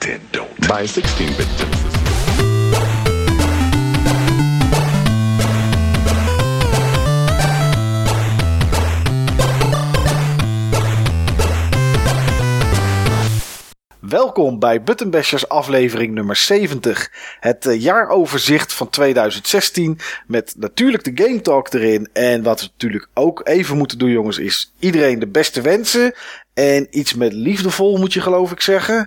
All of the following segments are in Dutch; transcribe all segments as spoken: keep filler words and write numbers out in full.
Then don't. By sixteen-bit Genesis. Welkom bij Button Bashers aflevering nummer zeventig. Het uh, jaaroverzicht van tweeduizend zestien met natuurlijk de Game Talk erin. En wat we natuurlijk ook even moeten doen, jongens, is iedereen de beste wensen. En iets met liefdevol moet je geloof ik zeggen.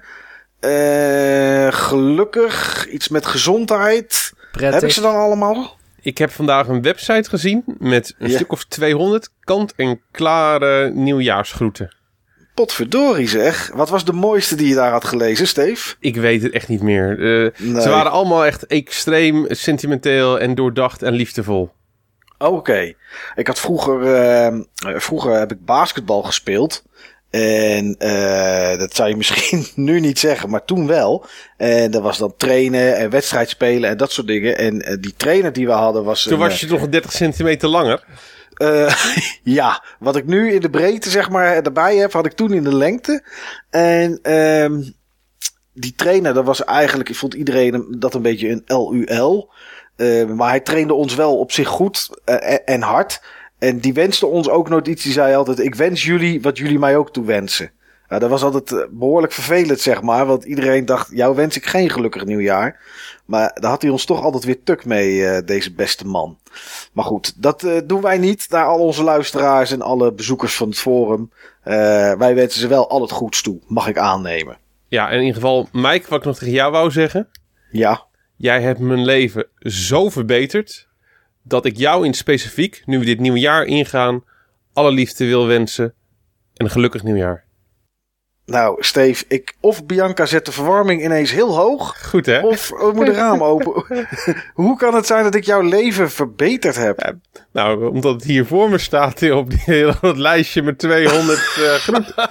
Uh, gelukkig, iets met gezondheid. Prettig. Heb ik ze dan allemaal? Ik heb vandaag een website gezien met een Ja. stuk of tweehonderd kant-en-klare nieuwjaarsgroeten. Potverdorie zeg. Wat was de mooiste die je daar had gelezen, Steve? Ik weet het echt niet meer. Uh, Nee. Ze waren allemaal echt extreem sentimenteel en doordacht en liefdevol. Oké. Okay. Ik had vroeger... Uh, vroeger heb ik basketbal gespeeld. En uh, dat zou je misschien nu niet zeggen, maar toen wel. En dat was dan trainen en wedstrijd spelen en dat soort dingen. En uh, die trainer die we hadden was... Toen een, was je toch dertig centimeter langer? Uh, ja, wat ik nu in de breedte zeg maar erbij heb, had ik toen in de lengte. En uh, die trainer, dat was eigenlijk, ik vond iedereen dat een beetje een L U L. Uh, maar hij trainde ons wel op zich goed uh, en hard. En die wenste ons ook nooit iets. Die zei altijd, ik wens jullie wat jullie mij ook toewensen. Uh, dat was altijd behoorlijk vervelend, zeg maar. Want iedereen dacht, jou wens ik geen gelukkig nieuwjaar. Maar daar had hij ons toch altijd weer tuk mee, uh, deze beste man. Maar goed, dat uh, doen wij niet naar al onze luisteraars en alle bezoekers van het forum. Uh, wij wensen ze wel al het goeds toe, mag ik aannemen. Ja, en in ieder geval, Mike, wat ik nog tegen jou wou zeggen. Ja. Jij hebt mijn leven zo verbeterd dat ik jou in specifiek, nu we dit nieuwe jaar ingaan, alle liefde wil wensen en een gelukkig nieuwjaar. Nou, Steve, ik, of Bianca zet de verwarming ineens heel hoog. Goed, hè? Of we moeten de raam open. Hoe kan het zijn dat ik jouw leven verbeterd heb? Ja, nou, omdat het hier voor me staat op die hele dat lijstje met tweehonderd uh, groeten.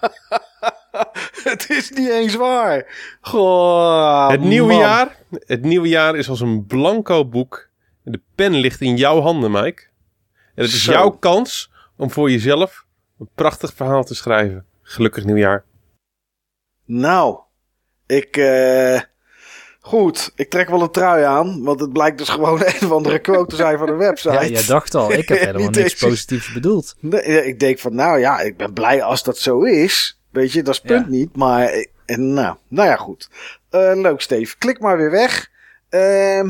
Het is niet eens waar. Goh, het nieuwe man. jaar, het nieuwe jaar is als een blanco boek. De pen ligt in jouw handen, Mike. En het is Zo. jouw kans om voor jezelf een prachtig verhaal te schrijven. Gelukkig nieuwjaar. Nou, ik... Uh, goed, ik trek wel een trui aan. Want het blijkt dus gewoon een of andere quote te zijn van de website. Ja, jij dacht al, ik heb helemaal Niet niks eens. positiefs bedoeld. Nee, ik denk van, nou ja, ik ben blij als dat zo is. Weet je, dat is punt Ja. niet. Maar, ik- en, nou, nou ja, goed. Uh, leuk, Steve. Klik maar weer weg. Uh,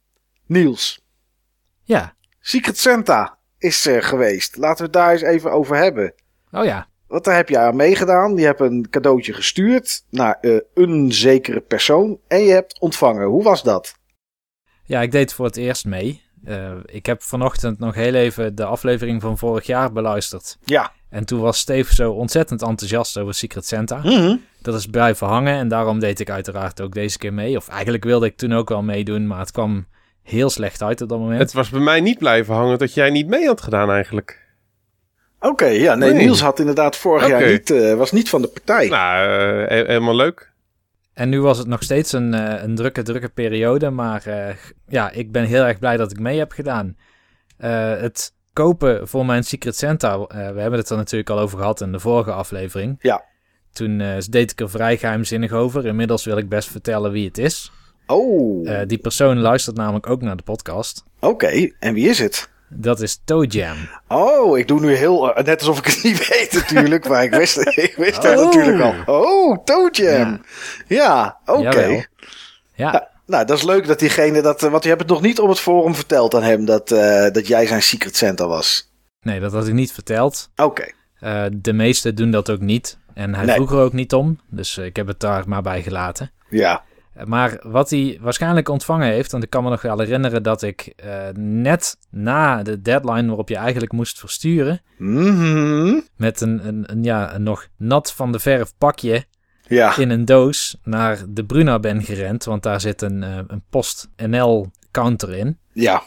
Niels. Ja, Secret Santa is uh, geweest. Laten we het daar eens even over hebben. oh ja. Want daar heb je aan meegedaan. Je hebt een cadeautje gestuurd naar uh, een zekere persoon. En je hebt ontvangen. Hoe was dat? Ja, ik deed voor het eerst mee. Uh, ik heb vanochtend nog heel even de aflevering van vorig jaar beluisterd. Ja. En toen was Steve zo ontzettend enthousiast over Secret Santa. Mm-hmm. Dat is blijven hangen en daarom deed ik uiteraard ook deze keer mee. Of eigenlijk wilde ik toen ook wel meedoen, maar het kwam heel slecht uit op dat moment. Het was bij mij niet blijven hangen dat jij niet mee had gedaan eigenlijk. Oké, okay, ja. Nee, Nee. Niels had inderdaad vorig Oké. jaar niet, uh, was niet van de partij. Nou, uh, he- helemaal leuk. En nu was het nog steeds een, uh, een drukke, drukke periode. Maar uh, ja, ik ben heel erg blij dat ik mee heb gedaan. Uh, het kopen voor mijn Secret Santa, uh, we hebben het er natuurlijk al over gehad in de vorige aflevering. Ja. Toen uh, deed ik er vrij geheimzinnig over. Inmiddels wil ik best vertellen wie het is. Oh, Uh, die persoon luistert namelijk ook naar de podcast. oké. Okay. En wie is het? Dat is Toe Jam. Oh, ik doe nu heel... Uh, net alsof ik het niet weet natuurlijk. Maar ik wist, ik wist het Oh. natuurlijk al. Oh, Toe Jam. Ja, oké. Jawel. Okay. Ja, Nou, nou, dat is leuk dat diegene dat... Want je hebt het nog niet op het forum verteld aan hem... dat, uh, dat jij zijn Secret Santa was. nee, dat had ik niet verteld. Oké. Okay. Uh, de meesten doen dat ook niet. En hij Nee. vroeg er ook niet om. Dus uh, ik heb het daar maar bij gelaten. Ja. Uh, maar wat hij waarschijnlijk ontvangen heeft... want ik kan me nog wel herinneren dat ik uh, net na de deadline... waarop je eigenlijk moest versturen... Mm-hmm. met een, een, een, ja, een nog nat van de verf pakje... Ja. in een doos naar de Bruna ben gerend... want daar zit een, uh, een Post-N L-counter in. Ja.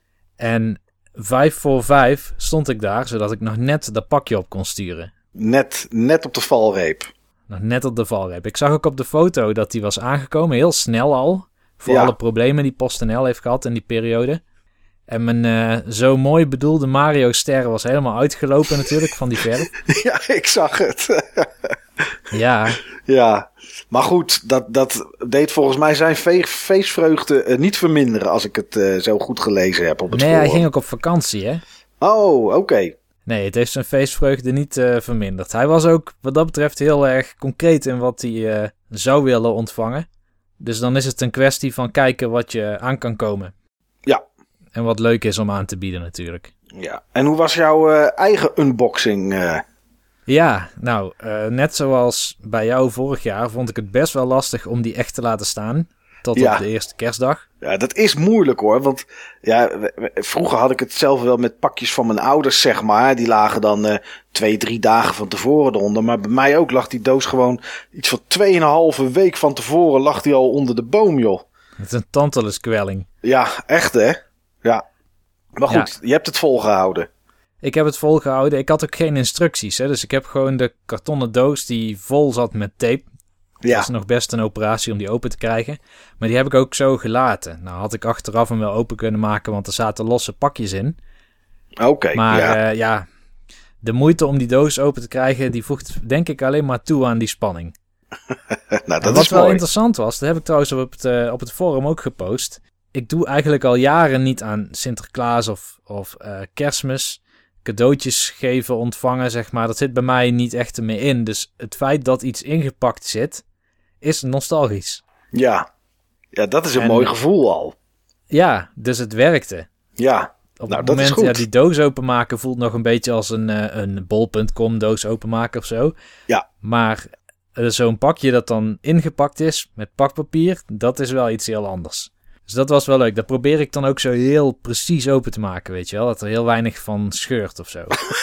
En vijf voor vijf stond ik daar... zodat ik nog net dat pakje op kon sturen. Net, net op de valreep. Nog net op de valreep. Ik zag ook op de foto dat die was aangekomen, heel snel al. Voor Ja. alle problemen die PostNL heeft gehad in die periode. En mijn uh, zo mooi bedoelde Mario-ster was helemaal uitgelopen natuurlijk van die verf. Ja, ik zag het. Ja, Ja, maar goed, dat, dat deed volgens mij zijn fe- feestvreugde uh, niet verminderen als ik het uh, zo goed gelezen heb op het Nee, forum. hij ging ook op vakantie, hè? Oh, oké. Okay. Nee, het heeft zijn feestvreugde niet uh, verminderd. Hij was ook wat dat betreft heel erg concreet in wat hij uh, zou willen ontvangen. Dus dan is het een kwestie van kijken wat je aan kan komen. Ja. En wat leuk is om aan te bieden natuurlijk. Ja, en hoe was jouw uh, eigen unboxing? Uh? Ja, nou, uh, net zoals bij jou vorig jaar vond ik het best wel lastig om die echt te laten staan. Tot ja. op de eerste kerstdag. Ja, dat is moeilijk hoor. Want ja, vroeger had ik het zelf wel met pakjes van mijn ouders, zeg maar. Die lagen dan uh, twee, drie dagen van tevoren eronder. Maar bij mij ook lag die doos gewoon iets van tweeënhalve week van tevoren lag die al onder de boom, joh. Het is een tantaluskwelling. Ja, echt hè? Ja. Maar goed, ja. Je hebt het volgehouden. Ik heb het volgehouden. Ik had ook geen instructies, hè. Dus ik heb gewoon de kartonnen doos die vol zat met tape. Ja. Dat is nog best een operatie om die open te krijgen. Maar die heb ik ook zo gelaten. Nou had ik achteraf hem wel open kunnen maken, want er zaten losse pakjes in. Oké, okay, maar ja. Uh, ja, de moeite om die doos open te krijgen, die voegt denk ik alleen maar toe aan die spanning. nou, dat en wat is wel mooi. interessant was, dat heb ik trouwens op het, uh, op het forum ook gepost. Ik doe eigenlijk al jaren niet aan Sinterklaas of, of uh, Kerstmis. Cadeautjes geven, ontvangen, zeg maar. Dat zit bij mij niet echt meer in. Dus het feit dat iets ingepakt zit, is nostalgisch. Ja, ja dat is een en, mooi gevoel al. Ja, dus het werkte. Ja, op nou, het dat moment, is goed. Ja, die doos openmaken voelt nog een beetje als een, uh, een bol punt com doos openmaken of zo. Ja. Maar uh, zo'n pakje dat dan ingepakt is met pakpapier, dat is wel iets heel anders. Dus dat was wel leuk. Dat probeer ik dan ook zo heel precies open te maken, weet je wel. Dat er heel weinig van scheurt of zo.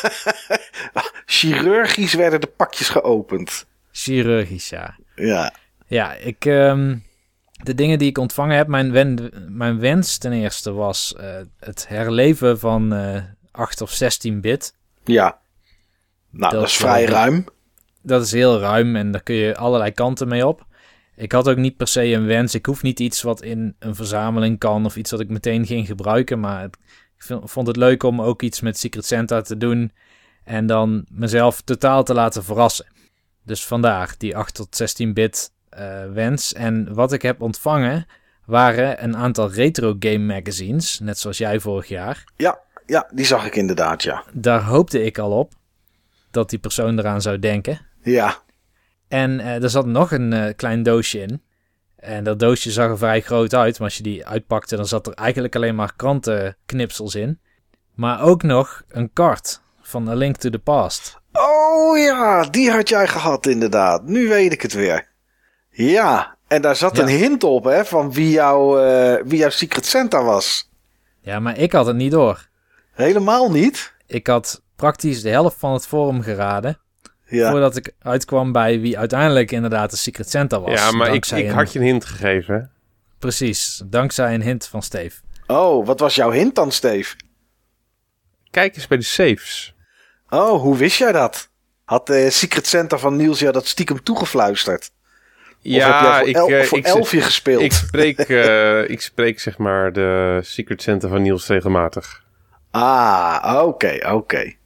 Chirurgisch werden de pakjes geopend. Chirurgisch, ja. Ja. Ja, ik... Um, de dingen die ik ontvangen heb, mijn, wen, mijn wens ten eerste was uh, het herleven van uh, acht of zestien bit. Ja. Nou, dat, dat is vrij uh, ruim. Dat is heel ruim en daar kun je allerlei kanten mee op. Ik had ook niet per se een wens. Ik hoef niet iets wat in een verzameling kan of iets wat ik meteen ging gebruiken. Maar het, ik vond het leuk om ook iets met Secret Santa te doen en dan mezelf totaal te laten verrassen. Dus vandaar die acht tot zestien bit uh, wens. En wat ik heb ontvangen waren een aantal retro game magazines, net zoals jij vorig jaar. Ja, ja, die zag ik inderdaad, ja. Daar hoopte ik al op dat die persoon eraan zou denken. Ja. En uh, er zat nog een uh, klein doosje in. En dat doosje zag er vrij groot uit. Maar als je die uitpakte, dan zat er eigenlijk alleen maar krantenknipsels in. Maar ook nog een kaart van A Link to the Past. Oh ja, die had jij gehad inderdaad. Nu weet ik het weer. Ja, en daar zat ja. een hint op hè, van wie, jou, uh, wie jouw Secret Santa was. Ja, maar ik had het niet door. Helemaal niet? Ik had praktisch de helft van het forum geraden. Ja. Voordat ik uitkwam bij wie uiteindelijk inderdaad de Secret Santa was. Ja, maar ik, ik een... had je een hint gegeven. Precies, dankzij een hint van Steve. Oh, wat was jouw hint dan, Steve? Kijk eens bij de safes. Oh, hoe wist jij dat? Had de Secret Santa van Niels jou dat stiekem toegefluisterd? Ja, of heb jij voor, el- ik, voor ik, Elfje gespeeld? Ik spreek, uh, ik spreek zeg maar de Secret Santa van Niels regelmatig. Ah, oké, okay, oké. Okay.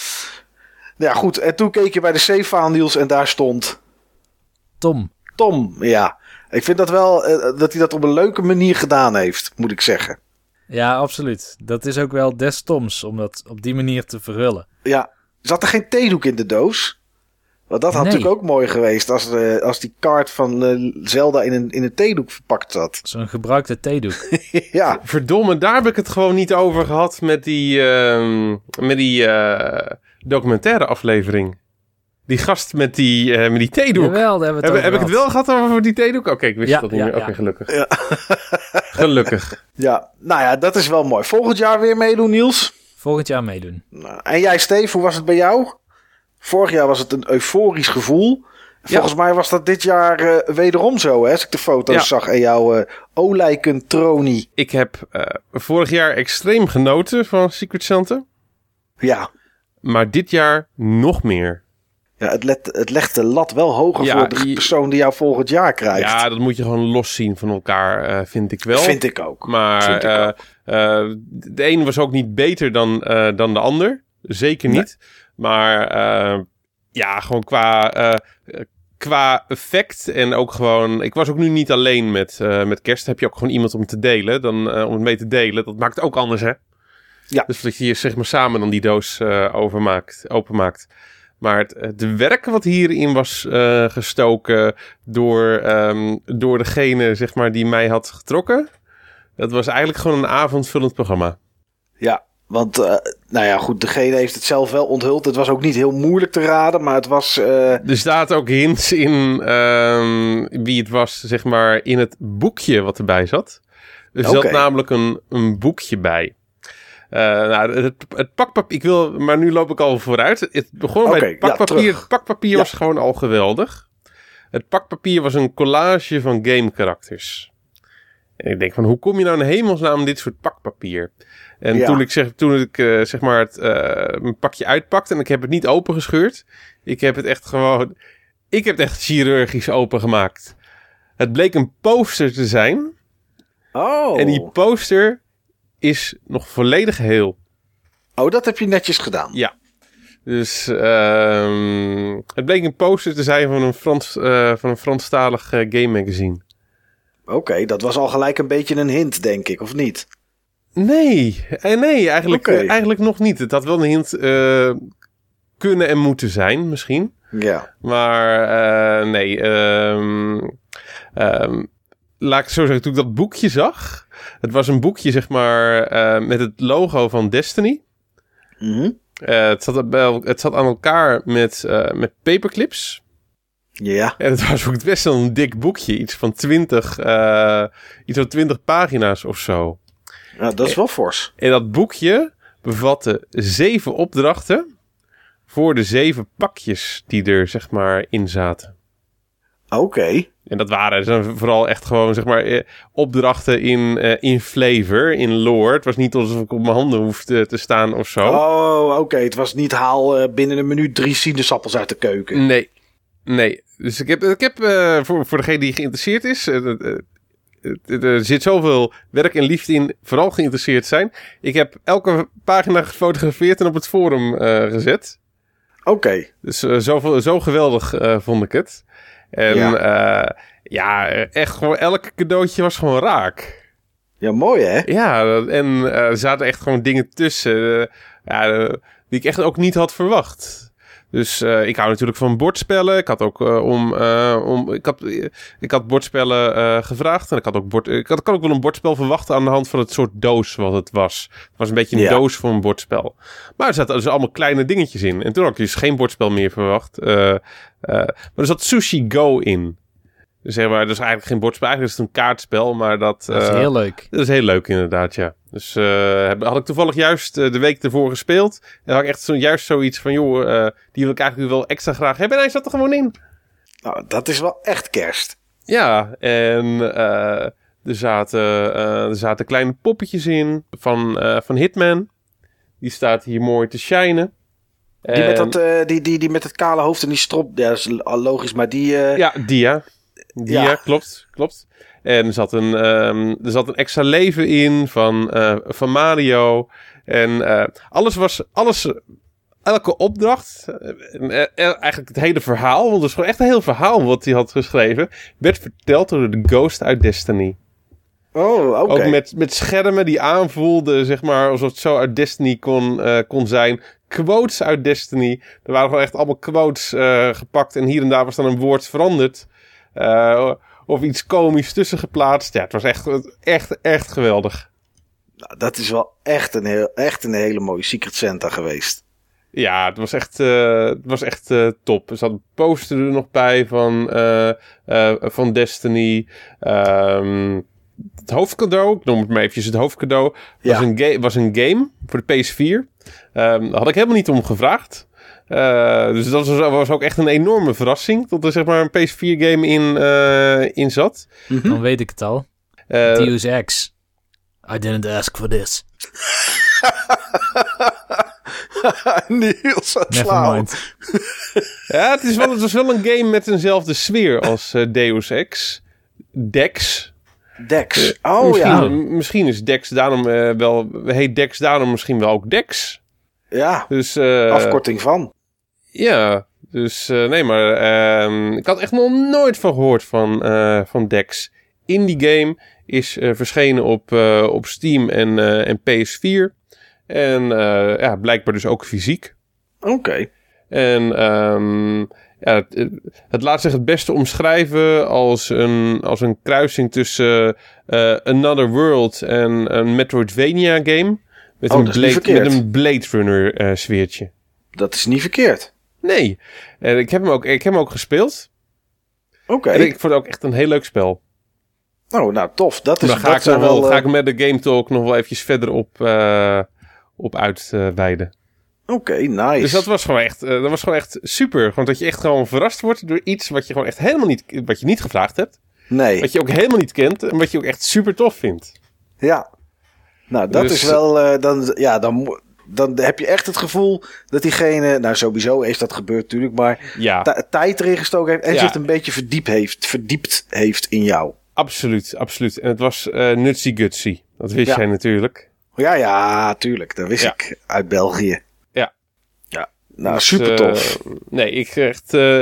Ja, goed. En toen keek je bij de save-file, Niels, en daar stond... Tom. Tom, ja. Ik vind dat wel, uh, dat hij dat op een leuke manier gedaan heeft, moet ik zeggen. Ja, absoluut. Dat is ook wel des Toms, om dat op die manier te verhullen. Ja. Zat er geen theedoek in de doos? Want dat had nee. natuurlijk ook mooi geweest als, uh, als die kaart van uh, Zelda in een, in een theedoek verpakt zat. Zo'n gebruikte theedoek. Ja. Verdomme, daar heb ik het gewoon niet over gehad met die, uh, met die uh, documentaire aflevering. Die gast met die, uh, met die theedoek. Jawel, daar hebben we het heb, heb ik het wel gehad over die theedoek? Oké, okay, ik wist ja, dat niet ja, meer. Oké, ja. okay, gelukkig. Ja. Gelukkig. Ja, nou ja, dat is wel mooi. Volgend jaar weer meedoen, Niels? Volgend jaar meedoen. Nou, en jij, Steve, hoe was het bij jou? Vorig jaar was het een euforisch gevoel. Volgens ja. mij was dat dit jaar uh, wederom zo, hè? Als ik de foto's ja. zag en jouw uh, olijken tronie. Ik heb uh, vorig jaar extreem genoten van Secret Santa. Ja. Maar dit jaar nog meer. Ja, het, let, het legt de lat wel hoger ja, voor de je, persoon die jou volgend jaar krijgt. Ja, dat moet je gewoon loszien van elkaar, uh, vind ik wel. Vind ik ook. Maar vind ik uh, ook. Uh, de een was ook niet beter dan, uh, dan de ander. Zeker niet. Nee. Maar uh, ja, gewoon qua uh, qua effect en ook gewoon... Ik was ook nu niet alleen met, uh, met kerst. Heb je ook gewoon iemand om te delen. Dan, uh, om het mee te delen. Dat maakt het ook anders, hè? Ja. Dus dat je zeg maar samen dan die doos uh, overmaakt, openmaakt. Maar het, het werk wat hierin was uh, gestoken door, um, door degene zeg maar, die mij had getrokken... Dat was eigenlijk gewoon een avondvullend programma. Ja, want uh, nou ja, goed, degene heeft het zelf wel onthuld. Het was ook niet heel moeilijk te raden, maar het was... Uh... Er staat ook hints in um, wie het was, zeg maar, in het boekje wat erbij zat. Er zat okay. namelijk een, een boekje bij. Uh, nou, het, het pakpapier, ik wil, maar nu loop ik al vooruit. Het begon okay, bij het pakpapier. Ja, het pakpapier ja. was gewoon al geweldig. Het pakpapier was een collage van gamekarakters. En ik denk van, hoe kom je nou in hemelsnaam aan dit soort pakpapier? En ja. toen ik, zeg, toen ik uh, zeg maar het uh, mijn pakje uitpakte en ik heb het niet opengescheurd. Ik heb het echt gewoon... Ik heb het echt chirurgisch opengemaakt. Het bleek een poster te zijn. Oh. En die poster is nog volledig heel. Oh, dat heb je netjes gedaan. Ja. Dus uh, het bleek een poster te zijn van een, Frans, uh, van een Franstalig uh, game magazine. Oké, okay, dat was al gelijk een beetje een hint, denk ik, of niet? Nee, nee eigenlijk, okay. uh, eigenlijk nog niet. Het had wel een hint uh, kunnen en moeten zijn, misschien. Ja. Maar uh, nee, um, um, laat ik het zo zeggen, toen ik dat boekje zag... Het was een boekje, zeg maar, uh, met het logo van Destiny. Mm-hmm. Uh, het, zat, het zat aan elkaar met, uh, met paperclips... Ja. En het was ook best wel een dik boekje. Iets van twintig, uh, iets van twintig pagina's of zo. Ja, dat is wel fors. En dat boekje bevatte zeven opdrachten voor de zeven pakjes die er, zeg maar, in zaten. Oké. Okay. En dat waren vooral echt gewoon, zeg maar, opdrachten in, uh, in flavor, in lore. Het was niet alsof ik op mijn handen hoefde te staan of zo. Oh, oké. Okay. Het was niet haal uh, binnen een minuut drie sinaasappels uit de keuken. Nee. Nee, dus ik heb, ik heb uh, voor, voor degene die geïnteresseerd is... Uh, uh, uh, er zit zoveel werk en liefde in, vooral geïnteresseerd zijn. Ik heb elke pagina gefotografeerd en op het forum uh, gezet. Oké. Okay. Dus uh, zo, zo geweldig uh, vond ik het. En ja. Uh, ja, echt gewoon elke cadeautje was gewoon raak. Ja, mooi hè? Ja, en uh, er zaten echt gewoon dingen tussen uh, ja, uh, die ik echt ook niet had verwacht. Dus uh, ik hou natuurlijk van bordspellen. Ik had ook uh, om, uh, om ik had, ik had bordspellen uh, gevraagd en ik had ook bord, ik had, kan ook wel een bordspel verwachten aan de hand van het soort doos wat het was. Het was een beetje een ja. doos voor een bordspel. Maar er zaten dus allemaal kleine dingetjes in. En toen had ik dus geen bordspel meer verwacht. Uh, uh, maar er zat Sushi Go in. Dus zeg maar, dat is eigenlijk geen bordspel. Eigenlijk is het een kaartspel, maar dat... Dat is uh, heel leuk. Dat is heel leuk inderdaad, ja. Dus uh, had ik toevallig juist uh, de week ervoor gespeeld. En had ik echt zo, juist zoiets van, joh, uh, die wil ik eigenlijk wel extra graag hebben. En hij zat er gewoon in. Nou, dat is wel echt kerst. Ja, en uh, er, zaten, uh, er zaten kleine poppetjes in van, uh, van Hitman. Die staat hier mooi te shinen. Die, en... met dat, uh, die, die, die met het kale hoofd en die strop, ja, dat is logisch, maar die... Uh... Ja, die ja. Die, ja. ja, klopt, klopt. En er zat een, um, er zat een extra leven in van, uh, van Mario. En uh, alles was, alles, elke opdracht, uh, uh, eigenlijk het hele verhaal, want het is gewoon echt een heel verhaal wat hij had geschreven, werd verteld door de Ghost uit Destiny. Oh, oké. Okay. Ook met, met schermen die aanvoelden, zeg maar, alsof het zo uit Destiny kon, uh, kon zijn. Quotes uit Destiny. Er waren gewoon echt allemaal quotes uh, gepakt en hier en daar was dan een woord veranderd. Uh, of iets komisch tussen geplaatst. Ja, het was echt, echt, echt geweldig. Nou, dat is wel echt een, heel, echt een hele mooie Secret Santa geweest. Ja, het was echt, uh, het was echt uh, top. Er zat een poster er nog bij van, uh, uh, van Destiny. Um, het hoofdcadeau, ik noem het maar eventjes het hoofdcadeau, was, ja. een, ga- was een game voor de P S vier. Um, daar had ik helemaal niet om gevraagd. Uh, dus dat was, was ook echt een enorme verrassing. Dat er zeg maar een P S vier game in, uh, in zat. Mm-hmm. Dan weet ik het al. Uh, Deus Ex. I didn't ask for this. Niels, wat flauw. Ja, het, is wel, het was wel een game met eenzelfde sfeer als uh, Deus Ex. Dex. Dex. Oh uh, misschien, ja. Misschien is Dex daarom uh, wel... Heet Dex daarom misschien wel ook Dex. Ja, dus, uh, afkorting van. Ja, Dus uh, nee, maar uh, ik had echt nog nooit van gehoord van, uh, van Dex. Indie game is uh, verschenen op, uh, op Steam en, uh, en P S vier. En uh, ja, blijkbaar dus ook fysiek. Oké. Okay. En um, ja, het, het laat zich het beste omschrijven als een, als een kruising tussen uh, Another World en een Metroidvania game. Met, oh, een, Blade, met een Blade Runner uh, sfeertje. Dat is niet verkeerd. Nee. En ik heb hem ook, ik heb hem ook gespeeld. Oké. Okay. En ik vond het ook echt een heel leuk spel. Oh, nou tof. Dat is, dan ga, dat ik, nog wel, wel, ga ik met de Game Talk nog wel eventjes verder op, uh, op uitweiden. Uh, Oké, okay, nice. Dus dat was gewoon echt, uh, dat was gewoon echt super. Gewoon dat je echt gewoon verrast wordt door iets wat je gewoon echt helemaal niet, wat je niet gevraagd hebt. Nee. Wat je ook helemaal niet kent en wat je ook echt super tof vindt. Ja. Nou, dat dus, is wel, uh, dan, ja, dan, dan heb je echt het gevoel dat diegene, nou sowieso is dat gebeurd natuurlijk, maar ja. t- tijd erin gestoken heeft en ja. zich een beetje verdiept heeft, verdiept heeft in jou. Absoluut, absoluut. En het was uh, nutsy gutsy. Dat wist ja. jij natuurlijk. Ja, ja, tuurlijk. Dat wist ja. ik uit België. Ja. Ja, nou dus, super tof. Uh, nee, ik echt uh,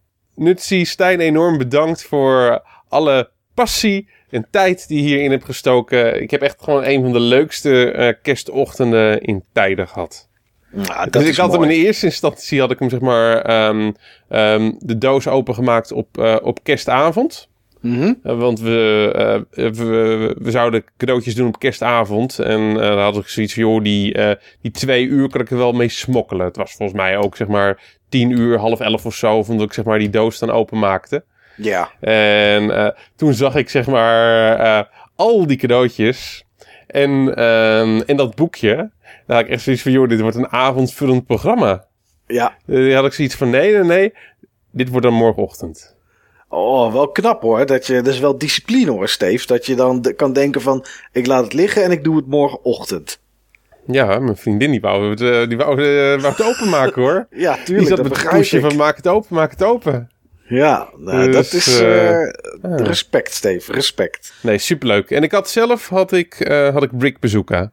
Nutsy, Stijn enorm bedankt voor alle passie en tijd die je hierin hebt gestoken. Ik heb echt gewoon een van de leukste uh, kerstochtenden in tijden gehad. Nou, dus ik had mooi. hem in de eerste instantie had ik hem zeg maar um, um, de doos opengemaakt op, uh, op kerstavond. Mm-hmm. Uh, want we, uh, we, we zouden cadeautjes doen op kerstavond. En uh, dan had ik zoiets van, joh, die, uh, die twee uur kan ik er wel mee smokkelen. Het was volgens mij ook, zeg maar, tien uur, half elf of zo, omdat ik, zeg maar, die doos dan openmaakte. Ja. En uh, toen zag ik, zeg maar, uh, al die cadeautjes en, uh, en dat boekje. Dan had ik echt zoiets van, joh, dit wordt een avondvullend programma. Ja. Uh, dan had ik zoiets van, nee, nee, nee, dit wordt dan morgenochtend. Oh, wel knap hoor. Dat je, dat is wel discipline hoor, Steve. Dat je dan de, kan denken van, ik laat het liggen en ik doe het morgenochtend. Ja, mijn vriendin die wou het, uh, die wou, uh, wou het openmaken hoor. Ja, tuurlijk, die zat dat met begrijp ik. van maak het open, maak het open. Ja, nou, dus, dat is uh, uh, respect, Steve, respect. Nee, superleuk. En ik had zelf, had ik, uh, had ik Brick Bazooka.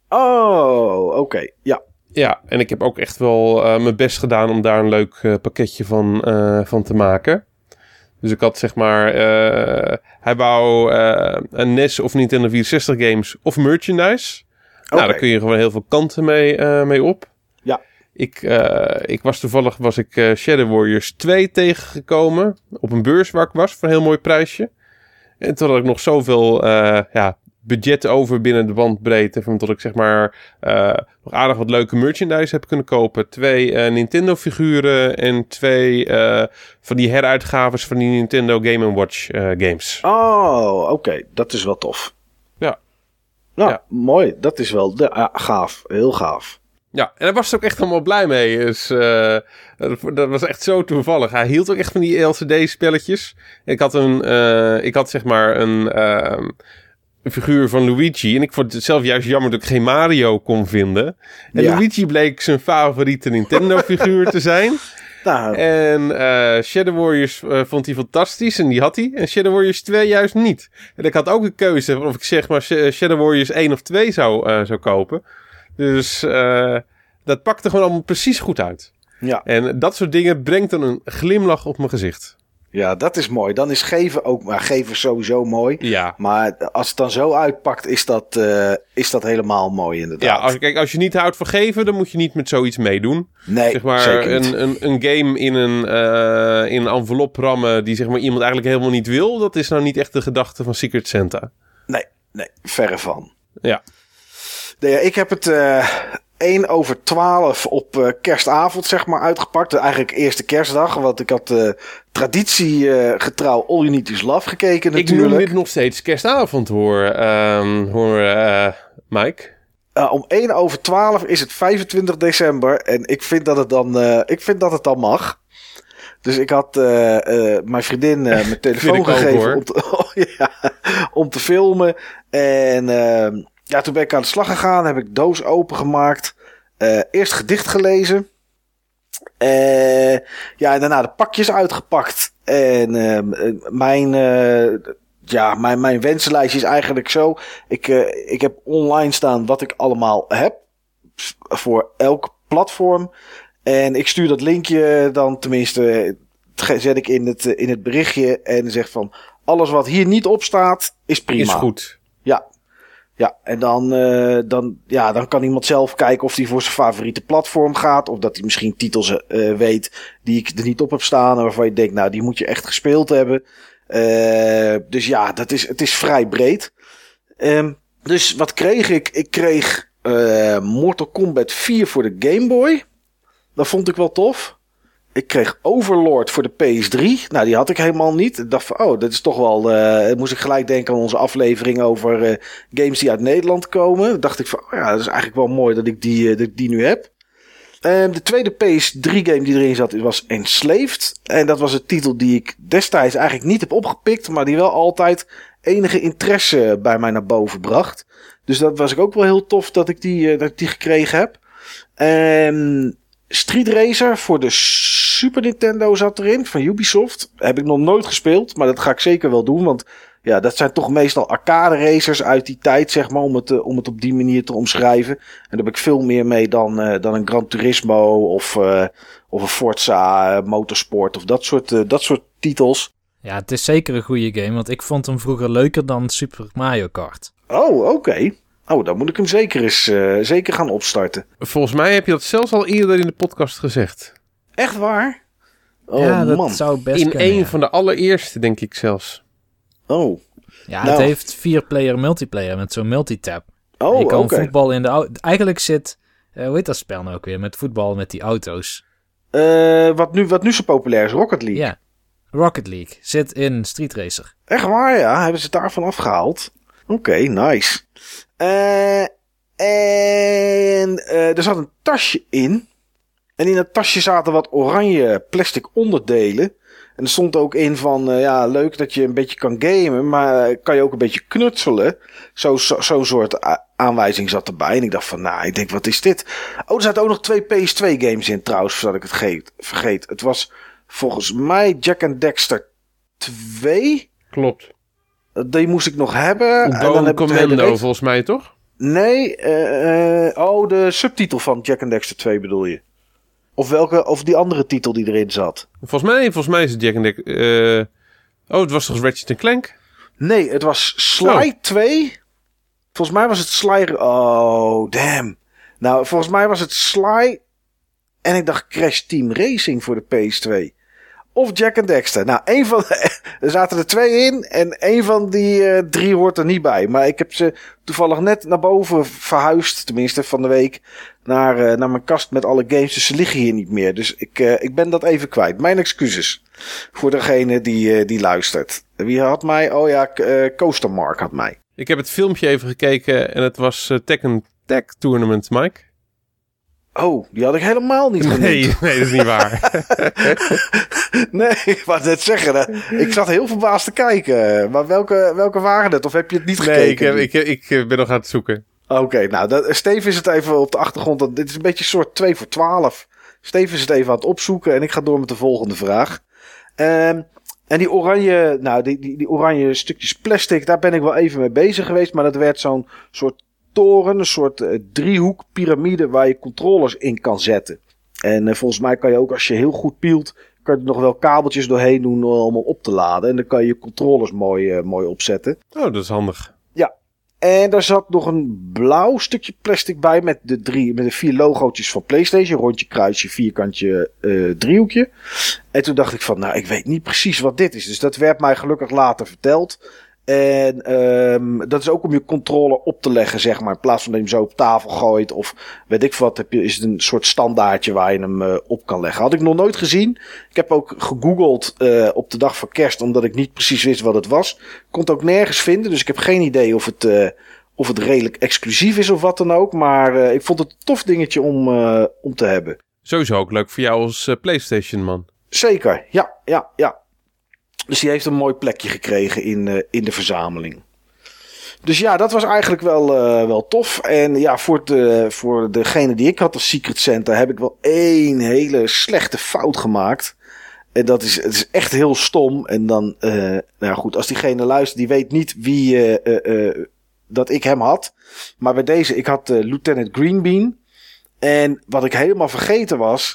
Oh, oké, okay. ja. Ja, en ik heb ook echt wel uh, mijn best gedaan om daar een leuk uh, pakketje van, uh, van te maken. Dus ik had zeg maar, uh, hij wou uh, een N E S of Nintendo vierenzestig games of merchandise. Okay. Nou, daar kun je gewoon heel veel kanten mee, uh, mee op. Ja. Ik, uh, ik was toevallig was ik uh, Shadow Warriors twee tegengekomen op een beurs waar ik was voor een heel mooi prijsje. En toen had ik nog zoveel uh, ja, budget over binnen de bandbreedte. Van tot ik zeg maar uh, nog aardig wat leuke merchandise heb kunnen kopen. Twee uh, Nintendo figuren en twee uh, van die heruitgaves van die Nintendo Game and Watch uh, games. Oh, oké. Okay. Dat is wel tof. Ja. Nou, ja. mooi. Dat is wel de, uh, gaaf. Heel gaaf. Ja, en daar was hij ook echt helemaal blij mee. Dus uh, dat was echt zo toevallig. Hij hield ook echt van die L C D-spelletjes. Ik had een, uh, ik had zeg maar een, uh, een figuur van Luigi. En ik vond het zelf juist jammer dat ik geen Mario kon vinden. En ja. Luigi bleek zijn favoriete Nintendo-figuur te zijn. Nou. En uh, Shadow Warriors uh, vond hij fantastisch en die had hij. En Shadow Warriors twee juist niet. En ik had ook een keuze of ik zeg maar Shadow Warriors één of twee zou, uh, zou kopen. Dus uh, dat pakte gewoon allemaal precies goed uit. Ja. En dat soort dingen brengt dan een glimlach op mijn gezicht. Ja, dat is mooi. Dan is geven ook, maar geven sowieso mooi. Ja. Maar als het dan zo uitpakt, is dat, uh, is dat helemaal mooi inderdaad. Ja, als, kijk, als je niet houdt van geven, dan moet je niet met zoiets meedoen. Nee, zeg maar, zeker niet. Een, een, een game in een, uh, in een envelop rammen die zeg maar iemand eigenlijk helemaal niet wil, dat is nou niet echt de gedachte van Secret Santa. Nee, nee, verre van. Ja. Nee, ik heb het uh, één over twaalf op uh, kerstavond zeg maar uitgepakt. Eigenlijk eerste kerstdag, want ik had uh, traditie uh, getrouw All You Need Is Love gekeken natuurlijk. Ik noem dit nog steeds kerstavond hoor, um, hoor uh, Mike. Uh, om één over twaalf is het vijfentwintig december en ik vind dat het dan, uh, ik vind dat het dan mag. Dus ik had uh, uh, mijn vriendin uh, mijn telefoon gegeven om te, oh, ja, om te filmen en... Uh, Ja, toen ben ik aan de slag gegaan, heb ik doos opengemaakt. Uh, eerst gedicht gelezen. Uh, ja, en daarna de pakjes uitgepakt. En uh, mijn, uh, ja, mijn, mijn wensenlijstje is eigenlijk zo. Ik, uh, ik heb online staan wat ik allemaal heb. Voor elk platform. En ik stuur dat linkje dan, tenminste, zet ik in het, in het berichtje en zeg van, alles wat hier niet op staat, is prima. Is goed. Ja. Ja, en dan, uh, dan, ja, dan kan iemand zelf kijken of hij voor zijn favoriete platform gaat. Of dat hij misschien titels uh, weet die ik er niet op heb staan. Waarvan je denkt, nou, die moet je echt gespeeld hebben. Uh, dus ja, dat is, het is vrij breed. Um, dus wat kreeg ik? Ik kreeg uh, Mortal Kombat vier voor de Game Boy. Dat vond ik wel tof. Ik kreeg Overlord voor de P S drie. Nou, die had ik helemaal niet. Ik dacht van, oh, dat is toch wel... Uh, moest ik gelijk denken aan onze aflevering over uh, games die uit Nederland komen. Dan dacht ik van, oh ja, dat is eigenlijk wel mooi dat ik die, uh, dat ik die nu heb. Um, de tweede P S drie game die erin zat was Enslaved. En dat was een titel die ik destijds eigenlijk niet heb opgepikt. Maar die wel altijd enige interesse bij mij naar boven bracht. Dus dat was ik ook wel heel tof dat ik die, uh, dat ik die gekregen heb. Um, Street Racer voor de Super Nintendo zat erin, van Ubisoft. Heb ik nog nooit gespeeld, maar dat ga ik zeker wel doen. Want ja, dat zijn toch meestal arcade racers uit die tijd, zeg maar, om het, uh, om het op die manier te omschrijven. En daar heb ik veel meer mee dan, uh, dan een Gran Turismo of, uh, of een Forza uh, Motorsport of dat soort, uh, dat soort titels. Ja, het is zeker een goede game, want ik vond hem vroeger leuker dan Super Mario Kart. Oh, oké. Okay. Oh, dan moet ik hem zeker eens uh, zeker gaan opstarten. Volgens mij heb je dat zelfs al eerder in de podcast gezegd. Echt waar? Oh, ja, dat man. zou best in kunnen. een Ja. van de allereerste, denk ik zelfs. Oh. Ja, nou. het heeft vier-player multiplayer met zo'n multitap. Oh, je kan okay. voetbal in de auto... Eigenlijk zit... Uh, hoe heet dat spel nou ook weer? Met voetbal met die auto's. Uh, wat, nu, wat nu zo populair is, Rocket League. Ja, Rocket League zit in Street Racer. Echt waar, ja? Hebben ze het daarvan afgehaald? Oké, okay, nice. Uh, en uh, er zat een tasje in. En in dat tasje zaten wat oranje plastic onderdelen. En er stond ook in van, uh, ja, leuk dat je een beetje kan gamen, maar kan je ook een beetje knutselen. Zo'n zo, zo soort a- aanwijzing zat erbij. En ik dacht van, nou, ik denk, wat is dit? Oh, er zaten ook nog twee P S twee games in trouwens, voordat ik het geet, vergeet. Het was volgens mij Jak and Daxter twee. Klopt. Die moest ik nog hebben. Dome en dan heb ik Commando, race... volgens mij, toch? Nee, uh, uh, oh, de subtitel van Jak and Daxter twee bedoel je? Of welke, of die andere titel die erin zat? Volgens mij, volgens mij is het Jak and Daxter... Uh... Oh, het was toch Ratchet and Clank? Nee, het was Sly oh. twee. Volgens mij was het Sly... Oh, damn. Nou, volgens mij was het Sly... En ik dacht Crash Team Racing voor de P S twee. Of Jak and Daxter. Nou, één van de, er zaten er twee in. En één van die uh, drie hoort er niet bij. Maar ik heb ze toevallig net naar boven verhuisd. Tenminste, van de week. Naar, uh, naar mijn kast met alle games. Dus ze liggen hier niet meer. Dus ik, uh, ik ben dat even kwijt. Mijn excuses. Voor degene die, uh, die luistert. Wie had mij? Oh ja, uh, Coaster Mark had mij. Ik heb het filmpje even gekeken. En het was uh, Tekken Tag Tournament, Mike. Oh, die had ik helemaal niet genoemd. Nee, nee, dat is niet waar. Nee, ik wou net zeggen. Hè. Ik zat heel verbaasd te kijken. Maar welke, welke waren het? Of heb je het niet gekeken? Nee, ik, heb, ik, ik, ik ben nog aan het zoeken. Oké, okay, nou, dat, Steve is het even op de achtergrond. Dat, dit is een beetje een soort twee voor twaalf. Steve is het even aan het opzoeken. En ik ga door met de volgende vraag. Um, en die oranje, nou, die, die, die oranje stukjes plastic, daar ben ik wel even mee bezig geweest. Maar dat werd zo'n soort toren, een soort uh, driehoek piramide waar je controllers in kan zetten. En uh, volgens mij kan je ook, als je heel goed pielt, kan je er nog wel kabeltjes doorheen doen om hem op te laden. En dan kan je je controllers mooi, uh, mooi opzetten. Oh, dat is handig. Ja. En daar zat nog een blauw stukje plastic bij met de, drie, met de vier logootjes van PlayStation. Rondje, kruisje, vierkantje, uh, driehoekje. En toen dacht ik van, nou, ik weet niet precies wat dit is. Dus dat werd mij gelukkig later verteld. En um, dat is ook om je controller op te leggen, zeg maar. In plaats van dat je hem zo op tafel gooit of weet ik wat, heb je, is het een soort standaardje waar je hem uh, op kan leggen. Had ik nog nooit gezien. Ik heb ook gegoogeld uh, op de dag van kerst, omdat ik niet precies wist wat het was. Kon het ook nergens vinden, dus ik heb geen idee of het, uh, of het redelijk exclusief is of wat dan ook. Maar uh, ik vond het een tof dingetje om, uh, om te hebben. Sowieso ook leuk voor jou als uh, PlayStation-man. Zeker, ja, ja, ja. Dus die heeft een mooi plekje gekregen in, uh, in de verzameling. Dus ja, dat was eigenlijk wel, uh, wel tof. En ja, voor, de, voor degene die ik had als Secret Santa heb ik wel één hele slechte fout gemaakt. En dat is, het is echt heel stom. En dan, uh, nou ja, goed, als diegene luistert, die weet niet wie uh, uh, uh, dat ik hem had. Maar bij deze, ik had uh, Lieutenant Greenbean. En wat ik helemaal vergeten was,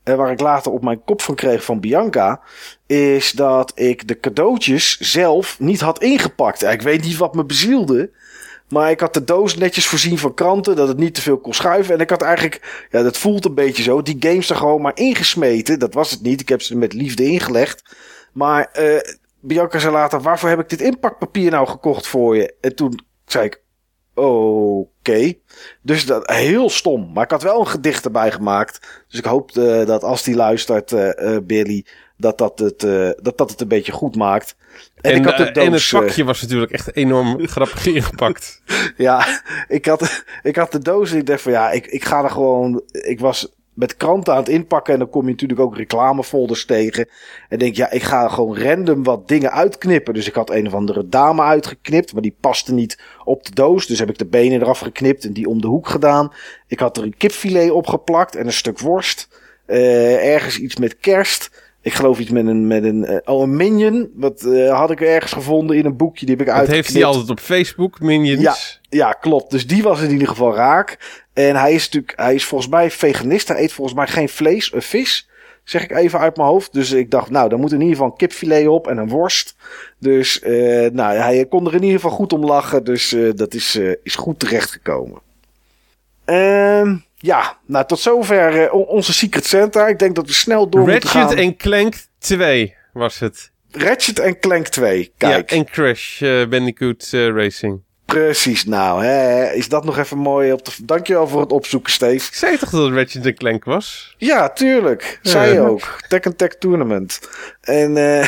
uh, waar ik later op mijn kop van kreeg van Bianca, is dat ik de cadeautjes zelf niet had ingepakt. Ik weet niet wat me bezielde, maar ik had de doos netjes voorzien van kranten, dat het niet te veel kon schuiven. En ik had eigenlijk, ja, dat voelt een beetje zo, die games er gewoon maar ingesmeten. Dat was het niet, ik heb ze met liefde ingelegd. Maar uh, Bianca zei later, waarvoor heb ik dit inpakpapier nou gekocht voor je? En toen zei ik, oké. Okay. Dus dat heel stom. Maar ik had wel een gedicht erbij gemaakt. Dus ik hoop uh, dat als die luistert, uh, uh, Billy, dat dat het, uh, dat dat het een beetje goed maakt. En, en, ik had de doos, en het pakje uh, was natuurlijk echt enorm grappig ingepakt. Ja, ik had, ik had de doos en ik dacht van ja, ik, ik ga er gewoon... Ik was met kranten aan het inpakken en dan kom je natuurlijk ook reclamefolders tegen. En denk ja, ik ga gewoon random wat dingen uitknippen. Dus ik had een of andere dame uitgeknipt, maar die paste niet op de doos. Dus heb ik de benen eraf geknipt en die om de hoek gedaan. Ik had er een kipfilet opgeplakt en een stuk worst. Uh, ergens iets met kerst. Ik geloof iets met een, met een, uh, oh, een Minion. Dat uh, had ik ergens gevonden in een boekje. Die heb ik uitgeknipt. Dat heeft hij altijd op Facebook, Minions. Ja, ja, klopt. Dus die was in ieder geval raak. En hij is natuurlijk, hij is volgens mij veganist. Hij eet volgens mij geen vlees, uh, vis. Zeg ik even uit mijn hoofd. Dus ik dacht, nou, dan moet in ieder geval een kipfilet op en een worst. Dus, uh, nou, hij kon er in ieder geval goed om lachen. Dus uh, dat is, uh, is goed terechtgekomen. Ehm... Uh, Ja, nou tot zover uh, onze Secret Santa. Ik denk dat we snel door Ratchet moeten gaan. Ratchet en Clank twee was het. Ratchet en Clank twee, kijk. Ja, en Crash uh, Bandicoot uh, Racing. Precies, nou, hè, is dat nog even mooi op de... Dankjewel voor het opzoeken, Steve. Ik zei toch dat het Ratchet en Clank was? Ja, tuurlijk. Ja. Zei je ook. Tekken Tech Tournament. En... Uh...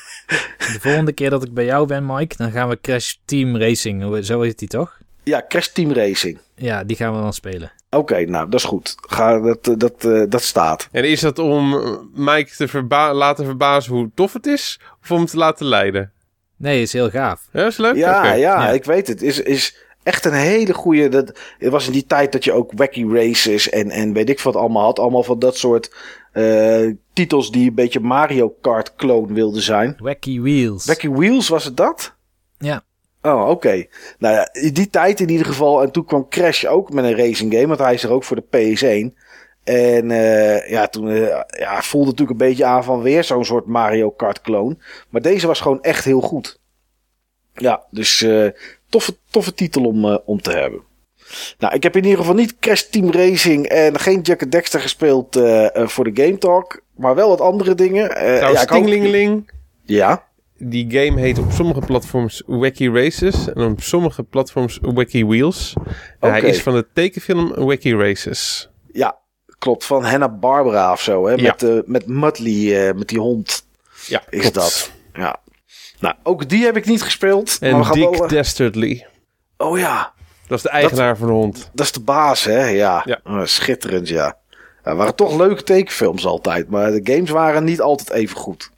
De volgende keer dat ik bij jou ben, Mike, dan gaan we Crash Team Racing. Zo heet die toch? Ja, Crash Team Racing. Ja, die gaan we dan spelen. Oké, okay, nou, dat is goed. Ga, dat, dat, uh, dat staat. En is dat om Mike te verba- laten verbazen hoe tof het is? Of om hem te laten leiden? Nee, is heel gaaf. Ja, is leuk? Ja, okay. ja, ja, ik weet het. Is, is echt een hele goede... Dat, het was in die tijd dat je ook Wacky Races en, en weet ik wat allemaal had. Allemaal van dat soort uh, titels die een beetje Mario Kart clone wilden zijn. Wacky Wheels. Wacky Wheels, was het dat? Ja. Oh, oké. Okay. Nou ja, in die tijd in ieder geval. En toen kwam Crash ook met een racing game. Want hij is er ook voor de P S één. En uh, ja, toen uh, ja, voelde het natuurlijk een beetje aan van weer zo'n soort Mario Kart clone. Maar deze was gewoon echt heel goed. Ja, dus uh, toffe, toffe titel om, uh, om te hebben. Nou, ik heb in ieder geval niet Crash Team Racing en geen Jack and Dexter gespeeld uh, uh, voor de Game Talk. Maar wel wat andere dingen. Uh, Trouwens, ja, Stinglingeling. Ja. Die game heet op sommige platforms Wacky Races en op sommige platforms Wacky Wheels. Okay. Hij is van de tekenfilm Wacky Races. Ja, klopt. Van Hanna-Barbera of zo. Hè? Ja. Met, uh, met Mudley, uh, met die hond. Ja, is klopt. dat. Ja. Nou, ook die heb ik niet gespeeld. En maar we gaan Dick wel... Dastardly. Oh ja. Dat is de eigenaar dat, van de hond. Dat is de baas, hè? Ja. ja. Oh, schitterend, ja. Er waren toch leuke tekenfilms altijd. Maar de games waren niet altijd even goed.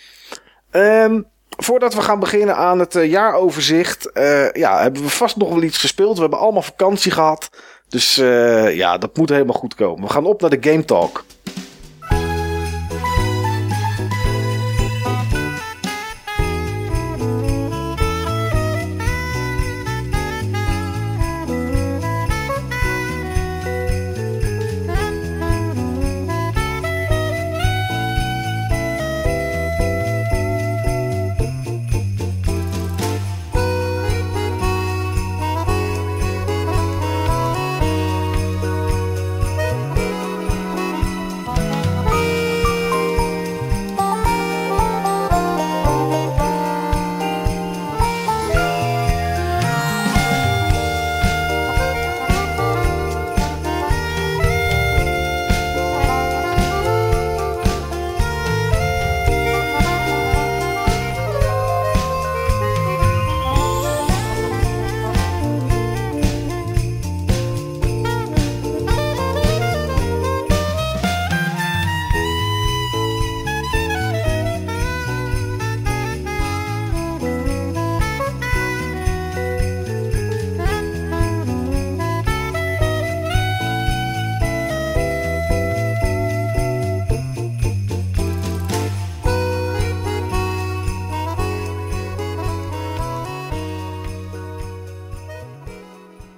Um, voordat we gaan beginnen aan het uh, jaaroverzicht, uh, ja, hebben we vast nog wel iets gespeeld. We hebben allemaal vakantie gehad. Dus uh, ja, dat moet helemaal goed komen. We gaan op naar de Game Talk.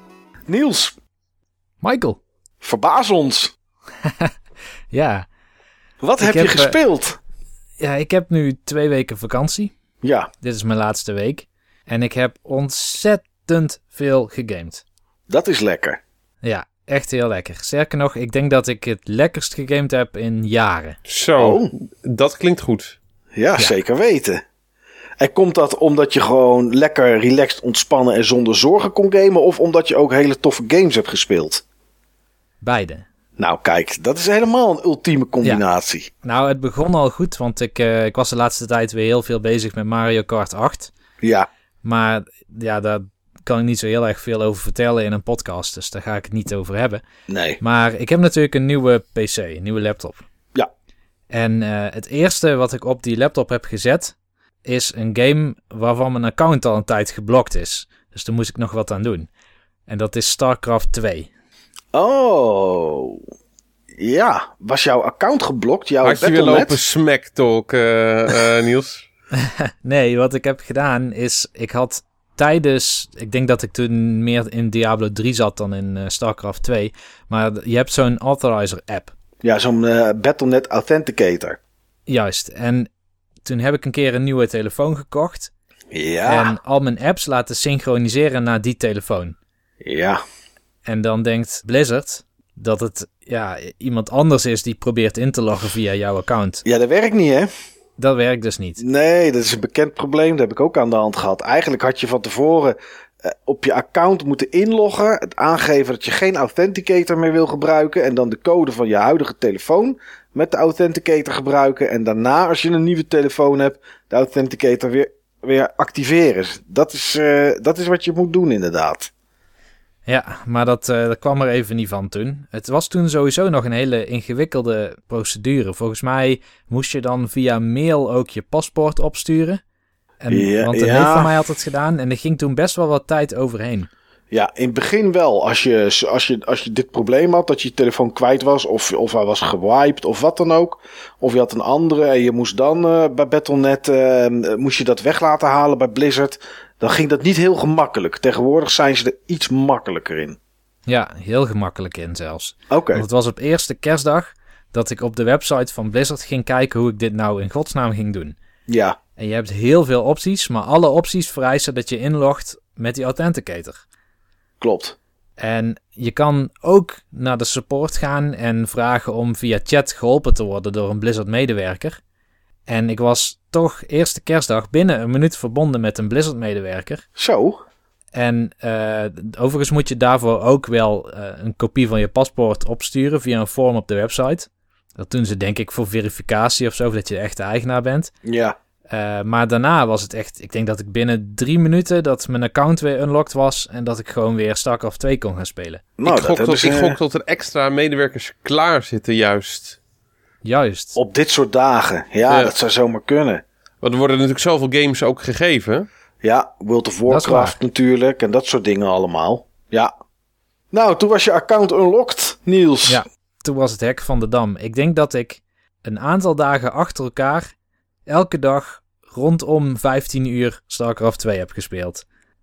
Niels. Michael. Verbaas ons. Ja. Wat heb, heb je gespeeld? Uh, ja, ik heb nu twee weken vakantie. Ja. Dit is mijn laatste week. En ik heb ontzettend veel gegamed. Dat is lekker. Ja, echt heel lekker. Sterker nog, ik denk dat ik het lekkerst gegamed heb in jaren. Zo, oh. Dat klinkt goed. Ja, ja, zeker weten. En komt dat omdat je gewoon lekker relaxed, ontspannen en zonder zorgen kon gamen? Of omdat je ook hele toffe games hebt gespeeld? Beide. Nou kijk, dat is helemaal een ultieme combinatie. Ja. Nou, het begon al goed, want ik, uh, ik was de laatste tijd weer heel veel bezig met Mario Kart acht. Ja. Maar ja, daar kan ik niet zo heel erg veel over vertellen in een podcast, dus daar ga ik het niet over hebben. Nee. Maar ik heb natuurlijk een nieuwe P C, een nieuwe laptop. Ja. En uh, het eerste wat ik op die laptop heb gezet is een game waarvan mijn account al een tijd geblokt is. Dus daar moest ik nog wat aan doen. En dat is StarCraft twee. Oh, ja. Was jouw account geblokt? Jouw Had je weer lopen smacktalk, uh, uh, Niels? Nee, wat ik heb gedaan is, ik had tijdens, ik denk dat ik toen meer in Diablo drie zat dan in uh, StarCraft twee. Maar je hebt zo'n Authorizer app. Ja, zo'n uh, Battle punt net Authenticator. Juist, en toen heb ik een keer een nieuwe telefoon gekocht. Ja. En al mijn apps laten synchroniseren naar die telefoon. Ja. En dan denkt Blizzard dat het ja, iemand anders is die probeert in te loggen via jouw account. Ja, dat werkt niet, hè? Dat werkt dus niet. Nee, dat is een bekend probleem. Dat heb ik ook aan de hand gehad. Eigenlijk had je van tevoren uh, op je account moeten inloggen. Het aangeven dat je geen Authenticator meer wil gebruiken. En dan de code van je huidige telefoon met de Authenticator gebruiken. En daarna, als je een nieuwe telefoon hebt, de Authenticator weer, weer activeren. Dat is, uh, dat is wat je moet doen, inderdaad. Ja, maar dat, uh, dat kwam er even niet van toen. Het was toen sowieso nog een hele ingewikkelde procedure. Volgens mij moest je dan via mail ook je paspoort opsturen. En, ja, want een ja. neef van mij had het gedaan en er ging toen best wel wat tijd overheen. Ja, in het begin wel. Als je, als je, als je dit probleem had, dat je telefoon kwijt was, of, of hij was gewiped, of wat dan ook. Of je had een andere en je moest dan uh, bij Battle punt net, uh, moest je dat weg laten halen bij Blizzard. Dan ging dat niet heel gemakkelijk. Tegenwoordig zijn ze er iets makkelijker in. Ja, heel gemakkelijk in zelfs. Oké. Okay. Want het was op eerste kerstdag dat ik op de website van Blizzard ging kijken hoe ik dit nou in godsnaam ging doen. Ja. En je hebt heel veel opties, maar alle opties vereisen dat je inlogt met die Authenticator. Klopt. En je kan ook naar de support gaan en vragen om via chat geholpen te worden door een Blizzard-medewerker. En ik was toch eerste kerstdag binnen een minuut verbonden met een Blizzard-medewerker. Zo. En uh, overigens moet je daarvoor ook wel uh, een kopie van je paspoort opsturen via een vorm op de website. Dat doen ze denk ik voor verificatie of zo, dat je de echte eigenaar bent. Ja. Uh, maar daarna was het echt, ik denk dat ik binnen drie minuten dat mijn account weer unlocked was en dat ik gewoon weer StarCraft twee kon gaan spelen. Nou, ik, gok dat, dat, ik gok dat er extra medewerkers klaar zitten juist. Juist. Op dit soort dagen. Ja, ja, dat zou zomaar kunnen. Want er worden natuurlijk zoveel games ook gegeven. Ja, World of Warcraft natuurlijk en dat soort dingen allemaal. Ja. Nou, toen was je account unlocked, Niels. Ja, toen was het hek van de dam. Ik denk dat ik een aantal dagen achter elkaar elke dag rondom vijftien uur StarCraft twee heb gespeeld.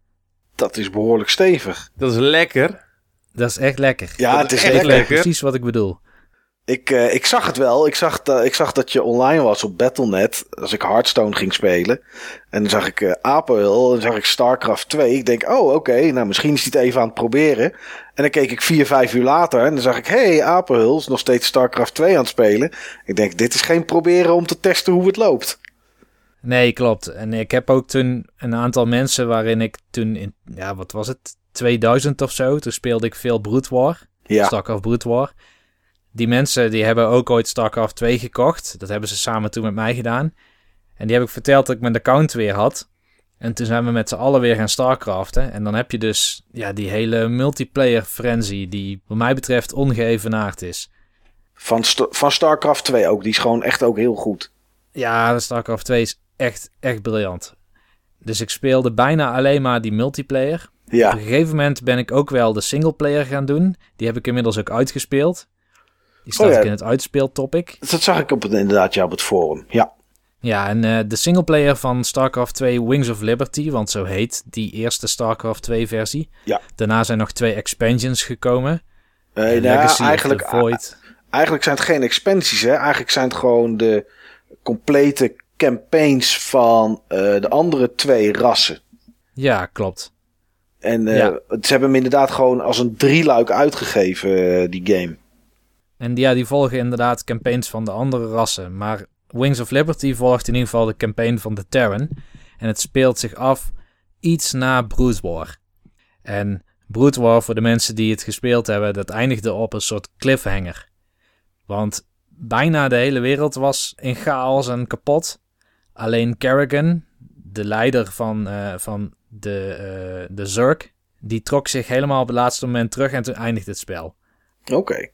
Dat is behoorlijk stevig. Dat is lekker. Dat is echt lekker. Ja, dat het is, is echt lekker. lekker. Precies wat ik bedoel. Ik, uh, ik zag het wel. Ik zag, uh, ik zag dat je online was op Battle punt net. Als ik Hearthstone ging spelen. En dan zag ik uh, Apenhul. En dan zag ik StarCraft twee. Ik denk, oh oké. Okay, nou misschien is hij het even aan het proberen. En dan keek ik vier, vijf uur later. En dan zag ik, hey, Apenhul is nog steeds StarCraft twee aan het spelen. Ik denk, dit is geen proberen om te testen hoe het loopt. Nee, klopt. En ik heb ook toen een aantal mensen waarin ik toen in, ja, wat was het? tweeduizend of zo. Toen speelde ik veel Brood War. Ja. StarCraft Brood War. Die mensen die hebben ook ooit StarCraft twee gekocht. Dat hebben ze samen toen met mij gedaan. En die heb ik verteld dat ik mijn account weer had. En toen zijn we met z'n allen weer gaan StarCraften. En dan heb je dus ja, die hele multiplayer frenzy die wat mij betreft ongeëvenaard is. Van, st- van StarCraft twee ook. Die is gewoon echt ook heel goed. Ja, de StarCraft twee is echt, echt briljant. Dus ik speelde bijna alleen maar die multiplayer. Ja. Op een gegeven moment ben ik ook wel de singleplayer gaan doen. Die heb ik inmiddels ook uitgespeeld. Die staat oh ja. ook in het uitspeeltopic. Dat zag ik op het, inderdaad ja, op het forum. Ja. Ja, en uh, de singleplayer van StarCraft twee Wings of Liberty, want zo heet die eerste StarCraft twee versie. Ja. Daarna zijn nog twee expansions gekomen. Uh, uh, nou, Legacy eigenlijk, of the Void. eigenlijk zijn het geen expansies, hè. Eigenlijk zijn het gewoon de complete campaigns van uh, de andere twee rassen. Ja, klopt. En uh, ja. ze hebben hem inderdaad gewoon als een drieluik uitgegeven, uh, die game. En die, ja, die volgen inderdaad campaigns van de andere rassen. Maar Wings of Liberty volgt in ieder geval de campaign van de Terran. En het speelt zich af iets na Brood War. En Brood War, voor de mensen die het gespeeld hebben, dat eindigde op een soort cliffhanger. Want bijna de hele wereld was in chaos en kapot. Alleen Kerrigan, de leider van, uh, van de, uh, de Zerg, die trok zich helemaal op het laatste moment terug en toen eindigde het spel. Oké. Okay.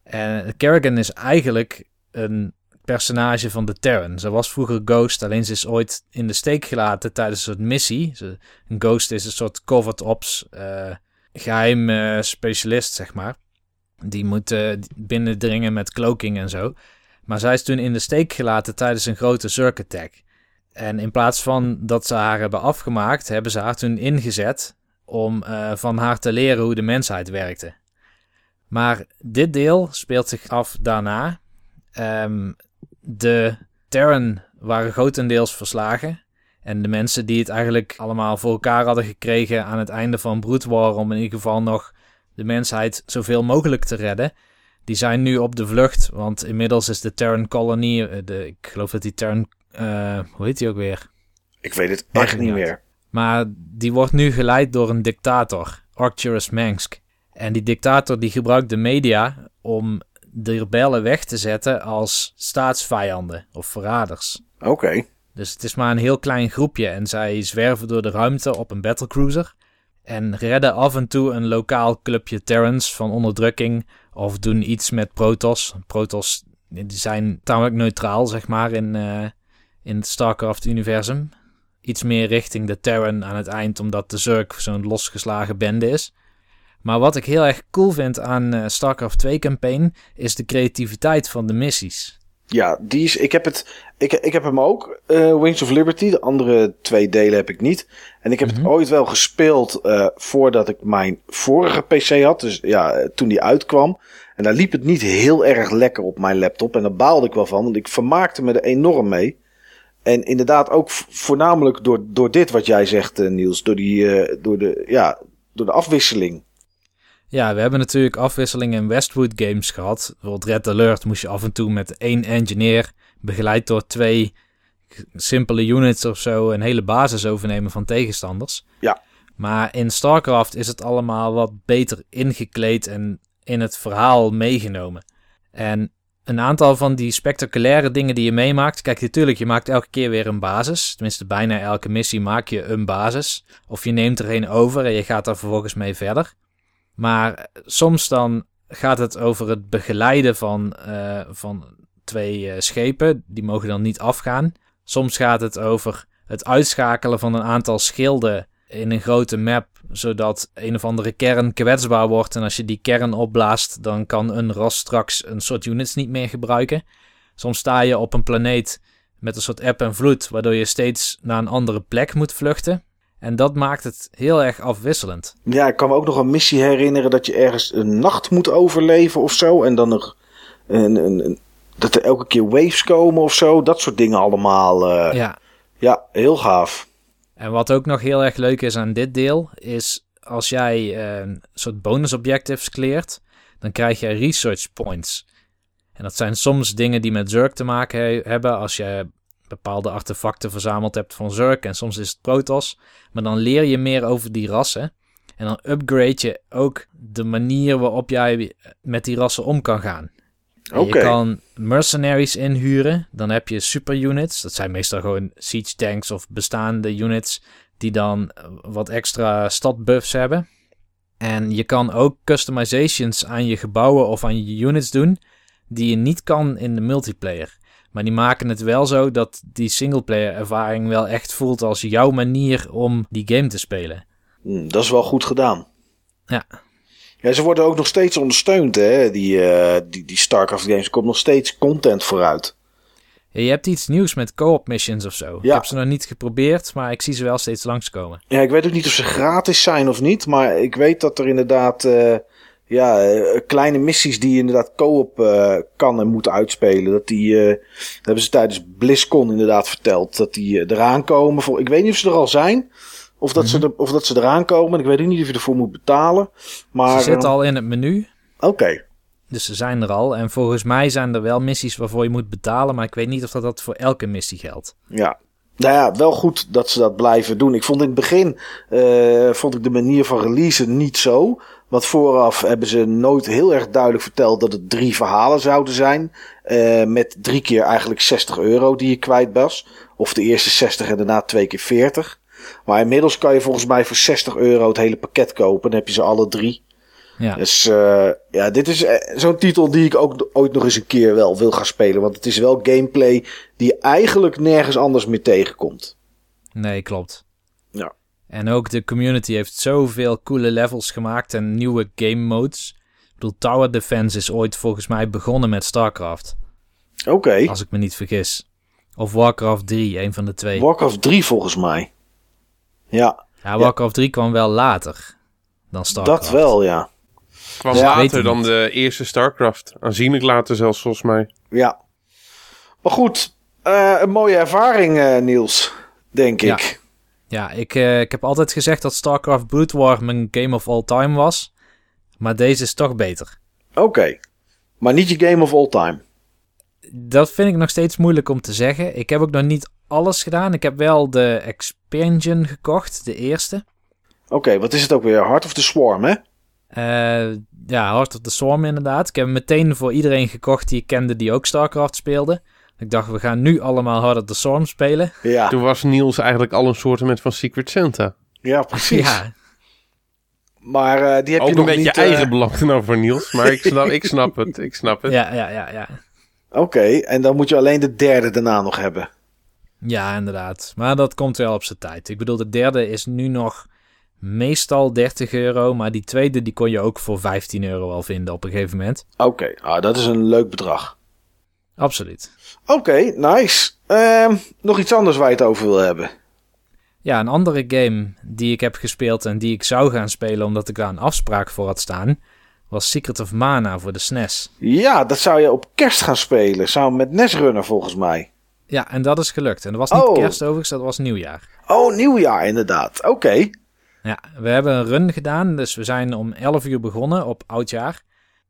En Kerrigan is eigenlijk een personage van de Terran. Ze was vroeger Ghost, alleen ze is ooit in de steek gelaten tijdens een soort missie. Ze, een Ghost is een soort covered ops uh, geheim uh, specialist, zeg maar. Die moet uh, binnendringen met cloaking en zo. Maar zij is toen in de steek gelaten tijdens een grote Zerg attack. En in plaats van dat ze haar hebben afgemaakt, hebben ze haar toen ingezet om uh, van haar te leren hoe de mensheid werkte. Maar dit deel speelt zich af daarna. Um, de Terran waren grotendeels verslagen. En de mensen die het eigenlijk allemaal voor elkaar hadden gekregen aan het einde van Brood War, om in ieder geval nog de mensheid zoveel mogelijk te redden, die zijn nu op de vlucht. Want inmiddels is de Terran Colony, de, ik geloof dat die Terran, uh, hoe heet die ook weer? Ik weet het echt niet meer. Maar die wordt nu geleid door een dictator, Arcturus Mengsk. En die dictator die gebruikt de media om de rebellen weg te zetten als staatsvijanden of verraders. Oké. Okay. Dus het is maar een heel klein groepje en zij zwerven door de ruimte op een battlecruiser en redden af en toe een lokaal clubje Terrans van onderdrukking of doen iets met Protoss. Protoss die zijn tamelijk neutraal, zeg maar, in, uh, in het StarCraft-universum. Iets meer richting de Terran aan het eind, omdat de Zerg zo'n losgeslagen bende is. Maar wat ik heel erg cool vind aan uh, StarCraft twee campaign is de creativiteit van de missies. Ja, die is, ik, heb het, ik, ik heb hem ook, uh, Wings of Liberty. De andere twee delen heb ik niet. En ik heb mm-hmm. het ooit wel gespeeld uh, voordat ik mijn vorige P C had. Dus ja, toen die uitkwam. En daar liep het niet heel erg lekker op mijn laptop. En daar baalde ik wel van, want ik vermaakte me er enorm mee. En inderdaad ook v- voornamelijk door, door dit wat jij zegt, uh, Niels. Door, die, uh, door, de, ja, door de afwisseling. Ja, we hebben natuurlijk afwisseling in Westwood games gehad. Bijvoorbeeld Red Alert moest je af en toe met één engineer, begeleid door twee simpele units of zo, een hele basis overnemen van tegenstanders. Ja. Maar in StarCraft is het allemaal wat beter ingekleed en in het verhaal meegenomen. En een aantal van die spectaculaire dingen die je meemaakt, kijk, natuurlijk, je maakt elke keer weer een basis. Tenminste, bijna elke missie maak je een basis. Of je neemt er een over en je gaat daar vervolgens mee verder. Maar soms dan gaat het over het begeleiden van, uh, van twee uh, schepen. Die mogen dan niet afgaan. Soms gaat het over het uitschakelen van een aantal schilden in een grote map, zodat een of andere kern kwetsbaar wordt. En als je die kern opblaast, dan kan een ras straks een soort units niet meer gebruiken. Soms sta je op een planeet met een soort eb en vloed, waardoor je steeds naar een andere plek moet vluchten. En dat maakt het heel erg afwisselend. Ja, ik kan me ook nog een missie herinneren dat je ergens een nacht moet overleven of zo. En dan nog een, een, een, dat er elke keer waves komen of zo. Dat soort dingen allemaal. Uh, ja. ja, heel gaaf. En wat ook nog heel erg leuk is aan dit deel, is als jij uh, een soort bonus objectives cleart, dan krijg je research points. En dat zijn soms dingen die met Zerg te maken he- hebben. Als je bepaalde artefacten verzameld hebt van Zerg en soms is het Protoss. Maar dan leer je meer over die rassen. En dan upgrade je ook de manier waarop jij met die rassen om kan gaan. Okay. Je kan mercenaries inhuren. Dan heb je super units. Dat zijn meestal gewoon siege tanks of bestaande units die dan wat extra stadbuffs hebben. En je kan ook customizations aan je gebouwen of aan je units doen die je niet kan in de multiplayer. Maar die maken het wel zo dat die singleplayer ervaring wel echt voelt als jouw manier om die game te spelen. Mm, dat is wel goed gedaan. Ja. Ja, ze worden ook nog steeds ondersteund, hè, die, uh, die, die StarCraft games. Er komt nog steeds content vooruit. Ja, je hebt iets nieuws met co-op missions of zo. Ja. Ik heb ze nog niet geprobeerd, maar ik zie ze wel steeds langskomen. Ja, ik weet ook niet of ze gratis zijn of niet, maar ik weet dat er inderdaad... Uh, ja, uh, kleine missies die je inderdaad co-op uh, kan en moet uitspelen. Dat die, uh, dat hebben ze tijdens BlizzCon inderdaad verteld. Dat die uh, eraan komen. Voor, ik weet niet of ze er al zijn. Of dat, mm-hmm. ze, er, of dat ze eraan komen. Ik weet ook niet of je ervoor moet betalen. Maar, ze zitten uh, al in het menu. Oké. Okay. Dus ze zijn er al. En volgens mij zijn er wel missies waarvoor je moet betalen. Maar ik weet niet of dat, dat voor elke missie geldt. Ja. Nou ja, wel goed dat ze dat blijven doen. Ik vond in het begin uh, vond ik de manier van releasen niet zo. Want vooraf hebben ze nooit heel erg duidelijk verteld dat het drie verhalen zouden zijn. Uh, met drie keer eigenlijk zestig euro die je kwijt was. Of de eerste zestig en daarna twee keer veertig. Maar inmiddels kan je volgens mij voor zestig euro het hele pakket kopen. Dan heb je ze alle drie. Ja. Dus uh, ja, dit is uh, zo'n titel die ik ook ooit nog eens een keer wel wil gaan spelen. Want het is wel gameplay die je eigenlijk nergens anders meer tegenkomt. Nee, klopt. Ja. En ook de community heeft zoveel coole levels gemaakt en nieuwe game modes. Ik bedoel, Tower Defense is ooit volgens mij begonnen met StarCraft. Oké. Okay. Als ik me niet vergis. Of Warcraft drie, een van de twee. Warcraft drie volgens mij. Ja. Ja, Warcraft ja. drie kwam wel later dan StarCraft. Dat wel, ja. Kwam ja, later dan de eerste StarCraft. Aanzienlijk later zelfs, volgens mij. Ja. Maar goed, uh, een mooie ervaring, uh, Niels, denk ja. ik. Ja, ik, uh, ik heb altijd gezegd dat StarCraft Brood War mijn game of all time was. Maar deze is toch beter. Oké, okay. Maar niet je game of all time? Dat vind ik nog steeds moeilijk om te zeggen. Ik heb ook nog niet alles gedaan. Ik heb wel de expansion gekocht, de eerste. Oké, okay, wat is het ook weer? Heart of the Swarm, hè? Uh, ja, Heart of the Swarm inderdaad. Ik heb hem meteen voor iedereen gekocht die ik kende die ook StarCraft speelde. Ik dacht, we gaan nu allemaal Heart of the Swarm spelen. Ja. Toen was Niels eigenlijk al een soort van Secret Santa. Ja, precies. Ja. Maar uh, die heb ook je nog nog niet... Ook een beetje uh... eigen belang over Niels, maar ik snap, ik snap het, ik snap het. Ja, ja, ja, ja. Oké, okay, en dan moet je alleen de derde daarna nog hebben. Ja, inderdaad. Maar dat komt wel op zijn tijd. Ik bedoel, de derde is nu nog meestal dertig euro, maar die tweede die kon je ook voor vijftien euro al vinden op een gegeven moment. Oké, okay, ah, dat is een leuk bedrag. Absoluut. Oké, okay, nice. Uh, nog iets anders waar je het over wil hebben? Ja, een andere game die ik heb gespeeld en die ik zou gaan spelen omdat ik daar een afspraak voor had staan, was Secret of Mana voor de S N E S. Ja, dat zou je op kerst gaan spelen, samen met Nesrunner volgens mij. Ja, en dat is gelukt. En dat was niet oh. kerst overigens, dat was nieuwjaar. Oh, nieuwjaar inderdaad. Oké. Okay. Ja, we hebben een run gedaan, dus we zijn om elf uur begonnen op oudjaar.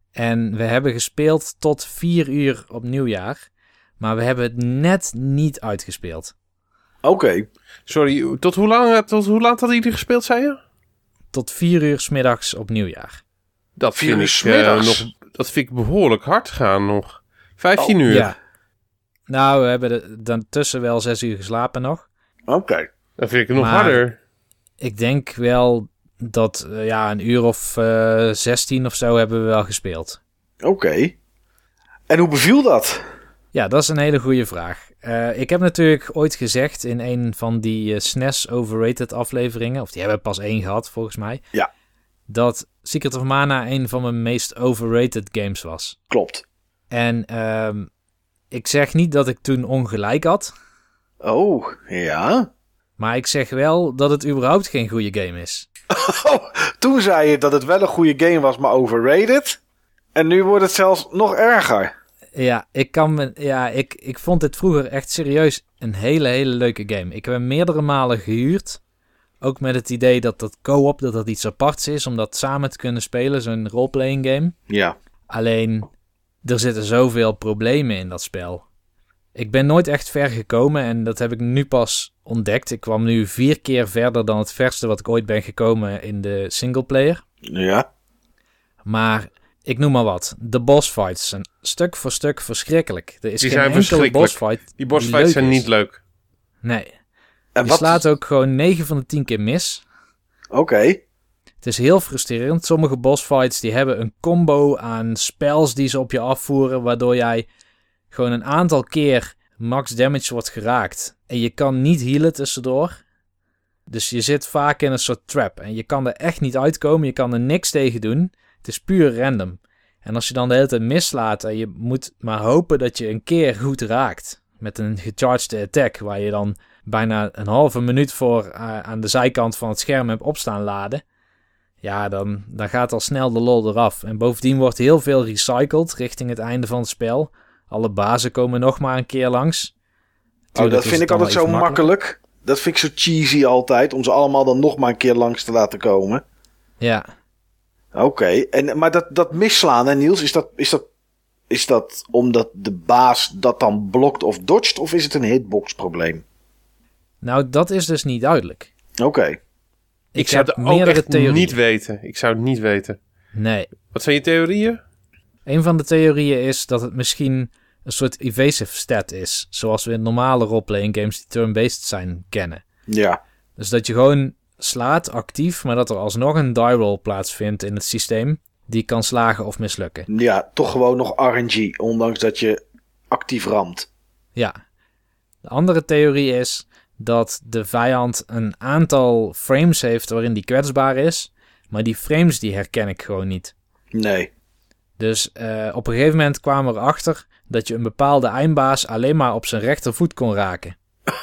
En we hebben gespeeld tot vier uur op nieuwjaar. Maar we hebben het net niet uitgespeeld. Oké. Okay. Sorry, tot hoe lang tot hoe laat hadden jullie gespeeld, zei je? Tot vier uur 's middags op nieuwjaar. Dat vind ik uh, nog, dat vind ik behoorlijk hard gaan nog. vijftien oh, uur. Ja. Nou, we hebben dan tussen wel zes uur geslapen nog. Oké. Okay. Dat vind ik nog maar harder. Ik denk wel dat uh, ja, een uur of uh, zestien of zo hebben we wel gespeeld. Oké. Okay. En hoe beviel dat? Ja, dat is een hele goede vraag. Uh, ik heb natuurlijk ooit gezegd in een van die uh, S N E S overrated afleveringen, of die hebben we pas één gehad volgens mij, ja, dat Secret of Mana een van mijn meest overrated games was. Klopt. En uh, ik zeg niet dat ik toen ongelijk had. Oh, ja. Maar ik zeg wel dat het überhaupt geen goede game is. Oh, toen zei je dat het wel een goede game was, maar overrated. En nu wordt het zelfs nog erger. Ja, ik kan me, ja, ik, ik vond dit vroeger echt serieus een hele, hele leuke game. Ik heb hem meerdere malen gehuurd. Ook met het idee dat dat co-op, dat dat iets aparts is om dat samen te kunnen spelen, zo'n roleplaying game. Ja. Alleen, er zitten zoveel problemen in dat spel. Ik ben nooit echt ver gekomen en dat heb ik nu pas ontdekt. Ik kwam nu vier keer verder dan het verste wat ik ooit ben gekomen in de singleplayer. Ja. Maar ik noem maar wat. De bossfights zijn stuk voor stuk verschrikkelijk. Er is die geen zijn enkele bossfight. Die bossfights zijn is. niet leuk. Nee. En Je wat... slaat ook gewoon negen van de tien keer mis. Oké. Okay. Het is heel frustrerend. Sommige bossfights die hebben een combo aan spells die ze op je afvoeren, waardoor jij gewoon een aantal keer max damage wordt geraakt. En je kan niet healen tussendoor. Dus je zit vaak in een soort trap. En je kan er echt niet uitkomen. Je kan er niks tegen doen. Het is puur random. En als je dan de hele tijd mislaat en je moet maar hopen dat je een keer goed raakt. Met een gecharged attack waar je dan bijna een halve minuut voor uh, aan de zijkant van het scherm hebt opstaan laden. Ja, dan, dan gaat al snel de lol eraf. En bovendien wordt heel veel recycled richting het einde van het spel. Alle bazen komen nog maar een keer langs. Tuurlijk, oh, dat vind ik altijd zo makkelijk. makkelijk. Dat vind ik zo cheesy altijd, om ze allemaal dan nog maar een keer langs te laten komen. Ja. Oké, okay. en maar dat, dat misslaan, hè Niels, is dat, is, dat, is dat omdat de baas dat dan blokt of dodgt, of is het een hitbox probleem? Nou, dat is dus niet duidelijk. Oké. Okay. Ik, ik zou het ook echt theorieën. niet weten. Ik zou het niet weten. Nee. Wat zijn je theorieën? Een van de theorieën is dat het misschien een soort evasive stat is. Zoals we in normale roleplaying games die turn-based zijn kennen. Ja. Dus dat je gewoon slaat actief, maar dat er alsnog een die roll plaatsvindt in het systeem die kan slagen of mislukken. Ja, toch gewoon nog R N G, ondanks dat je actief ramt. Ja. De andere theorie is dat de vijand een aantal frames heeft waarin die kwetsbaar is, maar die frames die herken ik gewoon niet. Nee. Dus uh, op een gegeven moment kwamen we erachter dat je een bepaalde eindbaas alleen maar op zijn rechtervoet kon raken.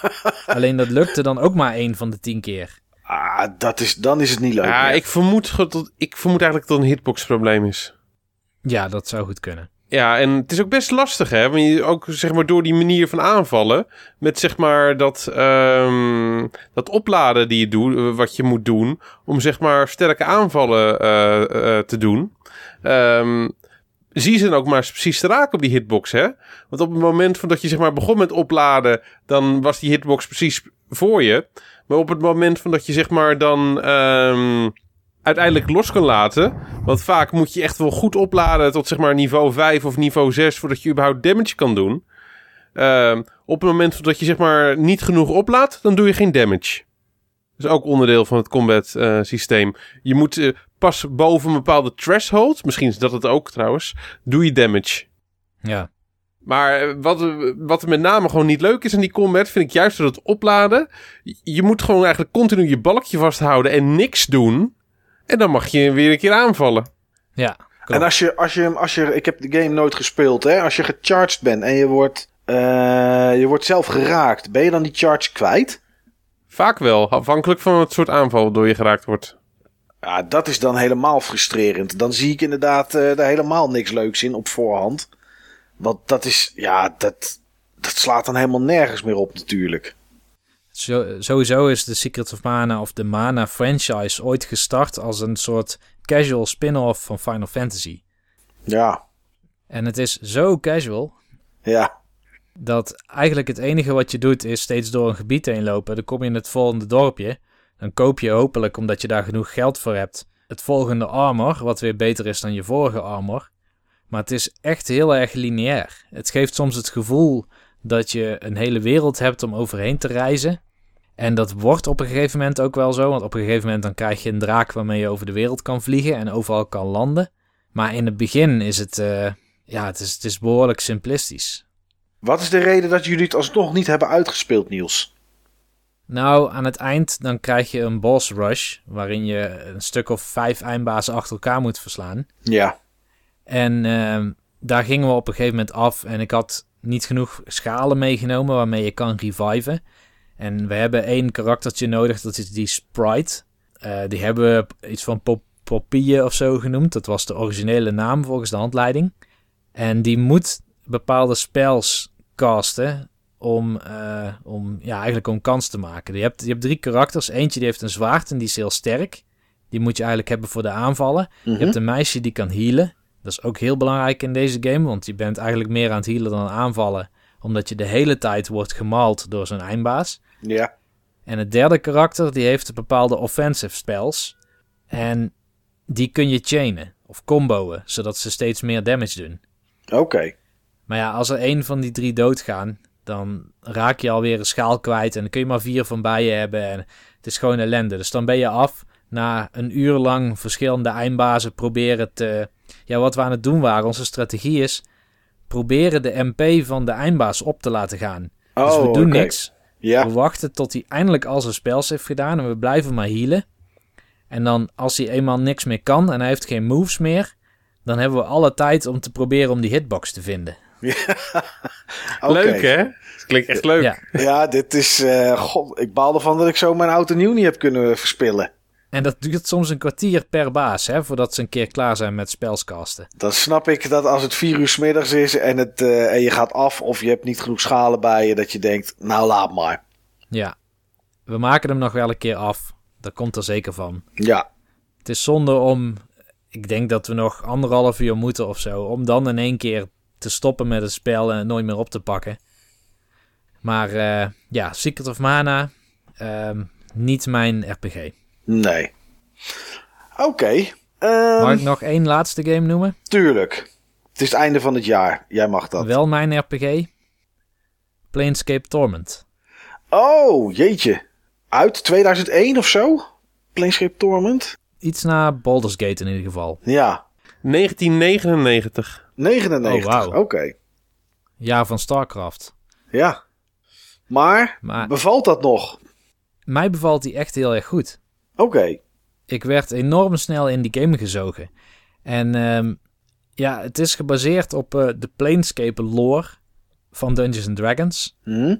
Alleen dat lukte dan ook maar één van de tien keer. Ah, dat is, dan is het niet leuk. Ja, ik vermoed, ik vermoed eigenlijk dat het een hitbox probleem is. Ja, dat zou goed kunnen. Ja, en het is ook best lastig, hè. Want je ook, zeg maar, door die manier van aanvallen, met, zeg maar, dat, um, dat opladen die je doet, wat je moet doen, om, zeg maar, sterke aanvallen uh, uh, te doen. Um, zie je ze dan ook maar precies te raken op die hitbox, hè? Want op het moment van dat je, zeg maar, begon met opladen, dan was die hitbox precies voor je. Maar op het moment van dat je, zeg maar, dan um, uiteindelijk los kan laten, want vaak moet je echt wel goed opladen tot, zeg maar, niveau vijf of niveau zes voordat je überhaupt damage kan doen. Uh, op het moment dat je, zeg maar, niet genoeg oplaadt, dan doe je geen damage. Dat is ook onderdeel van het combat uh, systeem. Je moet uh, pas boven een bepaalde threshold, misschien is dat het ook trouwens, doe je damage. Ja. Maar wat, wat er met name gewoon niet leuk is in die combat, vind ik juist dat het opladen. Je moet gewoon eigenlijk continu je balkje vasthouden en niks doen. En dan mag je weer een keer aanvallen. Ja. Klopt. En als je, als je, als je, ik heb de game nooit gespeeld, hè. Als je gecharged bent en je wordt, uh, je wordt zelf geraakt, ben je dan die charge kwijt? Vaak wel, afhankelijk van het soort aanval waardoor je geraakt wordt. Ja, dat is dan helemaal frustrerend. Dan zie ik inderdaad uh, daar helemaal niks leuks in op voorhand. Want dat is, ja, dat, dat slaat dan helemaal nergens meer op natuurlijk. Zo, sowieso is de Secret of Mana of de Mana franchise ooit gestart als een soort casual spin-off van Final Fantasy. Ja. En het is zo casual. Ja. Dat eigenlijk het enige wat je doet is steeds door een gebied heen lopen. Dan kom je in het volgende dorpje. Dan koop je hopelijk, omdat je daar genoeg geld voor hebt, het volgende armor, wat weer beter is dan je vorige armor. Maar het is echt heel erg lineair. Het geeft soms het gevoel dat je een hele wereld hebt om overheen te reizen. En dat wordt op een gegeven moment ook wel zo. Want op een gegeven moment dan krijg je een draak waarmee je over de wereld kan vliegen en overal kan landen. Maar in het begin is het, uh, ja, het is, het is behoorlijk simplistisch. Wat is de reden dat jullie het alsnog niet hebben uitgespeeld, Niels? Nou, aan het eind dan krijg je een boss rush, waarin je een stuk of vijf eindbazen achter elkaar moet verslaan. Ja. En uh, daar gingen we op een gegeven moment af en ik had niet genoeg schalen meegenomen waarmee je kan reviven. En we hebben één karaktertje nodig, dat is die Sprite. Uh, die hebben we iets van Pop- Popeye of zo genoemd. Dat was de originele naam volgens de handleiding. En die moet bepaalde spells casten om, uh, om ja, eigenlijk om kans te maken. Je hebt, je hebt drie karakters. Eentje die heeft een zwaard en die is heel sterk. Die moet je eigenlijk hebben voor de aanvallen. Mm-hmm. Je hebt een meisje die kan healen. Dat is ook heel belangrijk in deze game, want je bent eigenlijk meer aan het healen dan aanvallen, omdat je de hele tijd wordt gemaald door zo'n eindbaas. Ja. En het derde karakter, die heeft bepaalde offensive spells. En die kun je chainen of comboen, zodat ze steeds meer damage doen. Oké. Okay. Maar ja, als er één van die drie doodgaan, dan raak je alweer een schaal kwijt en dan kun je maar vier van bij je hebben. En het is gewoon ellende. Dus dan ben je af na een uur lang verschillende eindbazen proberen te... Ja, wat we aan het doen waren, onze strategie is proberen de M P van de eindbaas op te laten gaan. Oh, dus we doen okay. niks. Ja. We wachten tot hij eindelijk al zijn spells heeft gedaan en we blijven maar healen. En dan als hij eenmaal niks meer kan en hij heeft geen moves meer, dan hebben we alle tijd om te proberen om die hitbox te vinden. Ja. Okay. Leuk, hè? Dat klinkt echt leuk. Ja, ja dit is... Uh, God, ik baal ervan dat ik zo mijn oud en nieuw niet heb kunnen verspillen. En dat duurt soms een kwartier per baas, hè, voordat ze een keer klaar zijn met spelscasten. Dan snap ik dat als het vier uur 's middags is en, het, uh, en je gaat af of je hebt niet genoeg schalen bij je, dat je denkt, nou laat maar. Ja, we maken hem nog wel een keer af. Dat komt er zeker van. Ja. Het is zonde om, ik denk dat we nog anderhalf uur moeten of zo, om dan in één keer te stoppen met het spel en het nooit meer op te pakken. Maar uh, ja, Secret of Mana, uh, niet mijn R P G. Nee. Oké. Okay, um, Mag ik nog één laatste game noemen? Tuurlijk. Het is het einde van het jaar. Jij mag dat. Wel mijn R P G. Planescape Torment. Oh, jeetje. Uit tweeduizend één of zo? Planescape Torment? Iets na Baldur's Gate in ieder geval. Ja. negentien negenennegentig. negenennegentig, oh, wow. Oké. Okay. Jaar van StarCraft. Ja. Maar, maar, bevalt dat nog? Mij bevalt die echt heel erg goed. Oké. Okay. Ik werd enorm snel in die game gezogen. En um, ja, het is gebaseerd op uh, de Planescape lore van Dungeons and Dragons. Hmm?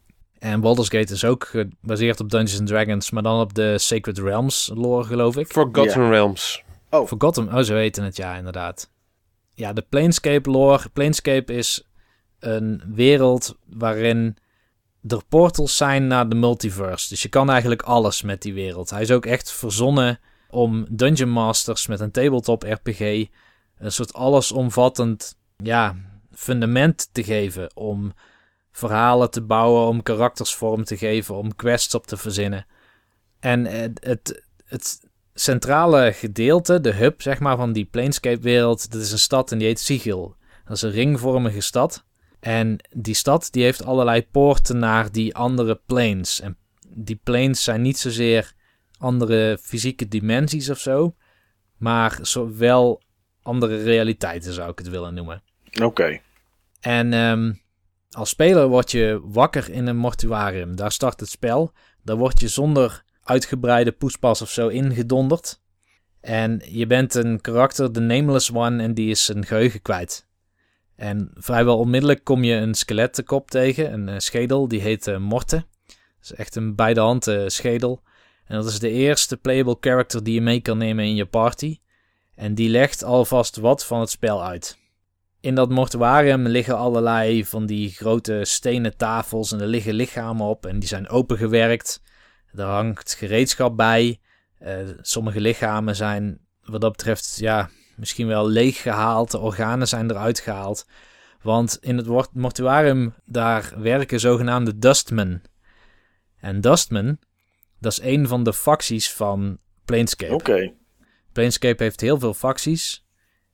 En Baldur's Gate is ook gebaseerd op Dungeons and Dragons, maar dan op de Sacred Realms lore, geloof ik. Forgotten yeah. Realms. Oh. Forgotten, oh, zo heette het, ja, inderdaad. Ja, de Planescape lore. Planescape is een wereld waarin er portals zijn naar de multiverse. Dus je kan eigenlijk alles met die wereld. Hij is ook echt verzonnen om Dungeon Masters met een tabletop R P G een soort allesomvattend ja, fundament te geven. Om verhalen te bouwen, om karakters vorm te geven, om quests op te verzinnen. En het, het, het centrale gedeelte, de hub zeg maar van die Planescape-wereld, dat is een stad en die heet Sigil. Dat is een ringvormige stad. En die stad die heeft allerlei poorten naar die andere planes. En die planes zijn niet zozeer andere fysieke dimensies of zo, maar zowel andere realiteiten zou ik het willen noemen. Oké. Okay. En um, als speler word je wakker in een mortuarium. Daar start het spel. Daar word je zonder uitgebreide poespas of zo ingedonderd. En je bent een karakter, de Nameless One, en die is zijn geheugen kwijt. En vrijwel onmiddellijk kom je een skelet te kop tegen, een uh, schedel, die heet uh, Morte. Dat is echt een bij de hand uh, schedel. En dat is de eerste playable character die je mee kan nemen in je party. En die legt alvast wat van het spel uit. In dat mortuarium liggen allerlei van die grote stenen tafels en er liggen lichamen op en die zijn opengewerkt. Er hangt gereedschap bij. Uh, sommige lichamen zijn wat dat betreft ja, misschien wel leeggehaald. De organen zijn eruit gehaald. Want in het mortuarium daar werken zogenaamde Dustmen. En Dustmen, dat is een van de facties van Planescape. Oké. Okay. Planescape heeft heel veel facties.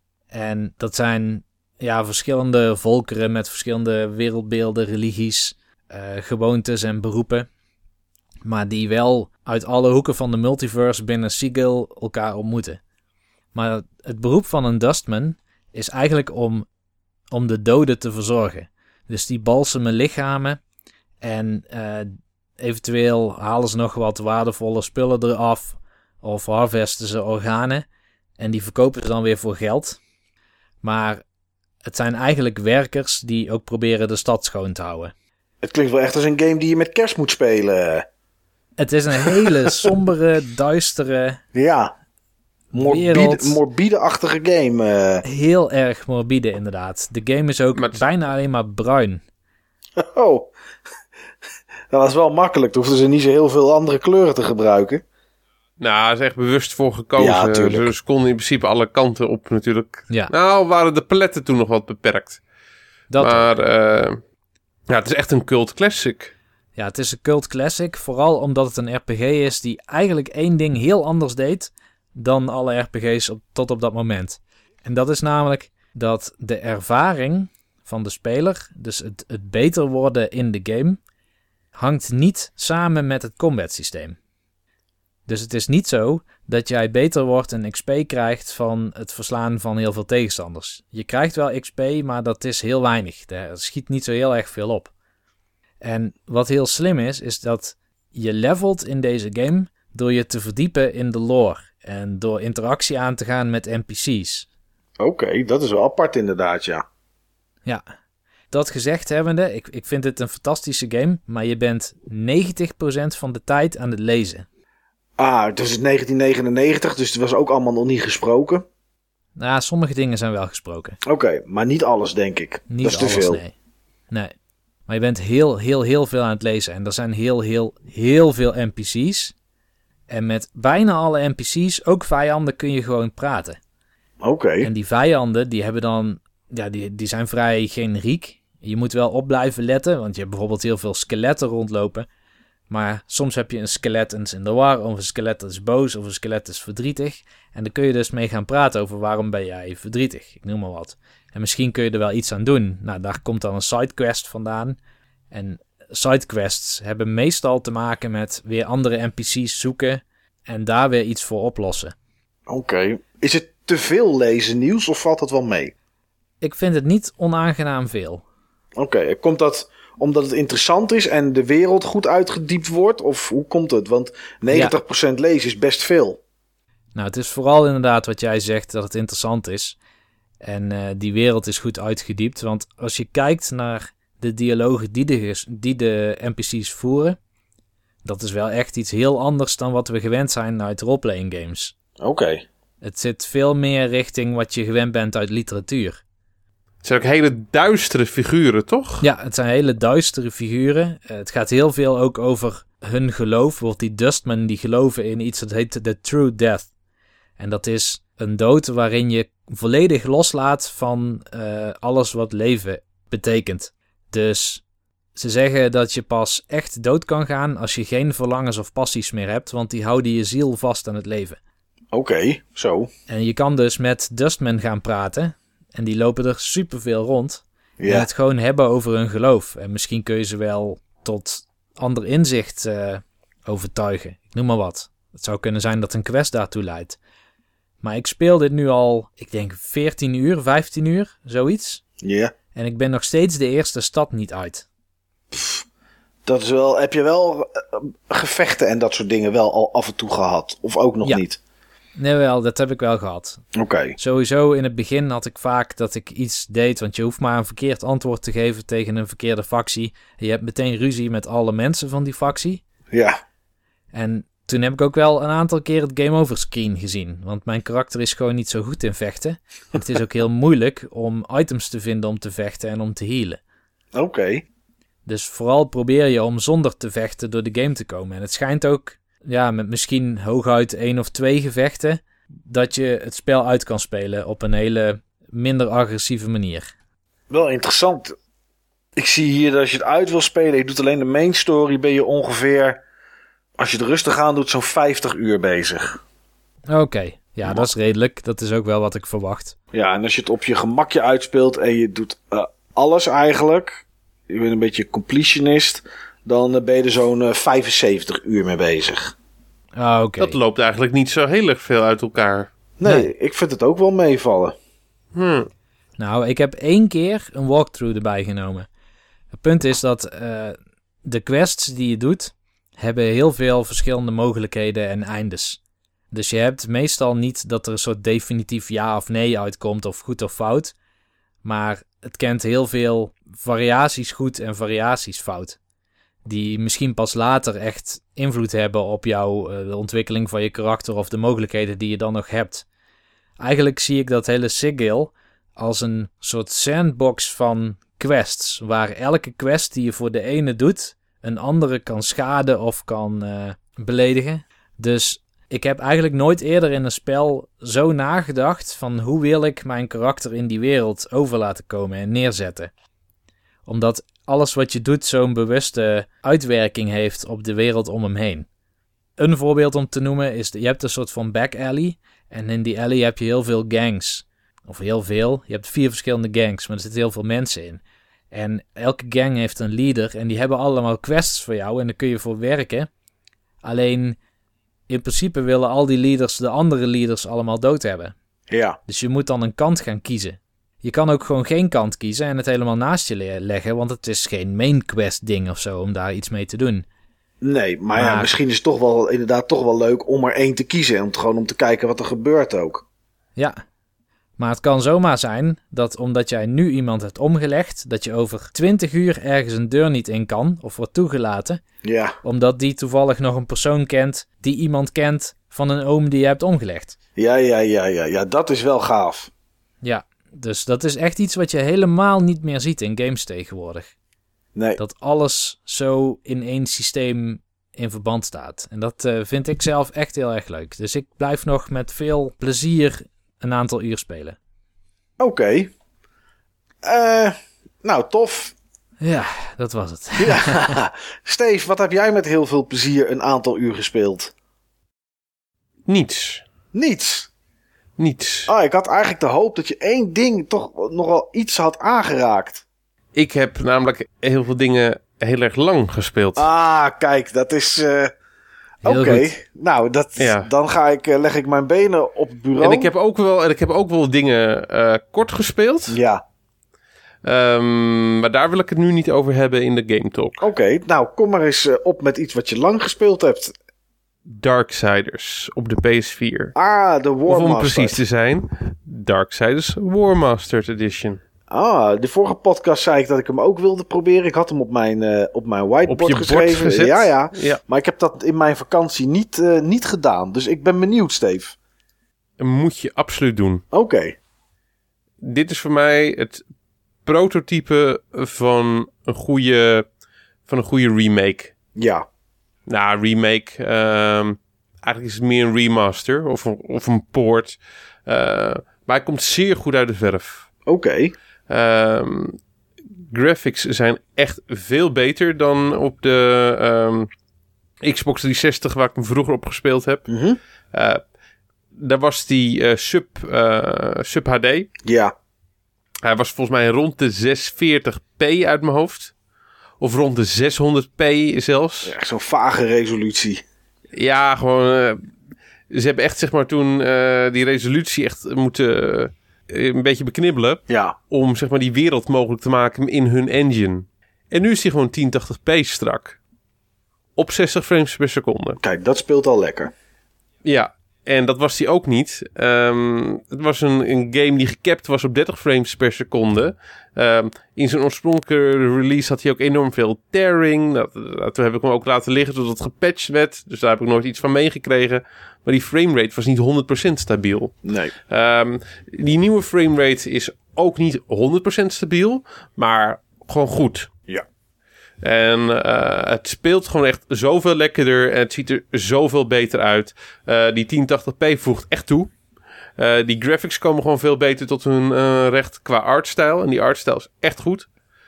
En dat zijn ja, verschillende volkeren met verschillende wereldbeelden, religies, uh, gewoontes en beroepen. Maar die wel uit alle hoeken van de multiverse binnen Sigil elkaar ontmoeten. Maar het beroep van een Dustman is eigenlijk om, om de doden te verzorgen. Dus die balsemen lichamen en uh, eventueel halen ze nog wat waardevolle spullen eraf of harvesten ze organen en die verkopen ze dan weer voor geld. Maar het zijn eigenlijk werkers die ook proberen de stad schoon te houden. Het klinkt wel echt als een game die je met kerst moet spelen. Het is een hele sombere, duistere... Ja, morbide, morbide-achtige game. Uh. Heel erg morbide, inderdaad. De game is ook maar... bijna alleen maar bruin. Oh, dat was wel makkelijk. Toen hoefden ze niet zo heel veel andere kleuren te gebruiken. Nou, er is echt bewust voor gekozen. Ja, tuurlijk. Ze konden in principe alle kanten op natuurlijk. Ja. Nou, waren de paletten toen nog wat beperkt. Dat maar uh, ja, het is echt een cult classic. Ja, het is een cult classic. Vooral omdat het een R P G is die eigenlijk één ding heel anders deed dan alle R P G's op, tot op dat moment. En dat is namelijk dat de ervaring van de speler, dus het, het beter worden in de game, hangt niet samen met het combat systeem. Dus het is niet zo dat jij beter wordt en X P krijgt van het verslaan van heel veel tegenstanders. Je krijgt wel X P, maar dat is heel weinig. Er schiet niet zo heel erg veel op. En wat heel slim is, is dat je levelt in deze game door je te verdiepen in de lore. En door interactie aan te gaan met N P C's. Oké, okay, dat is wel apart inderdaad, ja. Ja, dat gezegd hebbende, ik, ik vind het een fantastische game, maar je bent negentig procent van de tijd aan het lezen. Ah, het is negentien negenennegentig, dus het was ook allemaal nog niet gesproken. Nou, sommige dingen zijn wel gesproken. Oké, okay, maar niet alles, denk ik. Niet dat is alles, te veel. Nee. nee. Maar je bent heel, heel, heel veel aan het lezen. En er zijn heel, heel, heel veel N P C's. En met bijna alle N P C's, ook vijanden, kun je gewoon praten. Oké. Okay. En die vijanden, die hebben dan... Ja, die, die zijn vrij generiek. Je moet wel op blijven letten, want je hebt bijvoorbeeld heel veel skeletten rondlopen. Maar soms heb je een skelet en is in de war, of een skelet is boos, of een skelet is verdrietig. En dan kun je dus mee gaan praten over waarom ben jij verdrietig, ik noem maar wat. En misschien kun je er wel iets aan doen. Nou, daar komt dan een sidequest vandaan. En sidequests hebben meestal te maken met weer andere N P C's zoeken en daar weer iets voor oplossen. Oké. Okay. Is het te veel lezen nieuws of valt dat wel mee? Ik vind het niet onaangenaam veel. Oké, okay. Komt dat omdat het interessant is en de wereld goed uitgediept wordt? Of hoe komt het? Want negentig procent ja. lezen is best veel. Nou, het is vooral inderdaad wat jij zegt, dat het interessant is. En uh, die wereld is goed uitgediept. Want als je kijkt naar de dialogen die de, die de N P C's voeren, dat is wel echt iets heel anders dan wat we gewend zijn uit roleplaying games. Oké. Okay. Het zit veel meer richting wat je gewend bent uit literatuur. Het zijn ook hele duistere figuren, toch? Ja, het zijn hele duistere figuren. Uh, het gaat heel veel ook over hun geloof. Bijvoorbeeld die Dustmen die geloven in iets dat heet de True Death. En dat is een dood waarin je volledig loslaat van uh, alles wat leven betekent. Dus ze zeggen dat je pas echt dood kan gaan als je geen verlangens of passies meer hebt, want die houden je ziel vast aan het leven. Oké, okay, zo. En je kan dus met Dustmen gaan praten. En die lopen er superveel rond. Ja. En het gewoon hebben over hun geloof. En misschien kun je ze wel tot ander inzicht uh, overtuigen. Ik noem maar wat. Het zou kunnen zijn dat een quest daartoe leidt. Maar ik speel dit nu al, ik denk veertien uur, vijftien uur, zoiets. Ja. En ik ben nog steeds de eerste stad niet uit. Pff, dat is wel, heb je wel uh, gevechten en dat soort dingen wel al af en toe gehad? Of ook nog ja. niet? Nee, wel, dat heb ik wel gehad. Oké. Okay. Sowieso in het begin had ik vaak dat ik iets deed, want je hoeft maar een verkeerd antwoord te geven tegen een verkeerde factie. En je hebt meteen ruzie met alle mensen van die factie. Ja. En toen heb ik ook wel een aantal keer het game over screen gezien. Want mijn karakter is gewoon niet zo goed in vechten. En het is ook heel moeilijk om items te vinden om te vechten en om te healen. Oké. Okay. Dus vooral probeer je om zonder te vechten door de game te komen. En het schijnt ook, ja, met misschien hooguit één of twee gevechten, dat je het spel uit kan spelen op een hele minder agressieve manier. Wel interessant. Ik zie hier dat als je het uit wil spelen, je doet alleen de main story, ben je ongeveer, als je het rustig aan doet, zo'n vijftig uur bezig. Oké, okay. ja, ja, dat is redelijk. Dat is ook wel wat ik verwacht. Ja, en als je het op je gemakje uitspeelt en je doet uh, alles eigenlijk, je bent een beetje completionist, dan uh, ben je er zo'n uh, vijfenzeventig uur mee bezig. Ah, okay. Dat loopt eigenlijk niet zo heel erg veel uit elkaar. Nee, nee. Ik vind het ook wel meevallen. Hmm. Nou, ik heb één keer een walkthrough erbij genomen. Het punt is dat uh, de quests die je doet, hebben heel veel verschillende mogelijkheden en eindes. Dus je hebt meestal niet dat er een soort definitief ja of nee uitkomt of goed of fout. Maar het kent heel veel variaties goed en variaties fout. Die misschien pas later echt invloed hebben op jou, uh, de ontwikkeling van je karakter of de mogelijkheden die je dan nog hebt. Eigenlijk zie ik dat hele Sigil als een soort sandbox van quests, waar elke quest die je voor de ene doet, een andere kan schaden of kan uh, beledigen. Dus ik heb eigenlijk nooit eerder in een spel zo nagedacht van hoe wil ik mijn karakter in die wereld over laten komen en neerzetten. Omdat alles wat je doet zo'n bewuste uitwerking heeft op de wereld om hem heen. Een voorbeeld om te noemen is, je hebt een soort van back alley. En in die alley heb je heel veel gangs. Of heel veel. Je hebt vier verschillende gangs, maar er zitten heel veel mensen in. En elke gang heeft een leader en die hebben allemaal quests voor jou en daar kun je voor werken. Alleen, in principe willen al die leaders de andere leaders allemaal dood hebben. Ja. Dus je moet dan een kant gaan kiezen. Je kan ook gewoon geen kant kiezen en het helemaal naast je le- leggen, want het is geen main quest ding of zo om daar iets mee te doen. Nee, maar, maar ja, misschien is het toch wel inderdaad toch wel leuk om er één te kiezen. Om te, gewoon om te kijken wat er gebeurt ook. Ja, Maar het kan zomaar zijn dat omdat jij nu iemand hebt omgelegd, dat je over twintig uur ergens een deur niet in kan of wordt toegelaten. Ja. Omdat die toevallig nog een persoon kent die iemand kent van een oom die je hebt omgelegd. Ja, ja, ja, ja, ja, dat is wel gaaf. Ja, dus dat is echt iets wat je helemaal niet meer ziet in games tegenwoordig. Nee. Dat alles zo in één systeem in verband staat. En dat uh, vind ik zelf echt heel erg leuk. Dus ik blijf nog met veel plezier een aantal uur spelen. Oké. Okay. Uh, nou, tof. Ja, dat was het. Ja. Steve, wat heb jij met heel veel plezier een aantal uur gespeeld? Niets. Niets? Niets. Ah, ik had eigenlijk de hoop dat je één ding toch nogal iets had aangeraakt. Ik heb namelijk heel veel dingen heel erg lang gespeeld. Ah, kijk, dat is... Uh... Oké, okay. Nou, dat, ja. dan ga ik, uh, leg ik mijn benen op het bureau. En ik heb ook wel, en ik heb ook wel dingen uh, kort gespeeld. Ja. Um, maar daar wil ik het nu niet over hebben in de Game Talk. Oké, okay, nou kom maar eens uh, op met iets wat je lang gespeeld hebt. Darksiders op de P S vier. Ah, de War Mastered. Of om precies te zijn, Darksiders War Mastered Edition. Ah, de vorige podcast zei ik dat ik hem ook wilde proberen. Ik had hem op mijn, uh, op mijn whiteboard op je geschreven. Bord gezet? Ja, ja, ja. Maar ik heb dat in mijn vakantie niet, uh, niet gedaan. Dus ik ben benieuwd, Steve. Moet je absoluut doen. Oké. Okay. Dit is voor mij het prototype van een goede, van een goede remake. Ja. Nou, remake. Um, eigenlijk is het meer een remaster of een, of een port. Uh, maar hij komt zeer goed uit de verf. Oké. Okay. Um, graphics zijn echt veel beter dan op de um, Xbox driehonderdzestig waar ik hem vroeger op gespeeld heb. Mm-hmm. Uh, daar was die uh, sub, uh, sub H D. Ja. Hij was volgens mij rond de zeshonderdveertig p uit mijn hoofd. Of rond de zeshonderd p zelfs. Ja, zo'n vage resolutie. Ja, gewoon... Uh, ze hebben echt zeg maar toen uh, die resolutie echt moeten... Uh, een beetje beknibbelen. Ja. Om zeg maar die wereld mogelijk te maken in hun engine. En nu is die gewoon tien tachtig p strak. Op zestig frames per seconde. Kijk, dat speelt al lekker. Ja, en dat was die ook niet. Um, het was een, een game die gecapt was op dertig frames per seconde. Um, in zijn oorspronkelijke release had hij ook enorm veel tearing. Dat, dat, toen heb ik hem ook laten liggen totdat het gepatcht werd. Dus daar heb ik nooit iets van meegekregen. Maar die framerate was niet honderd procent stabiel. Nee. Um, die nieuwe framerate is ook niet honderd procent stabiel. Maar gewoon goed. Ja. En uh, het speelt gewoon echt zoveel lekkerder. En het ziet er zoveel beter uit. Uh, die tien tachtig p voegt echt toe. Uh, die graphics komen gewoon veel beter tot hun uh, recht qua artstyle. En die artstyle is echt goed.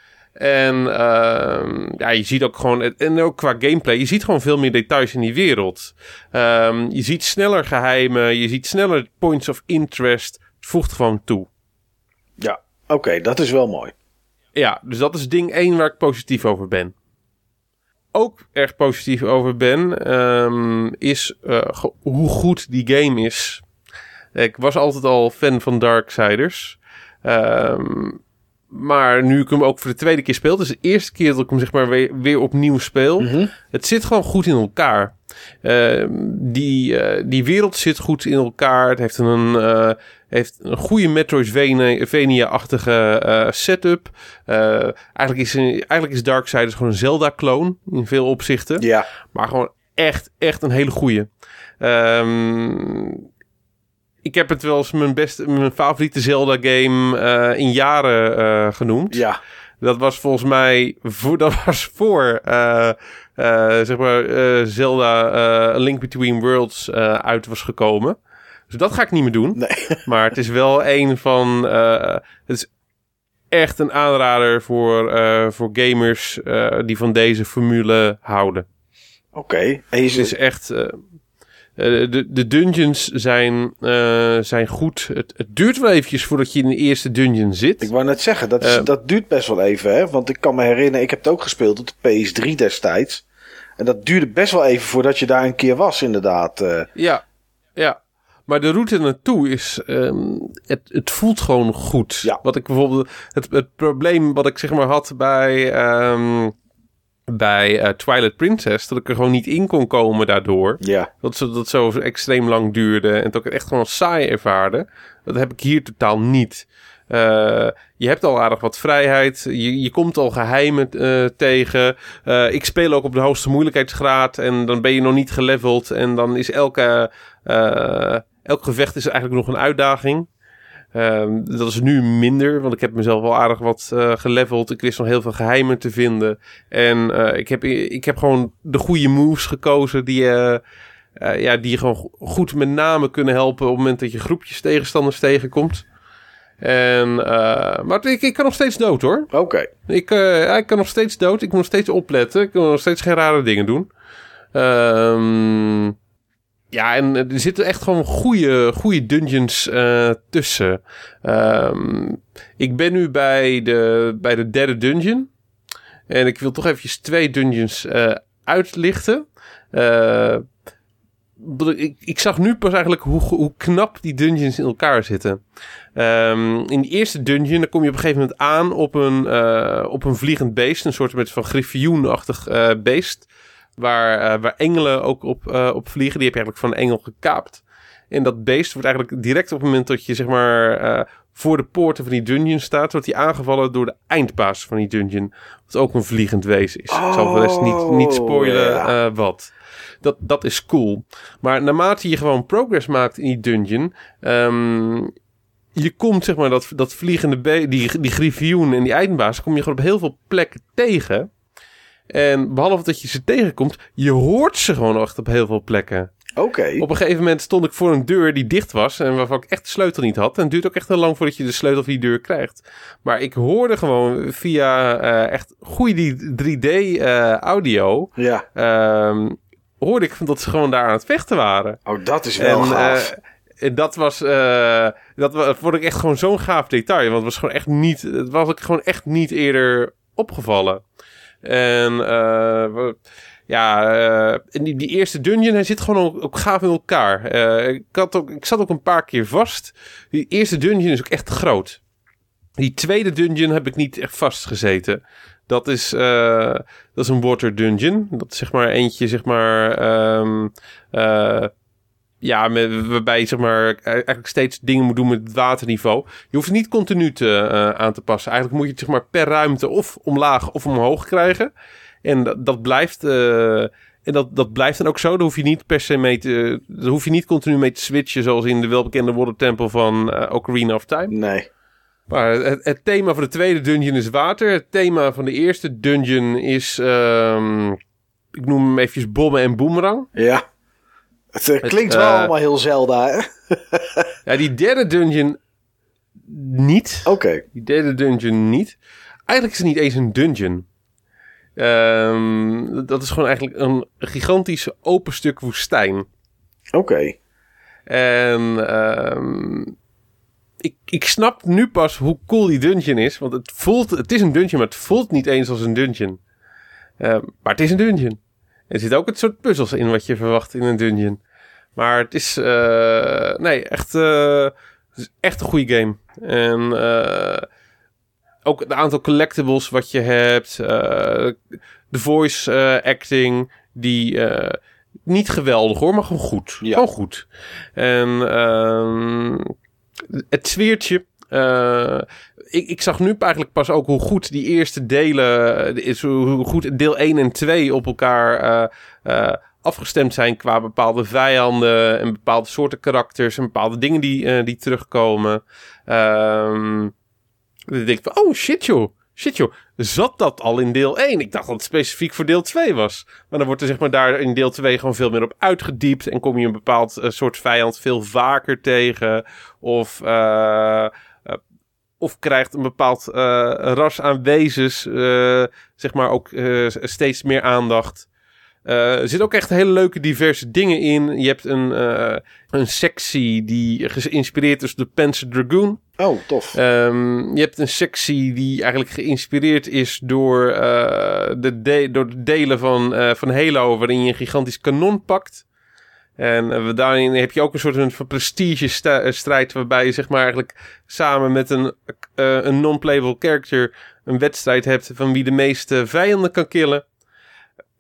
En uh, ja, je ziet ook gewoon... En ook qua gameplay. Je ziet gewoon veel meer details in die wereld. Um, je ziet sneller geheimen. Je ziet sneller points of interest. Het voegt gewoon toe. Ja, oké. Okay, dat is wel mooi. Ja, dus dat is ding één waar ik positief over ben. Ook erg positief over ben, um, is uh, go- hoe goed die game is. Ik was altijd al fan van Darksiders. Um, maar nu ik hem ook voor de tweede keer speel, dus de eerste keer dat ik hem zeg maar weer, weer opnieuw speel. Mm-hmm. Het zit gewoon goed in elkaar. Uh, die, uh, die wereld zit goed in elkaar. Het heeft een... Uh, heeft een goede Metroidvania-achtige uh, setup. Uh, eigenlijk, is, eigenlijk is Darksiders gewoon een Zelda-kloon in veel opzichten. Ja. Maar gewoon echt, echt een hele goeie. Um, ik heb het wel eens mijn, beste, mijn favoriete Zelda-game uh, in jaren uh, genoemd. Ja. Dat was volgens mij voor, dat was voor uh, uh, zeg maar uh, Zelda uh, A Link Between Worlds uh, uit was gekomen. Dus dat ga ik niet meer doen. Nee. Maar het is wel een van... Uh, het is echt een aanrader voor, uh, voor gamers uh, die van deze formule houden. Oké. Okay. En je het is echt... Uh, uh, de, de dungeons zijn, uh, zijn goed. Het, het duurt wel eventjes voordat je in de eerste dungeon zit. Ik wou net zeggen, dat, is, uh, dat duurt best wel even. Hè? Want ik kan me herinneren, ik heb het ook gespeeld op de P S drie destijds. En dat duurde best wel even voordat je daar een keer was, inderdaad. Uh. Ja, ja. Maar de route naartoe is... Um, het, het voelt gewoon goed. Ja. Wat ik bijvoorbeeld... Het, het probleem wat ik zeg maar had bij... Um, bij uh, Twilight Princess, dat ik er gewoon niet in kon komen daardoor. Ja. Dat het dat zo extreem lang duurde en dat ik het echt gewoon saai ervaarde. Dat heb ik hier totaal niet. Uh, je hebt al aardig wat vrijheid. Je, je komt al geheimen uh, tegen. Uh, ik speel ook op de hoogste moeilijkheidsgraad. En dan ben je nog niet geleveld. En dan is elke, uh, elk gevecht is eigenlijk nog een uitdaging. Uh, dat is nu minder. Want ik heb mezelf al aardig wat uh, geleveld. Ik wist nog heel veel geheimen te vinden. En uh, ik, heb, ik heb gewoon de goede moves gekozen. Die, uh, uh, ja, die je gewoon goed met name kunnen helpen. Op het moment dat je groepjes tegenstanders tegenkomt. En, uh, maar ik, ik kan nog steeds dood, hoor. Oké. Okay. Ik, uh, ik kan nog steeds dood. Ik moet nog steeds opletten. Ik kan nog steeds geen rare dingen doen. Um, ja, en er zitten echt gewoon goede, goede dungeons uh, tussen. Um, ik ben nu bij de, bij de derde dungeon. En ik wil toch eventjes twee dungeons uh, uitlichten. Uh, Ik, ik zag nu pas eigenlijk hoe, hoe knap die dungeons in elkaar zitten. Um, in die eerste dungeon dan kom je op een gegeven moment aan op een, uh, op een vliegend beest. Een soort van griffioenachtig uh, beest. Waar, uh, waar engelen ook op, uh, op vliegen. Die heb je eigenlijk van een engel gekaapt. En dat beest wordt eigenlijk direct op het moment dat je zeg maar uh, voor de poorten van die dungeon staat, wordt hij aangevallen door de eindbaas van die dungeon. Wat ook een vliegend wezen is. Oh, ik zal voor de rest niet, niet spoilen yeah. uh, wat. Dat, dat is cool. Maar naarmate je gewoon progress maakt in die dungeon, um, je komt zeg maar dat, dat vliegende be- die, die griffioen en die eindbaas kom je gewoon op heel veel plekken tegen. En behalve dat je ze tegenkomt, je hoort ze gewoon echt op heel veel plekken. Oké. Okay. Op een gegeven moment stond ik voor een deur die dicht was en waarvan ik echt de sleutel niet had. En het duurt ook echt heel lang voordat je de sleutel voor die deur krijgt. Maar ik hoorde gewoon via uh, echt goede drie D uh, audio. Ja. Um, hoorde ik dat ze gewoon daar aan het vechten waren. Oh, dat is wel en, gaaf. Uh, dat was, uh, dat was, vond ik echt gewoon zo'n gaaf detail. Want het was gewoon echt niet, het was ik gewoon echt niet eerder opgevallen. En uh, ja, uh, in die, die eerste dungeon, hij zit gewoon ook, ook gaaf in elkaar. Uh, ik, had ook, ik zat ook een paar keer vast. Die eerste dungeon is ook echt groot. Die tweede dungeon heb ik niet echt vastgezeten. Dat is, uh, dat is een water dungeon. Dat is zeg maar eentje, zeg maar, um, uh, ja, met, waarbij je zeg maar eigenlijk steeds dingen moet doen met het waterniveau. Je hoeft het niet continu te, uh, aan te passen. Eigenlijk moet je het zeg maar per ruimte of omlaag of omhoog krijgen. En dat, dat blijft, uh, en dat, dat blijft dan ook zo. Daar hoef je niet per se mee te, daar hoef je niet continu mee te switchen, zoals in de welbekende Water Temple van uh, Ocarina of Time. Nee. Maar het, het thema van de tweede dungeon is water. Het thema van de eerste dungeon is, um, ik noem hem eventjes bommen en boomerang. Ja. Het uh, klinkt het, uh, wel allemaal heel Zelda, hè? Ja, die derde dungeon niet. Oké. Okay. Die derde dungeon niet. Eigenlijk is het niet eens een dungeon. Um, dat is gewoon eigenlijk een gigantische open stuk woestijn. Oké. Okay. En um, ik, ik snap nu pas hoe cool die dungeon is. Want het voelt, het is een dungeon, maar het voelt niet eens als een dungeon. Um, maar het is een dungeon. Er zit ook het soort puzzels in wat je verwacht in een dungeon. Maar het is, uh, nee, echt, uh, het is echt een goede game. En uh, ook het aantal collectibles wat je hebt. Uh, de voice uh, acting, die uh, niet geweldig hoor, maar gewoon goed. Ja. Gewoon goed. En uh, het sfeertje. Uh, ik, ik zag nu eigenlijk pas ook hoe goed die eerste delen, is, hoe goed deel één en twee op elkaar uh, uh, afgestemd zijn qua bepaalde vijanden en bepaalde soorten karakters en bepaalde dingen die, uh, die terugkomen. Um, dan denk ik van, oh shit joh, shit joh, zat dat al in deel één? Ik dacht dat het specifiek voor deel twee was. Maar dan wordt er zeg maar daar in deel twee gewoon veel meer op uitgediept en kom je een bepaald uh, soort vijand veel vaker tegen. Of uh, uh, Of krijgt een bepaald uh, ras aan wezens, uh, zeg maar, ook uh, steeds meer aandacht. Uh, er zitten ook echt hele leuke diverse dingen in. Je hebt een, uh, een sectie die geïnspireerd is door de Panzer Dragoon. Oh, tof. Um, je hebt een sectie die eigenlijk geïnspireerd is door, uh, de, de, door de delen van, uh, van Halo, waarin je een gigantisch kanon pakt. En uh, daarin heb je ook een soort van prestige st- strijd waarbij je zeg maar eigenlijk samen met een, uh, een non-playable character een wedstrijd hebt van wie de meeste vijanden kan killen.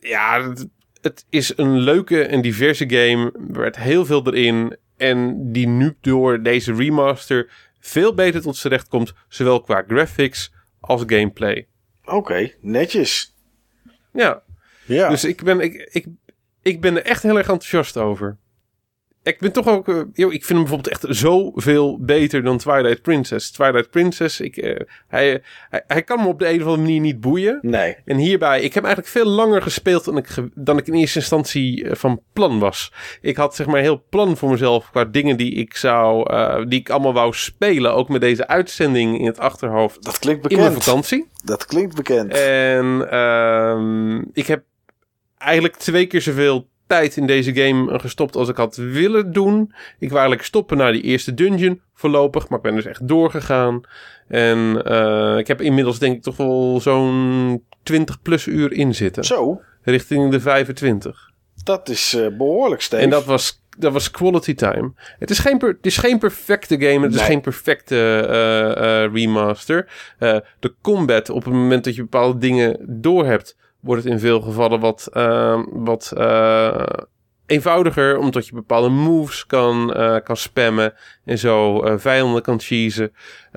ja, het, het is een leuke en diverse game. Er werd heel veel erin. En die nu door deze remaster veel beter tot z'n recht komt. Zowel qua graphics als gameplay. Oké, okay, netjes. Ja. ja. Dus ik ben, ik, ik, ik ben er echt heel erg enthousiast over. Ik ben toch ook... Uh, yo, ik vind hem bijvoorbeeld echt zoveel beter dan Twilight Princess. Twilight Princess, ik, uh, hij, hij, hij kan me op de een of andere manier niet boeien. Nee. En hierbij, ik heb eigenlijk veel langer gespeeld dan ik, ge, dan ik in eerste instantie uh, van plan was. Ik had zeg maar een heel plan voor mezelf qua dingen die ik zou... Uh, die ik allemaal wou spelen. Ook met deze uitzending in het achterhoofd. Dat klinkt bekend. In mijn vakantie. Dat klinkt bekend. En uh, ik heb eigenlijk twee keer zoveel tijd in deze game gestopt als ik had willen doen. Ik wou eigenlijk stoppen naar die eerste dungeon voorlopig, maar ik ben dus echt doorgegaan. En uh, ik heb inmiddels denk ik toch wel zo'n twintig plus uur in zitten. Zo. Richting de vijfentwintig. Dat is uh, behoorlijk stevig. En dat was, dat was quality time. Het is geen, per, het is geen perfecte game. Het nee. is geen perfecte uh, uh, remaster. Uh, de combat, op het moment dat je bepaalde dingen doorhebt, wordt het in veel gevallen wat, uh, wat uh, eenvoudiger. Omdat je bepaalde moves kan, uh, kan spammen. En zo uh, vijanden kan cheesen.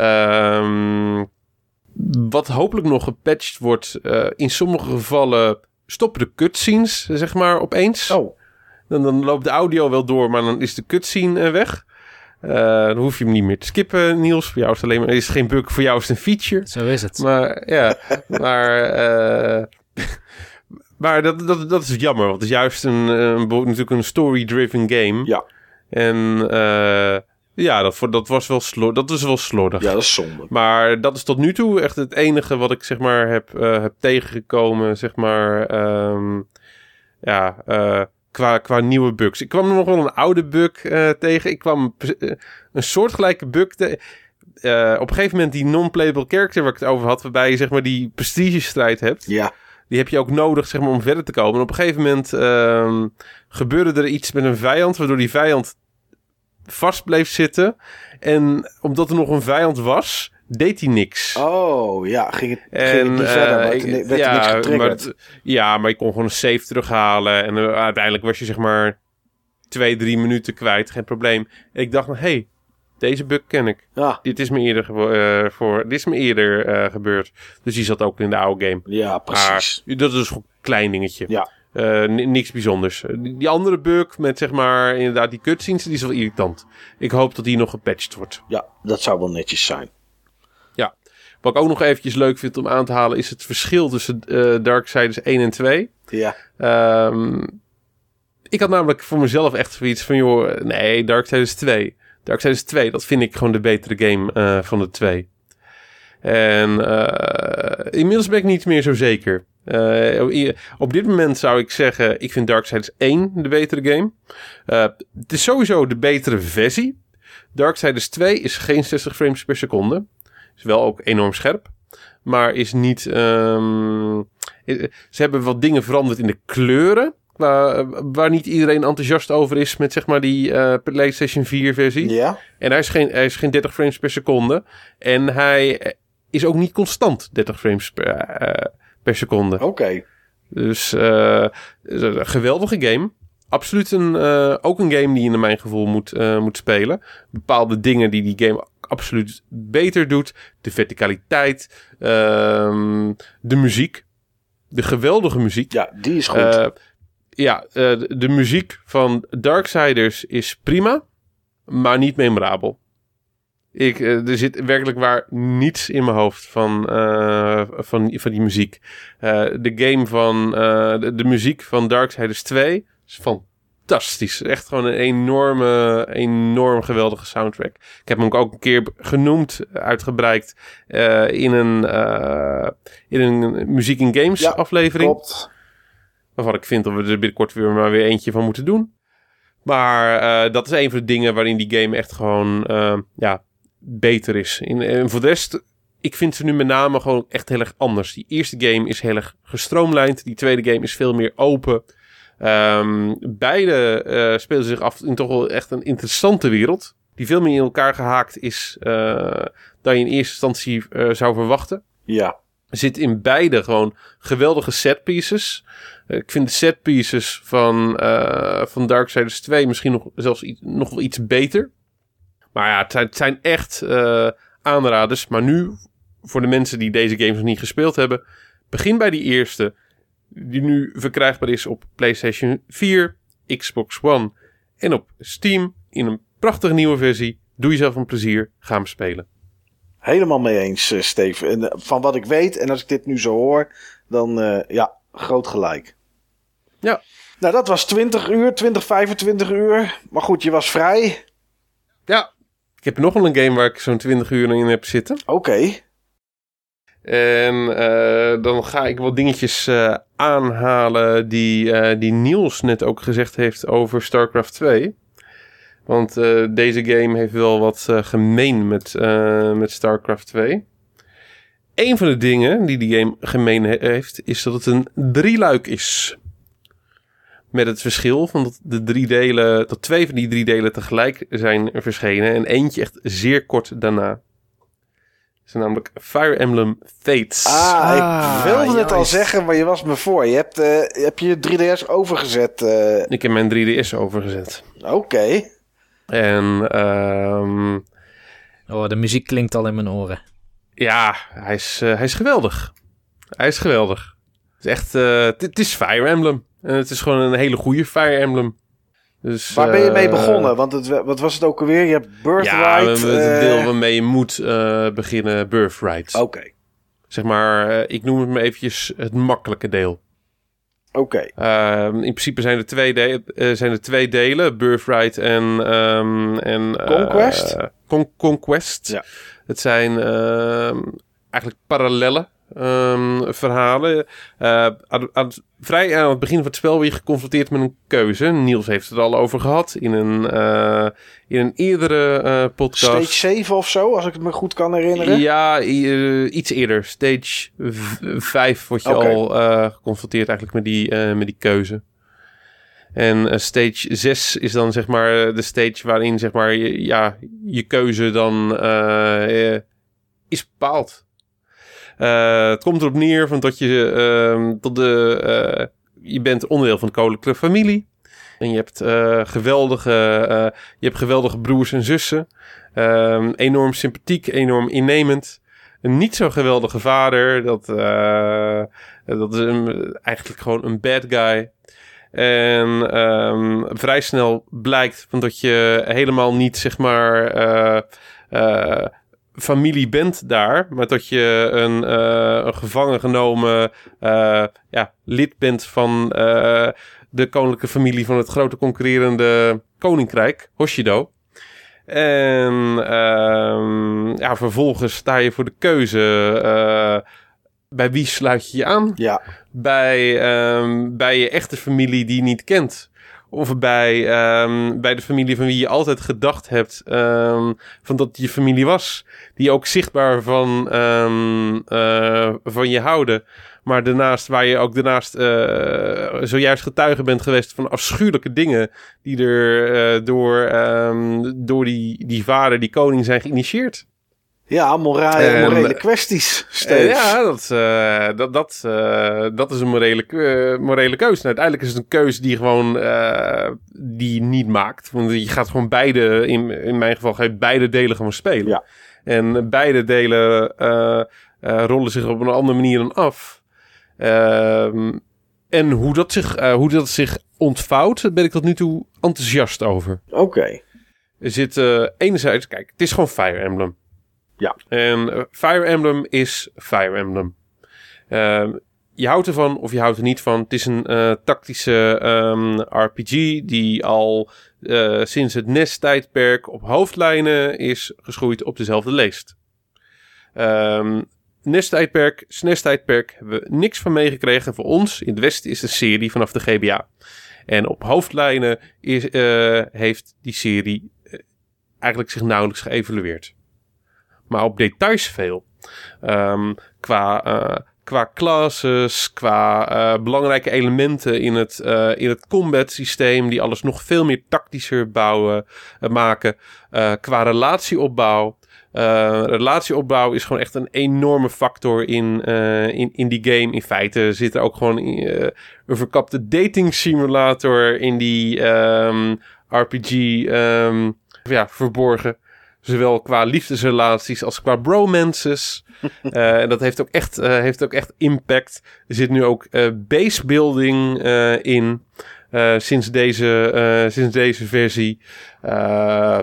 Um, wat hopelijk nog gepatcht wordt. Uh, in sommige gevallen stoppen de cutscenes, zeg maar, opeens. Oh. Dan, dan loopt de audio wel door, maar dan is de cutscene uh, weg. Uh, dan hoef je hem niet meer te skippen, Niels. Voor jou is het alleen maar, is geen bug, voor jou is het een feature. Zo is het. Maar ja, maar... Uh, maar dat, dat, dat is jammer, want het is juist een, een, natuurlijk een story-driven game. Ja. En uh, ja, dat, dat, was wel slo- dat was wel slordig. Ja, dat is zonde. Maar dat is tot nu toe echt het enige wat ik zeg maar heb, uh, heb tegengekomen, zeg maar, um, ja, uh, qua, qua nieuwe bugs. Ik kwam er nog wel een oude bug uh, tegen. Ik kwam uh, een soortgelijke bug tegen. Uh, op een gegeven moment die non-playable character waar ik het over had, waarbij je zeg maar die prestigestrijd hebt. Ja. Die heb je ook nodig zeg maar om verder te komen. En op een gegeven moment uh, gebeurde er iets met een vijand, waardoor die vijand vast bleef zitten. En omdat er nog een vijand was, deed hij niks. Oh, ja. Ging het, en, ging het niet uh, verder, maar het werd ja, niks getriggerd. Maar, ja, maar je kon gewoon een save terughalen. En uh, uiteindelijk was je zeg maar twee, drie minuten kwijt. Geen probleem. En ik dacht, hé, hey, deze bug ken ik. Ja. Dit is me eerder, uh, voor, dit is me eerder uh, gebeurd. Dus die zat ook in de oude game. Ja, precies. Maar dat is gewoon een klein dingetje. Ja. Uh, n- niks bijzonders. Die, die andere bug met zeg maar inderdaad die cutscenes, die is wel irritant. Ik hoop dat die nog gepatcht wordt. Ja, dat zou wel netjes zijn. Ja. Wat ik ook nog eventjes leuk vind om aan te halen is het verschil tussen uh, Darksiders één en twee. Ja. Um, ik had namelijk voor mezelf echt zoiets van, joh, nee, Darksiders twee. Darksiders twee, dat vind ik gewoon de betere game uh, van de twee. En uh, inmiddels ben ik niet meer zo zeker. Uh, op dit moment zou ik zeggen, ik vind Darksiders één de betere game. Uh, het is sowieso de betere versie. Darksiders twee is geen zestig frames per seconde. Is wel ook enorm scherp. Maar is niet... Um, ze hebben wat dingen veranderd in de kleuren. Waar, waar niet iedereen enthousiast over is met zeg maar die uh, PlayStation vier versie. Ja. En hij is, geen, hij is geen dertig frames per seconde. En hij is ook niet constant dertig frames per, uh, per seconde. Oké. Okay. Dus uh, een geweldige game. Absoluut een, uh, ook een game die je naar mijn gevoel moet, uh, moet spelen. Bepaalde dingen die die game absoluut beter doet. De verticaliteit. Uh, de muziek. De geweldige muziek. Ja, die is goed. Uh, ja, uh, de, de muziek van Darksiders is prima. Maar niet memorabel. Ik, uh, er zit werkelijk waar niets in mijn hoofd van, uh, van, van die muziek. Uh, de game van... Uh, de, de muziek van Darksiders twee is fantastisch. Echt gewoon een enorme, enorm geweldige soundtrack. Ik heb hem ook een keer genoemd, uitgebreid, uh, in een, uh, in een muziek in games ja, aflevering. Klopt. Waarvan ik vind dat we er binnenkort weer maar weer eentje van moeten doen. Maar uh, dat is een van de dingen waarin die game echt gewoon uh, ja, beter is. In, en voor de rest, ik vind ze nu met name gewoon echt heel erg anders. Die eerste game is heel erg gestroomlijnd. Die tweede game is veel meer open. Um, beide uh, spelen zich af in toch wel echt een interessante wereld. Die veel meer in elkaar gehaakt is uh, dan je in eerste instantie uh, zou verwachten. Ja. zit in beide gewoon geweldige setpieces. Uh, ik vind de setpieces van, uh, van Darksiders twee misschien nog, zelfs iets, nog wel iets beter. Maar ja, het zijn, het zijn echt uh, aanraders. Maar nu, voor de mensen die deze games nog niet gespeeld hebben, begin bij die eerste, die nu verkrijgbaar is op PlayStation vier, Xbox One en op Steam in een prachtige nieuwe versie. Doe jezelf een plezier, ga hem spelen. Helemaal mee eens, uh, Steve. En, uh, van wat ik weet, en als ik dit nu zo hoor, dan uh, ja, groot gelijk. Ja. Nou, dat was twintig uur, twintig, vijfentwintig uur. Maar goed, je was vrij. Ja, ik heb nog wel een game waar ik zo'n twintig uur in heb zitten. Oké. Okay. En uh, dan ga ik wat dingetjes uh, aanhalen die, uh, die Niels net ook gezegd heeft over StarCraft twee. Want uh, deze game heeft wel wat uh, gemeen met, uh, met StarCraft twee. Een van de dingen die die game gemeen he- heeft, is dat het een drieluik is. Met het verschil van dat de drie delen, dat twee van die drie delen tegelijk zijn verschenen en eentje echt zeer kort daarna. Dat is namelijk Fire Emblem Fates. Ah, ik Ah, wilde het juist. al zeggen, maar je was me voor. Je hebt, uh, heb je drie D S overgezet. Uh... Ik heb mijn drie D S overgezet. Oké. Okay. En um, Oh, de muziek klinkt al in mijn oren. ja, hij is, uh, hij is geweldig. Hij is geweldig. Het is echt, uh, t- het is Fire Emblem. En het is gewoon een hele goede Fire Emblem. Dus, Waar ben je mee uh, begonnen? Want het, wat was het ook alweer? Je hebt Birthright. Ja, het uh... deel waarmee je moet uh, beginnen, Birthright. Oké. Okay. Zeg maar, uh, ik noem het maar eventjes het makkelijke deel. Oké. Okay. Uh, in principe zijn er twee, de- uh, zijn er twee delen, Birthright en... Um, en uh, Conquest? Con- Conquest. Ja. Het zijn uh, eigenlijk parallelle um, verhalen. Uh, aan, aan, vrij aan het begin van het spel word je geconfronteerd met een keuze. Niels heeft het al over gehad in een, uh, in een eerdere uh, podcast. Stage zeven of zo, als ik het me goed kan herinneren. Ja, uh, iets eerder. Stage vijf word je okay. al uh, geconfronteerd eigenlijk met die, uh, met die keuze. En uh, stage zes is dan zeg maar de stage waarin zeg maar je, ja, je keuze dan uh, uh, is bepaald. Uh, het komt erop neer van dat je uh, tot de uh, je bent onderdeel van de koninklijke familie en je hebt uh, geweldige uh, je hebt geweldige broers en zussen, uh, enorm sympathiek, enorm innemend, een niet zo geweldige vader, dat uh, dat is een, eigenlijk gewoon een bad guy. En um, vrij snel blijkt van dat je helemaal niet zeg maar uh, uh, familie bent daar, maar dat je een, uh, een gevangen genomen uh, ja, lid bent van uh, de koninklijke familie van het grote concurrerende koninkrijk, Hoshido. En um, ja, vervolgens sta je voor de keuze, uh, bij wie sluit je je aan? Ja. Bij, um, bij je echte familie die je niet kent. Of bij, um, bij de familie van wie je altijd gedacht hebt um, van dat je familie was. Die ook zichtbaar van, um, uh, van je houden. Maar daarnaast, waar je ook daarnaast uh, zojuist getuige bent geweest van afschuwelijke dingen die er uh, door, um, door die, die vader, die koning zijn geïnitieerd. Ja, mora- En, morele kwesties. Uh, ja, dat, uh, dat, dat, uh, dat is een morele, uh, morele keuze. En uiteindelijk is het een keuze die gewoon uh, die je niet maakt. Want je gaat gewoon beide, in, in mijn geval ga je beide delen gewoon spelen. Ja. En beide delen uh, uh, rollen zich op een andere manier dan af. Uh, en hoe dat, zich, uh, hoe dat zich ontvouwt, daar ben ik tot nu toe enthousiast over. Oké. Okay. Er zit uh, enerzijds, kijk, het is gewoon Fire Emblem. Ja. En uh, Fire Emblem is Fire Emblem. Uh, je houdt ervan of je houdt er niet van. Het is een uh, tactische um, R P G die al uh, sinds het N E S-tijdperk op hoofdlijnen is geschoeid op dezelfde leest. Um, N E S-tijdperk, S N E S-tijdperk hebben we niks van meegekregen. Voor ons in het Westen is de serie vanaf de G B A. En op hoofdlijnen is, uh, heeft die serie uh, eigenlijk zich nauwelijks geëvalueerd. Maar op details veel. Um, qua, uh, qua classes, qua uh, belangrijke elementen in het, uh, in het combat systeem, die alles nog veel meer tactischer bouwen, uh, maken. Uh, qua relatieopbouw. Uh, relatieopbouw is gewoon echt een enorme factor in, uh, in, in die game. In feite zit er ook gewoon uh, een verkapte dating simulator in die um, R P G um, ja, verborgen. Zowel qua liefdesrelaties als qua bromances. uh, en dat heeft ook, echt, uh, heeft ook echt impact. Er zit nu ook uh, basebuilding uh, in. Uh, sinds, deze, uh, sinds deze versie. Uh,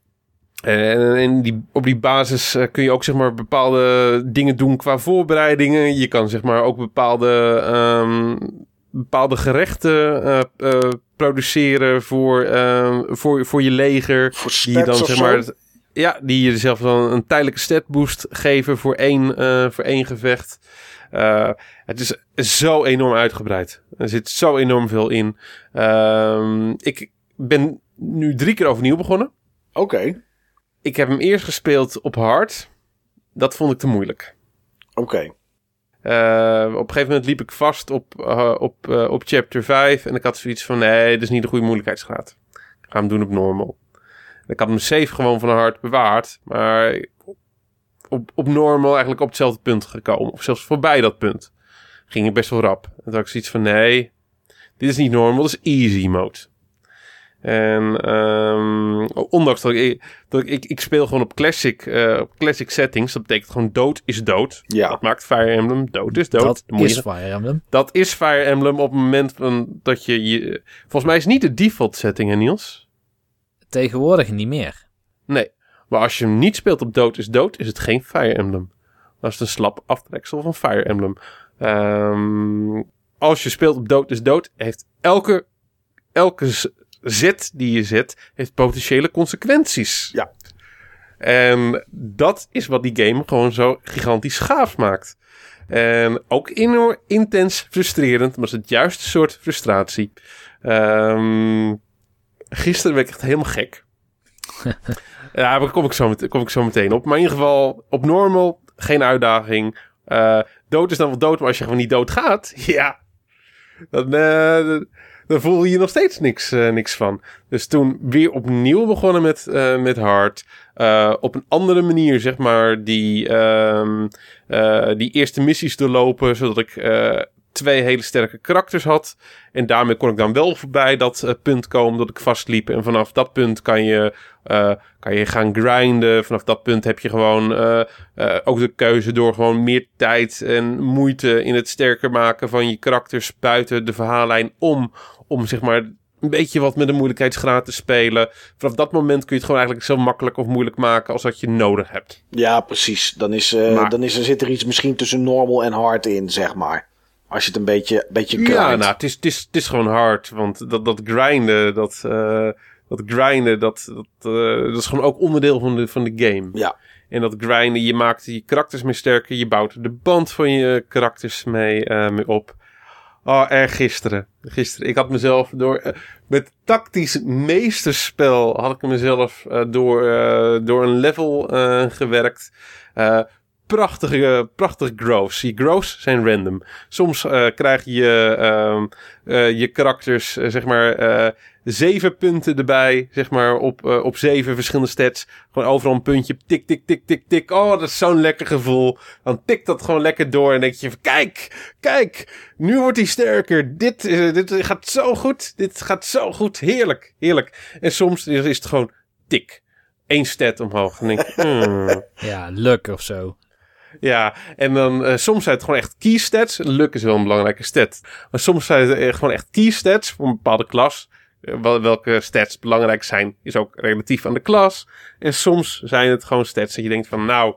en in die, op die basis uh, kun je ook zeg maar bepaalde dingen doen qua voorbereidingen. Je kan zeg maar ook bepaalde, um, bepaalde gerechten uh, uh, produceren voor, uh, voor, voor je leger. Voor die je dan zeg maar... Ja, die je zelf dan een tijdelijke statboost geven voor één, uh, voor één gevecht. Uh, het is zo enorm uitgebreid. Er zit zo enorm veel in. Uh, ik ben nu drie keer overnieuw begonnen. Oké. Okay. Ik heb hem eerst gespeeld op hard. Dat vond ik te moeilijk. Oké. Okay. Uh, op een gegeven moment liep ik vast op, uh, op, uh, op chapter vijf. En ik had zoiets van, nee, dit is niet de goede moeilijkheidsgraad. Ik ga hem doen op normal. Ik had mijn save gewoon van hard bewaard. Maar op, op normal eigenlijk op hetzelfde punt gekomen. Of zelfs voorbij dat punt. Ging ik best wel rap. En toen had ik zoiets van, nee, dit is niet normal, dit is easy mode. En um, ondanks dat ik, dat ik, ik, ik speel gewoon op classic, uh, op classic settings. Dat betekent gewoon dood is dood. Ja. Dat maakt Fire Emblem. Dood is dood. Dat Dan moet is je, Fire Emblem. Dat is Fire Emblem op het moment van dat je, je... Volgens mij is het niet de default setting, hè Niels? Tegenwoordig niet meer. Nee. Maar als je hem niet speelt op dood is dood, is het geen Fire Emblem. Dat is een slap aftreksel van Fire Emblem. Um, als je speelt op dood is dood, heeft elke... elke zet die je zet, heeft potentiële consequenties. Ja. En dat is wat die game gewoon zo gigantisch gaaf maakt. En ook enorm intens frustrerend, maar het is het juiste soort frustratie. Um, gisteren werd ik echt helemaal gek. Ja, daar kom ik, zo met, kom ik zo meteen op. Maar in ieder geval, op normal, geen uitdaging. Uh, dood is dan wel dood, maar als je gewoon niet dood gaat, ja, dan... Uh, Dan voel je nog steeds niks, uh, niks van. Dus toen weer opnieuw begonnen met, uh, met hard. Uh, op een andere manier, zeg maar, die, uh, uh, die eerste missies doorlopen. Zodat ik uh, twee hele sterke karakters had. En daarmee kon ik dan wel voorbij dat uh, punt komen dat ik vastliep. En vanaf dat punt kan je, uh, kan je gaan grinden. Vanaf dat punt heb je gewoon uh, uh, ook de keuze door gewoon meer tijd en moeite in het sterker maken van je karakters buiten de verhaallijn om... Om zeg maar een beetje wat met de moeilijkheidsgraad te spelen. Vanaf dat moment kun je het gewoon eigenlijk zo makkelijk of moeilijk maken als dat je nodig hebt. Ja, precies. Dan, is, uh, maar, dan is er, zit er iets misschien tussen normal en hard in, zeg maar. Als je het een beetje, beetje grindt. Ja, nou, het is, het is, het is gewoon hard. Want dat, dat grinden, dat, uh, dat grinden, dat, dat, uh, dat is gewoon ook onderdeel van de, van de game. Ja. En dat grinden, je maakt je karakters meer sterker. Je bouwt de band van je karakters mee, uh, mee op. Oh, erg gisteren. Gisteren. Ik had mezelf door... Uh, met tactisch meesterspel had ik mezelf uh, door, uh, door een level uh, gewerkt. Uh, prachtige, prachtige growths. Die growths zijn random. Soms uh, krijg je uh, uh, je karakters, uh, zeg maar... Uh, zeven punten erbij, zeg maar, op, uh, op zeven verschillende stats. Gewoon overal een puntje, tik, tik, tik, tik, tik. Oh, dat is zo'n lekker gevoel. Dan tikt dat gewoon lekker door en denk je van, kijk, kijk, nu wordt hij sterker. Dit, uh, dit gaat zo goed, dit gaat zo goed. Heerlijk, heerlijk. En soms is het gewoon tik. Eén stat omhoog. Dan denk ik, hmm. Ja, luck of zo. Ja, en dan uh, soms zijn het gewoon echt key stats. Luck is wel een belangrijke stat. Maar soms zijn het gewoon echt key stats voor een bepaalde klas. Welke stats belangrijk zijn, is ook relatief aan de klas. En soms zijn het gewoon stats dat je denkt van, nou,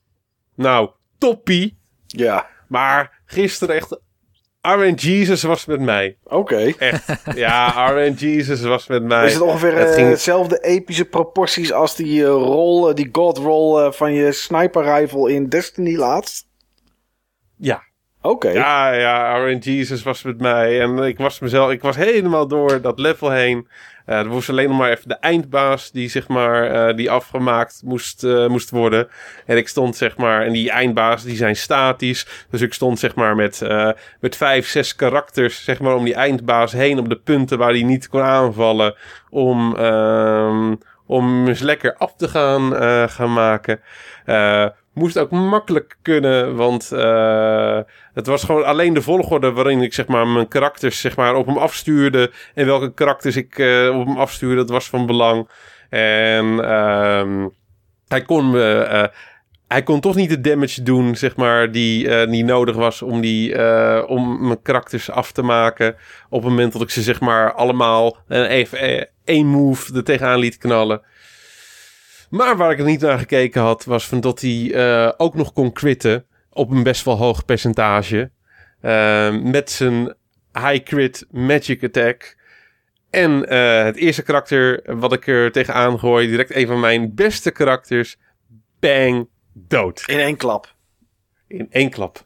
nou, toppie. Ja. Maar gisteren echt, R N Jesus was met mij. Oké. Okay. Echt, ja, R N Jesus was met mij. Is het ongeveer het ging... hetzelfde epische proporties als die uh, rol, die god roll uh, van je sniper rifle in Destiny laatst? Ja. Oké. Okay. Ja, ja, R N Jesus was met mij. En ik was mezelf, ik was helemaal door dat level heen. Uh, er was alleen nog maar even de eindbaas die, zeg maar, uh, die afgemaakt moest, uh, moest worden. En ik stond, zeg maar, en die eindbaas die zijn statisch. Dus ik stond, zeg maar, met, uh, met vijf, zes karakters, zeg maar, om die eindbaas heen op de punten waar hij niet kon aanvallen. Om, uh, om eens lekker af te gaan, uh, gaan maken. Uh, Moest ook makkelijk kunnen, want uh, het was gewoon alleen de volgorde waarin ik, zeg maar, mijn karakters, zeg maar, op hem afstuurde. En welke karakters ik uh, op hem afstuurde, dat was van belang. En uh, hij kon me, uh, hij kon toch niet de damage doen, zeg maar, die, uh, die nodig was om, die, uh, om mijn karakters af te maken. Op het moment dat ik ze, zeg maar, allemaal uh, even één move er tegenaan liet knallen. Maar waar ik er niet naar gekeken had, was van dat hij uh, ook nog kon critten op een best wel hoog percentage. Uh, met zijn high crit magic attack. En uh, het eerste karakter wat ik er tegenaan gooi, direct een van mijn beste karakters, bang, dood. In één klap. In één klap.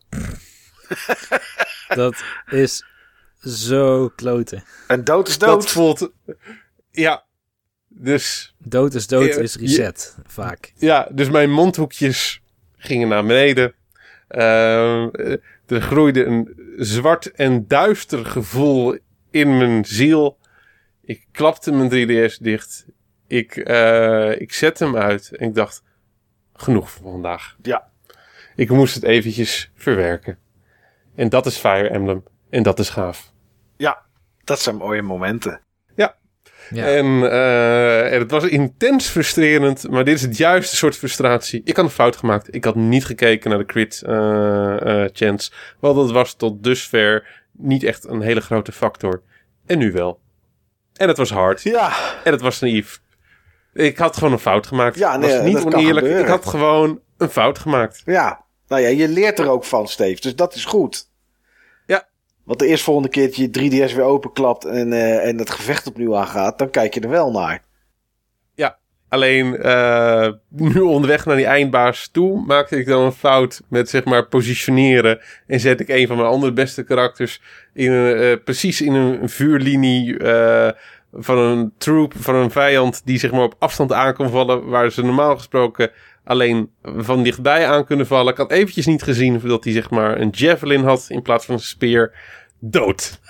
Dat is zo kloten. En dood is dood. Dat voelt... Ja... Dus, dood is dood is reset, je, vaak. Ja, dus mijn mondhoekjes gingen naar beneden. Uh, er groeide een zwart en duister gevoel in mijn ziel. Ik klapte mijn drie D S dicht. Ik, uh, ik zette hem uit en ik dacht, genoeg voor vandaag. Ja. Ik moest het eventjes verwerken. En dat is Fire Emblem. En dat is gaaf. Ja, dat zijn mooie momenten. Ja. En, uh, en het was intens frustrerend, maar dit is het juiste soort frustratie. Ik had een fout gemaakt. Ik had niet gekeken naar de crit uh, uh, chance. Want dat was tot dusver niet echt een hele grote factor. En nu wel. En het was hard. Ja. En het was naïef. Ik had gewoon een fout gemaakt. Ja, nee, was niet dat oneerlijk. kan ik had gewoon een fout gemaakt. Ja. Nou ja, je leert er ook van, Steve. Dus dat is goed. Want de eerstvolgende keer dat je drie D S weer openklapt en, uh, en het gevecht opnieuw aangaat, dan kijk je er wel naar. Ja, alleen uh, nu onderweg naar die eindbaas toe maakte ik dan een fout met, zeg maar, positioneren. En zet ik een van mijn andere beste karakters in een, uh, precies in een, een vuurlinie uh, van een troop, van een vijand die, zeg maar, op afstand aan kon vallen, waar ze normaal gesproken alleen van dichtbij aan kunnen vallen. Ik had eventjes niet gezien dat hij, zeg maar, een javelin had in plaats van een speer. Dood.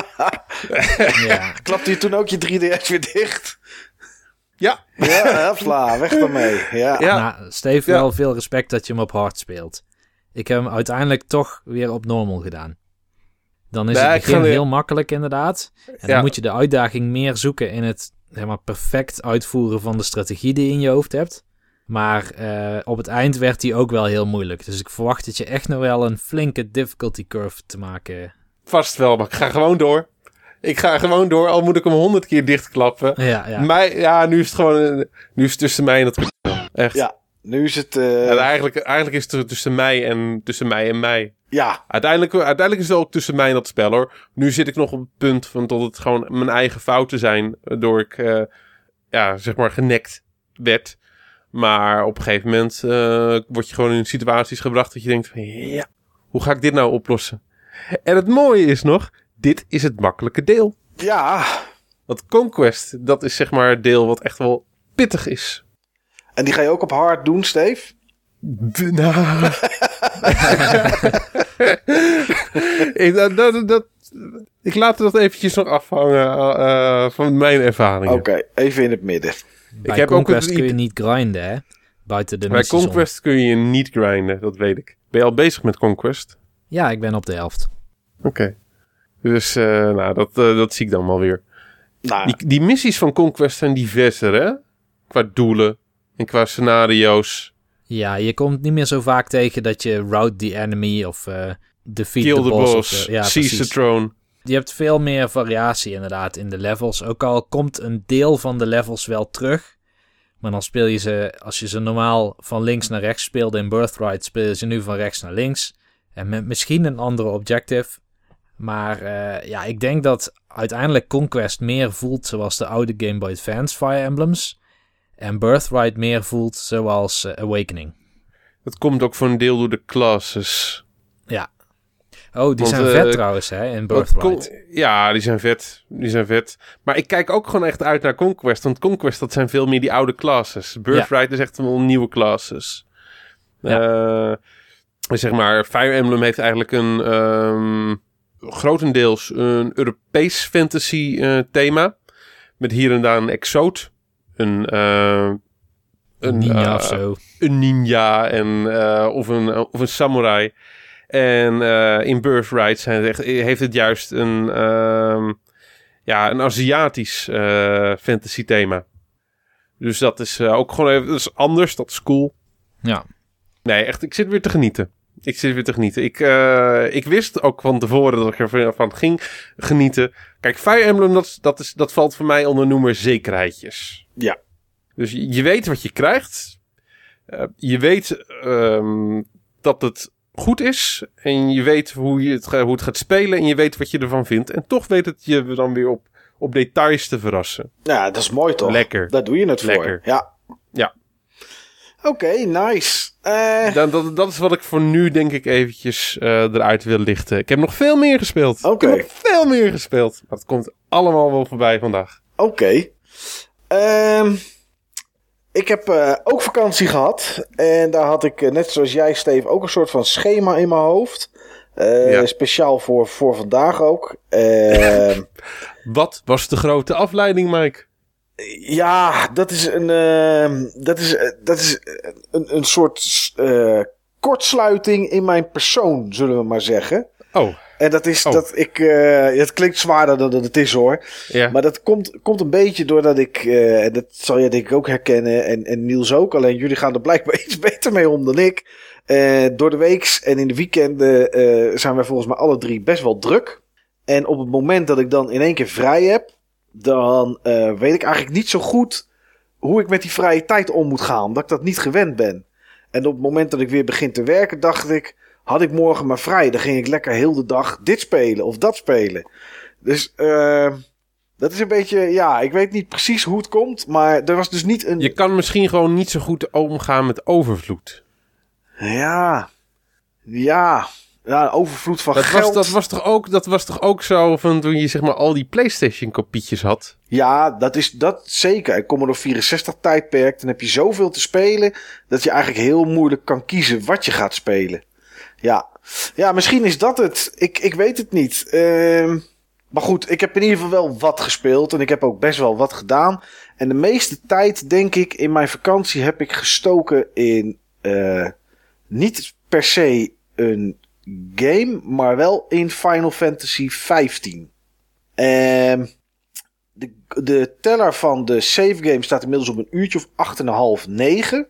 Ja. Klapte je toen ook je drie D S weer dicht? Ja. Ja, hopla, weg daarmee. Ja. Ja. Nou, Steve, ja. Wel veel respect dat je hem op hard speelt. Ik heb hem uiteindelijk toch weer op normal gedaan. Dan is nee, het begin heel makkelijk inderdaad. En ja. Dan moet je de uitdaging meer zoeken in het, zeg maar, perfect uitvoeren van de strategie die je in je hoofd hebt. Maar uh, op het eind werd die ook wel heel moeilijk. Dus ik verwacht dat je echt nog wel een flinke difficulty curve te maken. Vast wel, maar ik ga gewoon door. Ik ga gewoon door, al moet ik hem honderd keer dichtklappen. Ja, ja. Maar ja, nu is het gewoon, nu is het tussen mij en het echt. Ja, nu is het... Uh... Ja, eigenlijk, eigenlijk is het tussen mij en tussen mij en mij. Ja. Uiteindelijk, uiteindelijk is het ook tussen mij en dat spel, hoor. Nu zit ik nog op het punt van dat het gewoon mijn eigen fouten zijn, waardoor ik, uh, ja, zeg maar, genekt werd. Maar op een gegeven moment uh, word je gewoon in situaties gebracht dat je denkt van, ja, hoe ga ik dit nou oplossen? En het mooie is nog, dit is het makkelijke deel. Ja. Want Conquest, dat is, zeg maar, het deel wat echt wel pittig is. En die ga je ook op hard doen, Steve? De, nou. ik, dat, dat, dat, ik laat dat eventjes nog afhangen uh, van mijn ervaringen. Oké, okay, even in het midden. Bij ik heb Conquest ook kun je niet grinden, hè? Buiten de Bij Conquest om. kun je niet grinden, dat weet ik. Ben je al bezig met Conquest? Ja, ik ben op de helft. Oké. Okay. Dus, uh, nou, dat, uh, dat zie ik dan wel weer. Nou. Die, die missies van Conquest zijn diverser, hè? Qua doelen en qua scenario's. Ja, je komt niet meer zo vaak tegen dat je rout the enemy of uh, defeat Kill the, the boss. boss, of, uh, ja, seize the throne. Je hebt veel meer variatie inderdaad in de levels. Ook al komt een deel van de levels wel terug. Maar dan speel je ze, als je ze normaal van links naar rechts speelde in Birthright, speel je ze nu van rechts naar links. En met misschien een andere objective. Maar uh, ja, ik denk dat uiteindelijk Conquest meer voelt zoals de oude Game Boy Advance Fire Emblems. En Birthright meer voelt zoals uh, Awakening. Dat komt ook voor een deel door de classes. Ja. Oh, die Want, zijn uh, vet trouwens, hè, in Birthright. Con- ja, die zijn vet. Die zijn vet. Maar ik kijk ook gewoon echt uit naar Conquest. Want Conquest, dat zijn veel meer die oude classes. Birthright ja. is echt wel nieuwe classes. Ja. Uh, zeg maar, Fire Emblem heeft eigenlijk een... Um, grotendeels een Europees fantasy uh, thema. Met hier en daar een exoot. Een... Uh, Een ninja uh, of zo. Een ninja en, uh, of, een, of een samurai. En uh, in Birthright zijn het, heeft het juist een, uh, ja, een Aziatisch uh, fantasy thema. Dus dat is uh, ook gewoon even dat is anders. Dat is cool. Ja. Nee, echt, ik zit weer te genieten. Ik zit weer te genieten. Ik, uh, ik wist ook van tevoren dat ik ervan ging genieten. Kijk, Fire Emblem, dat, dat, is, dat valt voor mij onder noemer zekerheidjes. Ja. Dus je, je weet wat je krijgt. Uh, je weet um, dat het goed is. En je weet hoe, je het, hoe het gaat spelen. En je weet wat je ervan vindt. En toch weet het je dan weer op, op details te verrassen. Ja, dat is mooi toch? Lekker. Daar doe je het Lekker. voor. Ja. Ja. Oké, okay, nice. Uh... Dat, dat, dat is wat ik voor nu denk ik eventjes uh, eruit wil lichten. Ik heb nog veel meer gespeeld. Oké. Okay. Ik heb nog veel meer gespeeld. Maar het komt allemaal wel voorbij vandaag. Oké. Okay. Um... Ik heb uh, ook vakantie gehad. En daar had ik, uh, net zoals jij, Steve, ook een soort van schema in mijn hoofd. Uh, ja. Speciaal voor, voor vandaag ook. Uh, Wat was de grote afleiding, Mike? Ja, dat is een, uh, dat is, uh, dat is een, een soort uh, kortsluiting in mijn persoon, zullen we maar zeggen. Oh. En dat is oh. dat ik... Uh, het klinkt zwaarder dan dat het is, hoor. Ja. Maar dat komt, komt een beetje doordat ik... Uh, en dat zal jij denk ik ook herkennen. En, en Niels ook. Alleen jullie gaan er blijkbaar iets beter mee om dan ik. Uh, door de weeks en in de weekenden uh, zijn wij volgens mij alle drie best wel druk. En op het moment dat ik dan in één keer vrij heb... dan uh, weet ik eigenlijk niet zo goed... hoe ik met die vrije tijd om moet gaan. Omdat ik dat niet gewend ben. En op het moment dat ik weer begin te werken, dacht ik... had ik morgen maar vrij, dan ging ik lekker heel de dag dit spelen of dat spelen. Dus uh, dat is een beetje, ja, ik weet niet precies hoe het komt, maar er was dus niet een... Je kan misschien gewoon niet zo goed omgaan met overvloed. Ja, ja, ja, overvloed van dat geld. Was, dat, was toch ook, dat was toch ook zo van toen je zeg maar al die PlayStation kopietjes had? Ja, dat is dat zeker. In Commodore vierenzestig tijdperk, dan heb je zoveel te spelen dat je eigenlijk heel moeilijk kan kiezen wat je gaat spelen. Ja, ja, misschien is dat het. Ik, ik weet het niet. Uh, maar goed, ik heb in ieder geval wel wat gespeeld. En ik heb ook best wel wat gedaan. En de meeste tijd, denk ik, in mijn vakantie heb ik gestoken in... Uh, niet per se een game, maar wel in Final Fantasy vijftien. Uh, de, de teller van de save game staat inmiddels op een uurtje of acht en een half, negen...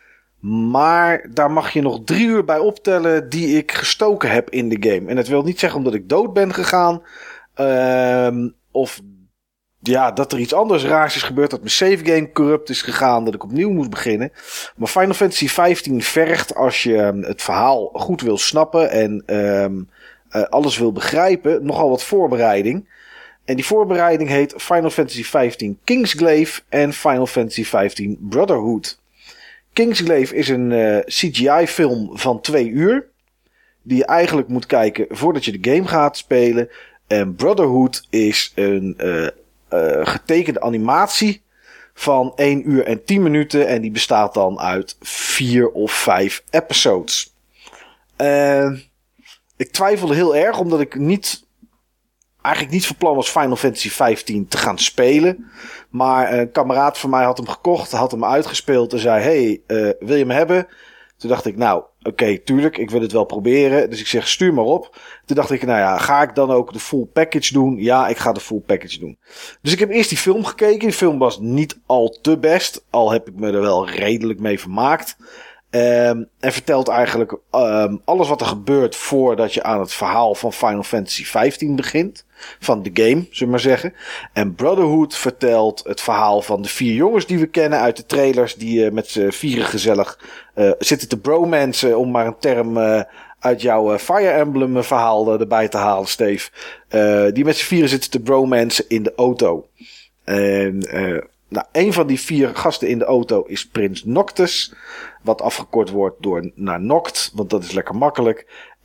Maar daar mag je nog drie uur bij optellen die ik gestoken heb in de game. En dat wil niet zeggen omdat ik dood ben gegaan. Uh, of ja, dat er iets anders raars is gebeurd. Dat mijn save game corrupt is gegaan. Dat ik opnieuw moest beginnen. Maar Final Fantasy vijftien vergt, als je het verhaal goed wil snappen. En um, uh, alles wil begrijpen. Nogal wat voorbereiding. En die voorbereiding heet Final Fantasy vijftien Kingsglaive en Final Fantasy vijftien Brotherhood. Kingsglaive is een uh, C G I-film van twee uur. Die je eigenlijk moet kijken voordat je de game gaat spelen. En Brotherhood is een uh, uh, getekende animatie van één uur en tien minuten. En die bestaat dan uit vier of vijf episodes. Uh, ik twijfelde heel erg, omdat ik niet... eigenlijk niet van plan was Final Fantasy vijftien te gaan spelen. Maar een kameraad van mij had hem gekocht, had hem uitgespeeld en zei... hey, uh, wil je hem hebben? Toen dacht ik, nou, oké, okay, tuurlijk, ik wil het wel proberen. Dus ik zeg, stuur maar op. Toen dacht ik, nou ja, ga ik dan ook de full package doen? Ja, ik ga de full package doen. Dus ik heb eerst die film gekeken. Die film was niet al te best. Al heb ik me er wel redelijk mee vermaakt. Um, en vertelt eigenlijk um, alles wat er gebeurt voordat je aan het verhaal van Final Fantasy vijftien begint. Van de game, zullen we maar zeggen. En Brotherhood vertelt het verhaal van de vier jongens die we kennen uit de trailers. Die uh, met z'n vieren gezellig uh, zitten te bromancen, om maar een term uh, uit jouw uh, Fire Emblem verhaal uh, erbij te halen, Steve. Uh, die met z'n vieren zitten te bromancen in de auto. En uh, nou, een van die vier gasten in de auto is Prins Noctis. Wat afgekort wordt door naar Noct, want dat is lekker makkelijk.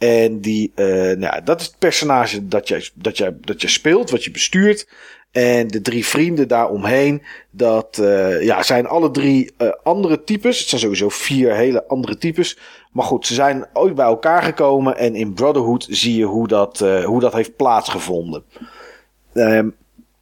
En die, uh, nou ja, dat is het personage dat jij, dat jij, dat jij speelt, wat je bestuurt. En de drie vrienden daaromheen, dat uh, ja, zijn alle drie uh, andere types. Het zijn sowieso vier hele andere types. Maar goed, ze zijn ooit bij elkaar gekomen. En in Brotherhood zie je hoe dat, uh, hoe dat heeft plaatsgevonden. Um,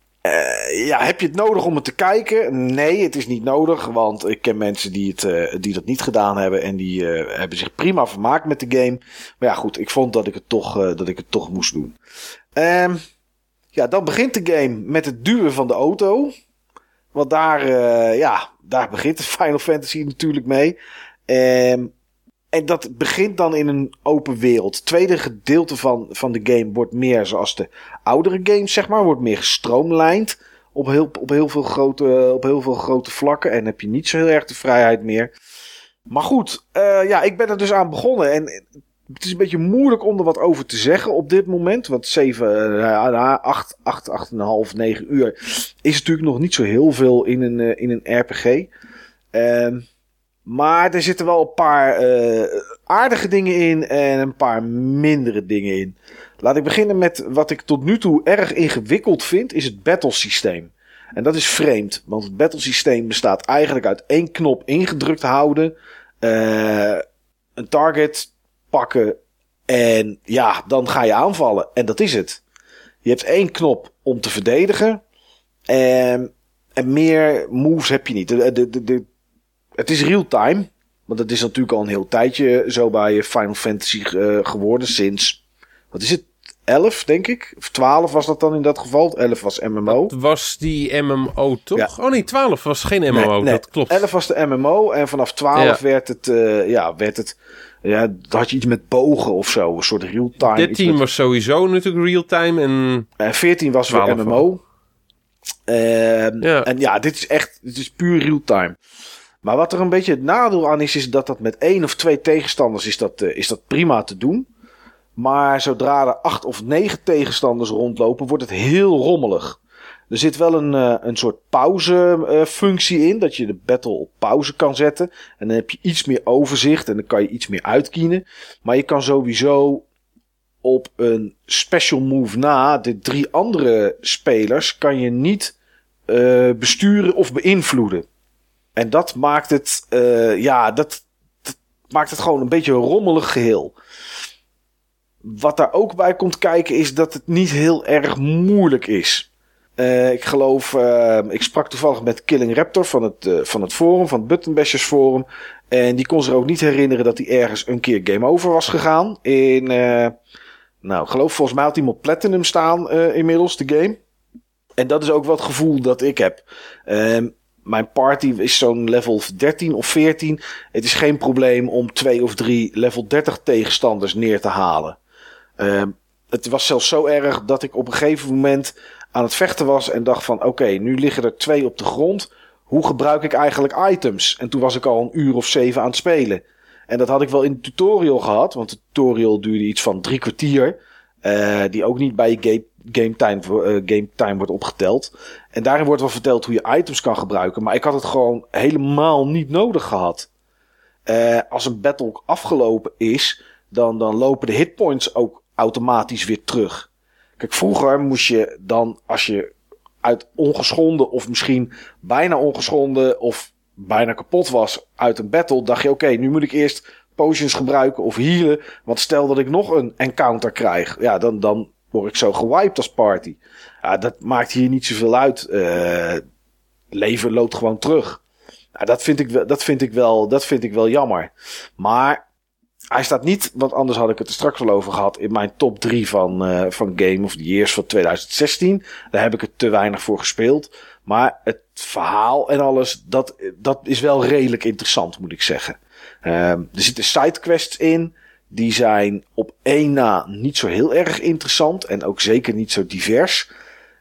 uh, ja, heb je het nodig om het te kijken? Nee, het is niet nodig. Want ik ken mensen die, het, uh, die dat niet gedaan hebben. En die uh, hebben zich prima vermaakt met de game. Maar ja, goed, ik vond dat ik het toch, uh, dat ik het toch moest doen. Um, Ja, dan begint de game met het duwen van de auto. Want daar, uh, ja, daar begint de Final Fantasy natuurlijk mee. Um, en dat begint dan in een open wereld. Het tweede gedeelte van, van de game wordt meer zoals de oudere games, zeg maar. Wordt meer gestroomlijnd op heel, op heel veel grote, op heel veel grote vlakken. En heb je niet zo heel erg de vrijheid meer. Maar goed, uh, ja, ik ben er dus aan begonnen. En het is een beetje moeilijk om er wat over te zeggen op dit moment. Want zeven, acht, acht, acht en een half, negen uur is natuurlijk nog niet zo heel veel in een, uh, in een R P G. Uh, maar er zitten wel een paar uh, aardige dingen in en een paar mindere dingen in. Laat ik beginnen met wat ik tot nu toe erg ingewikkeld vind, is het battle systeem. En dat is vreemd, want het battle systeem bestaat eigenlijk uit één knop ingedrukt houden, uh, een target pakken en ja, dan ga je aanvallen. En dat is het. Je hebt één knop om te verdedigen en, en meer moves heb je niet. De, de, de, de, het is real time, want dat is natuurlijk al een heel tijdje zo bij Final Fantasy uh, geworden sinds, wat is het, elf denk ik? Of twaalf was dat dan in dat geval. elf was M M O. Dat was die M M O toch? Ja. Oh nee, twaalf was geen M M O, nee, nee. Dat klopt. elf was de M M O en vanaf twaalf ja. werd het, uh, ja, werd het, ja, dan had je iets met bogen of zo, een soort real-time. dertien met... was sowieso natuurlijk real-time en... En veertien was weer M M O. Uh, ja. En ja, dit is echt, dit is puur real-time. Maar wat er een beetje het nadeel aan is, is dat dat met één of twee tegenstanders is dat, uh, is dat prima te doen. Maar zodra er acht of negen tegenstanders rondlopen, wordt het heel rommelig. Er zit wel een, uh, een soort pauzefunctie uh, in, dat je de battle op pauze kan zetten. En dan heb je iets meer overzicht en dan kan je iets meer uitkiezen. Maar je kan sowieso op een special move na de drie andere spelers kan je niet uh, besturen of beïnvloeden. En dat maakt het, uh, ja, dat, dat maakt het gewoon een beetje een rommelig geheel. Wat daar ook bij komt kijken is dat het niet heel erg moeilijk is. Uh, ik geloof, uh, ik sprak toevallig met Killing Raptor van het, uh, van het forum, van het Button Bashers forum. En die kon zich ook niet herinneren dat hij ergens een keer game over was gegaan. In, uh, nou, ik geloof volgens mij had hij hem op Platinum staan uh, inmiddels, de game. En dat is ook wel het gevoel dat ik heb. Uh, Mijn party is zo'n level dertien of veertien. Het is geen probleem om twee of drie level dertig tegenstanders neer te halen. Uh, het was zelfs zo erg dat ik op een gegeven moment aan het vechten was en dacht van oké, okay, nu liggen er twee op de grond. Hoe gebruik ik eigenlijk items? En toen was ik al een uur of zeven aan het spelen. En dat had ik wel in de tutorial gehad, want de tutorial duurde iets van drie kwartier. Uh, die ook niet bij je game, game, time, uh, game time wordt opgeteld. En daarin wordt wel verteld hoe je items kan gebruiken. Maar ik had het gewoon helemaal niet nodig gehad. Uh, als een battle afgelopen is, dan, dan lopen de hitpoints ook automatisch weer terug. Kijk, vroeger moest je dan, als je uit ongeschonden of misschien bijna ongeschonden of bijna kapot was uit een battle, dacht je oké, okay, nu moet ik eerst potions gebruiken of healen. Want stel dat ik nog een encounter krijg, ja, dan, dan word ik zo gewiped als party. Ja, dat maakt hier niet zoveel uit. Uh, leven loopt gewoon terug. Nou, dat vind ik wel, dat vind ik wel, dat vind ik wel jammer. Maar hij staat niet, want anders had ik het er straks al over gehad, in mijn top drie van, uh, van Game of the Years van twintig zestien. Daar heb ik het te weinig voor gespeeld. Maar het verhaal en alles, dat, dat is wel redelijk interessant, moet ik zeggen. Uh, er zitten sidequests in. Die zijn op één na niet zo heel erg interessant. En ook zeker niet zo divers.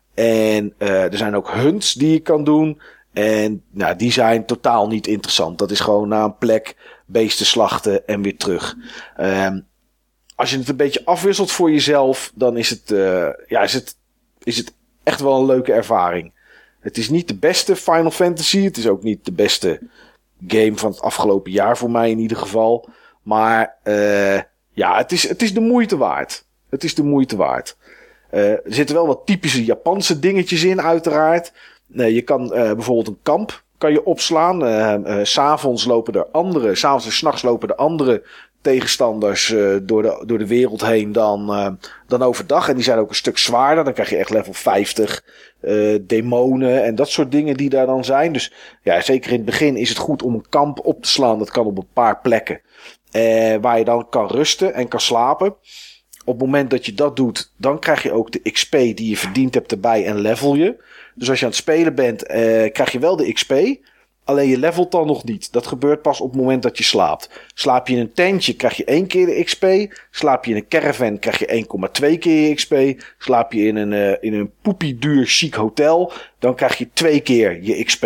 En uh, er zijn ook hunts die je kan doen. En nou, die zijn totaal niet interessant. Dat is gewoon naar een plek, beesten slachten en weer terug. Um, als je het een beetje afwisselt voor jezelf, dan is het, uh, ja, is het, is het echt wel een leuke ervaring. Het is niet de beste Final Fantasy. Het is ook niet de beste game van het afgelopen jaar voor mij in ieder geval. Maar uh, ja, het is, het is de moeite waard. Het is de moeite waard. Uh, er zitten wel wat typische Japanse dingetjes in, uiteraard. Uh, je kan uh, bijvoorbeeld een kamp kan je opslaan. Uh, uh, 's avonds lopen er andere, 's avonds en 's nachts lopen er andere tegenstanders uh, door, de, door de wereld heen dan, uh, dan overdag. En die zijn ook een stuk zwaarder. Dan krijg je echt level vijftig uh, demonen en dat soort dingen die daar dan zijn. Dus ja, zeker in het begin is het goed om een kamp op te slaan. Dat kan op een paar plekken. Uh, waar je dan kan rusten en kan slapen. Op het moment dat je dat doet, dan krijg je ook de X P die je verdiend hebt erbij en level je. Dus als je aan het spelen bent, uh, krijg je wel de X P. Alleen je levelt dan nog niet. Dat gebeurt pas op het moment dat je slaapt. Slaap je in een tentje, krijg je één keer de X P. Slaap je in een caravan, krijg je één komma twee keer je X P. Slaap je in een, uh, in een poepieduur chic hotel, dan krijg je twee keer je X P.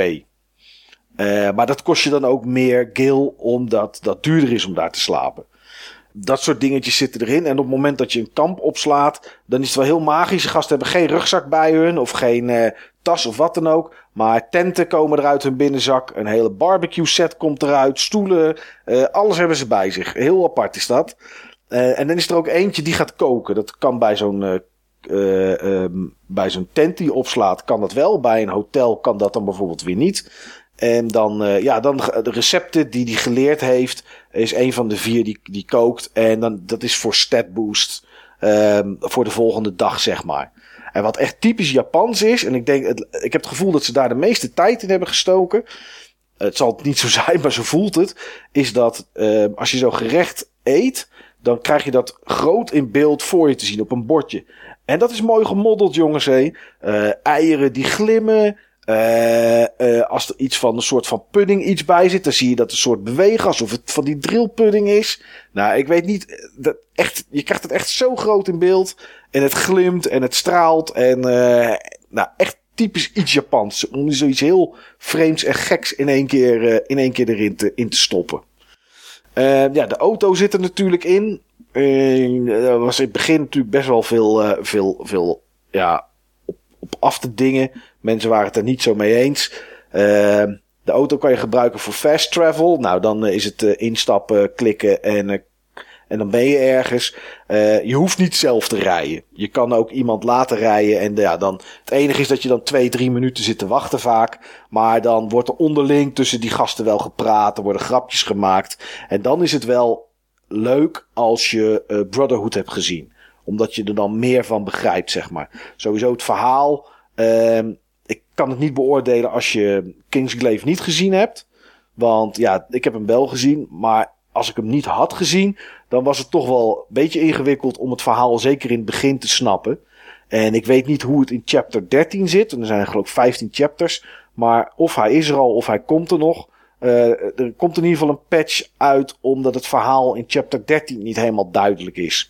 Uh, maar dat kost je dan ook meer gil, omdat dat duurder is om daar te slapen. Dat soort dingetjes zitten erin. En op het moment dat je een kamp opslaat, dan is het wel heel magisch. De gasten hebben geen rugzak bij hun of geen uh, tas of wat dan ook. Maar tenten komen eruit hun binnenzak. Een hele barbecue set komt eruit. Stoelen. Uh, alles hebben ze bij zich. Heel apart is dat. Uh, en dan is er ook eentje die gaat koken. Dat kan bij zo'n, uh, uh, um, bij zo'n tent die je opslaat, kan dat wel. Bij een hotel kan dat dan bijvoorbeeld weer niet. En dan, uh, ja, dan de recepten die hij geleerd heeft, is een van de vier die, die kookt. En dan, dat is voor stat boost. Um, voor de volgende dag, zeg maar. En wat echt typisch Japans is, en ik denk, het, ik heb het gevoel dat ze daar de meeste tijd in hebben gestoken. Het zal het niet zo zijn, maar zo voelt het. Is dat uh, als je zo gerecht eet, dan krijg je dat groot in beeld voor je te zien op een bordje. En dat is mooi gemodeld, jongens. Hé. Uh, eieren die glimmen. Uh, uh, als er iets van een soort van pudding iets bij zit, dan zie je dat een soort bewegen, alsof het van die drillpudding is. Nou, ik weet niet, dat echt, je krijgt het echt zo groot in beeld. En het glimt en het straalt. En uh, nou, echt typisch iets Japans. Om zoiets heel vreemds en geks in één keer, uh, in één keer erin te, in te stoppen. Uh, ja, de auto zit er natuurlijk in. Uh, er was in het begin natuurlijk best wel veel, uh, veel, veel, ja, op, op af te dingen. Mensen waren het er niet zo mee eens. Uh, de auto kan je gebruiken voor fast travel. Nou, dan uh, is het uh, instappen, klikken en, uh, en dan ben je ergens. Uh, je hoeft niet zelf te rijden. Je kan ook iemand laten rijden. En ja, dan, het enige is dat je dan twee, drie minuten zit te wachten vaak. Maar dan wordt er onderling tussen die gasten wel gepraat. Er worden grapjes gemaakt. En dan is het wel leuk als je uh, Brotherhood hebt gezien. Omdat je er dan meer van begrijpt, zeg maar. Sowieso het verhaal. Uh, ik kan het niet beoordelen als je Kingsglaive niet gezien hebt. Want ja, ik heb hem wel gezien. Maar als ik hem niet had gezien, dan was het toch wel een beetje ingewikkeld om het verhaal zeker in het begin te snappen. En ik weet niet hoe het in chapter dertien zit. En er zijn geloof ik vijftien chapters. Maar of hij is er al of hij komt er nog. Uh, er komt in ieder geval een patch uit, omdat het verhaal in chapter dertien niet helemaal duidelijk is.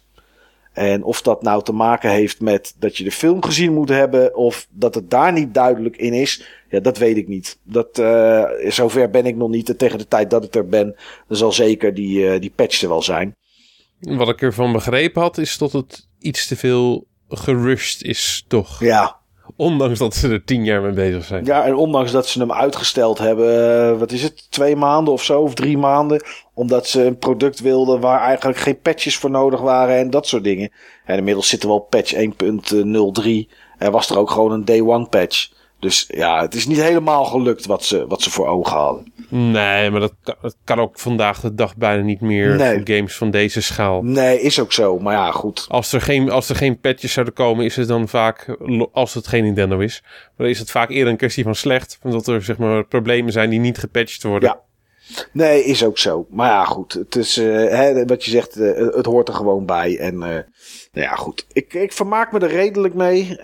En of dat nou te maken heeft met dat je de film gezien moet hebben, of dat het daar niet duidelijk in is, ja, dat weet ik niet. Dat, uh, zover ben ik nog niet. En tegen de tijd dat ik er ben, dan zal zeker die, uh, die patch er wel zijn. Wat ik ervan begrepen had, is dat het iets te veel gerushed is, toch? Ja. Ondanks dat ze er tien jaar mee bezig zijn. Ja, en ondanks dat ze hem uitgesteld hebben, uh, wat is het, twee maanden of zo, of drie maanden. Omdat ze een product wilden waar eigenlijk geen patches voor nodig waren en dat soort dingen. En inmiddels zit er wel patch één punt nul drie. Er was er ook gewoon een day one patch. Dus ja, het is niet helemaal gelukt wat ze, wat ze voor ogen hadden. Nee, maar dat, dat kan ook vandaag de dag bijna niet meer nee. voor games van deze schaal. Nee, is ook zo. Maar ja, goed. Als er geen, als er geen patches zouden komen, is het dan vaak, als het geen Nintendo is, dan is het vaak eerder een kwestie van slecht. Omdat er zeg maar problemen zijn die niet gepatcht worden. Ja. Nee, is ook zo. Maar ja, goed. Het is, uh, hè, wat je zegt, uh, het hoort er gewoon bij. En uh, nou ja, goed. Ik, ik vermaak me er redelijk mee.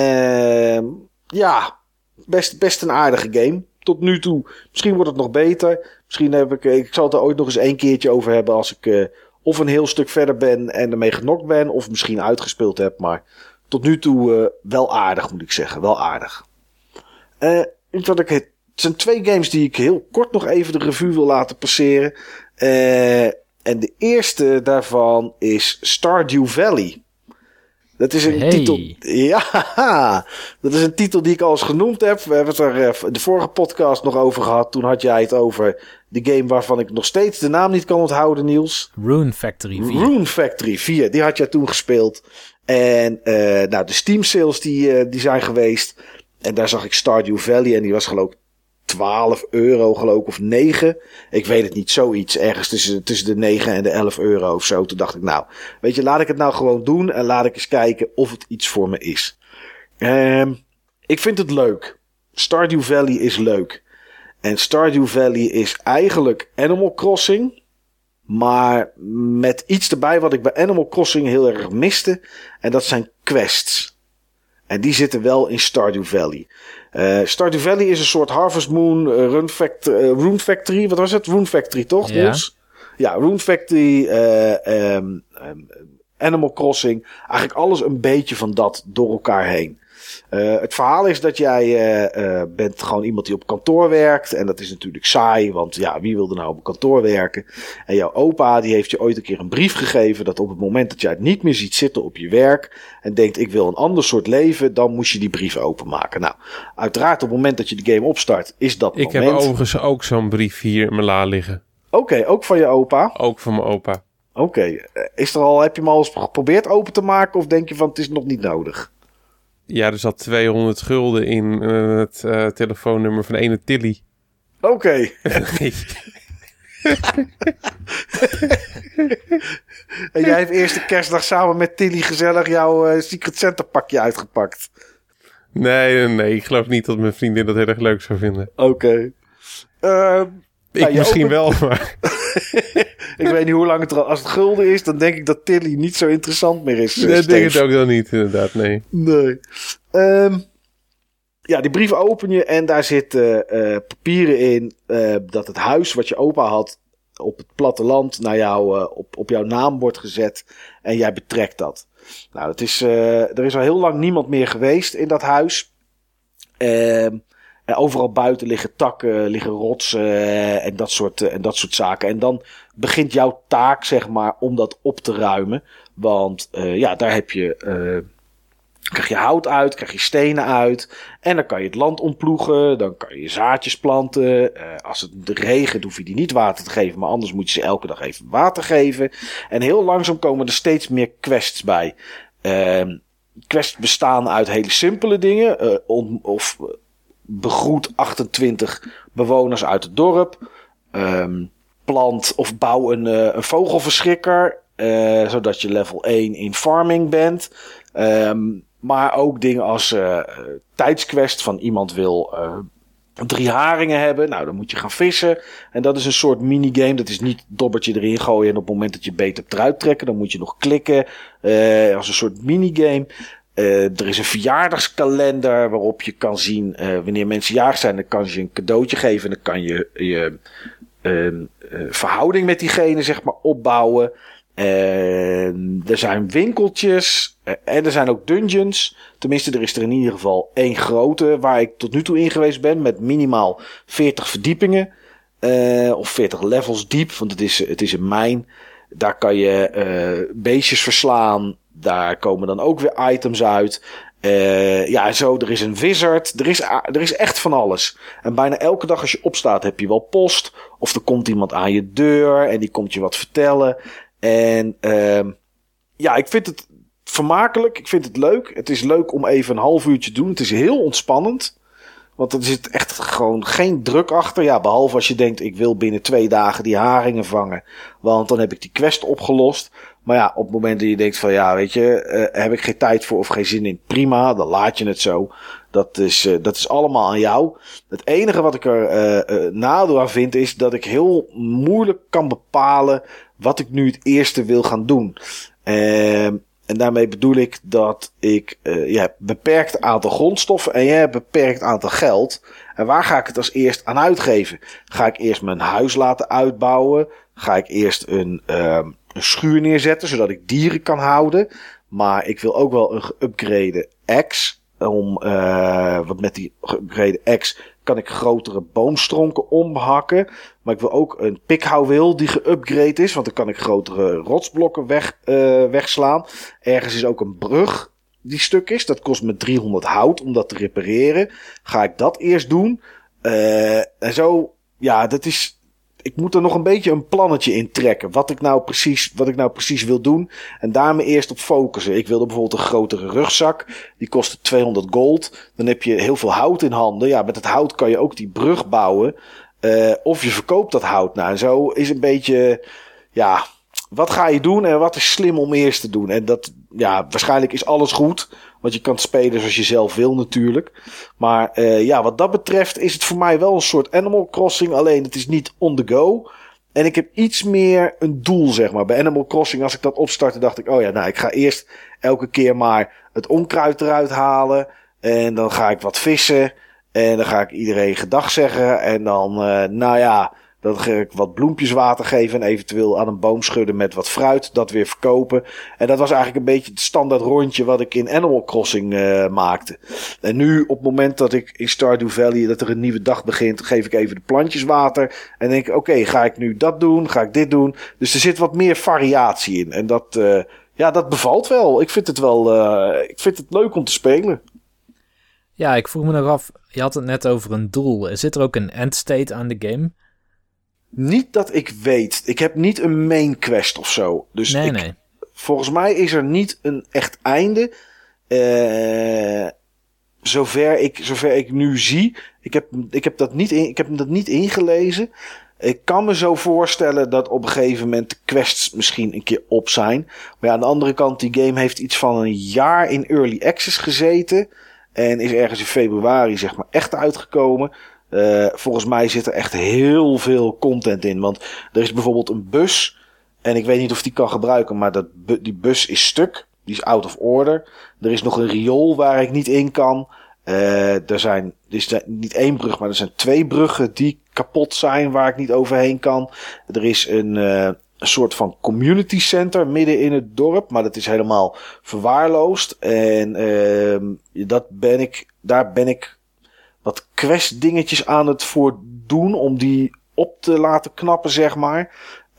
Uh, ja, best, best een aardige game. Tot nu toe. Misschien wordt het nog beter. Misschien heb ik, ik zal het er ooit nog eens één keertje over hebben als ik uh, of een heel stuk verder ben en ermee genokt ben. Of misschien uitgespeeld heb. Maar tot nu toe uh, wel aardig, moet ik zeggen. Wel aardig. Uh, iets wat ik het Het zijn twee games die ik heel kort nog even de revue wil laten passeren. Uh, en de eerste daarvan is Stardew Valley. Dat is een hey. titel... Ja, dat is een titel die ik al eens genoemd heb. We hebben het er uh, de vorige podcast nog over gehad. Toen had jij het over de game waarvan ik nog steeds de naam niet kan onthouden, Niels. Rune Factory vier. Rune Factory vier, die had jij toen gespeeld. En uh, nou, de Steam sales die, uh, die zijn geweest. En daar zag ik Stardew Valley en die was geloof ik twaalf euro geloof ik, of negen. Ik weet het niet, zoiets. Ergens tussen, tussen de negen en de elf euro of zo. Toen dacht ik, nou, weet je, laat ik het nou gewoon doen. En laat ik eens kijken of het iets voor me is. Um, ik vind het leuk. Stardew Valley is leuk. En Stardew Valley is eigenlijk Animal Crossing. Maar met iets erbij wat ik bij Animal Crossing heel erg miste. En dat zijn quests. En die zitten wel in Stardew Valley. Uh, Stardew Valley is een soort Harvest Moon, uh, Rune, Fact- uh, Rune Factory. Wat was het? Rune Factory, toch? Ja. Dus? Ja, Rune Factory, uh, um, um, Animal Crossing. Eigenlijk alles een beetje van dat door elkaar heen. Uh, het verhaal is dat jij uh, uh, bent gewoon iemand die op kantoor werkt. En dat is natuurlijk saai, want ja, wie wil er nou op kantoor werken? En jouw opa die heeft je ooit een keer een brief gegeven dat op het moment dat jij het niet meer ziet zitten op je werk en denkt ik wil een ander soort leven, dan moest je die brief openmaken. Nou, uiteraard op het moment dat je de game opstart is dat ik moment. Ik heb overigens ook zo'n brief hier in mijn la liggen. Oké, okay, ook van je opa? Ook van mijn opa. Oké, okay. Is er al, heb je hem al eens geprobeerd open te maken of denk je van het is nog niet nodig? Ja, er zat tweehonderd gulden in uh, het uh, telefoonnummer van ene Tilly. Oké. Okay. En jij hebt eerste kerstdag samen met Tilly gezellig jouw uh, Secret Santa pakje uitgepakt. Nee, nee, ik geloof niet dat mijn vriendin dat heel erg leuk zou vinden. Oké. Okay. Uh, ik nou, misschien open... wel, maar... Ik weet niet hoe lang het er al... Als het gulden is, dan denk ik dat Tilly niet zo interessant meer is. Nee, dat denk ik ook dan niet, inderdaad, nee. Nee. Um, ja, die brief open je en daar zitten uh, papieren in uh, dat het huis wat je opa had op het platteland naar jou, uh, op, op jouw naam wordt gezet en jij betrekt dat. Nou, het is, uh, er is al heel lang niemand meer geweest in dat huis. Uh, en overal buiten liggen takken, liggen rotsen uh, en, dat soort, uh, en dat soort zaken. En dan begint jouw taak, zeg maar, om dat op te ruimen. Want uh, ja, daar heb je... Uh, krijg je hout uit, krijg je stenen uit. En dan kan je het land omploegen. Dan kan je zaadjes planten. Uh, als het regent hoef je die niet water te geven. Maar anders moet je ze elke dag even water geven. En heel langzaam komen er steeds meer quests bij. Uh, quests bestaan uit hele simpele dingen. Uh, on, of uh, begroet achtentwintig bewoners uit het dorp. Um, plant of bouw een, uh, een vogelverschrikker. Uh, zodat je level één in farming bent. Um, maar ook dingen als uh, tijdsquest van iemand wil uh, drie haringen hebben. Nou, dan moet je gaan vissen. En dat is een soort minigame. Dat is niet dobbertje erin gooien en op het moment dat je beter hebt eruit trekken, dan moet je nog klikken. Uh, als een soort minigame. Uh, er is een verjaardagskalender waarop je kan zien uh, wanneer mensen jarig zijn. Dan kan je een cadeautje geven en dan kan je je uh, uh, verhouding met diegene zeg maar opbouwen. Uh, er zijn winkeltjes uh, en er zijn ook dungeons. Tenminste, er is er in ieder geval één grote waar ik tot nu toe in geweest ben met minimaal veertig verdiepingen. Uh, of veertig levels diep, want het is, het is een mijn. Daar kan je uh, beestjes verslaan. Daar komen dan ook weer items uit. Uh, ja, en zo, er is een wizard. Er is, er is echt van alles. En bijna elke dag als je opstaat heb je wel post. Of er komt iemand aan je deur en die komt je wat vertellen. En uh, ja, ik vind het vermakelijk. Ik vind het leuk. Het is leuk om even een half uurtje te doen. Het is heel ontspannend. Want er zit echt gewoon geen druk achter. Ja, behalve als je denkt, ik wil binnen twee dagen die haringen vangen. Want dan heb ik die quest opgelost. Maar ja, op het moment dat je denkt van ja, weet je, uh, heb ik geen tijd voor of geen zin in. Prima, dan laat je het zo. Dat is, uh, dat is allemaal aan jou. Het enige wat ik er uh, uh, nadeel aan vind is dat ik heel moeilijk kan bepalen wat ik nu het eerste wil gaan doen. Uh, en daarmee bedoel ik dat ik, uh, je hebt een beperkt aantal grondstoffen en je hebt een beperkt aantal geld. En waar ga ik het als eerst aan uitgeven? Ga ik eerst mijn huis laten uitbouwen? Ga ik eerst een, uh, een schuur neerzetten zodat ik dieren kan houden? Maar ik wil ook wel een geüpgrade axe. Om, uh, want met die geüpgrade axe kan ik grotere boomstronken omhakken. Maar ik wil ook een pikhouweel die geüpgrade is. Want dan kan ik grotere rotsblokken weg, uh, wegslaan. Ergens is ook een brug die stuk is. Dat kost me driehonderd hout om dat te repareren. Ga ik dat eerst doen. Uh, en zo, ja, dat is... Ik moet er nog een beetje een plannetje in trekken. Wat ik nou precies, wat ik nou precies wil doen. En daar me eerst op focussen. Ik wilde bijvoorbeeld een grotere rugzak. Die kostte tweehonderd gold. Dan heb je heel veel hout in handen. Ja, met het hout kan je ook die brug bouwen. Uh, of je verkoopt dat hout. Nou, en zo is een beetje... Ja, wat ga je doen en wat is slim om eerst te doen? En dat, ja, waarschijnlijk is alles goed. Want je kan het spelen zoals je zelf wil natuurlijk. Maar uh, ja, wat dat betreft is het voor mij wel een soort Animal Crossing. Alleen het is niet on the go. En ik heb iets meer een doel, zeg maar. Bij Animal Crossing, als ik dat opstartte, dacht ik... Oh ja, nou, ik ga eerst elke keer maar het onkruid eruit halen. En dan ga ik wat vissen. En dan ga ik iedereen gedag zeggen. En dan, uh, nou ja... Dan ga ik wat bloempjes water geven en eventueel aan een boom schudden met wat fruit. Dat weer verkopen. En dat was eigenlijk een beetje het standaard rondje wat ik in Animal Crossing uh, maakte. En nu op het moment dat ik in Stardew Valley, dat er een nieuwe dag begint, geef ik even de plantjes water. En denk ik, oké, okay, ga ik nu dat doen? Ga ik dit doen? Dus er zit wat meer variatie in. En dat, uh, ja, dat bevalt wel. Ik vind het wel, uh, ik vind het leuk om te spelen. Ja, ik vroeg me nog af, je had het net over een doel. Zit er ook een end state aan de game? Niet dat ik weet. Ik heb niet een main quest of zo. Dus nee, ik, nee. Volgens mij is er niet een echt einde. Uh, zover, ik, zover ik nu zie. Ik heb, ik, heb dat niet in, ik heb dat niet ingelezen. Ik kan me zo voorstellen dat op een gegeven moment de quests misschien een keer op zijn. Maar ja, aan de andere kant, die game heeft iets van een jaar in early access gezeten. En is ergens in februari zeg maar echt uitgekomen. Uh, volgens mij zit er echt heel veel content in. Want er is bijvoorbeeld een bus. En ik weet niet of die kan gebruiken. Maar dat bu- die bus is stuk. Die is out of order. Er is nog een riool waar ik niet in kan. Uh, er zijn er is niet één brug, maar er zijn twee bruggen die kapot zijn. Waar ik niet overheen kan. Er is een, uh, een soort van community center midden in het dorp. Maar dat is helemaal verwaarloosd. En uh, dat ben ik, daar ben ik... wat quest dingetjes aan het voor doen om die op te laten knappen, zeg maar.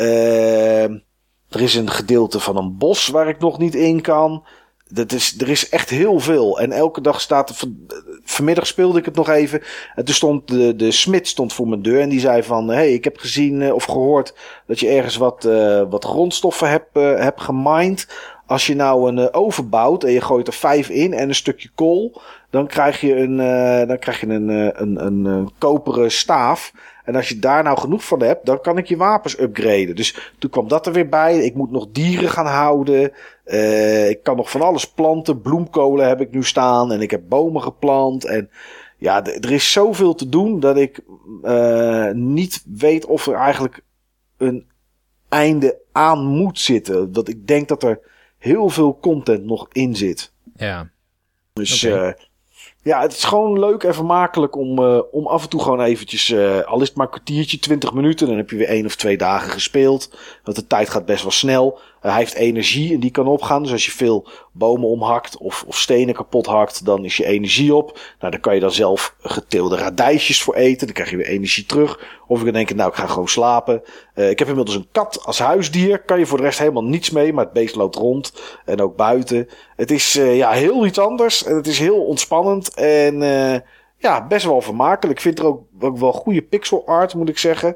Uh, er is een gedeelte van een bos waar ik nog niet in kan. Dat is, er is echt heel veel. En elke dag staat er... Vanmiddag speelde ik het nog even. En toen stond de, de smid stond voor mijn deur. En die zei van... Hé, hey, ik heb gezien uh, of gehoord dat je ergens wat, uh, wat grondstoffen hebt, uh, hebt gemined. Als je nou een uh, oven bouwt en je gooit er vijf in en een stukje kool... Dan krijg je een, uh, dan krijg je een, uh, een, een, een koperen staaf. En als je daar nou genoeg van hebt, dan kan ik je wapens upgraden. Dus toen kwam dat er weer bij. Ik moet nog dieren gaan houden. Uh, ik kan nog van alles planten. Bloemkolen heb ik nu staan. En ik heb bomen geplant. En ja, d- er is zoveel te doen dat ik uh, niet weet of er eigenlijk een einde aan moet zitten. Dat ik denk dat er heel veel content nog in zit. Ja. Dus okay. uh, ja, het is gewoon leuk en vermakelijk om, uh, om af en toe gewoon eventjes, uh, al is het maar een kwartiertje, twintig minuten, dan heb je weer één of twee dagen gespeeld. Want de tijd gaat best wel snel. Uh, hij heeft energie en die kan opgaan. Dus als je veel bomen omhakt of, of stenen kapot hakt, dan is je energie op. Nou, dan kan je dan zelf geteelde radijsjes voor eten. Dan krijg je weer energie terug. Of je kan denken, nou, ik ga gewoon slapen. Uh, ik heb inmiddels een kat als huisdier. Kan je voor de rest helemaal niets mee, maar het beest loopt rond. En ook buiten. Het is uh, ja heel iets anders. En het is heel ontspannend. En uh, ja, best wel vermakelijk. Ik vind er ook, ook wel goede pixel art, moet ik zeggen.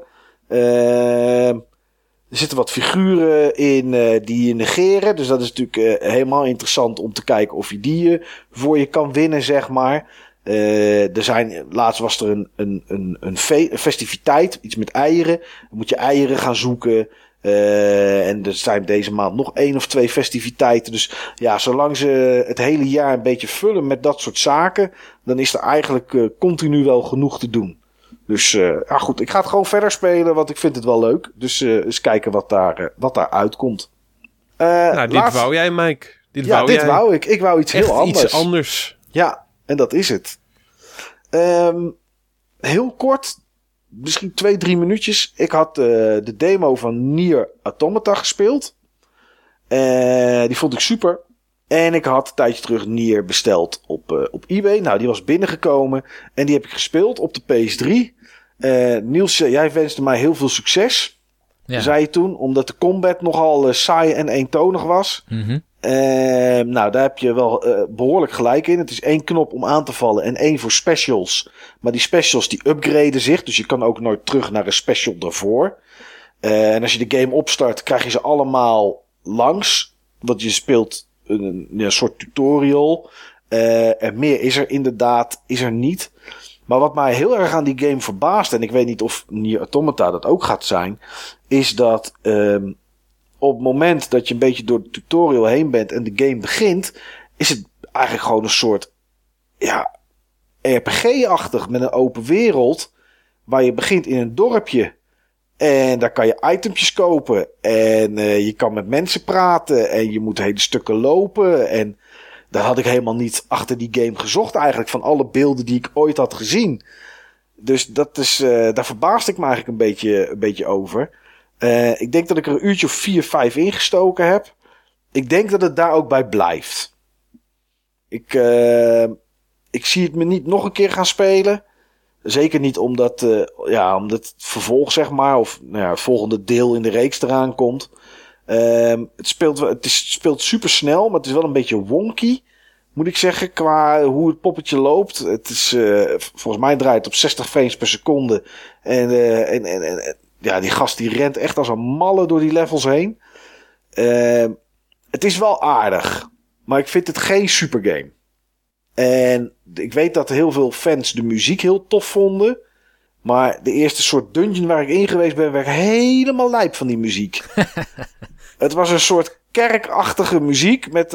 Uh, Er zitten wat figuren in uh, die je negeren. Dus dat is natuurlijk uh, helemaal interessant om te kijken of je die uh, voor je kan winnen, zeg maar. Uh, er zijn, laatst was er een, een, een, een, fe- een festiviteit, iets met eieren. Dan moet je eieren gaan zoeken. Uh, en er zijn deze maand nog één of twee festiviteiten. Dus ja, zolang ze het hele jaar een beetje vullen met dat soort zaken, dan is er eigenlijk uh, continu wel genoeg te doen. Dus uh, ja, goed, ik ga het gewoon verder spelen, want ik vind het wel leuk. Dus uh, eens kijken wat daar, uh, wat daar uitkomt. Uh, nou, dit laatst... wou jij, Mike. Dit ja, wou dit jij. wou ik. Ik wou iets Echt heel anders. iets anders. Ja, en dat is het. Um, heel kort, misschien twee, drie minuutjes. Ik had uh, de demo van Nier Automata gespeeld. Uh, die vond ik super. En ik had een tijdje terug Nier besteld op, uh, op eBay. Nou, die was binnengekomen. En die heb ik gespeeld op de P S drie. Uh, Niels, jij wenste mij heel veel succes. Ja. Zei je toen. Omdat de combat nogal uh, saai en eentonig was. Mm-hmm. Uh, nou, daar heb je wel uh, behoorlijk gelijk in. Het is één knop om aan te vallen en één voor specials. Maar die specials die upgraden zich. Dus je kan ook nooit terug naar een special daarvoor. Uh, en als je de game opstart, krijg je ze allemaal langs. Want je speelt een, een soort tutorial. Uh, en meer is er inderdaad is er niet. Maar wat mij heel erg aan die game verbaast, en ik weet niet of Nier Automata dat ook gaat zijn, is dat um, op het moment dat je een beetje door de tutorial heen bent en de game begint, is het eigenlijk gewoon een soort ja, R P G-achtig met een open wereld, waar je begint in een dorpje. En daar kan je itempjes kopen. En uh, je kan met mensen praten. En je moet hele stukken lopen. En daar had ik helemaal niet achter die game gezocht eigenlijk. Van alle beelden die ik ooit had gezien. Dus dat is, uh, daar verbaasde ik me eigenlijk een beetje, een beetje over. Uh, ik denk dat ik er een uurtje of vier, vijf ingestoken heb. Ik denk dat het daar ook bij blijft. Ik, uh, ik zie het me niet nog een keer gaan spelen. Zeker niet omdat, uh, ja, omdat het vervolg, zeg maar, of nou ja, het volgende deel in de reeks eraan komt. Um, het speelt, het is, speelt super snel, maar het is wel een beetje wonky, moet ik zeggen, qua hoe het poppetje loopt. Het is, uh, volgens mij draait het op zestig frames per seconde. En, uh, en, en, en ja, die gast die rent echt als een malle door die levels heen. Uh, het is wel aardig, maar ik vind het geen supergame. En ik weet dat heel veel fans de muziek heel tof vonden. Maar de eerste soort dungeon waar ik in geweest ben, werd helemaal lijp van die muziek. Het was een soort kerkachtige muziek met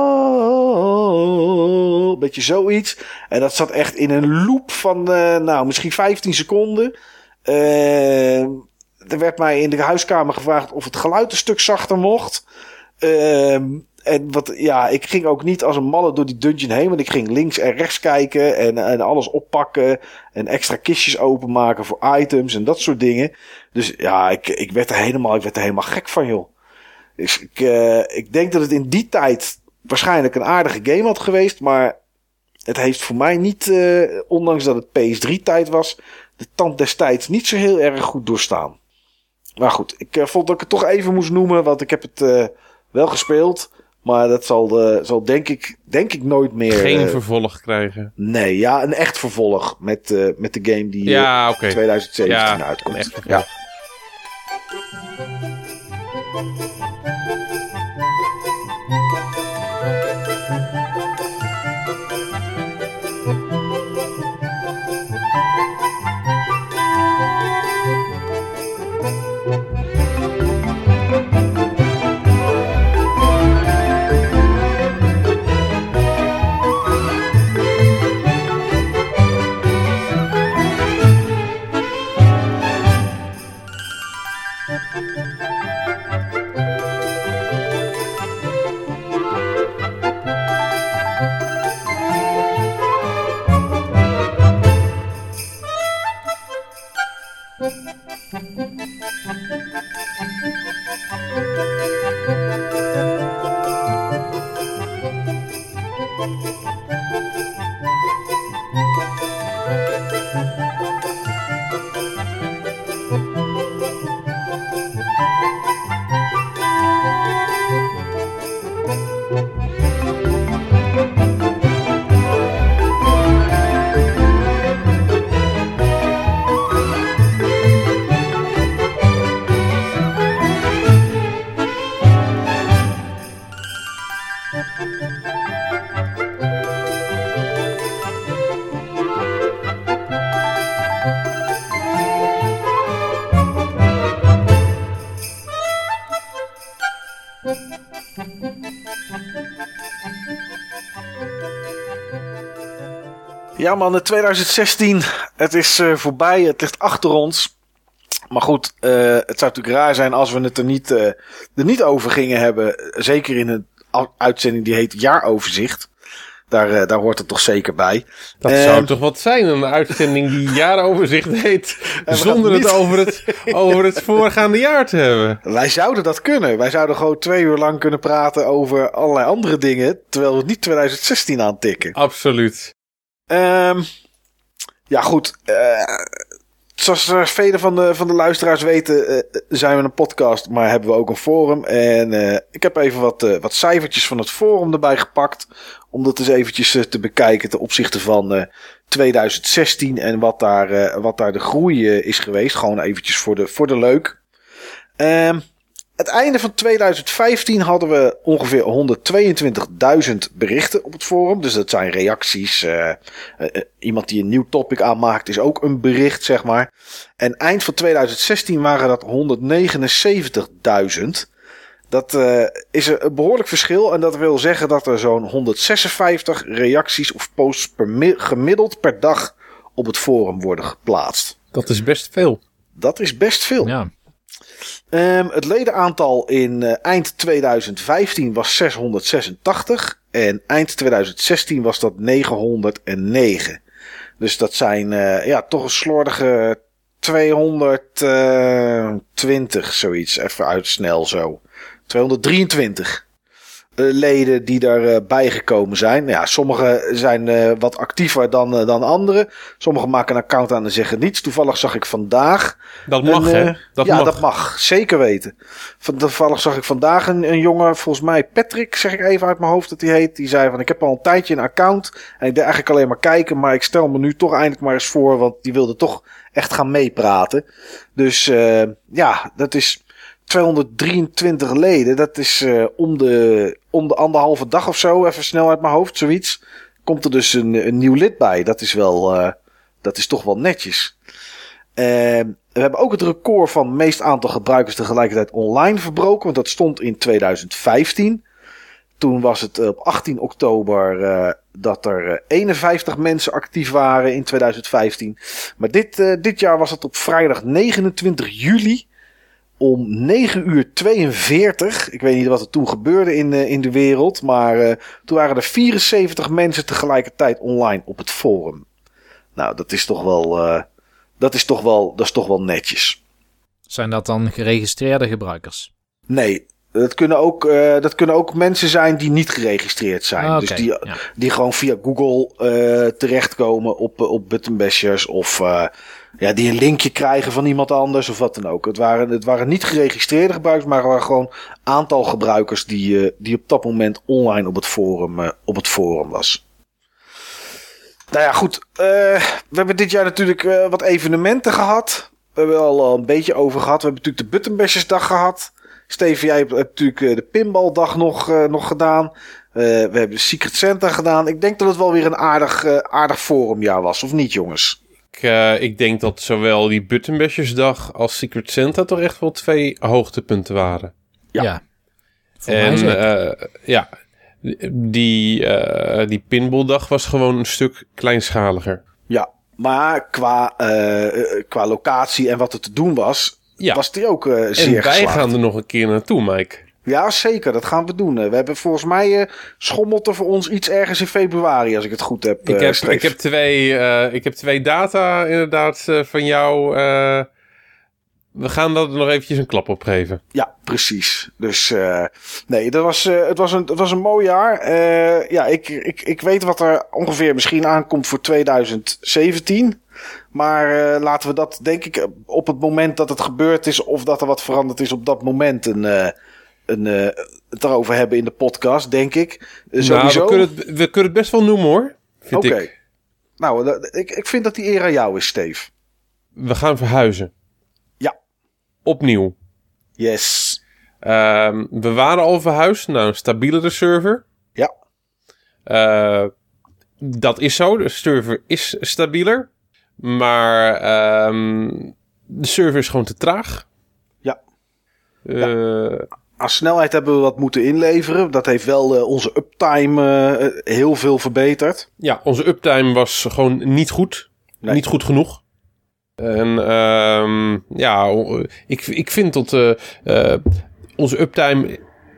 een beetje zoiets. En dat zat echt in een loop van uh, nou misschien vijftien seconden. Uh, er werd mij in de huiskamer gevraagd of het geluid een stuk zachter mocht. Uh, En wat, ja, ik ging ook niet als een malle door die dungeon heen. Want ik ging links en rechts kijken. En, en alles oppakken. En extra kistjes openmaken voor items. En dat soort dingen. Dus ja, ik, ik, werd, er helemaal, ik werd er helemaal gek van, joh. Dus ik, uh, ik denk dat het in die tijd waarschijnlijk een aardige game had geweest. Maar het heeft voor mij niet, uh, ondanks dat het P S drie tijd was, de tand destijds niet zo heel erg goed doorstaan. Maar goed, ik uh, vond dat ik het toch even moest noemen. Want ik heb het uh, wel gespeeld. Maar dat zal, uh, zal denk ik, denk ik nooit meer... Geen uh, vervolg krijgen. Nee, ja, een echt vervolg met, uh, met de game die ja, in okay. twintig zeventien ja, uitkomt. Een echt vervolg. Ja. Ja man, twintig zestien, het is uh, voorbij, het ligt achter ons. Maar goed, uh, het zou natuurlijk raar zijn als we het er niet, uh, er niet over gingen hebben. Zeker in een uitzending die heet Jaaroverzicht. Daar, uh, daar hoort het toch zeker bij. Dat um, zou toch wat zijn, een uitzending die jaaroverzicht heet, zonder het over, het over het voorgaande jaar te hebben. Wij zouden dat kunnen. Wij zouden gewoon twee uur lang kunnen praten over allerlei andere dingen, terwijl we niet twintig zestien aantikken. Absoluut. Um, ja, goed. Uh, Zoals uh, vele van de, van de luisteraars weten, uh, zijn we een podcast, maar hebben we ook een forum. En uh, ik heb even wat, uh, wat cijfertjes van het forum erbij gepakt. Om dat eens eventjes uh, te bekijken ten opzichte van uh, twintig zestien en wat daar, uh, wat daar de groei uh, is geweest. Gewoon eventjes voor de, voor de leuk. Um, het einde van twintig vijftien hadden we ongeveer honderdtweeëntwintigduizend berichten op het forum. Dus dat zijn reacties. Uh, uh, iemand die een nieuw topic aanmaakt is ook een bericht, zeg maar. En eind van twintig zestien waren dat honderdnegenenzeventigduizend. Dat uh, is een behoorlijk verschil. En dat wil zeggen dat er zo'n honderdzesenvijftig reacties of posts per gemiddeld per dag op het forum worden geplaatst. Dat is best veel. Dat is best veel. Ja. Um, het ledenaantal in uh, eind twintig vijftien was zeshonderdzesentachtig. En eind twintig zestien was dat negenhonderdnegen. Dus dat zijn uh, ja, toch een slordige tweehonderdtwintig, zoiets. Even uit snel zo. tweehonderddrieëntwintig uh, leden die daarbij uh, bijgekomen zijn. Ja, sommige zijn uh, wat actiever dan, uh, dan anderen. Sommigen maken een account aan en zeggen niets. Toevallig zag ik vandaag... Dat mag, een, uh, hè? Dat ja, mag. dat mag. Zeker weten. Toevallig zag ik vandaag een, een jongen, volgens mij Patrick, zeg ik even uit mijn hoofd dat hij heet. Die zei van, ik heb al een tijdje een account. En ik deed eigenlijk alleen maar kijken. Maar ik stel me nu toch eindelijk maar eens voor. Want die wilde toch echt gaan meepraten. Dus uh, ja, dat is... tweehonderddrieëntwintig leden, dat is uh, om, de, om de anderhalve dag of zo, even snel uit mijn hoofd, zoiets. Komt er dus een, een nieuw lid bij. Dat is wel, uh, dat is toch wel netjes. Uh, we hebben ook het record van het meest aantal gebruikers tegelijkertijd online verbroken, want dat stond in twintig vijftien. Toen was het op achttien oktober uh, dat er uh, eenenvijftig mensen actief waren in twintig vijftien. Maar dit, uh, dit jaar was het op vrijdag negenentwintig juli. Om negen uur tweeënveertig, ik weet niet wat er toen gebeurde in, uh, in de wereld, maar uh, toen waren er vierenzeventig mensen tegelijkertijd online op het forum. Nou, dat is toch wel, uh, dat is toch wel, dat is toch wel netjes. Zijn dat dan geregistreerde gebruikers? Nee, dat kunnen ook, uh, dat kunnen ook mensen zijn die niet geregistreerd zijn. Ah, okay. Dus die, ja. die gewoon via Google uh, terechtkomen op, op buttonbashers of... Uh, Ja, die een linkje krijgen van iemand anders of wat dan ook. Het waren, het waren niet geregistreerde gebruikers, maar er waren gewoon aantal gebruikers die, uh, die op dat moment online op het forum, uh, op het forum was. Nou ja, goed. Uh, we hebben dit jaar natuurlijk uh, wat evenementen gehad. We hebben al een beetje over gehad. We hebben natuurlijk de Buttonbashersdag gehad. Steven, jij hebt, hebt natuurlijk uh, de Pinballdag nog, uh, nog gedaan. Uh, we hebben de Secret Santa gedaan. Ik denk dat het wel weer een aardig, uh, aardig forumjaar was, of niet, jongens? Ik, uh, ik denk dat zowel die Buttonbashersdag als Secret Santa toch echt wel twee hoogtepunten waren. Ja. ja. En uh, ja, die, uh, die Pinballdag was gewoon een stuk kleinschaliger. Ja, maar qua, uh, qua locatie en wat er te doen was, ja. was die ook uh, zeer geslaagd. En wij gaan er nog een keer naartoe, Mike. Ja, zeker. Dat gaan we doen. We hebben volgens mij uh, schommelt er voor ons iets ergens in februari, als ik het goed heb. Uh, ik, heb ik, heb twee, uh, ik heb twee data inderdaad uh, van jou. Uh, we gaan daar nog eventjes een klap op geven. Ja, precies. Dus uh, nee, dat was, uh, het, was een, het was een mooi jaar. Uh, ja, ik, ik, ik weet wat er ongeveer misschien aankomt voor twintig zeventien. Maar uh, laten we dat, denk ik, op het moment dat het gebeurd is of dat er wat veranderd is op dat moment een... Uh, Een, uh, het erover hebben in de podcast, denk ik. Uh, sowieso. Nou, we, kunnen het, we kunnen het best wel noemen, hoor. Oké. Okay. Nou, uh, ik, ik vind dat die eer aan jou is, Steve. We gaan verhuizen. Ja. Opnieuw. Yes. Uh, we waren al verhuisd naar een stabielere server. Ja. Uh, dat is zo. De server is stabieler. Maar uh, de server is gewoon te traag. Ja. Uh, ja. Aan snelheid hebben we wat moeten inleveren. Dat heeft wel uh, onze uptime uh, heel veel verbeterd. Ja, onze uptime was gewoon niet goed. Nee. Niet goed genoeg. En uh, ja, ik, ik vind dat uh, uh, onze uptime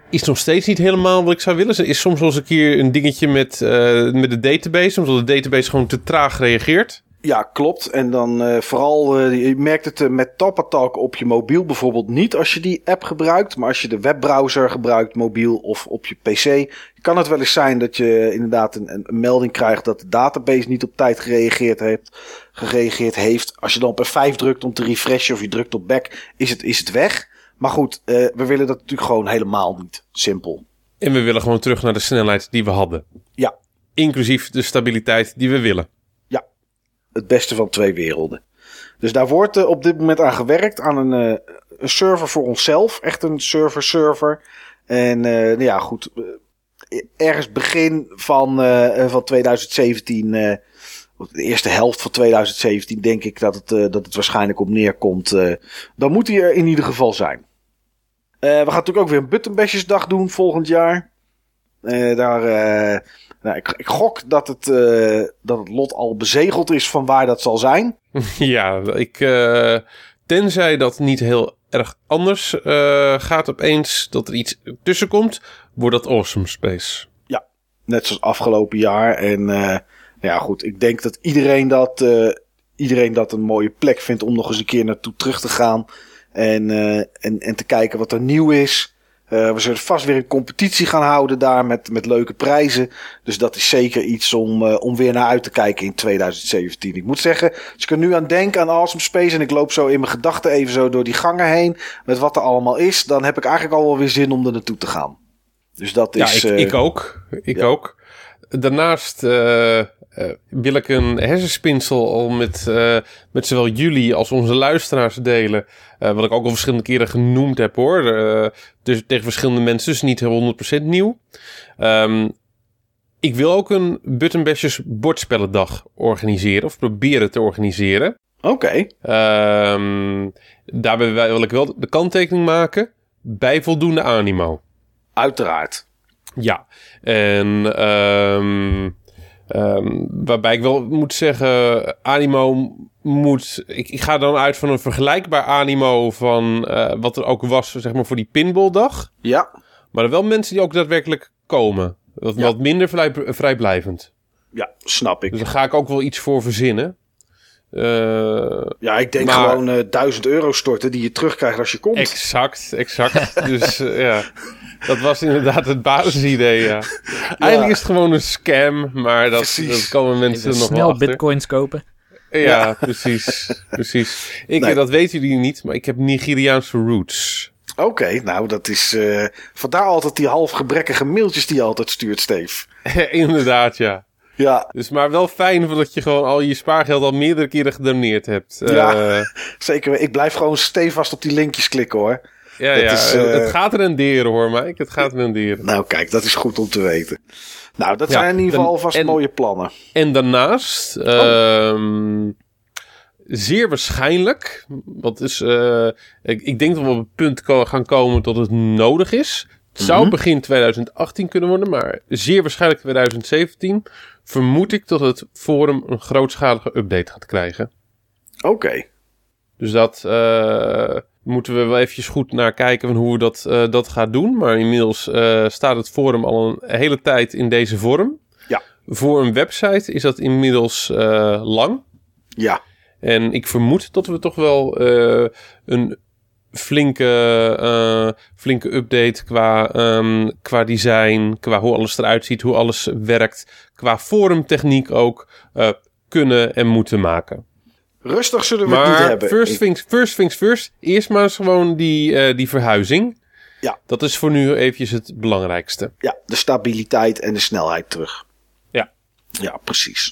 is nog steeds niet helemaal wat ik zou willen. Er is soms wel eens een keer een dingetje met, uh, met de database. Soms dat de database gewoon te traag reageert. Ja, klopt. En dan uh, vooral, uh, je merkt het uh, met TalkAttack op je mobiel bijvoorbeeld niet als je die app gebruikt. Maar als je de webbrowser gebruikt, mobiel of op je pc, kan het wel eens zijn dat je inderdaad een, een melding krijgt dat de database niet op tijd gereageerd heeft. Gereageerd heeft. Als je dan op F vijf drukt om te refreshen of je drukt op back, is het, is het weg. Maar goed, uh, we willen dat natuurlijk gewoon helemaal niet. Simpel. En we willen gewoon terug naar de snelheid die we hadden. Ja. Inclusief de stabiliteit die we willen. Ja. Het beste van twee werelden. Dus daar wordt uh, op dit moment aan gewerkt. Aan een, uh, een server voor onszelf. Echt een server-server. En uh, nou ja, goed. Uh, ergens begin van, uh, van twintig zeventien... Uh, de eerste helft van twintig zeventien denk ik dat het, uh, dat het waarschijnlijk op neerkomt. Uh, dan moet hij er in ieder geval zijn. Uh, we gaan natuurlijk ook weer een Buttonbashesdag doen volgend jaar. Uh, daar, uh, nou, ik, ik gok dat het, uh, dat het lot al bezegeld is van waar dat zal zijn. Ja, ik, uh, tenzij dat niet heel erg anders uh, gaat opeens, dat er iets tussen komt, wordt dat Awesome Space. Ja, net zoals afgelopen jaar. En uh, ja goed, ik denk dat iedereen dat, uh, iedereen dat een mooie plek vindt om nog eens een keer naartoe terug te gaan. En, uh, en, en te kijken wat er nieuw is. Uh, we zullen vast weer een competitie gaan houden daar met, met leuke prijzen. Dus dat is zeker iets om, uh, om weer naar uit te kijken in twintig zeventien. Ik moet zeggen, als ik er nu aan denk aan Awesome Space en ik loop zo in mijn gedachten even zo door die gangen heen met wat er allemaal is, dan heb ik eigenlijk al wel weer zin om er naartoe te gaan. Dus dat is... Ja, ik, uh, ik ook. Ik ja. ook. Daarnaast uh, uh, wil ik een hersenspinsel al met, uh, met zowel jullie als onze luisteraars delen. Uh, wat ik ook al verschillende keren genoemd heb hoor. Uh, dus tegen verschillende mensen, dus niet honderd procent nieuw. Um, ik wil ook een Buttonbashers bordspellendag organiseren. Of proberen te organiseren. Oké. Okay. Um, daarbij wil ik wel de kanttekening maken. Bij voldoende animo. Uiteraard. Ja, en um, um, waarbij ik wel moet zeggen, animo moet... Ik, ik ga dan uit van een vergelijkbaar animo van uh, wat er ook was, zeg maar, voor die pinballdag. Ja. Maar er wel mensen die ook daadwerkelijk komen. Wat, ja. wat minder vrij, vrijblijvend. Ja, snap ik. Dus daar ga ik ook wel iets voor verzinnen. Uh, ja, ik denk maar, gewoon uh, duizend euro storten die je terugkrijgt als je komt. Exact, exact. Dus uh, ja, dat was inderdaad het basisidee, ja. ja. Eigenlijk is het gewoon een scam, maar dat, dat komen mensen nog wel snel achter. bitcoins kopen. Ja, ja. precies, precies. Ik, nee. Dat weten jullie niet, maar ik heb Nigeriaanse roots. Oké, okay, nou dat is... Uh, vandaar altijd die half gebrekkige mailtjes die je altijd stuurt, Steve. Inderdaad, ja. Ja. Dus maar wel fijn dat je gewoon al je spaargeld al meerdere keren gedoneerd hebt. Ja, uh, zeker. Ik blijf gewoon stevast op die linkjes klikken hoor. Ja, dat ja is, uh, het gaat renderen hoor, Mike. Het gaat renderen. Nou kijk, dat is goed om te weten. Nou, dat ja, zijn in ieder geval alvast en, mooie plannen. En daarnaast, oh. um, zeer waarschijnlijk, wat is, uh, ik, ik denk dat we op het punt ko- gaan komen dat het nodig is. Het zou mm-hmm. begin twintig achttien kunnen worden, maar zeer waarschijnlijk twintig zeventien vermoed ik dat het forum een grootschalige update gaat krijgen. Oké. Okay. Dus dat uh, moeten we wel eventjes goed naar kijken van hoe we dat, uh, dat gaan doen. Maar inmiddels uh, staat het forum al een hele tijd in deze vorm. Ja. Voor een website is dat inmiddels uh, lang. Ja. En ik vermoed dat we toch wel uh, een flinke, uh, flinke update qua, um, qua design, qua hoe alles eruit ziet, hoe alles werkt, qua forumtechniek ook uh, kunnen en moeten maken. Rustig zullen we maar het niet hebben. First things, first things first. Eerst maar eens gewoon die, uh, die verhuizing. Ja. Dat is voor nu eventjes het belangrijkste. Ja, de stabiliteit en de snelheid terug. Ja. Ja, precies.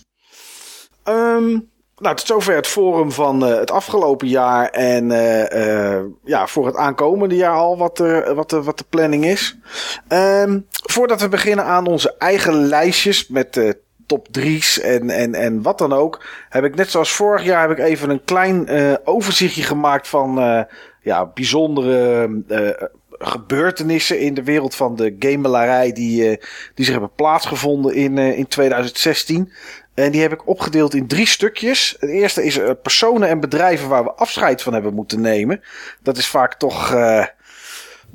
Um, nou, tot zover het forum van uh, het afgelopen jaar. En uh, uh, ja, voor het aankomende jaar al wat, er, wat, de, wat de planning is. Um, voordat we beginnen aan onze eigen lijstjes met uh, top drie's en, en, en wat dan ook, heb ik net zoals vorig jaar heb ik even een klein uh, overzichtje gemaakt van uh, ja, bijzondere uh, gebeurtenissen in de wereld van de gamelarij die, uh, die zich hebben plaatsgevonden in, uh, in twintig zestien. En die heb ik opgedeeld in drie stukjes. Het eerste is uh, personen en bedrijven waar we afscheid van hebben moeten nemen. Dat is vaak toch uh,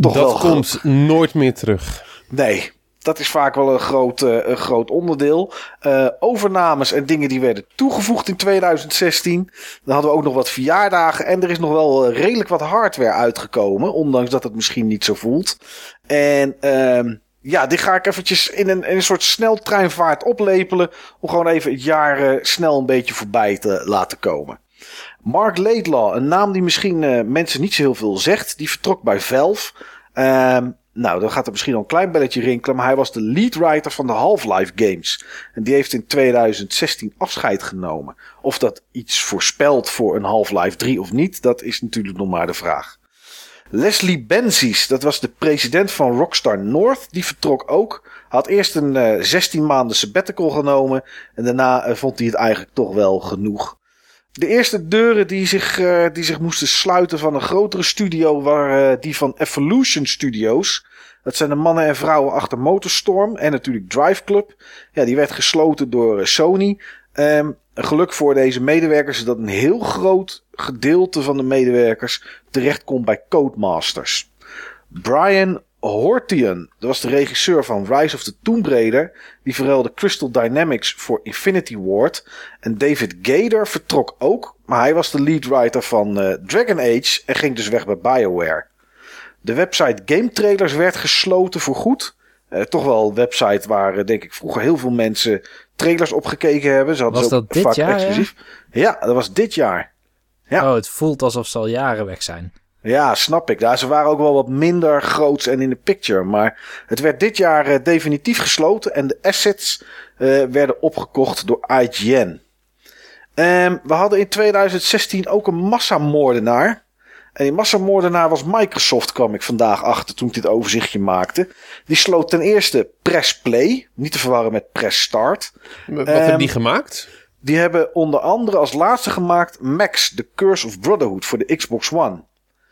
toch dat wel... Dat komt ge- nooit meer terug. Nee, dat is vaak wel een groot, uh, een groot onderdeel. Uh, overnames en dingen die werden toegevoegd in tweeduizend zestien. Dan hadden we ook nog wat verjaardagen. En er is nog wel uh, redelijk wat hardware uitgekomen. Ondanks dat het misschien niet zo voelt. En uh, ja, dit ga ik eventjes in een, in een soort sneltreinvaart oplepelen. Om gewoon even het jaar uh, snel een beetje voorbij te laten komen. Mark Laidlaw, een naam die misschien uh, mensen niet zo heel veel zegt. Die vertrok bij Valve. Uh, Nou, dan gaat er misschien al een klein belletje rinkelen. Maar hij was de leadwriter van de Half-Life games. En die heeft in tweeduizend zestien afscheid genomen. Of dat iets voorspelt voor een Half-Life drie of niet, dat is natuurlijk nog maar de vraag. Leslie Benzies, dat was de president van Rockstar North. Die vertrok ook. Had eerst een uh, zestien maanden sabbatical genomen. En daarna uh, vond hij het eigenlijk toch wel genoeg. De eerste deuren die zich, uh, die zich moesten sluiten van een grotere studio waren uh, die van Evolution Studios. Dat zijn de mannen en vrouwen achter Motorstorm en natuurlijk Drive Club. Ja, die werd gesloten door uh, Sony. Um, geluk voor deze medewerkers is dat een heel groot gedeelte van de medewerkers terecht komt bij Codemasters. Brian Hortian, dat was de regisseur van Rise of the Tomb Raider. Die verruilde Crystal Dynamics voor Infinity Ward. En David Gaider vertrok ook. Maar hij was de leadwriter van uh, Dragon Age en ging dus weg bij BioWare. De website Game Trailers werd gesloten voor goed. Uh, toch wel een website waar uh, denk ik vroeger heel veel mensen trailers op gekeken hebben. Ze hadden was ze ook dat dit vaak jaar? exclusief. Ja? ja, dat was dit jaar. Ja. Oh, het voelt alsof ze al jaren weg zijn. Ja, snap ik. Ja, ze waren ook wel wat minder groots en in de picture. Maar het werd dit jaar uh, definitief gesloten. En de assets uh, werden opgekocht door I G N. Um, we hadden in tweeduizend zestien ook een massamoordenaar. En die massamoordenaar was Microsoft, kwam ik vandaag achter toen ik dit overzichtje maakte. Die sloot ten eerste Press Play. Niet te verwarren met Press Start. Wat um, hebben die gemaakt? Die hebben onder andere als laatste gemaakt Max, The Curse of Brotherhood voor de Xbox One.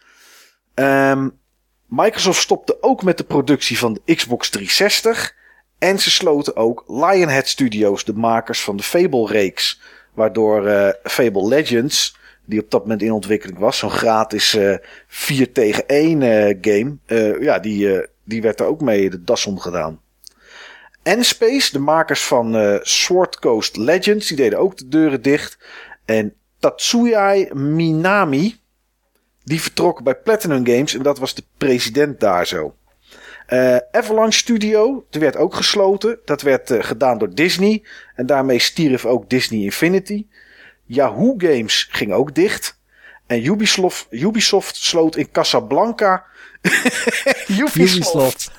Um, Microsoft stopte ook met de productie van de Xbox driehonderdzestig. En ze sloten ook Lionhead Studios, de makers van de Fable-reeks. Waardoor uh, Fable Legends, die op dat moment in ontwikkeling was, zo'n gratis uh, vier tegen één uh, game, uh, ja, die, uh, die werd er ook mee de das om gedaan. N-Space, de makers van uh, Sword Coast Legends, die deden ook de deuren dicht. En Tatsuya Minami, die vertrok bij Platinum Games en dat was de president daar zo. Uh, Avalanche Studio, die werd ook gesloten. Dat werd uh, gedaan door Disney. En daarmee stierf ook Disney Infinity. Yahoo Games ging ook dicht. En Ubisoft, Ubisoft sloot in Casablanca. Ubisoft.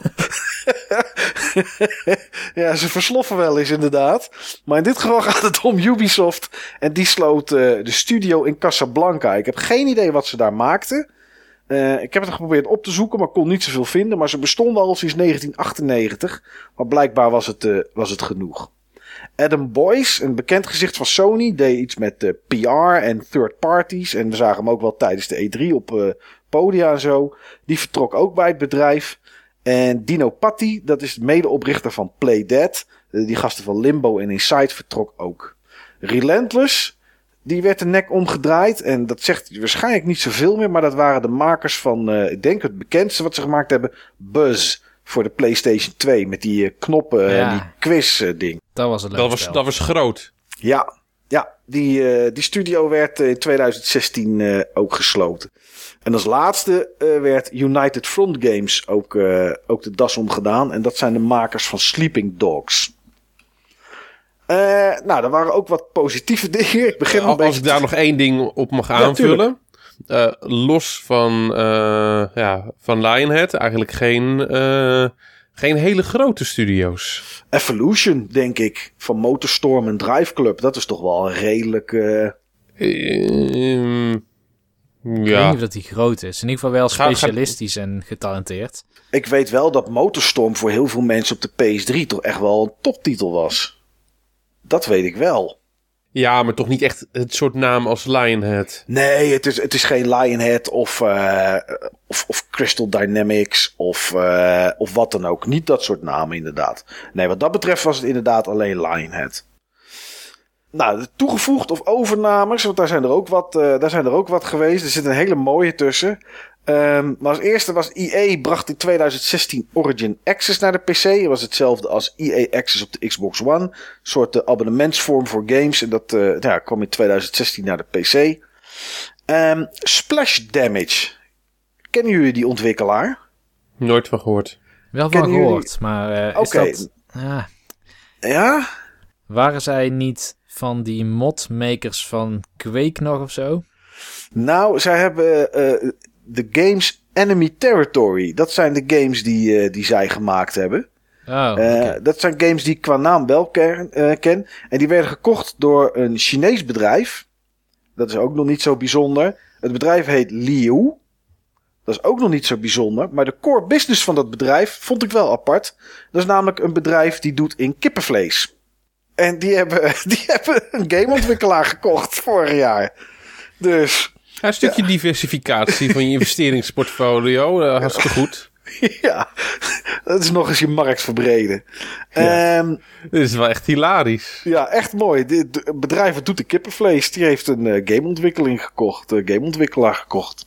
Ja, ze versloffen wel eens inderdaad. Maar in dit geval gaat het om Ubisoft. En die sloot uh, de studio in Casablanca. Ik heb geen idee wat ze daar maakten. Uh, ik heb het geprobeerd op te zoeken, maar kon niet zoveel vinden. Maar ze bestonden al sinds negentien achtennegentig. Maar blijkbaar was het, uh, was het genoeg. Adam Boyce, een bekend gezicht van Sony, deed iets met uh, P R en third parties. En we zagen hem ook wel tijdens de E drie op uh, podia en zo. Die vertrok ook bij het bedrijf. En Dino Patti, dat is de medeoprichter van Playdead. Uh, die gasten van Limbo en Inside vertrok ook. Relentless, die werd de nek omgedraaid. En dat zegt waarschijnlijk niet zoveel meer. Maar dat waren de makers van, uh, ik denk het bekendste wat ze gemaakt hebben, Buzz. Voor de PlayStation twee met die uh, knoppen en Ja. die quiz uh, ding. Dat was het leuk Dat was, spel. dat was groot. Ja, ja die, uh, die studio werd uh, in tweeduizend zestien uh, ook gesloten. En als laatste uh, werd United Front Games ook, uh, ook de das omgedaan. En dat zijn de makers van Sleeping Dogs. Uh, nou, er waren ook wat positieve dingen. Ik begin Uh, een als beetje ik daar te... nog één ding op mag Ja, aanvullen. Uh, los van, uh, ja, van Lionhead, eigenlijk geen, uh, geen hele grote studio's. Evolution, denk ik. Van Motorstorm en Drive Club. Dat is toch wel een redelijk... Uh... Uh, Ik weet ja. niet of dat die groot is. In ieder geval wel Ga- ga- specialistisch en getalenteerd. Ik weet wel dat Motorstorm voor heel veel mensen op de P S drie toch echt wel een toptitel was. Dat weet ik wel. ja, maar toch niet echt het soort naam als Lionhead. Nee, het is, het is geen Lionhead of, uh, of, of Crystal Dynamics of, uh, of wat dan ook. Niet dat soort namen inderdaad. Nee, wat dat betreft was het inderdaad alleen Lionhead. Nou, toegevoegd of overnames, want daar zijn er ook wat, uh, daar zijn er ook wat geweest. Er zit een hele mooie tussen. Um, maar als eerste was E A bracht in twintig zestien Origin Access naar de P C. Het was hetzelfde als E A Access op de Xbox One. Een soort uh, abonnementsvorm voor games. En dat uh, ja, kwam in twintig zestien naar de P C. Um, Splash Damage. Kennen jullie die ontwikkelaar? Nooit van gehoord. Wel van Kennen gehoord, jullie... maar uh, is okay. dat... Ja. ja? Waren zij niet van die modmakers van Quake nog of zo? Nou, zij hebben uh, de games Enemy Territory. Dat zijn de games die, uh, die zij gemaakt hebben. Oh, okay. uh, dat zijn games die ik qua naam wel ken, uh, ken. En die werden gekocht door een Chinees bedrijf. Dat is ook nog niet zo bijzonder. Het bedrijf heet Liu. Dat is ook nog niet zo bijzonder. Maar de core business van dat bedrijf vond ik wel apart. Dat is namelijk een bedrijf die doet in kippenvlees. En die hebben, die hebben een gameontwikkelaar gekocht vorig jaar. Dus... Ja, een stukje ja. diversificatie van je investeringsportfolio. Uh, hartstikke goed. Ja, dat is nog eens je markt verbreden. Ja. Um, Dit is wel echt hilarisch. Ja, echt mooi. Het bedrijf dat doet de kippenvlees, die heeft een uh, gameontwikkeling gekocht. Een gameontwikkelaar gekocht.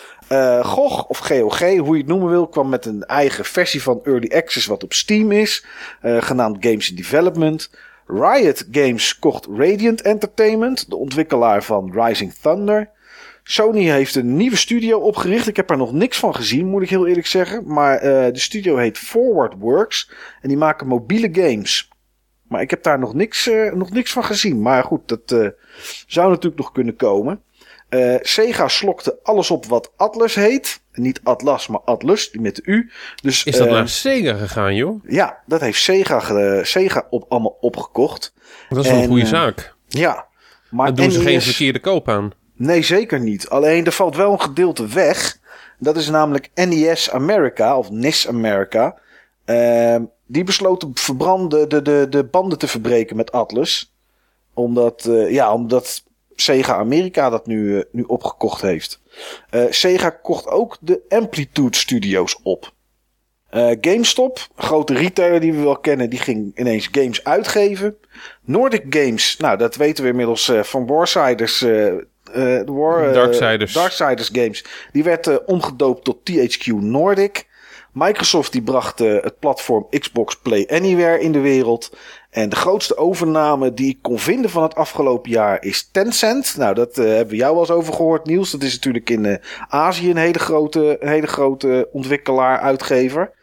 Uh, G O G, of G O G, hoe je het noemen wil, kwam met een eigen versie van Early Access wat op Steam is. Uh, genaamd Games in Development. Riot Games kocht Radiant Entertainment, de ontwikkelaar van Rising Thunder. Sony heeft een nieuwe studio opgericht. Ik heb er nog niks van gezien, moet ik heel eerlijk zeggen. Maar uh, de studio heet Forward Works. En die maken mobiele games. Maar ik heb daar nog niks, uh, nog niks van gezien. Maar goed, dat uh, zou natuurlijk nog kunnen komen. Uh, Sega slokte alles op wat Atlus heet. Niet Atlas, maar Atlus, die met de U. Dus, is dat uh, naar Sega gegaan, joh? Ja, dat heeft Sega, uh, Sega op, allemaal opgekocht. Dat is wel en, een goede uh, zaak. Ja. Maar Dan doen N E S... ze geen verkeerde koop aan. Nee, zeker niet. Alleen er valt wel een gedeelte weg. Dat is namelijk N E S America, of N E S America. Uh, die besloten verbranden de, de, de banden te verbreken met Atlus. Omdat, uh, ja, omdat Sega Amerika dat nu, uh, nu opgekocht heeft. Uh, Sega kocht ook de Amplitude Studios op. Uh, GameStop, een grote retailer die we wel kennen, die ging ineens games uitgeven. Nordic Games, nou dat weten we inmiddels uh, van Warsiders... Uh, Uh, War, uh, Darksiders. Darksiders Games. Die werd uh, omgedoopt tot T H Q Nordic. Microsoft die bracht uh, het platform Xbox Play Anywhere in de wereld. En de grootste overname die ik kon vinden van het afgelopen jaar is Tencent. Nou, dat uh, hebben we jou wel eens over gehoord, Niels. Dat is natuurlijk in uh, Azië een hele grote, een hele grote ontwikkelaar, uitgever.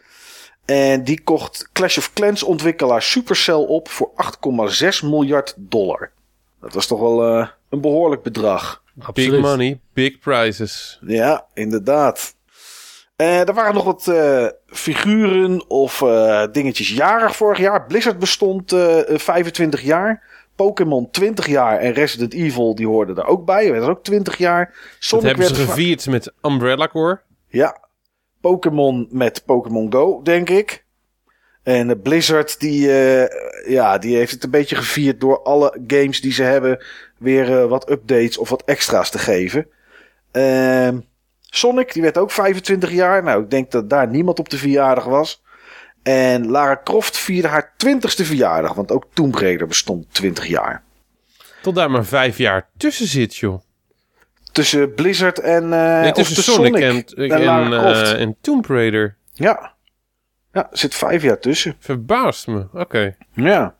En die kocht Clash of Clans ontwikkelaar Supercell op voor acht komma zes miljard dollar. Dat was toch wel uh, een behoorlijk bedrag. Absoluut. Big money, big prizes. Ja, inderdaad. Uh, er waren nog wat uh, figuren of uh, dingetjes jarig vorig jaar. Blizzard bestond uh, vijfentwintig jaar. Pokémon twintig jaar. En Resident Evil, die hoorden er ook bij. Dat was ook twintig jaar. Sonic dat hebben ze gevierd va- met Umbrella Corps. Ja. Pokémon met Pokémon Go, denk ik. En uh, Blizzard, die, uh, ja, die heeft het een beetje gevierd door alle games die ze hebben weer uh, wat updates of wat extra's te geven. Uh, Sonic, die werd ook vijfentwintig jaar. Nou, ik denk dat daar niemand op de verjaardag was. En Lara Croft vierde haar twintigste verjaardag, want ook Tomb Raider bestond twintig jaar. Tot daar maar vijf jaar tussen zit, joh. Tussen Blizzard en, uh, nee, tussen tussen Sonic, Sonic en, en, en, Lara Croft. Uh, en Tomb Raider. Ja. Ja, er zit vijf jaar tussen. Verbaast me, oké. Okay. Ja.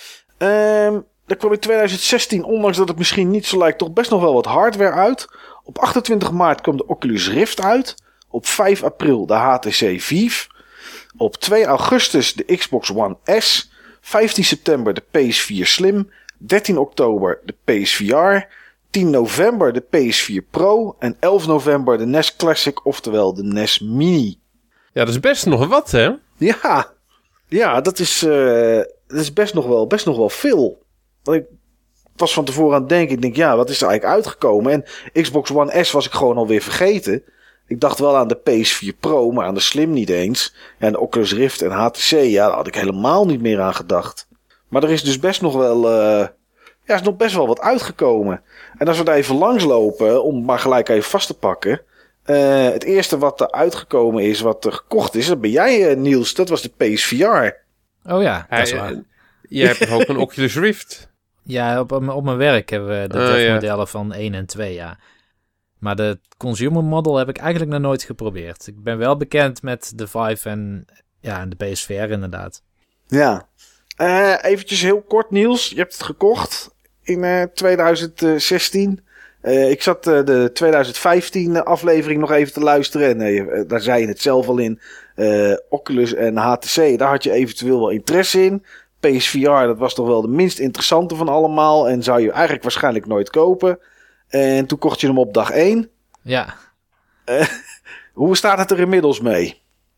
Um, er kwam in twintig zestien, ondanks dat het misschien niet zo lijkt, toch best nog wel wat hardware uit. Op achtentwintig maart kwam de Oculus Rift uit. Op vijf april de H T C Vive. Op twee augustus de Xbox One S. vijftien september de P S vier Slim. dertien oktober de P S V R. tien november de P S vier Pro. En elf november de N E S Classic, oftewel de N E S Mini. Ja, dat is best nog wat, hè? Ja, ja dat, is, uh, dat is best nog wel, best nog wel veel. Want ik was van tevoren aan het denken. Ik denk, ja, wat is er eigenlijk uitgekomen? En Xbox One S was ik gewoon alweer vergeten. Ik dacht wel aan de P S vier Pro, maar aan de Slim niet eens. Ja, en de Oculus Rift en H T C, ja, daar had ik helemaal niet meer aan gedacht. Maar er is dus best nog wel, uh, ja, is nog best wel wat uitgekomen. En als we daar even langs lopen, om maar gelijk even vast te pakken. Uh, het eerste wat er uitgekomen is, wat er gekocht is, dat ben jij, uh, Niels. Dat was de P S V R. Oh ja, dat is Hij, waar. uh, jij hebt ook een Oculus Rift. Ja, op, op mijn werk hebben we de uh, dev ja. modellen van één en twee, ja. Maar de consumer model heb ik eigenlijk nog nooit geprobeerd. Ik ben wel bekend met de Vive en ja, de P S V R inderdaad. Ja. Uh, eventjes heel kort, Niels. Je hebt het gekocht in uh, twintig zestien. Uh, ik zat uh, de twintig vijftien aflevering nog even te luisteren. En uh, daar zei je het zelf al in. Uh, Oculus en H T C, daar had je eventueel wel interesse in. P S V R, dat was toch wel de minst interessante van allemaal. En zou je eigenlijk waarschijnlijk nooit kopen. En toen kocht je hem op dag één. Ja. Uh, hoe staat het er inmiddels mee?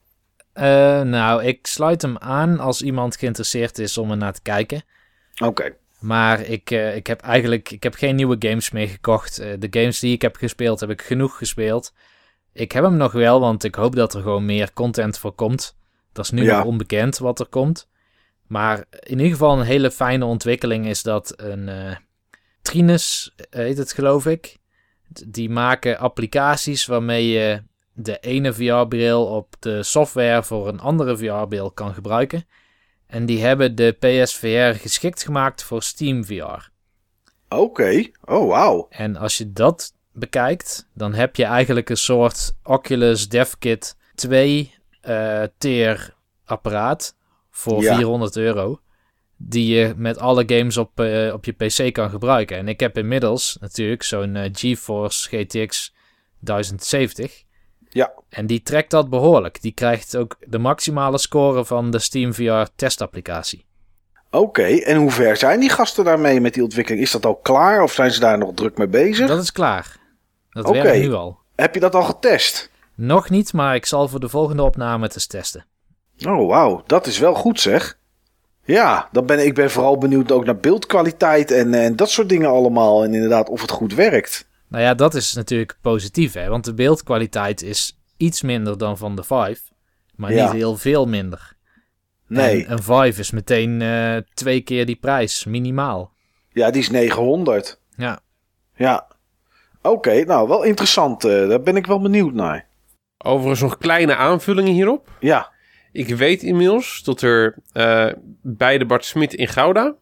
Uh, nou, ik sluit hem aan als iemand geïnteresseerd is om er naar te kijken. Oké. Okay. Maar ik, uh, ik heb eigenlijk ik heb geen nieuwe games meer gekocht. Uh, de games die ik heb gespeeld, heb ik genoeg gespeeld. Ik heb hem nog wel, want ik hoop dat er gewoon meer content voor komt. Dat is nu ja. nog onbekend wat er komt. Maar in ieder geval een hele fijne ontwikkeling is dat een uh, Trinus, heet het geloof ik. Die maken applicaties waarmee je de ene V R-bril op de software voor een andere V R-bril kan gebruiken. En die hebben de P S V R geschikt gemaakt voor Steam V R. Oké, okay. Oh wauw. En als je dat bekijkt, dan heb je eigenlijk een soort Oculus DevKit twee uh, tier apparaat voor ja. vierhonderd euro. Die je met alle games op, uh, op je P C kan gebruiken. En ik heb inmiddels natuurlijk zo'n uh, GeForce G T X duizend zeventig. Ja. En die trekt dat behoorlijk. Die krijgt ook de maximale score van de Steam V R testapplicatie. Oké, okay. En hoe ver zijn die gasten daarmee met die ontwikkeling? Is dat al klaar of zijn ze daar nog druk mee bezig? Dat is klaar. Dat okay. werkt nu al. Heb je dat al getest? Nog niet, maar ik zal voor de volgende opname het eens testen. Oh, wauw. Dat is wel goed zeg. Ja, dan ben, ik ben vooral benieuwd ook naar beeldkwaliteit en, en dat soort dingen allemaal. En inderdaad of het goed werkt. Nou ja, dat is natuurlijk positief, hè. Want de beeldkwaliteit is iets minder dan van de Vive. Maar ja. niet heel veel minder. Nee. En een Vive is meteen uh, twee keer die prijs, minimaal. Ja, die is negenhonderd. Ja. Ja. Oké, okay, nou wel interessant. Uh, daar ben ik wel benieuwd naar. Overigens nog kleine aanvullingen hierop. Ja. Ik weet inmiddels dat er uh, bij de Bart Smit in Gouda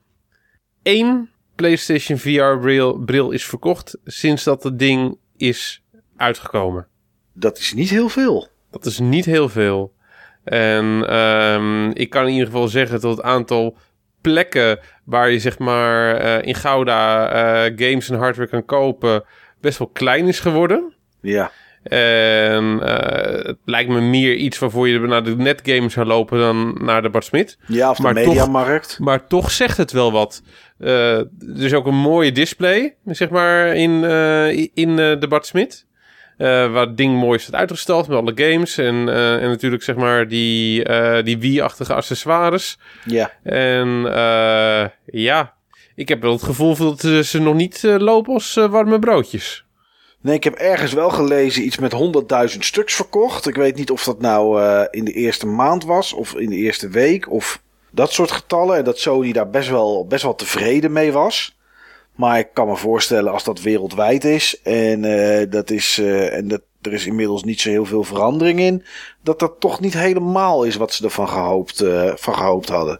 één PlayStation V R-bril bril is verkocht sinds dat het ding is uitgekomen. Dat is niet heel veel. Dat is niet heel veel. En um, ik kan in ieder geval zeggen dat het aantal plekken waar je zeg maar uh, in Gouda uh, games en hardware kan kopen best wel klein is geworden. Ja. En uh, het lijkt me meer iets waarvoor je naar de netgames zou lopen dan naar de Bart Smit. Ja, of de maar Mediamarkt. Toch, maar toch zegt het wel wat. Uh, er is ook een mooie display, zeg maar, in, uh, in uh, de Bart Smit. Uh, waar het ding mooi staat uitgestald met alle games. En, uh, en natuurlijk, zeg maar, die, uh, die Wii-achtige accessoires. Ja. En uh, ja, ik heb wel het gevoel dat ze nog niet uh, lopen als uh, warme broodjes. Nee, ik heb ergens wel gelezen iets met honderdduizend stuks verkocht. Ik weet niet of dat nou uh, in de eerste maand was of in de eerste week of dat soort getallen. En dat Sony daar best wel, best wel tevreden mee was. Maar ik kan me voorstellen als dat wereldwijd is en uh, dat is uh, en dat er is inmiddels niet zo heel veel verandering in, dat dat toch niet helemaal is wat ze ervan gehoopt, uh, van gehoopt hadden.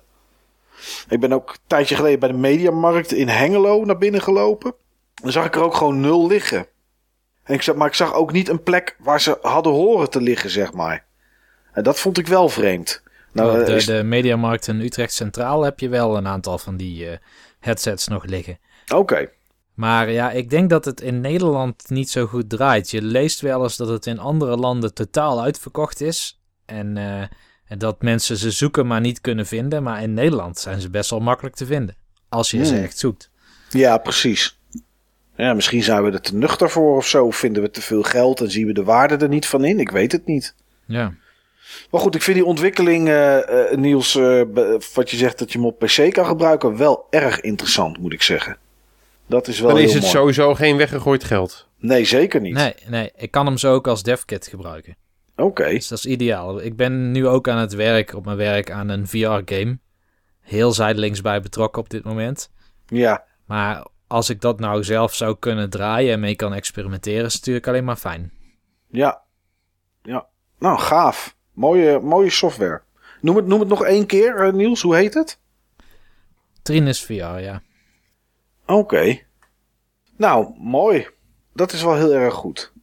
Ik ben ook een tijdje geleden bij de Mediamarkt in Hengelo naar binnen gelopen. Dan zag ik er ook gewoon nul liggen. En ik zag, maar ik zag ook niet een plek waar ze hadden horen te liggen, zeg maar. En dat vond ik wel vreemd. Nou, Op de, is... de Mediamarkt in Utrecht Centraal heb je wel een aantal van die uh, headsets nog liggen. Oké. Okay. Maar ja, ik denk dat het in Nederland niet zo goed draait. Je leest wel eens dat het in andere landen totaal uitverkocht is. En, uh, en dat mensen ze zoeken maar niet kunnen vinden. Maar in Nederland zijn ze best wel makkelijk te vinden. Als je hmm. ze echt zoekt. Ja, precies. Ja, misschien zijn we er te nuchter voor of zo. Of vinden we te veel geld en zien we de waarde er niet van in. Ik weet het niet. Ja. Maar goed, ik vind die ontwikkeling, uh, uh, Niels, uh, wat je zegt dat je hem op P C kan gebruiken, wel erg interessant, moet ik zeggen. Dat is wel Dan heel is het mooi. Sowieso geen weggegooid geld. Nee, zeker niet. Nee, nee, ik kan hem zo ook als devkit gebruiken. Oké. Okay. Dus dat is ideaal. Ik ben nu ook aan het werk, op mijn werk, aan een V R-game. Heel zijdelings bij betrokken op dit moment. Ja. Maar als ik dat nou zelf zou kunnen draaien en mee kan experimenteren, is het natuurlijk alleen maar fijn. Ja. Ja. Nou, gaaf. Mooie, mooie software. Noem het, noem het nog één keer, uh, Niels. Hoe heet het? Trinus V R, ja. Oké. Okay. Nou, mooi. Dat is wel heel erg goed.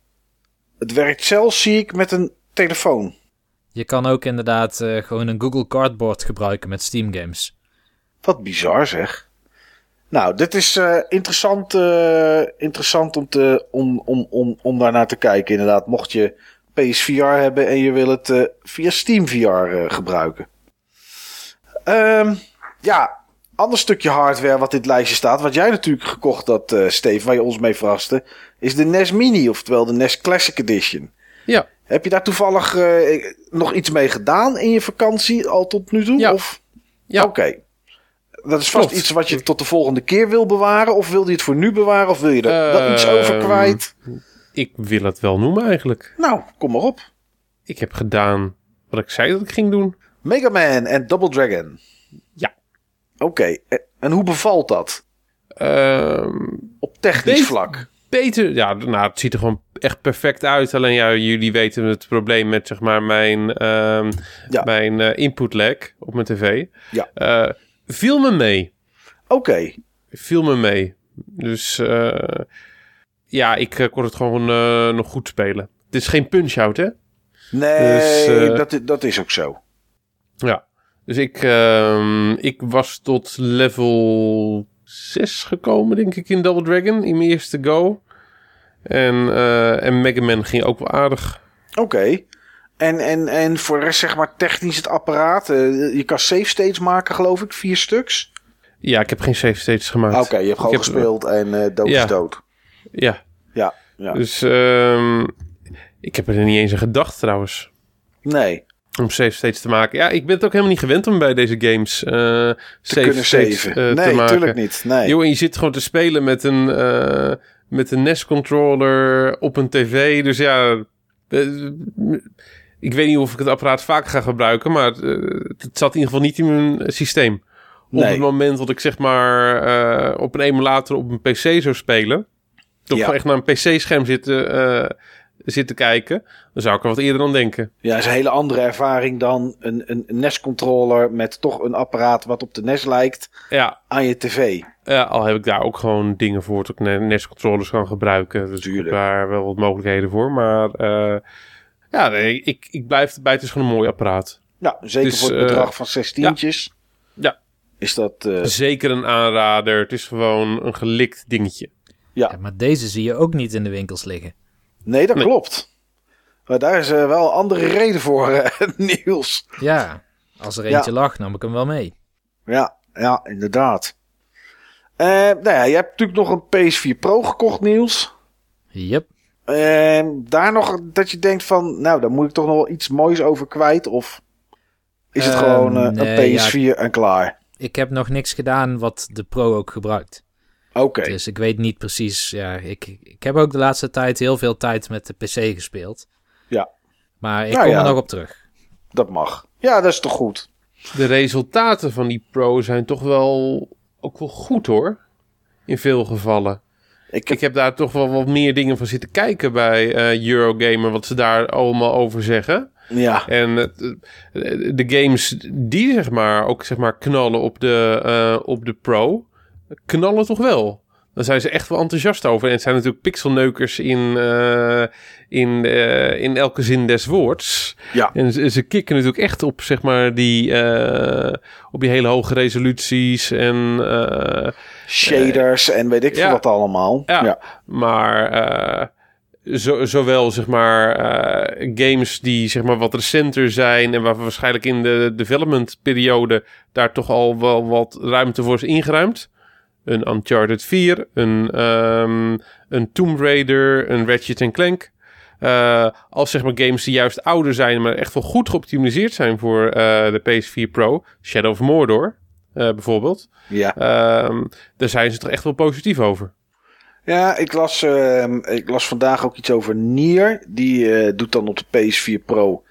Het werkt zelfs, zie ik, met een telefoon. Je kan ook inderdaad uh, gewoon een Google Cardboard gebruiken met Steam Games. Wat bizar zeg. Nou, dit is uh, interessant, uh, interessant om, te, om, om, om, om daarnaar te kijken. Inderdaad, mocht je P S V R hebben en je wil het uh, via Steam V R uh, gebruiken. Um, ja, ander stukje hardware wat in dit lijstje staat. Wat jij natuurlijk gekocht had, uh, Steve, waar je ons mee verraste. Is de N E S Mini, oftewel de N E S Classic Edition. Ja. Heb je daar toevallig uh, nog iets mee gedaan in je vakantie al tot nu toe? Ja. Of? Ja. Oké. Okay. Dat is vast Klopt. Iets wat je tot de volgende keer wil bewaren? Of wil je het voor nu bewaren? Of wil je er uh, wel iets over kwijt? Ik wil het wel noemen eigenlijk. Nou, kom maar op. Ik heb gedaan wat ik zei dat ik ging doen. Mega Man en Double Dragon. Ja. Oké. Okay. En hoe bevalt dat? Um, Op technisch beter, vlak. Beter. Ja, nou, het ziet er gewoon echt perfect uit. Alleen ja, jullie weten het probleem met zeg maar mijn, um, ja. mijn uh, input lag op mijn tv. Ja. Uh, viel me mee. Oké. Okay. Viel me mee. Dus uh, ja, ik uh, kon het gewoon uh, nog goed spelen. Het is geen Punch-Out, hè? Nee, dus, uh, dat, dat is ook zo. Ja. Dus ik, uh, ik was tot level zes gekomen, denk ik, in Double Dragon. In mijn eerste go. En, uh, en Mega Man ging ook wel aardig. Oké. Okay. En, en, en voor de rest, zeg maar, technisch het apparaat. Uh, je kan save states maken, geloof ik. Vier stuks. Ja, ik heb geen save states gemaakt. Oké, okay, je hebt gewoon heb... gespeeld en uh, dood ja. is dood. Ja. Ja, ja. Dus uh, ik heb er niet eens aan gedacht, trouwens. Nee. Om save states te maken. Ja, ik ben het ook helemaal niet gewend om bij deze games uh, te save kunnen states saven. Uh, nee, te maken. Tuurlijk niet. Nee, Yo, en je zit gewoon te spelen met een, uh, met een N E S-controller op een tv. Dus ja, uh, ik weet niet of ik het apparaat vaak ga gebruiken, maar uh, het zat in ieder geval niet in mijn systeem. Nee. Op het moment dat ik zeg maar uh, op een emulator op een P C zou spelen, of ja. echt naar een P C-scherm zitten, uh, zitten kijken, dan zou ik er wat eerder aan denken. Ja, dat is een hele andere ervaring dan een, een N E S-controller met toch een apparaat wat op de N E S lijkt ja. aan je tv. Ja, al heb ik daar ook gewoon dingen voor dat ik N E S-controllers kan gebruiken. Dus ik heb daar wel wat mogelijkheden voor, maar uh, ja, nee, ik, ik blijf erbij. Het is gewoon een mooi apparaat. Ja, zeker dus, voor het bedrag uh, van zestientjes. Ja. ja. Is dat... Uh... Zeker een aanrader. Het is gewoon een gelikt dingetje. Ja. ja, maar deze zie je ook niet in de winkels liggen. Nee, dat nee. klopt. Maar daar is uh, wel een andere reden voor, uh, Niels. Ja, als er eentje ja. lag, nam ik hem wel mee. Ja, ja, inderdaad. Uh, nou ja, je hebt natuurlijk nog een P S vier Pro gekocht, Niels. Yep. Uh, daar nog dat je denkt van, nou, daar moet ik toch nog wel iets moois over kwijt? Of is het uh, gewoon uh, nee, een P S vier ja, en klaar? Ik heb nog niks gedaan wat de Pro ook gebruikt. Oké. Okay. Dus ik weet niet precies. Ja, ik, ik heb ook de laatste tijd heel veel tijd met de P C gespeeld. Ja. Maar ik nou, kom ja, er nog op terug. Dat mag. Ja, dat is toch goed. De resultaten van die Pro zijn toch wel ook wel goed, hoor. In veel gevallen. Ik heb, ik heb daar toch wel wat meer dingen van zitten kijken bij uh, Eurogamer, wat ze daar allemaal over zeggen. Ja. En uh, de games die zeg maar ook zeg maar knallen op de, uh, op de Pro, knallen toch wel. Daar zijn ze echt wel enthousiast over. En het zijn natuurlijk pixelneukers in, uh, in, uh, in elke zin des woords. Ja. En ze, ze kicken natuurlijk echt op, zeg maar, die, uh, op die hele hoge resoluties en uh, shaders uh, en weet ik veel ja, wat allemaal. Ja, ja. maar uh, zo, zowel zeg maar uh, games die zeg maar wat recenter zijn en waar we waarschijnlijk in de development periode daar toch al wel wat ruimte voor is ingeruimd. Een Uncharted vier, een, um, een Tomb Raider, een Ratchet and Clank. Uh, als zeg maar games die juist ouder zijn, maar echt wel goed geoptimaliseerd zijn voor uh, de P S vier Pro. Shadow of Mordor, uh, bijvoorbeeld. Ja. Um, daar zijn ze toch echt wel positief over. Ja, ik las, uh, ik las vandaag ook iets over Nier. Die uh, doet dan op de P S vier Pro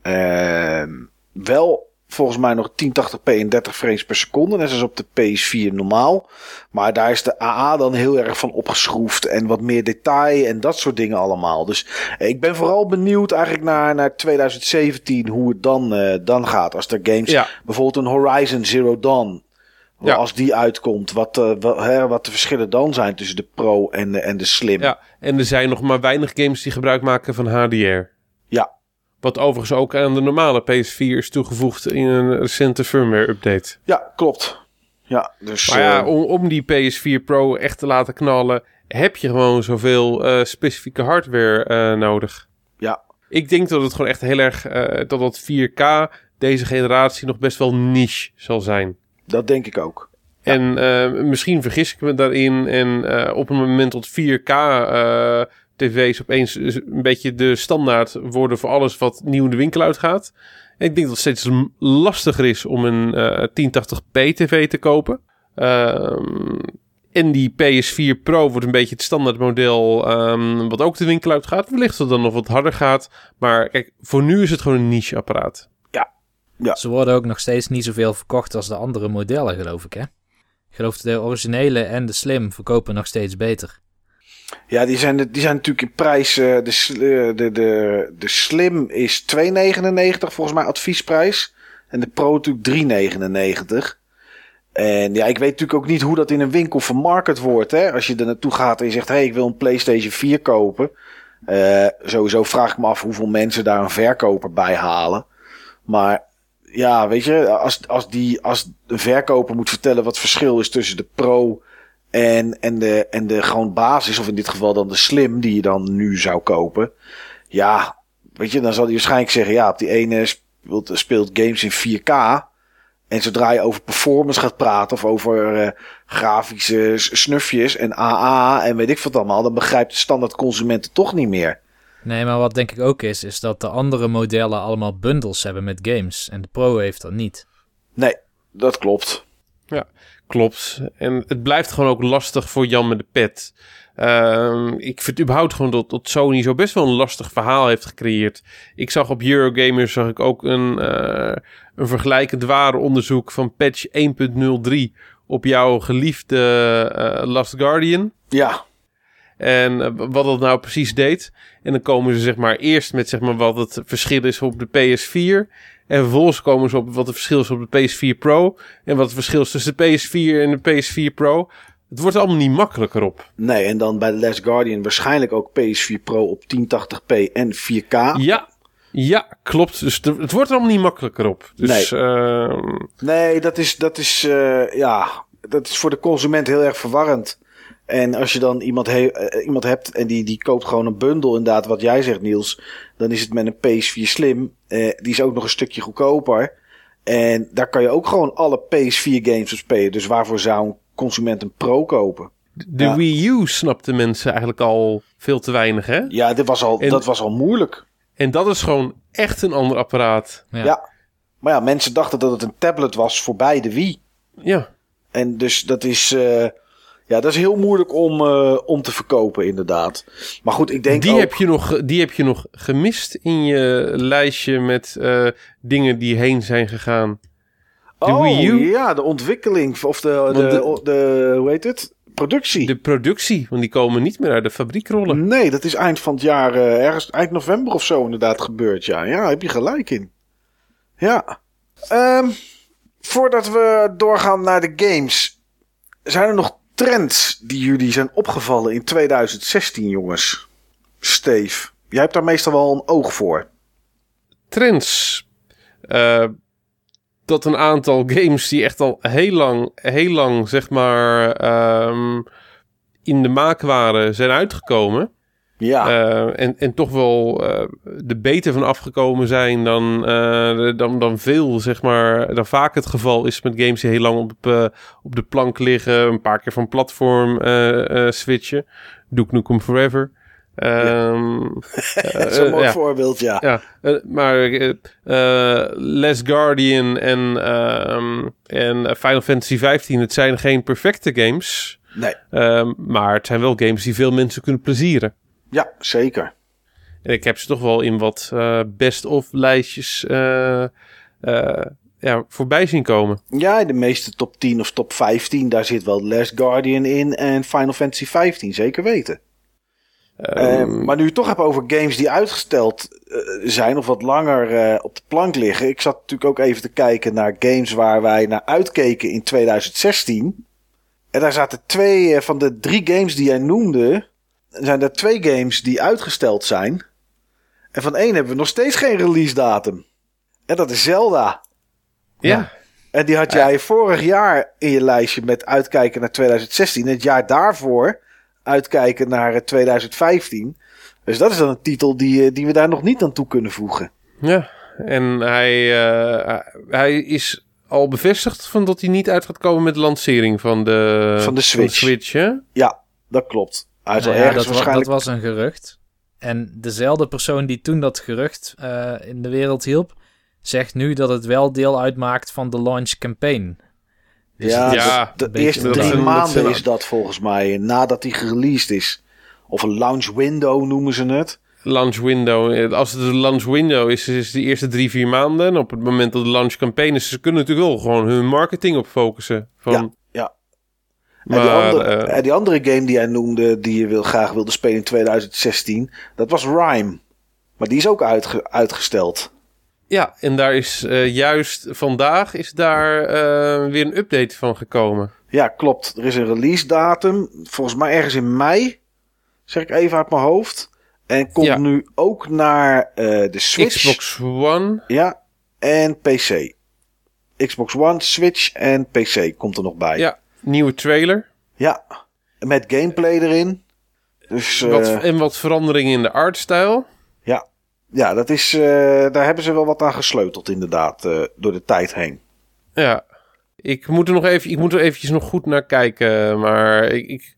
uh, wel volgens mij nog tien eighty p en dertig frames per seconde. Net zoals op de P S vier normaal. Maar daar is de A A dan heel erg van opgeschroefd. En wat meer detail en dat soort dingen allemaal. Dus ik ben vooral benieuwd eigenlijk naar, naar twintig zeventien. Hoe het dan, uh, dan gaat. Als er games, ja. bijvoorbeeld een Horizon Zero Dawn. Ja. Als die uitkomt, wat, uh, wat, hè, wat de verschillen dan zijn tussen de Pro en de, en de Slim. Ja, en er zijn nog maar weinig games die gebruik maken van H D R. Ja. Wat overigens ook aan de normale P S vier is toegevoegd in een recente firmware update. Ja, klopt. Ja, dus, maar ja, uh, om, om die P S vier Pro echt te laten knallen, heb je gewoon zoveel uh, specifieke hardware uh, nodig. Ja. Ik denk dat het gewoon echt heel erg, uh, dat dat vier K deze generatie nog best wel niche zal zijn. Dat denk ik ook. Ja. En uh, misschien vergis ik me daarin. En uh, op het moment dat vier K uh, tv's opeens een beetje de standaard worden voor alles wat nieuw de winkel uitgaat. En ik denk dat het steeds lastiger is om een uh, tien tachtig p tv te kopen. Uh, en die P S vier Pro wordt een beetje het standaardmodel um, wat ook de winkel uitgaat. Wellicht dat het dan nog wat harder gaat. Maar kijk, voor nu is het gewoon een niche apparaat. Ja. Ja. Ze worden ook nog steeds niet zoveel verkocht als de andere modellen, geloof ik, hè? Ik geloof de originele en de Slim verkopen nog steeds beter. Ja, die zijn, die zijn natuurlijk in prijs. Uh, de, de, de, de Slim is twee negenennegentig volgens mij adviesprijs. En de Pro natuurlijk drie negenennegentig. En ja, ik weet natuurlijk ook niet hoe dat in een winkel vermarkt wordt. Hè? Als je er naartoe gaat en je zegt, hé, hey, ik wil een PlayStation vier kopen. Uh, sowieso vraag ik me af hoeveel mensen daar een verkoper bij halen. Maar ja, weet je, als, als, die, als de verkoper moet vertellen wat het verschil is tussen de Pro en, en, de, en de gewoon basis, of in dit geval dan de Slim, die je dan nu zou kopen. Ja, weet je, dan zal hij waarschijnlijk zeggen, ja, op die ene speelt, speelt games in vier K. En zodra je over performance gaat praten of over uh, grafische snufjes en A A en weet ik wat allemaal, dan begrijpt de standaard consument het toch niet meer. Nee, maar wat denk ik ook is, is dat de andere modellen allemaal bundles hebben met games. En de Pro heeft dat niet. Nee, dat klopt. Ja, klopt. En het blijft gewoon ook lastig voor Jan met de pet. Uh, ik vind überhaupt gewoon dat, dat Sony zo best wel een lastig verhaal heeft gecreëerd. Ik zag op Eurogamer zag ik ook een, uh, een vergelijkend ware onderzoek van patch één punt nul drie op jouw geliefde uh, Last Guardian. Ja. En uh, wat dat nou precies deed. En dan komen ze zeg maar eerst met zeg maar wat het verschil is op de P S vier. En vervolgens komen ze op wat het verschil is op de P S vier Pro. En wat het verschil is tussen de P S vier en de P S vier Pro. Het wordt er allemaal niet makkelijker op. Nee, en dan bij de Last Guardian waarschijnlijk ook P S vier Pro op tien tachtig p en vier K. Ja, ja, klopt. Dus de, het wordt er allemaal niet makkelijker op. Dus, nee, uh... nee dat is, dat is, uh, ja, dat is voor de consument heel erg verwarrend. En als je dan iemand, he- uh, iemand hebt en die, die koopt gewoon een bundel, inderdaad, wat jij zegt, Niels, dan is het met een P S vier Slim. Uh, die is ook nog een stukje goedkoper. En daar kan je ook gewoon alle P S vier games op spelen. Dus waarvoor zou een consument een Pro kopen? De ja. Wii U snapten mensen eigenlijk al veel te weinig, hè? Ja, dit was al, en, dat was al moeilijk. En dat is gewoon echt een ander apparaat. Ja. ja. Maar ja, mensen dachten dat het een tablet was voorbij de Wii. Ja. En dus dat is... Uh, ja, dat is heel moeilijk om, uh, om te verkopen, inderdaad. Maar goed, ik denk die ook... Heb je nog, die heb je nog gemist in je lijstje met uh, dingen die heen zijn gegaan. De oh, Wii U? Ja, de ontwikkeling. Of de, de, de, de, hoe heet het? Productie. De productie, want die komen niet meer uit de fabriek rollen. Nee, dat is eind van het jaar, uh, ergens eind november of zo inderdaad gebeurd. Ja, ja, daar heb je gelijk in. Ja. Um, voordat we doorgaan naar de games, zijn er nog trends die jullie zijn opgevallen in twintig zestien, jongens? Steve, jij hebt daar meestal wel een oog voor. Trends. Uh, dat een aantal games die echt al heel lang, heel lang zeg maar um, in de maak waren, zijn uitgekomen. Ja. Uh, en, en toch wel uh, de beter van afgekomen zijn dan, uh, dan, dan veel, zeg maar, dan vaak het geval is met games die heel lang op, uh, op de plank liggen. Een paar keer van platform uh, uh, switchen. Duke Nukem Forever. Um, ja. Dat is een uh, mooi ja. voorbeeld, ja. ja uh, maar uh, uh, Last Guardian en, um, en Final Fantasy vijftien, het zijn geen perfecte games. Nee. Um, maar het zijn wel games die veel mensen kunnen plezieren. Ja, zeker. En ik heb ze toch wel in wat uh, best-of lijstjes uh, uh, ja, voorbij zien komen. Ja, de meeste top tien of top vijftien, daar zit wel Last Guardian in en Final Fantasy vijftien, zeker weten. Uh, um, maar nu je het toch hebt over games die uitgesteld uh, zijn of wat langer uh, op de plank liggen. Ik zat natuurlijk ook even te kijken naar games waar wij naar uitkeken in twintig zestien. En daar zaten twee uh, van de drie games die jij noemde. Zijn er twee games die uitgesteld zijn. En van één hebben we nog steeds geen release datum. En dat is Zelda. Ja. ja. En die had jij vorig jaar in je lijstje met uitkijken naar twintig zestien. Het jaar daarvoor uitkijken naar twintig vijftien. Dus dat is dan een titel die, die we daar nog niet aan toe kunnen voegen. Ja, en hij, uh, hij is al bevestigd van dat hij niet uit gaat komen met de lancering van de, van de Switch. Van de Switch, hè? Ja, dat klopt. Hij nou ja, dat, waarschijnlijk... dat was een gerucht. En dezelfde persoon die toen dat gerucht uh, in de wereld hielp, zegt nu dat het wel deel uitmaakt van de launch campaign. Dus ja, ja, de, de eerste drie dat maanden dat is dat volgens mij, nadat hij gereleased is. Of een launch window noemen ze het. Launch window. Als het een launch window is, is het de eerste drie, vier maanden. En op het moment dat de launch campaign is, ze kunnen natuurlijk wel gewoon hun marketing op focussen. Van... Ja, ja. Maar, en, die andere, uh, en die andere game die jij noemde, die je wil, graag wilde spelen in twintig zestien, dat was Rime. Maar die is ook uitge, uitgesteld. Ja, en daar is uh, juist vandaag is daar uh, weer een update van gekomen. Ja, klopt. Er is een release datum. Volgens mij ergens in mei. Zeg ik even uit mijn hoofd. En komt ja. nu ook naar uh, de Switch. Xbox One. Ja, en P C. Xbox One, Switch en P C komt er nog bij. Ja, nieuwe trailer. Ja, met gameplay erin. Dus, uh, wat, en wat veranderingen in de artstijl. Ja. Ja, dat is, uh, daar hebben ze wel wat aan gesleuteld inderdaad, uh, door de tijd heen. Ja, ik moet er nog even, ik moet er eventjes nog goed naar kijken, maar ik, ik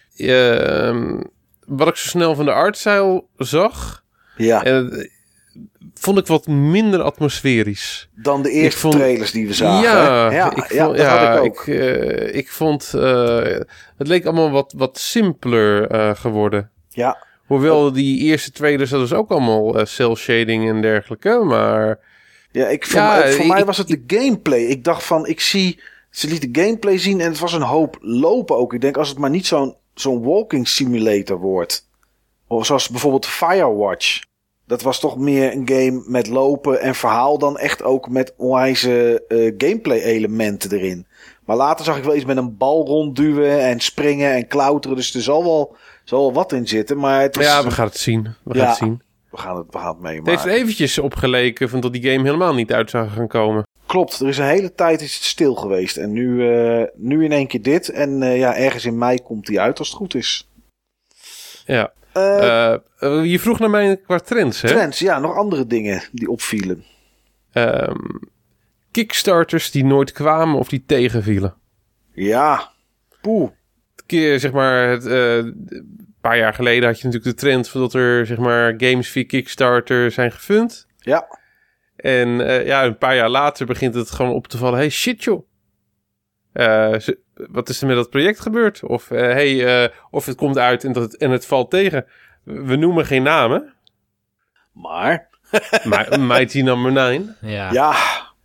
uh, wat ik zo snel van de artstijl zag, ja. Uh, vond ik wat minder atmosferisch. Dan de eerste vond, trailers die we zagen. Ja, ja, ik vond, ja dat ja, had ik ook. Ik, uh, ik vond, uh, het leek allemaal wat, wat simpeler uh, geworden. Ja. Hoewel die eerste trailers, dat is ook allemaal uh, cel shading en dergelijke, maar... Ja, ik, voor, ja, mij, voor ik, mij was het de gameplay. Ik dacht van, ik zie... Ze lieten gameplay zien en het was een hoop lopen ook. Ik denk, als het maar niet zo'n, zo'n walking simulator wordt. Of zoals bijvoorbeeld Firewatch. Dat was toch meer een game met lopen en verhaal dan echt ook met onwijze uh, gameplay elementen erin. Maar later zag ik wel iets met een bal rondduwen en springen en klauteren. Dus er zal wel, zal wel wat in zitten. Maar het is, ja, we gaan het zien. We ja, gaan het zien. We gaan het, we gaan het meemaken. Het heeft eventjes opgeleken van dat die game helemaal niet uit zou gaan komen. Klopt, er is een hele tijd is het stil geweest. En nu, uh, nu in één keer dit. En uh, ja, ergens in mei komt die uit als het goed is. Ja. Uh, uh, je vroeg naar mij qua trends, hè? Trends, ja. Nog andere dingen die opvielen. Um, Kickstarters die nooit kwamen of die tegenvielen. Ja. Poeh. Keer, zeg maar, het, uh, een paar jaar geleden had je natuurlijk de trend van dat er, zeg maar, games via Kickstarter zijn gefund. Ja. En uh, ja, een paar jaar later begint het gewoon op te vallen. Hey, shit joh. Uh, ze, wat is er met dat project gebeurd? Of, uh, hey, uh, of het komt uit en, dat het, en het valt tegen. We noemen geen namen. Maar... Ma- Mighty Number nine. Ja. ja.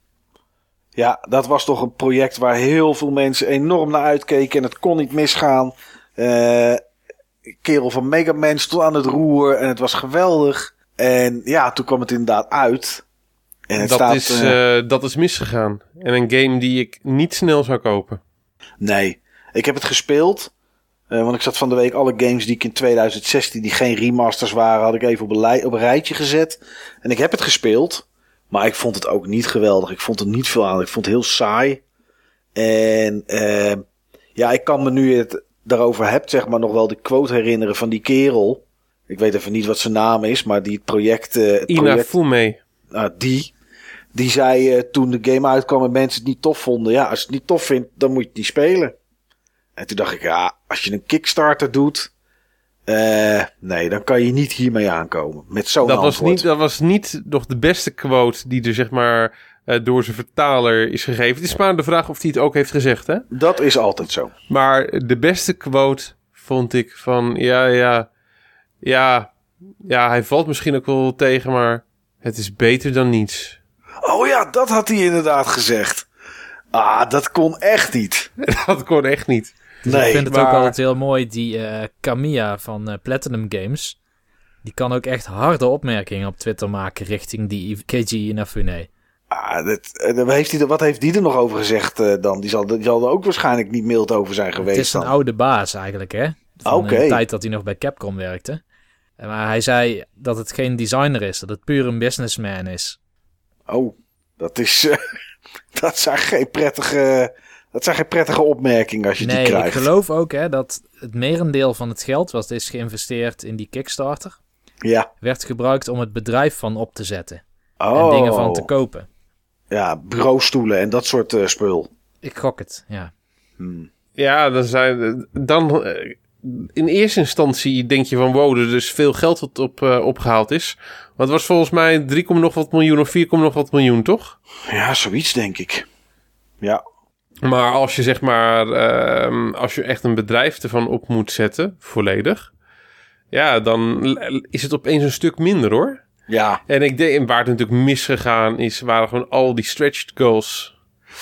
Ja, dat was toch een project waar heel veel mensen enorm naar uitkeken. En het kon niet misgaan. Uh, kerel van Mega Man stond aan het roer. En het was geweldig. En ja, toen kwam het inderdaad uit. En het dat, staat, is, uh, uh, dat is misgegaan. En een game die ik niet snel zou kopen. Nee, ik heb het gespeeld. Uh, want ik zat van de week alle games die ik in twintig zestien, die geen remasters waren, had ik even op een, li- op een rijtje gezet. En ik heb het gespeeld. Maar ik vond het ook niet geweldig. Ik vond er niet veel aan. Ik vond het heel saai. En uh, ja, ik kan me nu het daarover hebt, zeg maar, nog wel de quote herinneren van die kerel. Ik weet even niet wat zijn naam is, maar die het project... Uh, het Inafume. Uh, die... Die zei uh, toen de game uitkwam en mensen het niet tof vonden. Ja, als je het niet tof vindt, dan moet je het niet spelen. En toen dacht ik, ja, als je een Kickstarter doet... Uh, nee, dan kan je niet hiermee aankomen. Met zo'n dat antwoord. Was niet, dat was niet nog de beste quote die er, zeg maar, uh, door zijn vertaler is gegeven. Het is maar de vraag of hij het ook heeft gezegd, hè? Dat is altijd zo. Maar de beste quote vond ik van, ja, ja... Ja, ja, hij valt misschien ook wel tegen, maar het is beter dan niets. Oh ja, dat had hij inderdaad gezegd. Ah, dat kon echt niet. Dat kon echt niet. Dus nee, ik vind het maar... ook altijd heel mooi, die uh, Kamiya van uh, Platinum Games. Die kan ook echt harde opmerkingen op Twitter maken richting die K G Inafune. Ah, dat, uh, heeft hij, wat heeft die er nog over gezegd uh, dan? Die zal, die zal er ook waarschijnlijk niet mild over zijn geweest. Het is een dan. oude baas eigenlijk, hè? Van okay. de tijd dat hij nog bij Capcom werkte. Maar hij zei dat het geen designer is, dat het puur een businessman is. Oh, dat is... Uh, dat zijn geen prettige... Dat zijn geen prettige opmerkingen als je nee, die krijgt. Nee, ik geloof ook hè, dat het merendeel van het geld wat is geïnvesteerd in die Kickstarter... Ja. werd gebruikt om het bedrijf van op te zetten. Oh. En dingen van te kopen. Ja, bureaustoelen en dat soort uh, spul. Ik gok het, ja. Hmm. Ja, dan zijn... Dan, in eerste instantie denk je van... wow, er is veel geld wat op, uh, opgehaald is. Want het was volgens mij drie, nog wat miljoen of vier, nog wat miljoen, toch? Ja, zoiets denk ik. Ja. Maar als je zeg maar... Uh, als je echt een bedrijf ervan op moet zetten, volledig... ja, dan is het opeens een stuk minder, hoor. Ja. En ik denk, waar het natuurlijk misgegaan is... waren gewoon al die stretched goals.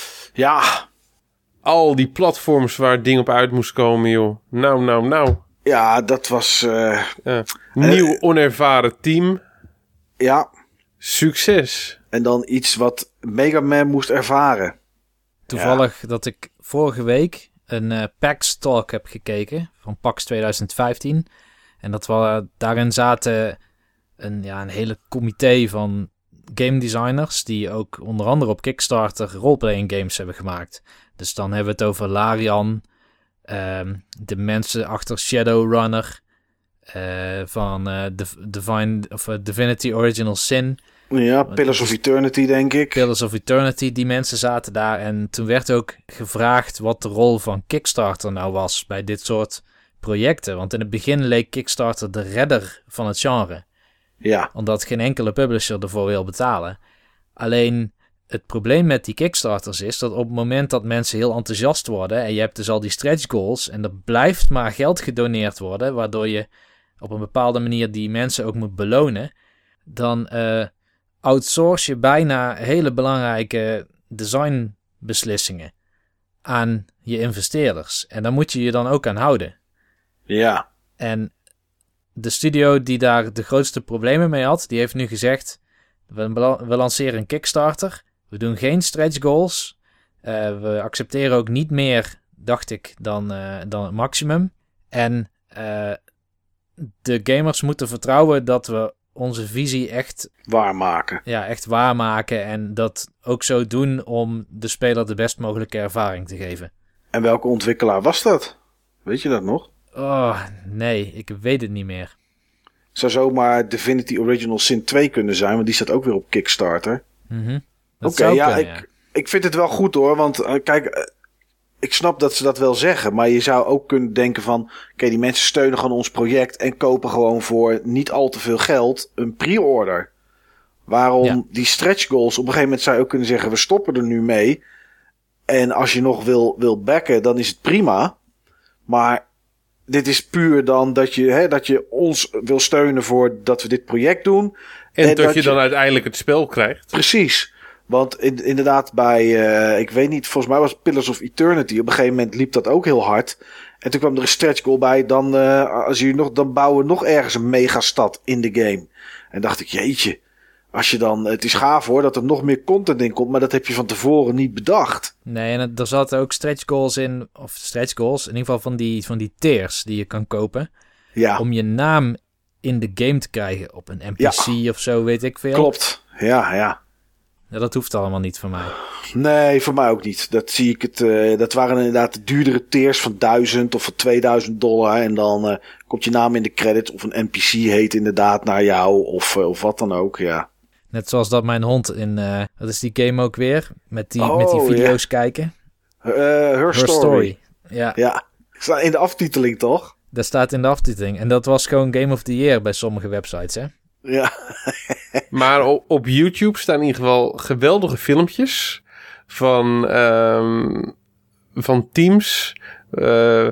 Ja. Al die platforms waar het ding op uit moest komen, joh. Nou, nou, nou. Ja, dat was... Uh, uh, nieuw, uh, onervaren team. Ja. Succes. En dan iets wat Mega Man moest ervaren. Toevallig ja. dat ik vorige week een uh, PAX Talk heb gekeken. Van PAX twintig vijftien. En dat we, daarin zaten een, ja, een hele comité van game designers... die ook onder andere op Kickstarter roleplaying games hebben gemaakt. Dus dan hebben we het over Larian... Um, de mensen achter Shadowrunner... Uh, van uh, Divine, of, uh, Divinity Original Sin... Ja, Pillars of Eternity, denk ik. Pillars of Eternity, die mensen zaten daar. En toen werd ook gevraagd wat de rol van Kickstarter nou was bij dit soort projecten. Want in het begin leek Kickstarter de redder van het genre. Ja. Omdat geen enkele publisher ervoor wil betalen. Alleen het probleem met die Kickstarters is dat op het moment dat mensen heel enthousiast worden... en je hebt dus al die stretch goals en er blijft maar geld gedoneerd worden... waardoor je op een bepaalde manier die mensen ook moet belonen... dan... Uh, outsource je bijna hele belangrijke designbeslissingen aan je investeerders. En daar moet je je dan ook aan houden. Ja. En de studio die daar de grootste problemen mee had, die heeft nu gezegd... We, we lanceren een Kickstarter. We doen geen stretch goals. Uh, we accepteren ook niet meer, dacht ik, dan, uh, dan het maximum. En uh, de gamers moeten vertrouwen dat we... onze visie echt... waarmaken. Ja, echt waarmaken. En dat ook zo doen om de speler de best mogelijke ervaring te geven. En welke ontwikkelaar was dat? Weet je dat nog? Oh, nee. Ik weet het niet meer. Zou zomaar Divinity Original Sin twee kunnen zijn. Want die staat ook weer op Kickstarter. Mm-hmm. Oké, okay, ja, kunnen, ik, ja. ik vind het wel goed hoor. Want uh, kijk... Uh, ik snap dat ze dat wel zeggen, maar je zou ook kunnen denken van... Oké, okay, die mensen steunen gewoon ons project... en kopen gewoon voor niet al te veel geld een pre-order. Waarom ja. die stretch goals... Op een gegeven moment zou je ook kunnen zeggen... we stoppen er nu mee. En als je nog wil, wil backen, dan is het prima. Maar dit is puur dan dat je, hè, dat je ons wil steunen... voor dat we dit project doen. En, en dat, dat je dan je... uiteindelijk het spel krijgt. Precies. Want in, inderdaad bij, uh, ik weet niet, volgens mij was het Pillars of Eternity. Op een gegeven moment liep dat ook heel hard. En toen kwam er een stretch goal bij. Dan, uh, als je nog, dan bouwen we nog ergens een megastad in de game. En dacht ik, jeetje. Als je dan, het is gaaf hoor, dat er nog meer content in komt. Maar dat heb je van tevoren niet bedacht. Nee, en er zaten ook stretch goals in. Of stretch goals, in ieder geval van die, van die tiers die je kan kopen. Ja. Om je naam in de game te krijgen. Op een N P C ja. of zo, weet ik veel. Klopt, ja, ja. Ja, dat hoeft allemaal niet voor mij. Nee, voor mij ook niet. Dat zie ik het. Uh, dat waren inderdaad de duurdere tiers van duizend of van tweeduizend dollar. En dan uh, komt je naam in de credits of een N P C heet inderdaad naar jou of, uh, of wat dan ook, ja. Net zoals dat mijn hond in, uh, wat is die game ook weer? Met die, oh, met die video's yeah. kijken. Uh, her, her Story. Story. Ja. Ja, staat in de aftiteling toch? Dat staat in de aftiteling. En dat was gewoon Game of the Year bij sommige websites, hè? Ja. Maar op, op YouTube staan in ieder geval geweldige filmpjes van, um, van teams uh,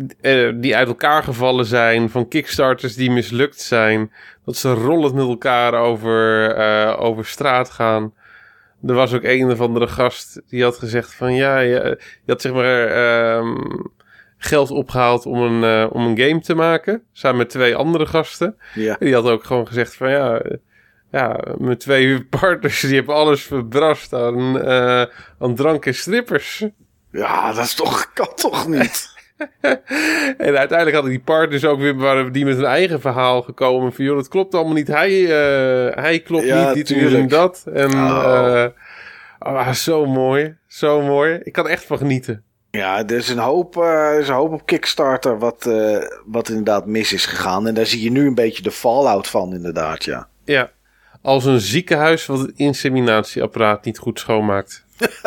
die uit elkaar gevallen zijn, van Kickstarters die mislukt zijn, dat ze rollend met elkaar over, uh, over straat gaan. Er was ook een of andere gast die had gezegd van ja, je, je had zeg maar... Um, geld opgehaald om een, uh, om een game te maken. Samen met twee andere gasten. Ja. En die had ook gewoon gezegd van ja... Ja, mijn twee partners die hebben alles verbrast aan, uh, aan drank en strippers. Ja, dat is toch, kan toch niet? En uiteindelijk hadden die partners ook weer, waren die met hun eigen verhaal gekomen. Van joh, dat klopt allemaal niet. Hij, uh, hij klopt ja, niet, dit tuurlijk. en dat. En oh. uh, oh, zo mooi, zo mooi. Ik kan er echt van genieten. Ja, er is een hoop, uh, er is een hoop op Kickstarter wat, uh, wat inderdaad mis is gegaan. En daar zie je nu een beetje de fallout van inderdaad, ja. Ja, als een ziekenhuis wat het inseminatieapparaat niet goed schoonmaakt.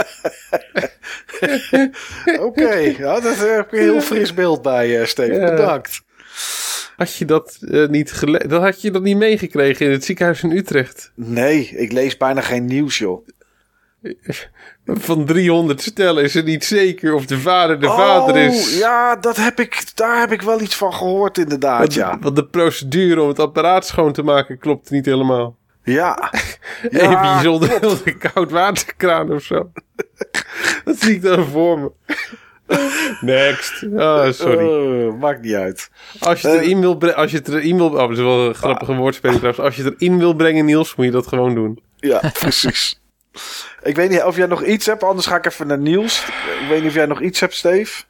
Oké, okay, ja, daar heb je een heel fris beeld bij, uh, Steven. Ja. Bedankt. Had je dat uh, niet gele- dan had je dat niet meegekregen in het ziekenhuis in Utrecht? Nee, ik lees bijna geen nieuws, joh. Van driehonderd stellen is het niet zeker of de vader de oh, vader is. Ja, dat heb ik, daar heb ik wel iets van gehoord inderdaad, want, ja. Want de procedure om het apparaat schoon te maken klopt niet helemaal. Ja. Even ja, zonder een koud waterkraan of zo. Dat zie ik dan voor me. Next. Oh, sorry. Uh, maakt niet uit. Als je het erin wil brengen... Als je het erin wil... Oh, dat is wel een grappige ah. woordspeling trouwens. Als je het erin wil brengen, Niels, moet je dat gewoon doen. Ja, precies. Ik weet niet of jij nog iets hebt, anders ga ik even naar Niels. Ik weet niet of jij nog iets hebt, Steve.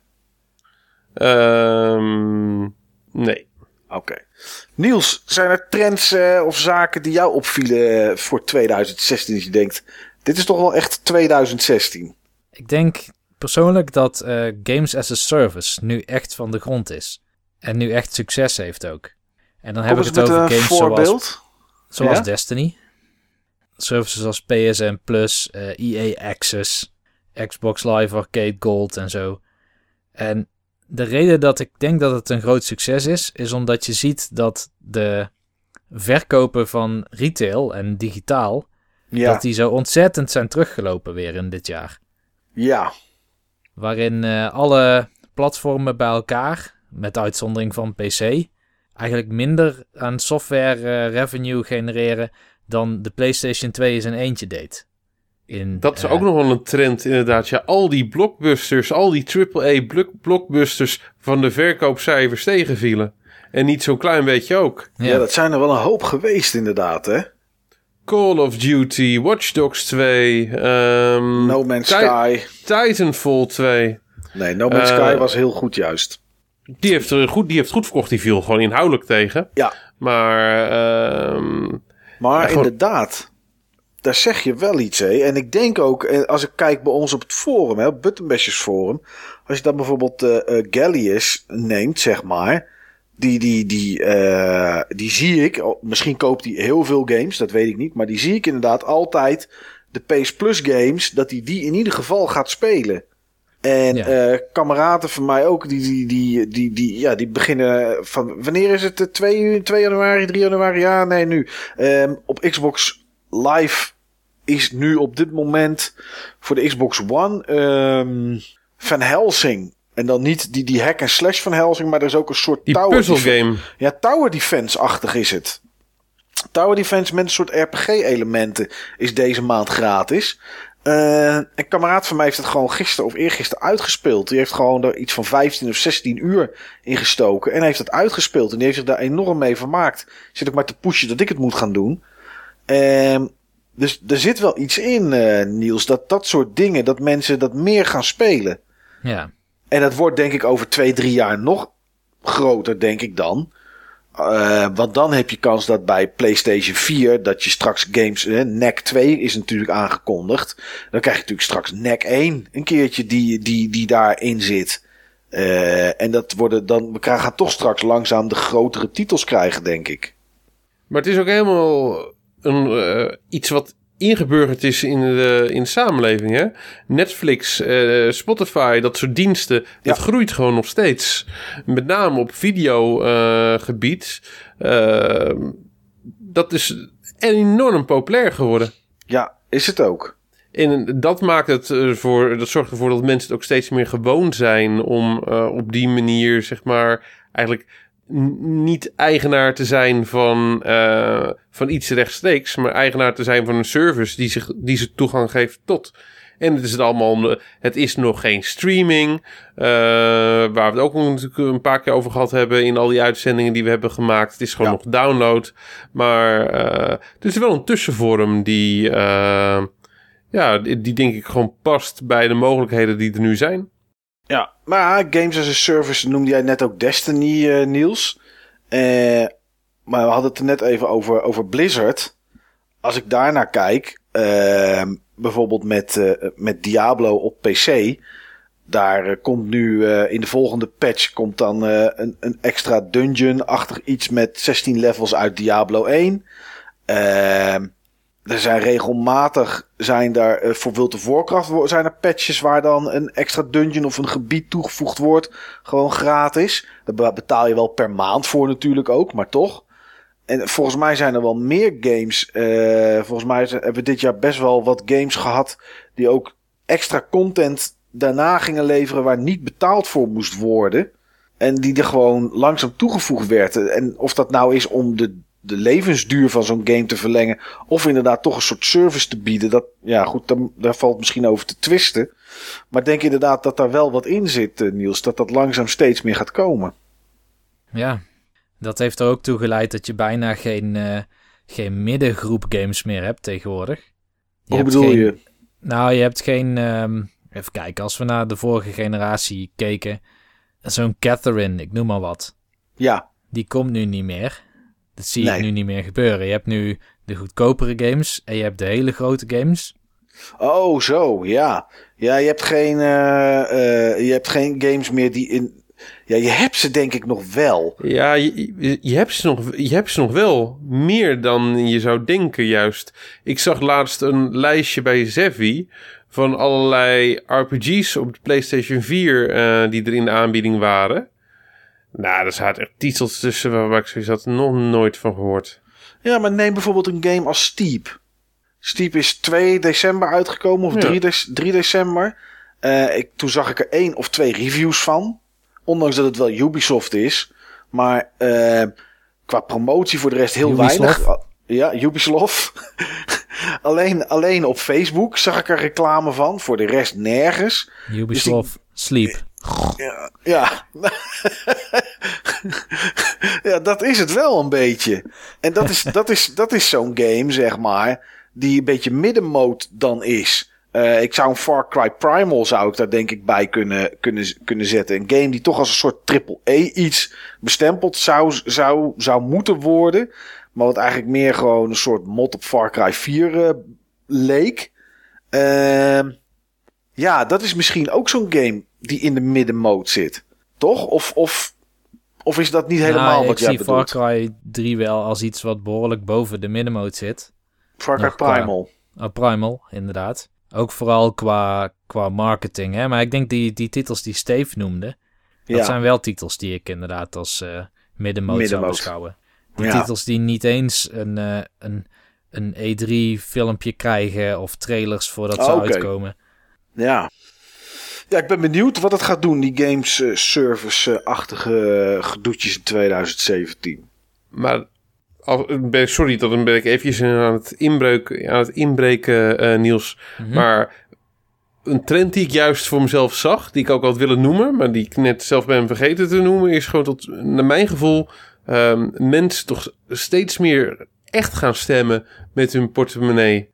Um, nee. Oké. Okay. Niels, zijn er trends uh, of zaken die jou opvielen voor twintig zestien? Dat je denkt, dit is toch wel echt twintig zestien? Ik denk persoonlijk dat uh, Games as a Service nu echt van de grond is. En nu echt succes heeft ook. En dan Kom heb ik het over games voorbeeld? zoals, zoals ja? Destiny. Services als P S N Plus, uh, E A Access, Xbox Live Arcade Gold en zo. En de reden dat ik denk dat het een groot succes is, is omdat je ziet dat de verkopen van retail en digitaal, ja. dat die zo ontzettend zijn teruggelopen weer in dit jaar. Ja. Waarin uh, alle platformen bij elkaar, met uitzondering van P C, eigenlijk minder aan software uh, revenue genereren dan de PlayStation twee in zijn eentje deed. In, dat is uh, ook nog wel een trend inderdaad. Ja, al die blockbusters, al die triple A blockbusters van de verkoopcijfers tegenvielen. En niet zo'n klein beetje ook. Ja. ja, dat zijn er wel een hoop geweest inderdaad, hè? Call of Duty, Watch Dogs twee, um, No Man's Ti- Sky. Titanfall twee. Nee, No Man's uh, Sky was heel goed juist. Die heeft, er goed, die heeft goed verkocht, die viel gewoon inhoudelijk tegen. Ja. Maar... Um, maar ja, gewoon... inderdaad, daar zeg je wel iets, hè. En ik denk ook, als ik kijk bij ons op het forum, hè, op Buttonbashers forum, als je dan bijvoorbeeld uh, uh, Gallius neemt, zeg maar, die, die, die, uh, die zie ik, misschien koopt hij heel veel games, dat weet ik niet, maar die zie ik inderdaad altijd, de P S Plus games, dat hij die, die in ieder geval gaat spelen. En ja. uh, kameraden van mij ook, die, die, die, die, die, ja, die beginnen van... Wanneer is het? twee januari, drie januari? Ja, nee, nu. Um, op Xbox Live is nu op dit moment voor de Xbox One um, Van Helsing. En dan niet die, die hack en slash Van Helsing, maar er is ook een soort die tower... puzzelgame. Ja, Tower Defense-achtig is het. Tower Defense met een soort R P G-elementen is deze maand gratis. Uh, een kameraad van mij heeft het gewoon gisteren of eergisteren uitgespeeld. Die heeft gewoon er iets van vijftien of zestien uur in gestoken. En heeft het uitgespeeld. En die heeft zich daar enorm mee vermaakt. Zit ook maar te pushen dat ik het moet gaan doen. Uh, dus er zit wel iets in, uh, Niels. Dat dat soort dingen, dat mensen dat meer gaan spelen. Ja. En dat wordt denk ik over twee, drie jaar nog groter, denk ik dan. Uh, want dan heb je kans dat bij PlayStation vier... dat je straks games... Eh, N E C twee is natuurlijk aangekondigd. Dan krijg je natuurlijk straks N E C één... een keertje die, die, die daarin zit. Uh, en dat worden dan... we gaan toch straks langzaam de grotere titels krijgen, denk ik. Maar het is ook helemaal een, uh, iets wat ingeburgerd is in de, in de samenleving. Hè? Netflix, uh, Spotify, dat soort diensten, ja. dat groeit gewoon nog steeds. Met name op videogebied. Uh, uh, dat is enorm populair geworden. Ja, is het ook. En dat maakt het voor, dat zorgt ervoor dat mensen het ook steeds meer gewoon zijn om uh, op die manier, zeg maar, eigenlijk niet eigenaar te zijn van, uh, van iets rechtstreeks, maar eigenaar te zijn van een service die, zich, die ze toegang geeft tot. En het is het allemaal, het is nog geen streaming, uh, waar we het ook natuurlijk een paar keer over gehad hebben in al die uitzendingen die we hebben gemaakt. Het is gewoon ja. nog download. Maar uh, het is wel een tussenvorm die, uh, ja, die, die denk ik gewoon past bij de mogelijkheden die er nu zijn. Ja, maar Games as a Service noemde jij net ook Destiny, uh, Niels. Uh, maar we hadden het er net even over, over Blizzard. Als ik daarnaar kijk, uh, bijvoorbeeld met, uh, met Diablo op P C. Daar uh, komt nu uh, in de volgende patch komt dan uh, een, een extra dungeon-achtig iets met zestien levels uit Diablo één. Uh, er zijn regelmatig, zijn daar uh, voor World of Warcraft zijn er patches waar dan een extra dungeon of een gebied toegevoegd wordt. Gewoon gratis. Daar betaal je wel per maand voor natuurlijk ook, maar toch. En volgens mij zijn er wel meer games. Uh, volgens mij hebben we dit jaar best wel wat games gehad die ook extra content daarna gingen leveren waar niet betaald voor moest worden. En die er gewoon langzaam toegevoegd werd. En of dat nou is om de, de levensduur van zo'n game te verlengen, of inderdaad toch een soort service te bieden. Dat, ja goed, daar, daar valt misschien over te twisten. Maar ik denk inderdaad dat daar wel wat in zit, uh, Niels. Dat dat langzaam steeds meer gaat komen. Ja, dat heeft er ook toe geleid dat je bijna geen, uh, geen middengroep games meer hebt tegenwoordig. Je Hoe bedoel geen, je? Nou, je hebt geen... Um, even kijken, als we naar de vorige generatie keken. Zo'n Catherine, ik noem maar wat. Ja. Die komt nu niet meer. Dat zie nee. ik nu niet meer gebeuren. Je hebt nu de goedkopere games en je hebt de hele grote games. Oh, zo, ja. Ja, je hebt geen, uh, uh, je hebt geen games meer die in... Ja, je hebt ze denk ik nog wel. Ja, je, je, hebt ze nog, je hebt ze nog wel. Meer dan je zou denken juist. Ik zag laatst een lijstje bij Zevi van allerlei R P G's op de PlayStation vier uh, die er in de aanbieding waren. Nou, er zaten echt titels tussen waar ik zoiets had nog nooit van gehoord. Ja, maar neem bijvoorbeeld een game als Steep. Steep is twee december uitgekomen of ja. drie december. Uh, ik, toen zag ik er één of twee reviews van. Ondanks dat het wel Ubisoft is. Maar uh, qua promotie voor de rest heel Ubisoft. weinig. Ja, Ubisoft. alleen, alleen op Facebook zag ik er reclame van. Voor de rest nergens. Ubisoft, dus ik... Sleep. Ja, ja. ja, dat is het wel een beetje. En dat is, dat is, dat is zo'n game, zeg maar, die een beetje middenmoot dan is. Uh, ik zou een Far Cry Primal zou ik daar denk ik bij kunnen, kunnen, kunnen zetten. Een game die toch als een soort triple A iets bestempeld zou, zou, zou moeten worden. Maar wat eigenlijk meer gewoon een soort mod op Far Cry vier uh, leek. Uh, ja, dat is misschien ook zo'n game die in de middenmoot zit. Toch? Of, of, of is dat niet helemaal nou, wat jij bedoelt? Ik zie Far Cry drie wel als iets wat behoorlijk boven de middenmoot zit. Far Cry Primal. Qua, uh, Primal, inderdaad. Ook vooral qua, qua marketing. Hè? Maar ik denk die, die titels die Steve noemde, dat ja. zijn wel titels die ik inderdaad als uh, middenmoot, middenmoot zou beschouwen. Die ja. titels die niet eens een, uh, een, een E drie filmpje krijgen of trailers voordat ze oh, okay. uitkomen. Ja. Ja, ik ben benieuwd wat het gaat doen, die games uh, service-achtige uh, gedoetjes in twintig zeventien. Maar... Sorry, dan ben ik eventjes aan het, inbreuk, aan het inbreken, uh, Niels. Mm-hmm. Maar een trend die ik juist voor mezelf zag, die ik ook had willen noemen, maar die ik net zelf ben vergeten te noemen, is gewoon tot, naar mijn gevoel, um, mensen toch steeds meer echt gaan stemmen met hun portemonnee.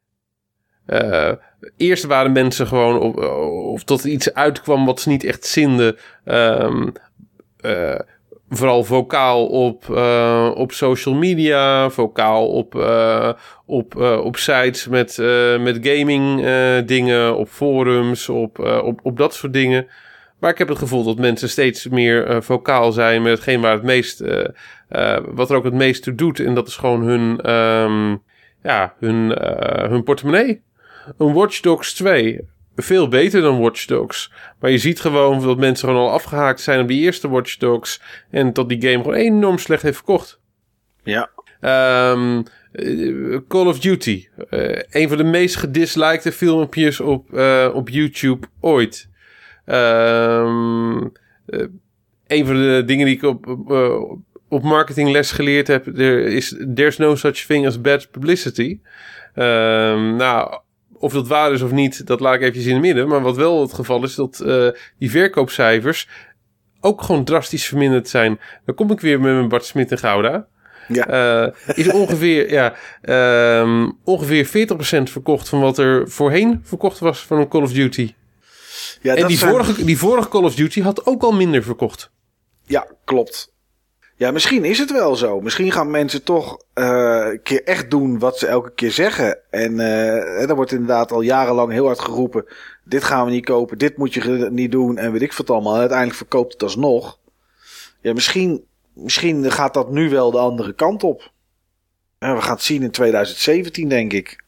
Uh, eerst waren mensen gewoon, of, of tot iets uitkwam wat ze niet echt zinden, um, uh, vooral vocaal op, uh, op social media, vocaal op, uh, op, uh, op sites met, uh, met gaming uh, dingen, op forums, op, uh, op, op dat soort dingen. Maar ik heb het gevoel dat mensen steeds meer uh, vocaal zijn met hetgeen waar het meest, uh, uh, wat er ook het meest toe doet. En dat is gewoon hun, um, ja, hun, uh, hun portemonnee. Een Watch Dogs twee... Veel beter dan Watch Dogs. Maar je ziet gewoon dat mensen gewoon al afgehaakt zijn op die eerste Watch Dogs. En dat die game gewoon enorm slecht heeft verkocht. Ja. Um, uh, Call of Duty. Uh, een van de meest gedislikte filmpjes op, uh, op YouTube ooit. Um, uh, een van de dingen die ik op, uh, op marketingles geleerd heb. Er is There's no such thing as bad publicity. Um, nou... of dat waar is of niet, dat laat ik even in het midden. Maar wat wel het geval is, dat uh, die verkoopcijfers ook gewoon drastisch verminderd zijn. Dan kom ik weer met mijn Bart Smit en Gouda. Ja. Uh, is ongeveer, ja, um, ongeveer veertig procent verkocht van wat er voorheen verkocht was van een Call of Duty. Ja, en die, zijn... vorige, die vorige Call of Duty had ook al minder verkocht. Ja, klopt. Ja, misschien is het wel zo. Misschien gaan mensen toch uh, een keer echt doen wat ze elke keer zeggen. En uh, er wordt inderdaad al jarenlang heel hard geroepen. Dit gaan we niet kopen, dit moet je niet doen en weet ik wat allemaal. En uiteindelijk verkoopt het alsnog. Ja, misschien, misschien gaat dat nu wel de andere kant op. Ja, we gaan het zien in twintig zeventien, denk ik.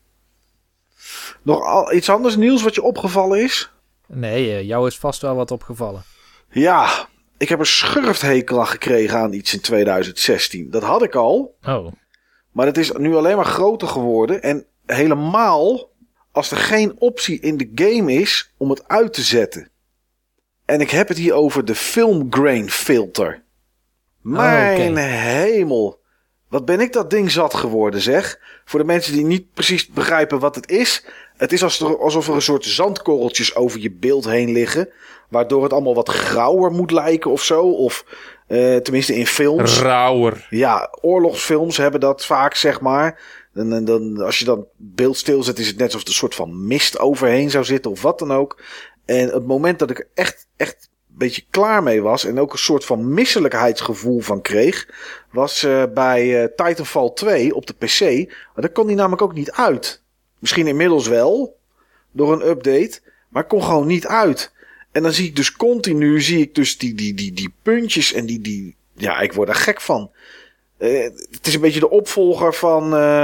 Nog al, iets anders nieuws wat je opgevallen is? Nee, jou is vast wel wat opgevallen. Ja, ik heb een schurfthekel aan gekregen aan iets in twintig zestien. Dat had ik al. Oh. Maar het is nu alleen maar groter geworden. En helemaal als er geen optie in de game is om het uit te zetten. En ik heb het hier over de film grain filter. Mijn oh, okay. hemel. Wat ben ik dat ding zat geworden, zeg. Voor de mensen die niet precies begrijpen wat het is. Het is alsof er een soort zandkorreltjes over je beeld heen liggen. Waardoor het allemaal wat grauwer moet lijken of zo. Of uh, tenminste in films. Rauwer. Ja, oorlogsfilms hebben dat vaak, zeg maar. En, en dan, als je dan beeld stilzet, is het net alsof er een soort van mist overheen zou zitten of wat dan ook. En het moment dat ik er echt, echt een beetje klaar mee was en ook een soort van misselijkheidsgevoel van kreeg, was uh, bij uh, Titanfall twee op de P C. Maar daar kon die namelijk ook niet uit. Misschien inmiddels wel, door een update, maar ik kon gewoon niet uit. En dan zie ik dus continu, zie ik dus die, die, die, die puntjes en die, die, ja, ik word daar gek van. Uh, het is een beetje de opvolger van, uh,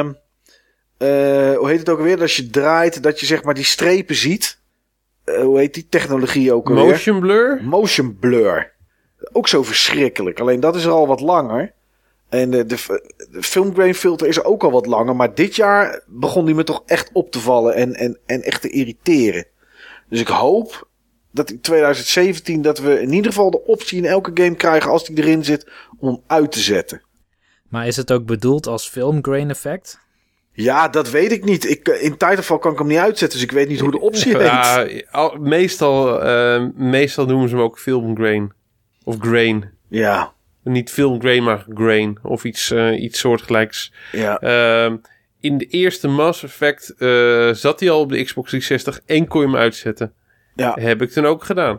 uh, hoe heet het ook alweer, als je draait, dat je zeg maar die strepen ziet. Uh, hoe heet die technologie ook alweer? Motion blur? Motion blur. Ook zo verschrikkelijk. Alleen dat is er al wat langer. En de, de, de film grain filter is er ook al wat langer. Maar dit jaar begon die me toch echt op te vallen en, en, en echt te irriteren. Dus ik hoop dat in twintig zeventien dat we in ieder geval de optie in elke game krijgen als die erin zit om hem uit te zetten. Maar is het ook bedoeld als film grain effect? Ja, dat weet ik niet. Ik, in Titanfall kan ik hem niet uitzetten, dus ik weet niet hoe de optie heet. Ja, al, meestal, uh, meestal noemen ze hem ook film grain. Of grain. Ja. Niet film grain, maar grain. Of iets, uh, iets soortgelijks. Ja. Uh, in de eerste Mass Effect uh, zat hij al op de Xbox driehonderdzestig en kon je hem uitzetten. Ja. Heb ik toen ook gedaan.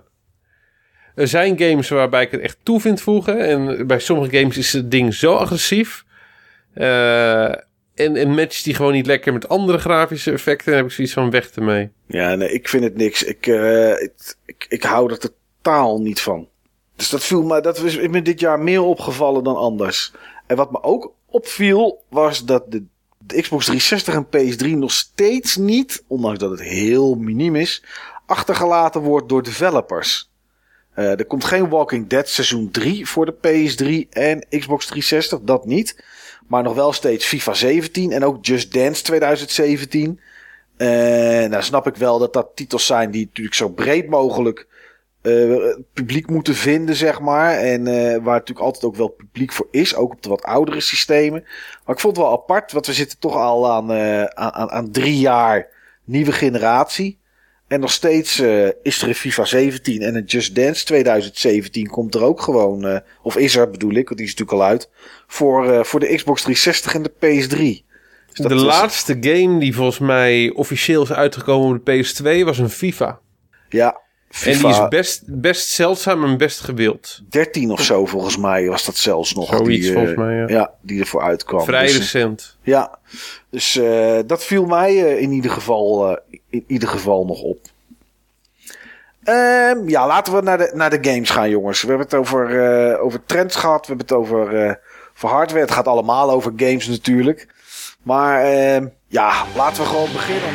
Er zijn games waarbij ik het echt toe vind voegen. En bij sommige games is het ding zo agressief. Uh, En, en matcht die gewoon niet lekker met andere grafische effecten. Dan heb ik zoiets van weg ermee. Ja, nee, ik vind het niks. Ik, uh, ik, ik, ik hou er totaal niet van. Dus dat viel me, dat is me dit jaar meer opgevallen dan anders. En wat me ook opviel, was dat de, de Xbox driehonderdzestig en P S drie nog steeds niet, ondanks dat het heel miniem is, achtergelaten wordt door developers. Uh, er komt geen Walking Dead seizoen drie voor de P S drie en Xbox driehonderdzestig, dat niet. Maar nog wel steeds FIFA zeventien en ook Just Dance twintig zeventien. Uh, nou snap ik wel dat dat titels zijn die natuurlijk zo breed mogelijk uh, publiek moeten vinden, zeg maar. En uh, waar natuurlijk altijd ook wel publiek voor is, ook op de wat oudere systemen. Maar ik vond het wel apart, want we zitten toch al aan, uh, aan, aan drie jaar nieuwe generatie. En nog steeds uh, is er een FIFA zeventien en een Just Dance twintig zeventien komt er ook gewoon, uh, of is er bedoel ik, want die is natuurlijk al uit, voor, uh, voor de Xbox driehonderdzestig en de P S drie. Dus dat de was... laatste game die volgens mij officieel is uitgekomen op de P S twee was een FIFA. Ja, FIFA. En die is best, best zeldzaam en best gewild. dertien of zo volgens mij was dat zelfs nog. Zoiets die, uh, volgens mij, ja. Ja, die ervoor uitkwam. Vrij dus, recent. Ja, dus uh, dat viel mij uh, in ieder geval uh, in ieder geval nog op. Um, ja, laten we naar de, naar de games gaan, jongens. We hebben het over, uh, over trends gehad. We hebben het over, uh, over hardware. Het gaat allemaal over games natuurlijk. Maar uh, ja, laten we gewoon beginnen.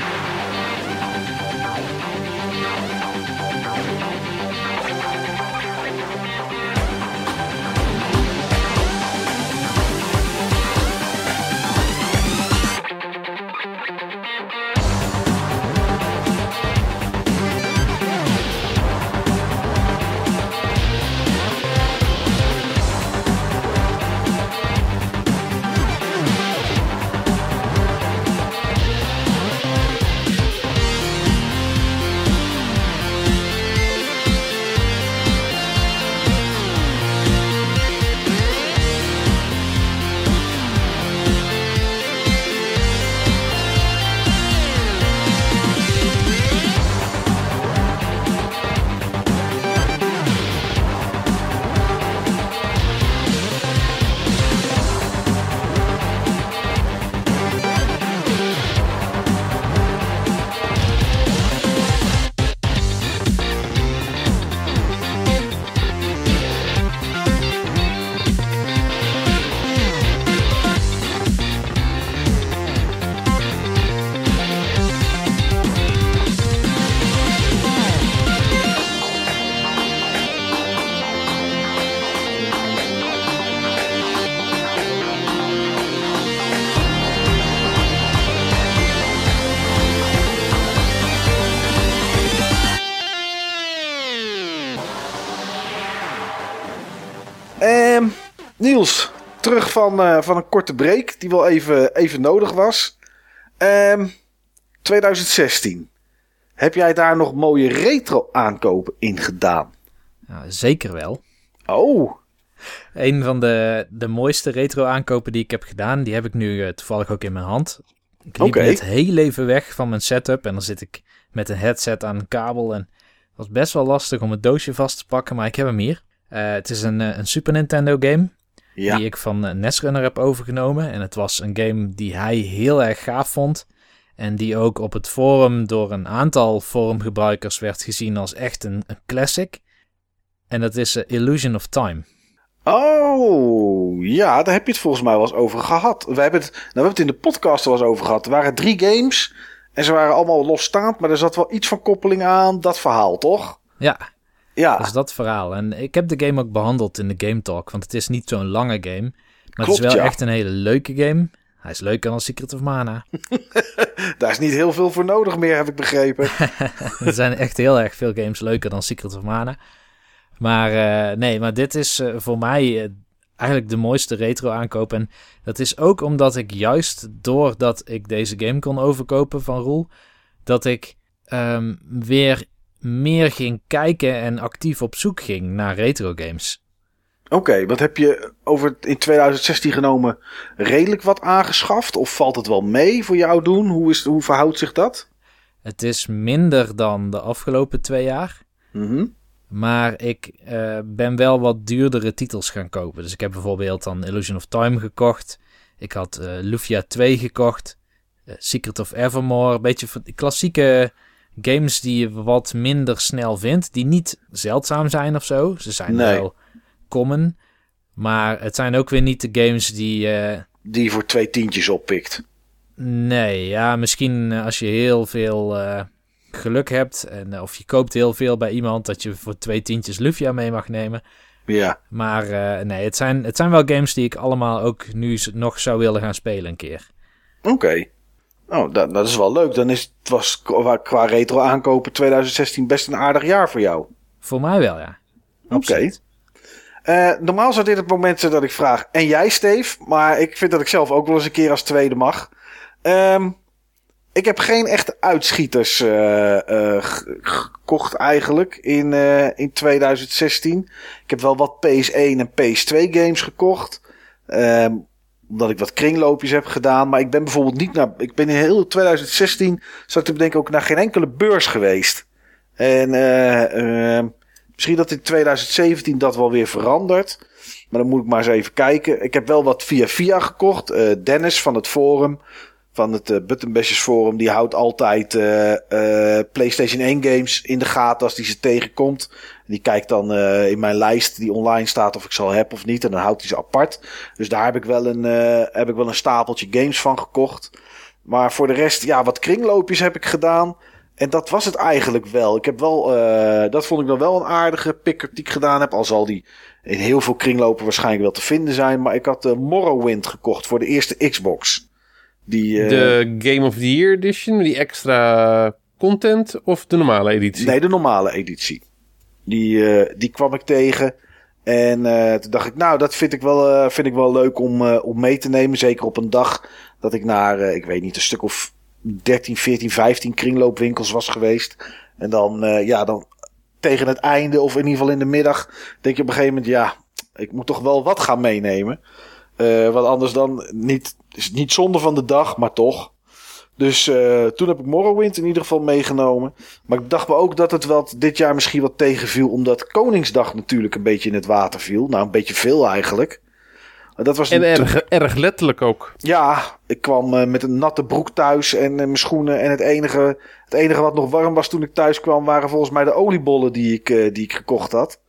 Niels, terug van, uh, van een korte break die wel even, even nodig was. Um, twintig zestien. Heb jij daar nog mooie retro aankopen in gedaan? Ja, zeker wel. Oh. Een van de, de mooiste retro aankopen die ik heb gedaan, die heb ik nu uh, toevallig ook in mijn hand. Ik liep okay. net heel even weg van mijn setup en dan zit ik met een headset aan een kabel. En het was best wel lastig om het doosje vast te pakken, maar ik heb hem hier. Uh, het is een, een Super Nintendo game ja. die ik van uh, Nesrunner heb overgenomen. En het was een game die hij heel erg gaaf vond. En die ook op het forum door een aantal forumgebruikers werd gezien als echt een, een classic. En dat is uh, Illusion of Time. Oh, ja, daar heb je het volgens mij wel eens over gehad. We hebben het, nou, we hebben het in de podcast wel eens over gehad. Er waren drie games en ze waren allemaal losstaand, maar er zat wel iets van koppeling aan dat verhaal, toch? Ja, ja. dat is dat verhaal. En ik heb de game ook behandeld in de Game Talk, want het is niet zo'n lange game. Maar Klopt, het is wel ja. echt een hele leuke game. Hij is leuker dan Secret of Mana. Daar is niet heel veel voor nodig meer, heb ik begrepen. Er zijn echt heel erg veel games leuker dan Secret of Mana. Maar uh, nee, maar dit is uh, voor mij uh, eigenlijk de mooiste retro aankoop. En dat is ook omdat ik juist doordat ik deze game kon overkopen van Roel, dat ik um, weer meer ging kijken en actief op zoek ging naar retro games. Oké, okay, wat heb je over in twintig zestien genomen redelijk wat aangeschaft? Of valt het wel mee voor jou doen? Hoe, is, hoe verhoudt zich dat? Het is minder dan de afgelopen twee jaar. Mm-hmm. Maar ik uh, ben wel wat duurdere titels gaan kopen. Dus ik heb bijvoorbeeld dan Illusion of Time gekocht. Ik had uh, Lufia twee gekocht. Uh, Secret of Evermore. Een beetje van die klassieke games die je wat minder snel vindt. Die niet zeldzaam zijn of zo. Ze zijn nee. wel common. Maar het zijn ook weer niet de games die... Uh, die je voor twee tientjes oppikt. Nee, ja, misschien als je heel veel... Uh, geluk hebt en of je koopt heel veel bij iemand dat je voor twee tientjes Lufia mee mag nemen. Ja. Maar uh, nee, het zijn, het zijn wel games die ik allemaal ook nu nog zou willen gaan spelen een keer. Oké. Okay. Oh, dat, dat is wel leuk. Dan is het was qua, qua retro aankopen twintig zestien best een aardig jaar voor jou. Voor mij wel, ja. Oké. Okay. Uh, normaal zou dit het moment zijn dat ik vraag, en jij, Steve? Maar ik vind dat ik zelf ook wel eens een keer als tweede mag. Um, Ik heb geen echte uitschieters uh, uh, gekocht eigenlijk in, uh, in twintig zestien. Ik heb wel wat P S één en P S twee games gekocht. Um, omdat ik wat kringloopjes heb gedaan. Maar ik ben bijvoorbeeld niet naar... Ik ben in heel twintig zestien, zou ik te bedenken, ook naar geen enkele beurs geweest. En uh, uh, misschien dat in twintig zeventien dat wel weer verandert. Maar dan moet ik maar eens even kijken. Ik heb wel wat via via gekocht. Uh, Dennis van het forum... Van het uh, Button Bashers forum, die houdt altijd uh, uh, PlayStation één games in de gaten als die ze tegenkomt. Die kijkt dan uh, in mijn lijst die online staat of ik ze al heb of niet. En dan houdt hij ze apart. Dus daar heb ik wel een, uh, heb ik wel een stapeltje games van gekocht. Maar voor de rest, ja, wat kringloopjes heb ik gedaan. En dat was het eigenlijk wel. Ik heb wel, uh, dat vond ik dan wel een aardige picker die ik gedaan heb. Al zal die in heel veel kringlopen waarschijnlijk wel te vinden zijn. Maar ik had uh, Morrowind gekocht voor de eerste Xbox. Die, uh, de Game of the Year edition, die extra content of de normale editie? Nee, de normale editie. Die, uh, die kwam ik tegen. En uh, toen dacht ik, nou, dat vind ik wel, uh, vind ik wel leuk om, uh, om mee te nemen. Zeker op een dag dat ik naar, uh, ik weet niet, een stuk of dertien, veertien, vijftien kringloopwinkels was geweest. En dan, uh, ja, dan tegen het einde of in ieder geval in de middag denk je op een gegeven moment, ja, ik moet toch wel wat gaan meenemen. Uh, wat anders dan niet, is niet zonde van de dag, maar toch. Dus uh, toen heb ik Morrowind in ieder geval meegenomen. Maar ik dacht me ook dat het wel dit jaar misschien wat tegenviel, omdat Koningsdag natuurlijk een beetje in het water viel. Nou, een beetje veel eigenlijk. Dat was en erg, te... erg letterlijk ook. Ja, ik kwam uh, met een natte broek thuis en uh, mijn schoenen. En het enige, het enige wat nog warm was toen ik thuis kwam, waren volgens mij de oliebollen die ik, uh, die ik gekocht had.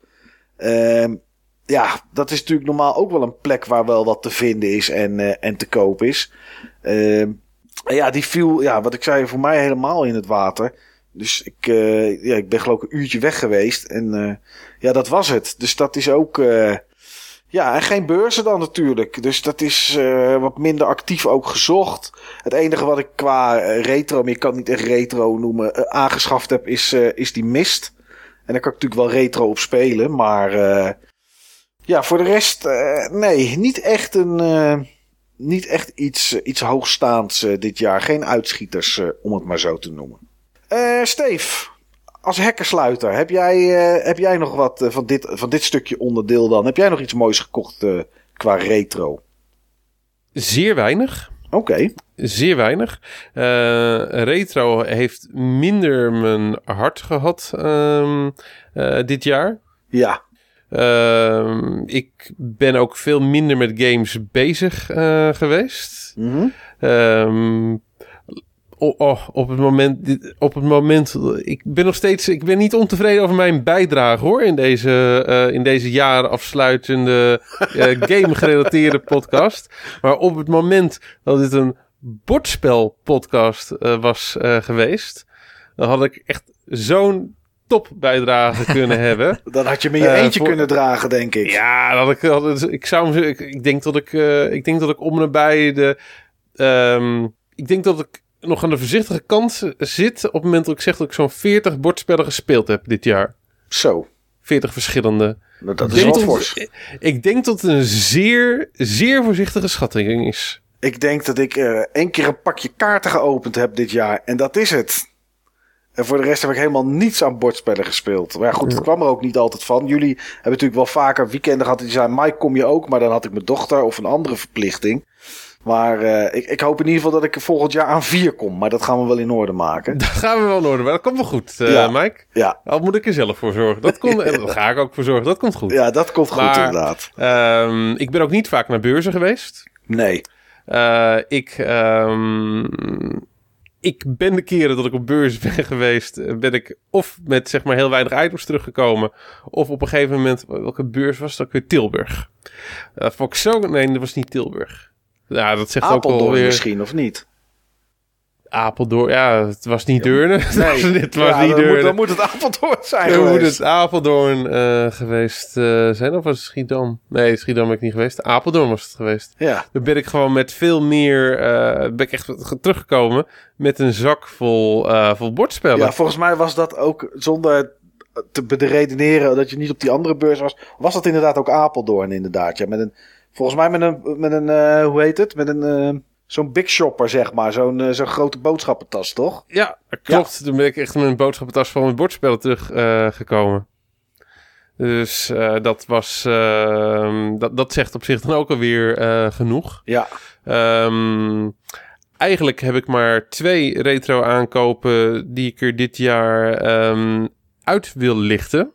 Uh, Ja, dat is natuurlijk normaal ook wel een plek waar wel wat te vinden is en, uh, en te koop is. Uh, ja, die viel, ja, wat ik zei, voor mij helemaal in het water. Dus ik, uh, ja, ik ben geloof ik een uurtje weg geweest. En uh, ja, dat was het. Dus dat is ook... Uh, ja, en geen beurzen dan natuurlijk. Dus dat is uh, wat minder actief ook gezocht. Het enige wat ik qua uh, retro, maar je kan het niet echt retro noemen, uh, aangeschaft heb, is, uh, is die Mist. En daar kan ik natuurlijk wel retro op spelen, maar... Uh, Ja, voor de rest, uh, nee, niet echt een, uh, niet echt iets, uh, iets hoogstaands uh, dit jaar. Geen uitschieters, uh, om het maar zo te noemen. Uh, Steve, als hekkersluiter, heb jij, uh, heb jij nog wat uh, van, dit, van dit stukje onderdeel dan? Heb jij nog iets moois gekocht uh, qua retro? Zeer weinig. Oké. Okay. Zeer weinig. Uh, retro heeft minder mijn hart gehad uh, uh, dit jaar. Ja. Uh, ik ben ook veel minder met games bezig uh, geweest. Mm-hmm. Um, oh, oh, op het moment, op het moment, ik ben nog steeds, ik ben niet ontevreden over mijn bijdrage hoor in deze, uh, in deze jaren afsluitende uh, game-gerelateerde podcast. Maar op het moment dat dit een bordspel-podcast uh, was uh, geweest, dan had ik echt zo'n top bijdrage kunnen hebben. Dan had je me je uh, eentje voor... kunnen dragen, denk ik. Ja, dat ik, dat, ik zou ik, ik denk dat ik, uh, ik denk dat ik om en nabij de, um, ik denk dat ik nog aan de voorzichtige kant zit op het moment dat ik zeg dat ik zo'n veertig bordspellen gespeeld heb dit jaar. Zo. veertig verschillende. Nou, dat is wel fors. Ik, ik denk dat het een zeer, zeer voorzichtige schatting is. Ik denk dat ik uh, één keer een pakje kaarten geopend heb dit jaar. En dat is het. En voor de rest heb ik helemaal niets aan bordspellen gespeeld. Maar ja, goed, het kwam er ook niet altijd van. Jullie hebben natuurlijk wel vaker weekenden gehad die zeiden, Mike, kom je ook? Maar dan had ik mijn dochter of een andere verplichting. Maar uh, ik, ik hoop in ieder geval dat ik volgend jaar aan vier kom. Maar dat gaan we wel in orde maken. Dat gaan we wel in orde. Maar dat komt wel goed, uh, ja. Mike. Ja. Al moet ik er zelf voor zorgen. Dat komt, en daar ga ik ook voor zorgen. Dat komt goed. Ja, dat komt goed maar, inderdaad. Um, ik ben ook niet vaak naar beurzen geweest. Nee. Uh, ik... Um, Ik ben de keren dat ik op beurs ben geweest, ben ik of met zeg maar heel weinig items teruggekomen, of op een gegeven moment, welke beurs was dat? Weer Tilburg. Uh, vond ik zo, nee, dat was niet Tilburg. Ja, dat zegt Apeldoorn ook wel weer. Misschien, of niet? Apeldoorn, ja, het was niet Deurne. Nee, het was ja, niet dan, Deurne. moet, dan moet het Apeldoorn zijn dan geweest. moet het Apeldoorn uh, geweest uh, zijn, of was het Schiedam? Nee, Schiedam ben ik niet geweest. Apeldoorn was het geweest. Ja. Dan ben ik gewoon met veel meer, uh, ben ik echt teruggekomen met een zak vol, uh, vol bordspellen. Ja, volgens mij was dat ook zonder te beredeneren dat je niet op die andere beurs was. Was dat inderdaad ook Apeldoorn inderdaad. Ja, met een, volgens mij met een, met een uh, hoe heet het? Met een... Uh, Zo'n big shopper, zeg maar. Zo'n, uh, zo'n grote boodschappentas, toch? Ja, klopt. Ja. Toen ben ik echt met een boodschappentas van mijn bordspellen teruggekomen. Uh, gekomen. dus uh, dat was... Uh, dat, dat zegt op zich dan ook alweer uh, genoeg. Ja. Um, eigenlijk heb ik maar twee retro aankopen die ik er dit jaar um, uit wil lichten.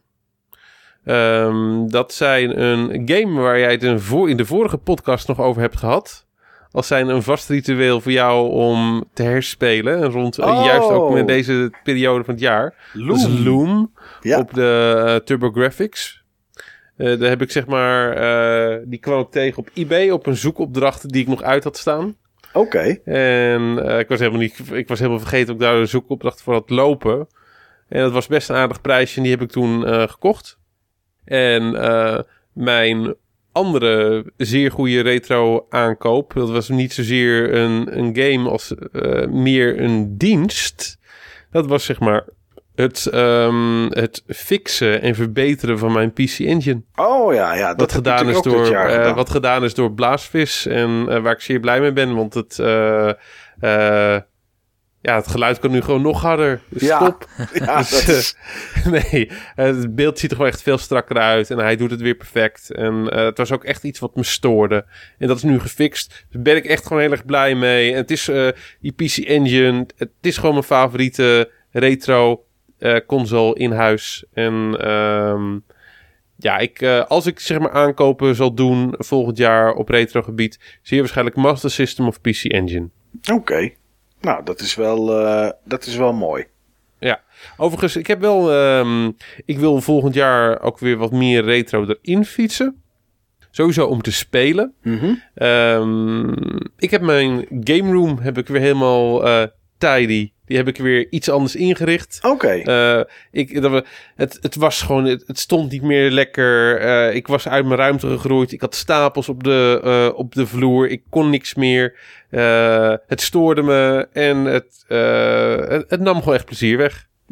Um, dat zijn een game waar jij het in, voor, in de vorige podcast nog over hebt gehad. Als zijn een vast ritueel voor jou om te herspelen. En rond, oh. juist ook in deze periode van het jaar. Loom. Dat is Loom. Ja. Op de uh, TurboGrafx. Uh, daar heb ik zeg maar... Uh, die kwam ik tegen op eBay. Op een zoekopdracht die ik nog uit had staan. Oké. Okay. En uh, ik was helemaal niet... Ik was helemaal vergeten dat ik daar een zoekopdracht voor had lopen. En dat was best een aardig prijsje. En die heb ik toen uh, gekocht. En uh, mijn... andere zeer goede retro aankoop. Dat was niet zozeer een, een game als uh, meer een dienst. Dat was zeg maar het, um, het fixen en verbeteren van mijn P C Engine. Oh ja, ja. Dat wat gedaan is door uh, gedaan. Wat gedaan is door Blaasvis en uh, waar ik zeer blij mee ben, want het uh, uh, ja, het geluid kan nu gewoon nog harder. Dus ja, stop. Ja, dus, dat is... Uh, nee, uh, het beeld ziet er gewoon echt veel strakker uit. En hij doet het weer perfect. En uh, het was ook echt iets wat me stoorde. En dat is nu gefixt. Dus daar ben ik echt gewoon heel erg blij mee. En het is uh, die P C Engine. Het is gewoon mijn favoriete retro uh, console in huis. En um, ja, ik, uh, als ik zeg maar aankopen zal doen volgend jaar op retro gebied, zeer waarschijnlijk Master System of P C Engine. Oké. Okay. Nou, dat is wel, uh, dat is wel mooi. Ja, overigens, ik heb wel... Um, ik wil volgend jaar ook weer wat meer retro erin fietsen. Sowieso om te spelen. Mm-hmm. Um, ik heb mijn game room heb ik weer helemaal uh, tidy. Die heb ik weer iets anders ingericht. Oké. Okay. Uh, ik, dat, het, het was gewoon... Het, het stond niet meer lekker. Uh, ik was uit mijn ruimte gegroeid. Ik had stapels op de, uh, op de vloer. Ik kon niks meer. Uh, het stoorde me. En het, uh, het, het nam gewoon echt plezier weg. Ja.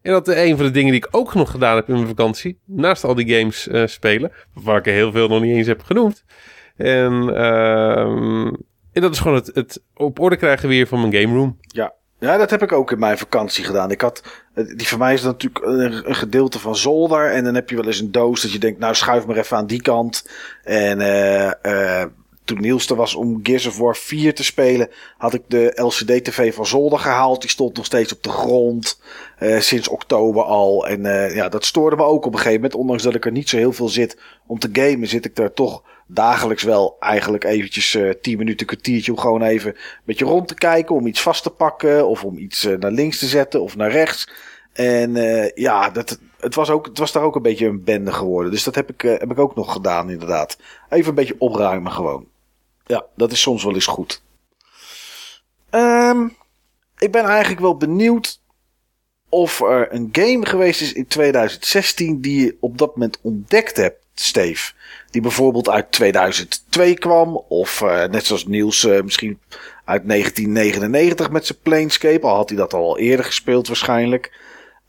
En dat een van de dingen die ik ook nog gedaan heb in mijn vakantie, naast al die games uh, spelen, waar ik er heel veel nog niet eens heb genoemd. En, uh, en dat is gewoon het, het op orde krijgen weer van mijn game room. Ja. Ja, dat heb ik ook in mijn vakantie gedaan. Ik had, die voor mij is dat natuurlijk een, een gedeelte van zolder. En dan heb je wel eens een doos dat je denkt, nou schuif maar even aan die kant. En uh, uh, toen Niels er was om Gears of War vier te spelen, had ik de L C D-tv van zolder gehaald. Die stond nog steeds op de grond, uh, sinds oktober al. En uh, ja, dat stoorde me ook op een gegeven moment. Ondanks dat ik er niet zo heel veel zit om te gamen, zit ik er toch dagelijks wel eigenlijk eventjes uh, tien minuten, een kwartiertje om gewoon even een beetje rond te kijken, om iets vast te pakken of om iets uh, naar links te zetten of naar rechts. En uh, ja, dat, het, was ook, het was daar ook een beetje een bende geworden. Dus dat heb ik, uh, heb ik ook nog gedaan inderdaad. Even een beetje opruimen gewoon. Ja, dat is soms wel eens goed. Um, ik ben eigenlijk wel benieuwd of er een game geweest is in twintig zestien die je op dat moment ontdekt hebt, Steve. Die bijvoorbeeld uit tweeduizend twee kwam. Of uh, net zoals Niels uh, misschien uit negentien negenennegentig met zijn Planescape. Al had hij dat al eerder gespeeld waarschijnlijk.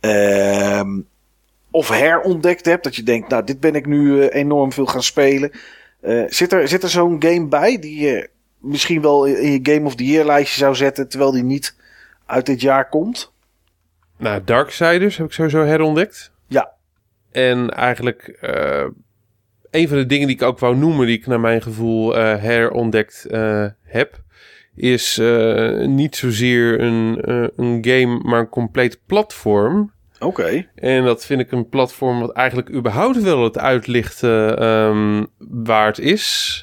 Um, of herontdekt hebt. Dat je denkt, nou dit ben ik nu uh, enorm veel gaan spelen. Uh, zit er, zit er zo'n game bij die je misschien wel in je Game of the Year lijstje zou zetten, terwijl die niet uit dit jaar komt? Nou, Darksiders heb ik sowieso herontdekt. Ja. En eigenlijk uh, een van de dingen die ik ook wou noemen, die ik naar mijn gevoel uh, herontdekt uh, heb, is uh, niet zozeer een, uh, een game, maar een compleet platform. Oké. Okay. En dat vind ik een platform wat eigenlijk überhaupt wel het uitlichten um, waard is.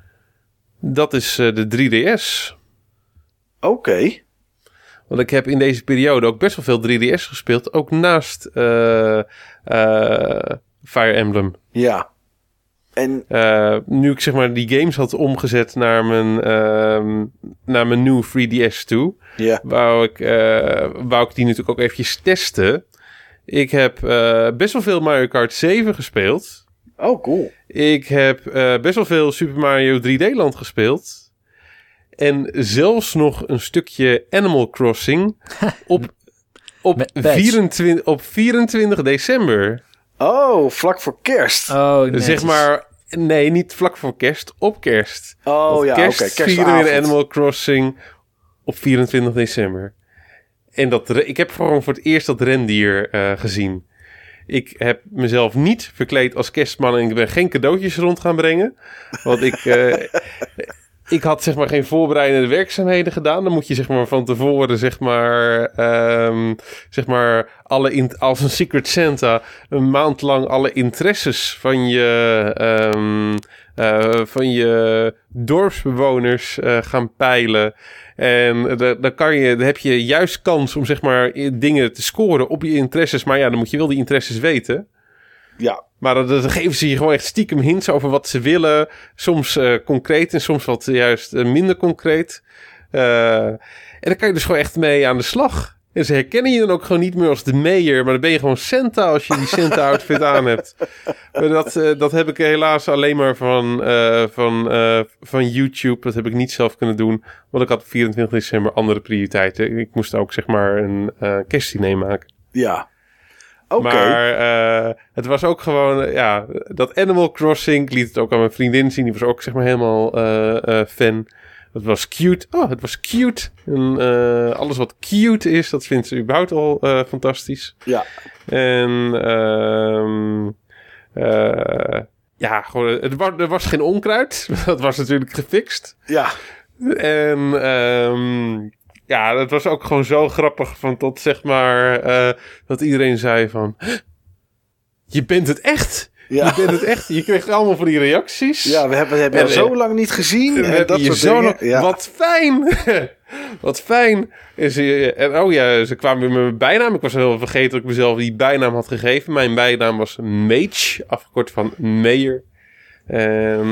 Dat is uh, de drie D S. Oké. Okay. Want ik heb in deze periode ook best wel veel drie D S gespeeld. Ook naast uh, uh, Fire Emblem. Ja. En uh, nu ik zeg maar die games had omgezet naar mijn, uh, naar mijn nieuwe drie D S toe. Ja. Wou ik, uh, wou ik die natuurlijk ook eventjes testen. Ik heb uh, best wel veel Mario Kart zeven gespeeld. Oh, cool. Ik heb uh, best wel veel Super Mario drie D Land gespeeld. En zelfs nog een stukje Animal Crossing op, op, vierentwintig, op vierentwintig december. Oh, vlak voor kerst. Oh, netjes. Zeg maar, nee, niet vlak voor kerst, op kerst. Oh op ja, kerst oké. Okay, vieren we Animal Crossing op vierentwintig december. En dat, ik heb gewoon voor het eerst dat rendier uh, gezien. Ik heb mezelf niet verkleed als kerstman en ik ben geen cadeautjes rond gaan brengen. Want ik, uh, ik had zeg maar geen voorbereidende werkzaamheden gedaan. Dan moet je zeg maar van tevoren zeg maar, um, zeg maar alle in, als een Secret Santa een maand lang alle interesses van je, um, uh, van je dorpsbewoners uh, gaan peilen. En dan kan je, dan heb je juist kans om zeg maar dingen te scoren op je interesses. Maar ja, dan moet je wel die interesses weten. Ja. Maar dan, dan geven ze je gewoon echt stiekem hints over wat ze willen. Soms uh, concreet en soms wat juist uh, minder concreet. Uh, en dan kan je dus gewoon echt mee aan de slag. En ze herkennen je dan ook gewoon niet meer als de mayor. Maar dan ben je gewoon Santa als je die Santa-outfit aan hebt. Maar dat, uh, dat heb ik helaas alleen maar van, uh, van, uh, van YouTube. Dat heb ik niet zelf kunnen doen. Want ik had op vierentwintig december andere prioriteiten. Ik moest ook zeg maar een uh, kerstdiner maken. Ja. Oké. Okay. Maar uh, het was ook gewoon, uh, ja, dat Animal Crossing. Ik liet het ook aan mijn vriendin zien. Die was ook zeg maar helemaal uh, uh, fan. Het was cute. Oh, het was cute. En uh, alles wat cute is, dat vindt ze überhaupt al uh, fantastisch. Ja. En um, uh, ja, gewoon, het was, er was geen onkruid. Dat was natuurlijk gefixt. Ja. En um, ja, dat was ook gewoon zo grappig. Van tot zeg maar uh, dat iedereen zei van, je bent het echt. Ja. Je bent het echt. Je kreeg allemaal van die reacties. Ja, we hebben, we hebben en, zo lang niet gezien. We en dat soort zo dingen. Lang, ja. Wat fijn. Wat fijn. En, ze, en oh ja, ze kwamen weer met mijn bijnaam. Ik was heel vergeten dat ik mezelf die bijnaam had gegeven. Mijn bijnaam was Mage, afgekort van Mayor. En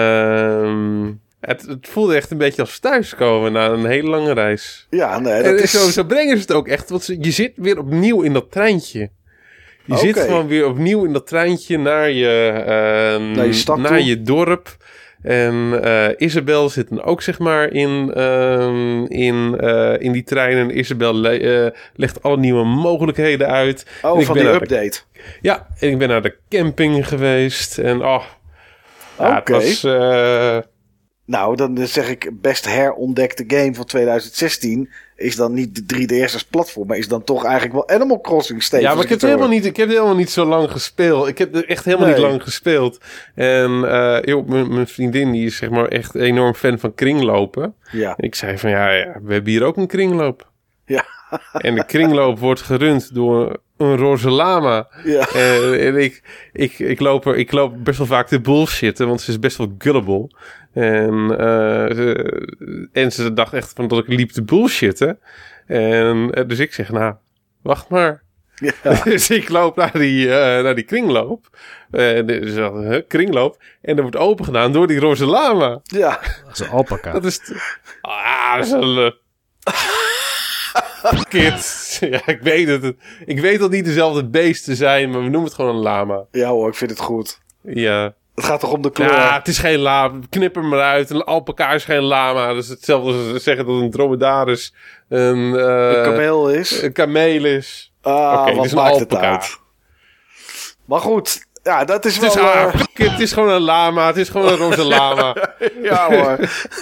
um, het, het voelde echt een beetje als thuiskomen na een hele lange reis. Ja, nee, dat en is... zo, zo brengen ze het ook echt. Want je zit weer opnieuw in dat treintje. Je okay. zit gewoon weer opnieuw in dat treintje naar je, uh, naar je stad naar je dorp. En uh, Isabel zit dan ook zeg maar in, uh, in, uh, in die trein. En Isabel le- uh, legt alle nieuwe mogelijkheden uit. Oh, van die update. De, ja, en ik ben naar de camping geweest. En oh, ja, okay. Het was... Uh, nou, dan zeg ik best herontdekte game van twintig zestien... is dan niet de drie D S als platform... maar is dan toch eigenlijk wel Animal Crossing steeds. Ja, maar ik heb, het helemaal niet, ik heb het helemaal niet zo lang gespeeld. Ik heb het echt helemaal nee. niet lang gespeeld. En uh, joh, mijn vriendin die is zeg maar echt enorm fan van kringlopen. Ja. En ik zei van ja, ja, we hebben hier ook een kringloop. Ja. En de kringloop wordt gerund door een roze lama. Ja. En, en ik, ik, ik, loop er, ik loop best wel vaak te bullshitten, want ze is best wel gullible. En, uh, ze, en ze dacht echt van dat ik liep te bullshitten. En dus ik zeg, nou, wacht maar. Ja. Dus ik loop naar die, uh, naar die kringloop. Uh, dus, uh, kringloop. En er wordt open gedaan door die roze lama. Ja. Dat is een alpaca. Dat is... T- ah, dat is een... Uh, Kids. Ja, ik weet het. Ik weet dat niet dezelfde beesten zijn, maar we noemen het gewoon een lama. Ja hoor, ik vind het goed. Ja. Het gaat toch om de kleur? Ja, het is geen lama. Knip hem maar uit. Een alpaca is geen lama. Dat is hetzelfde als zeggen dat een dromedaris een... Uh, een kameel is. Een kameel is. Ah, okay, wat het is maakt een het alpaca. uit? Maar goed... Ja, dat is het wel... Is, uh... ah, het is gewoon een lama. Het is gewoon een roze lama. Ja hoor.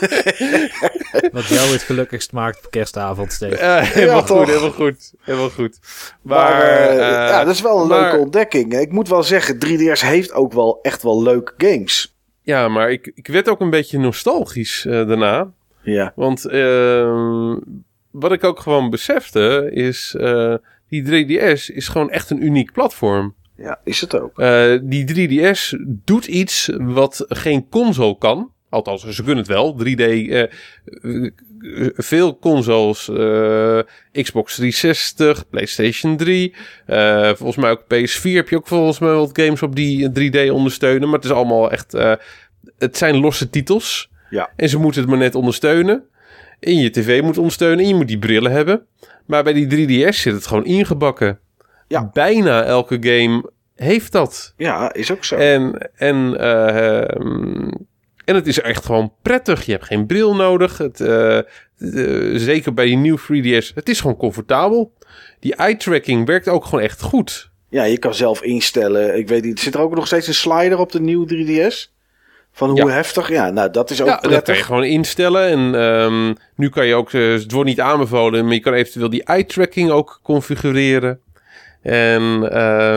Wat jou het gelukkigst maakt op kerstavond, Steve. Uh, helemaal ja, goed, toch? helemaal goed. Helemaal goed. Maar, maar uh, uh, ja, dat is wel een maar, leuke ontdekking. Ik moet wel zeggen, drie D S heeft ook wel echt wel leuke games. Ja, maar ik, ik werd ook een beetje nostalgisch uh, daarna. Ja. Want uh, wat ik ook gewoon besefte is... Uh, die drie D S is gewoon echt een uniek platform. Ja, is het ook. Uh, die drie D S doet iets wat geen console kan. Althans, ze kunnen het wel. drie D... Uh, uh, veel consoles... Uh, Xbox driehonderdzestig, PlayStation drie... Uh, volgens mij ook P S vier heb je ook volgens mij wat games op die drie D ondersteunen. Maar het is allemaal echt... Uh, het zijn losse titels. Ja. En ze moeten het maar net ondersteunen. En je tv moet ondersteunen. En je moet die brillen hebben. Maar bij die drie D S zit het gewoon ingebakken. Ja. Bijna elke game heeft dat. Ja, is ook zo. En, en, uh, um, en het is echt gewoon prettig. Je hebt geen bril nodig. Het, uh, uh, zeker bij die nieuwe drie D S. Het is gewoon comfortabel. Die eye-tracking werkt ook gewoon echt goed. Ja, je kan zelf instellen. Ik weet niet, zit er ook nog steeds een slider op de nieuwe drie D S? Van hoe ja. heftig? Ja, nou, dat is ook ja, prettig. Dat kan je gewoon instellen. En um, nu kan je ook... Uh, het wordt niet aanbevolen, maar je kan eventueel die eye-tracking ook configureren. En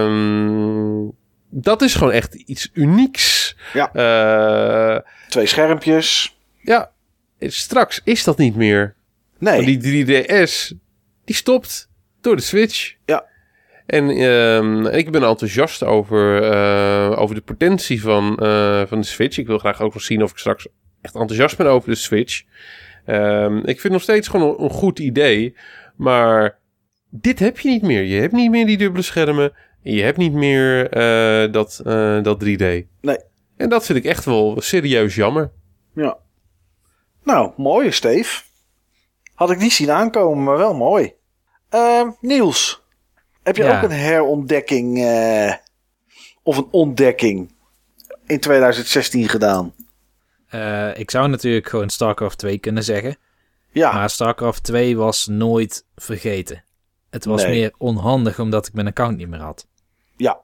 um, dat is gewoon echt iets unieks. Ja. Uh, Twee schermpjes. Ja. Straks is dat niet meer. Nee. Want die drie D S, die stopt door de Switch. Ja. En um, ik ben enthousiast over, uh, over de potentie van, uh, van de Switch. Ik wil graag ook nog zien of ik straks echt enthousiast ben over de Switch. Um, ik vind het nog steeds gewoon een, een goed idee. Maar dit heb je niet meer. Je hebt niet meer die dubbele schermen. En je hebt niet meer uh, dat, uh, dat drie D. Nee. En dat vind ik echt wel serieus jammer. Ja. Nou, mooi, Steve. Had ik niet zien aankomen, maar wel mooi. Uh, Niels, heb je ja. ook een herontdekking uh, of een ontdekking in twintig zestien gedaan? Uh, ik zou natuurlijk gewoon StarCraft twee kunnen zeggen. Ja. Maar StarCraft twee was nooit vergeten. Het was nee. meer onhandig omdat ik mijn account niet meer had. Ja.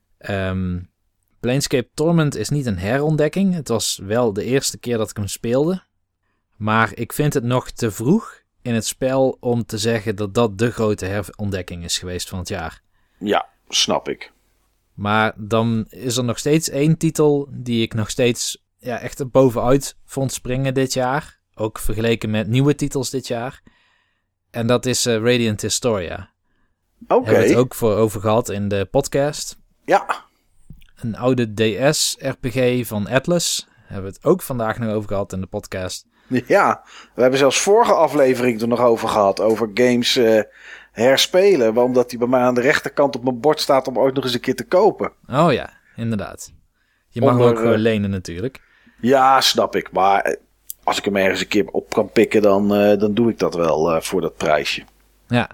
Um, Planescape Torment is niet een herontdekking. Het was wel de eerste keer dat ik hem speelde. Maar ik vind het nog te vroeg in het spel om te zeggen dat dat de grote herontdekking is geweest van het jaar. Ja, snap ik. Maar dan is er nog steeds één titel die ik nog steeds ja, echt bovenuit vond springen dit jaar. Ook vergeleken met nieuwe titels dit jaar. En dat is uh, Radiant Historia. Oké. Okay. Hebben we het ook voor over gehad in de podcast. Ja. Een oude D S-R P G van Atlas. Hebben we het ook vandaag nog over gehad in de podcast. Ja, we hebben zelfs vorige aflevering er nog over gehad. Over games uh, herspelen. Omdat die bij mij aan de rechterkant op mijn bord staat om ooit nog eens een keer te kopen. Oh ja, inderdaad. Je mag Onder, hem ook gewoon uh, lenen natuurlijk. Ja, snap ik. Maar als ik hem ergens een keer op kan pikken, dan, uh, dan doe ik dat wel uh, voor dat prijsje. Ja.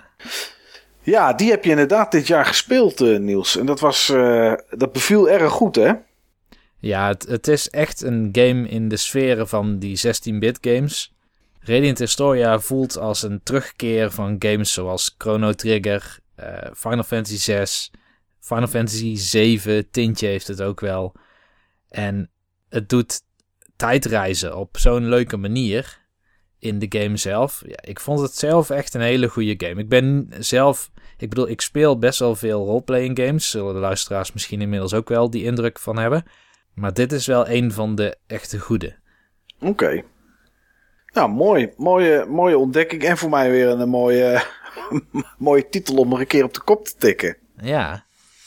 Ja, die heb je inderdaad dit jaar gespeeld, uh, Niels. En dat was, uh, dat beviel erg goed, hè? Ja, het, het is echt een game in de sferen van die zestien-bit games. Radiant Historia voelt als een terugkeer van games zoals Chrono Trigger, uh, Final Fantasy zes, Final Fantasy zeven, tintje heeft het ook wel. En het doet tijdreizen op zo'n leuke manier in de game zelf. Ja, ik vond het zelf echt een hele goede game. Ik ben zelf, ik bedoel, ik speel best wel veel roleplaying games. Zullen de luisteraars misschien inmiddels ook wel die indruk van hebben. Maar dit is wel een van de echte goede. Oké. Okay. Nou, mooi. Mooie, mooie ontdekking. En voor mij weer een mooie, mooie titel om er een keer op de kop te tikken. Ja.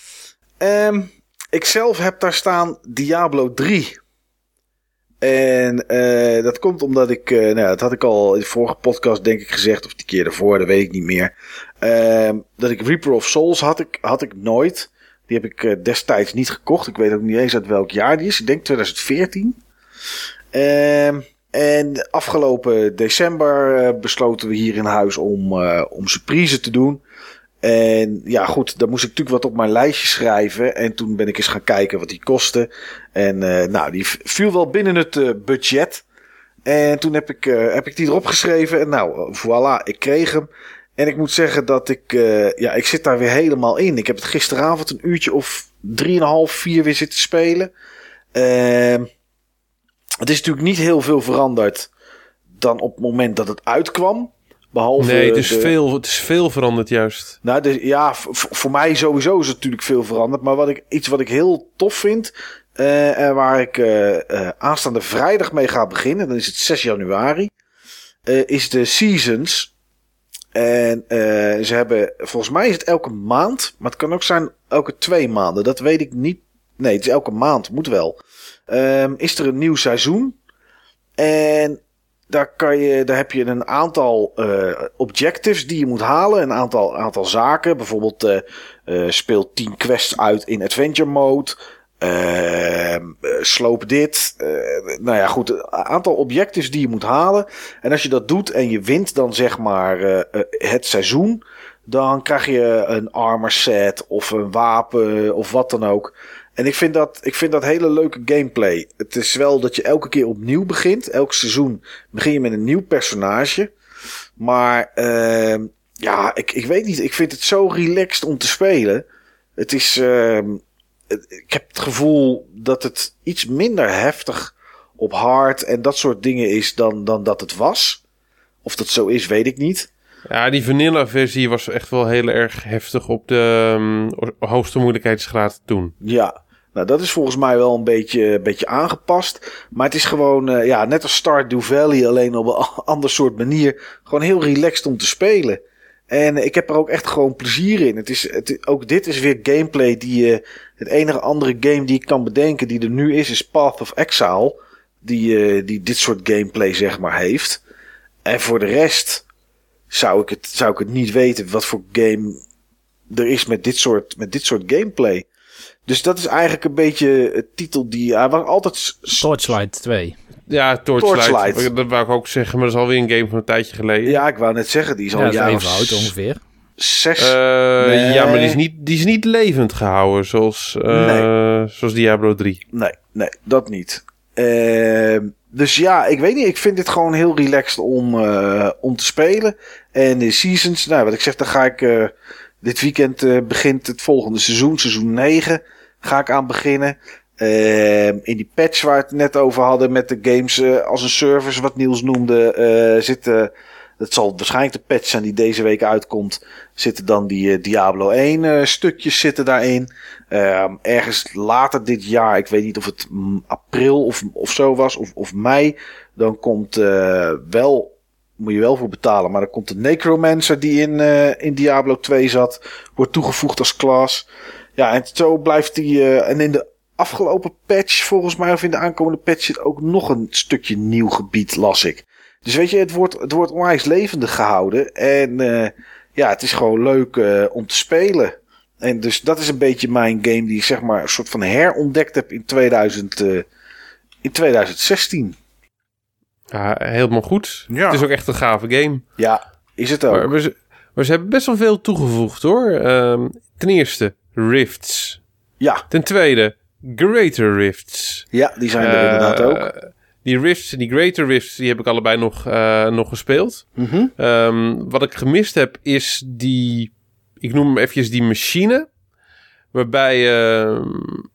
Um, ik zelf heb daar staan Diablo drie. En uh, dat komt omdat ik, uh, nou, dat had ik al in de vorige podcast denk ik gezegd, of die keer daarvoor, dat weet ik niet meer. Uh, dat ik Reaper of Souls had ik, had ik nooit. Die heb ik uh, destijds niet gekocht. Ik weet ook niet eens uit welk jaar die is. Ik denk twintig veertien. Uh, en afgelopen december uh, besloten we hier in huis om, uh, om surprise te doen. En ja goed, dan moest ik natuurlijk wat op mijn lijstje schrijven. En toen ben ik eens gaan kijken wat die kostte. En uh, nou, die viel wel binnen het uh, budget. En toen heb ik, uh, heb ik die erop geschreven. En nou, voilà, ik kreeg hem. En ik moet zeggen dat ik, uh, ja, ik zit daar weer helemaal in. Ik heb het gisteravond een uurtje of drieënhalf, vier weer zitten spelen. Uh, het is natuurlijk niet heel veel veranderd dan op het moment dat het uitkwam. Behalve nee, het is, de... veel, het is veel veranderd juist. Nou, dus, ja, v- voor mij sowieso is het natuurlijk veel veranderd. Maar wat ik, iets wat ik heel tof vind, uh, en waar ik uh, uh, aanstaande vrijdag mee ga beginnen, dan is het zes januari, uh, is de Seasons. En uh, ze hebben, volgens mij is het elke maand, maar het kan ook zijn elke twee maanden. Dat weet ik niet. Nee, het is elke maand, moet wel. Um, is er een nieuw seizoen. En daar, kan je, daar heb je een aantal uh, objectives die je moet halen. Een aantal, aantal zaken. Bijvoorbeeld uh, uh, speel tien quests uit in adventure mode. Uh, sloop dit. Uh, nou ja, goed. Een aantal objectives die je moet halen. En als je dat doet en je wint dan zeg maar uh, uh, het seizoen. Dan krijg je een armor set of een wapen of wat dan ook. En ik vind dat, ik vind dat hele leuke gameplay. Het is wel dat je elke keer opnieuw begint. Elk seizoen begin je met een nieuw personage. Maar uh, ja, ik, ik weet niet. Ik vind het zo relaxed om te spelen. Het is... Uh, ik heb het gevoel dat het iets minder heftig op hard en dat soort dingen is dan, dan dat het was. Of dat zo is, weet ik niet. Ja, die vanilla versie was echt wel heel erg heftig op de um, hoogste moeilijkheidsgraad toen. Ja, nou dat is volgens mij wel een beetje, een beetje aangepast. Maar het is gewoon, uh, ja, net als Stardew Valley, alleen op een ander soort manier. Gewoon heel relaxed om te spelen. En ik heb er ook echt gewoon plezier in. Het is, het, ook dit is weer gameplay die... Uh, het enige andere game die ik kan bedenken die er nu is, is Path of Exile. Die, uh, die dit soort gameplay zeg maar heeft. En voor de rest zou ik het, zou ik het niet weten wat voor game er is met dit soort, met dit soort gameplay. Dus dat is eigenlijk een beetje het titel die... Hij was altijd... Torchlight twee. Ja, Torchlight. Torchlight. Dat wou ik ook zeggen, maar dat is alweer een game van een tijdje geleden. Ja, ik wou net zeggen, die is al ja, een jaar even oud ongeveer. Zes. Uh, nee. Ja, maar die is, niet, die is niet levend gehouden zoals, uh, nee. zoals Diablo drie. Nee, nee, dat niet. Uh, dus ja, ik weet niet. Ik vind dit gewoon heel relaxed om, uh, om te spelen. En de Seasons, nou wat ik zeg, dan ga ik... Uh, dit weekend uh, begint het volgende seizoen, seizoen negen. Ga ik aan beginnen. Uh, in die patch waar we het net over hadden met de games uh, als een service, wat Niels noemde, uh, zitten... Het zal waarschijnlijk de patch zijn die deze week uitkomt. Zitten dan die uh, Diablo één uh, stukjes zitten daarin. Uh, ergens later dit jaar, ik weet niet of het mm, april of, of zo was, of, of mei. Dan komt uh, wel, moet je wel voor betalen, maar dan komt de Necromancer die in, uh, in Diablo twee zat. Wordt toegevoegd als class. Ja, en zo blijft die... Uh, en in de afgelopen patch, volgens mij, of in de aankomende patch, zit ook nog een stukje nieuw gebied, las ik. Dus weet je, het wordt, het wordt onwijs levendig gehouden. En uh, ja, het is gewoon leuk uh, om te spelen. En dus dat is een beetje mijn game die ik zeg maar een soort van herontdekt heb in, tweeduizend, uh, in twintig zestien. Ja, helemaal goed. Ja. Het is ook echt een gave game. Ja, is het ook. Maar, maar, ze, maar ze hebben best wel veel toegevoegd hoor. Um, ten eerste, Rifts. Ja. Ten tweede, Greater Rifts. Ja, die zijn er uh, inderdaad ook. Die Rifts en die Greater Rifts, die heb ik allebei nog, uh, nog gespeeld. Mm-hmm. Um, wat ik gemist heb, is die... Ik noem hem eventjes die machine. Waarbij je uh,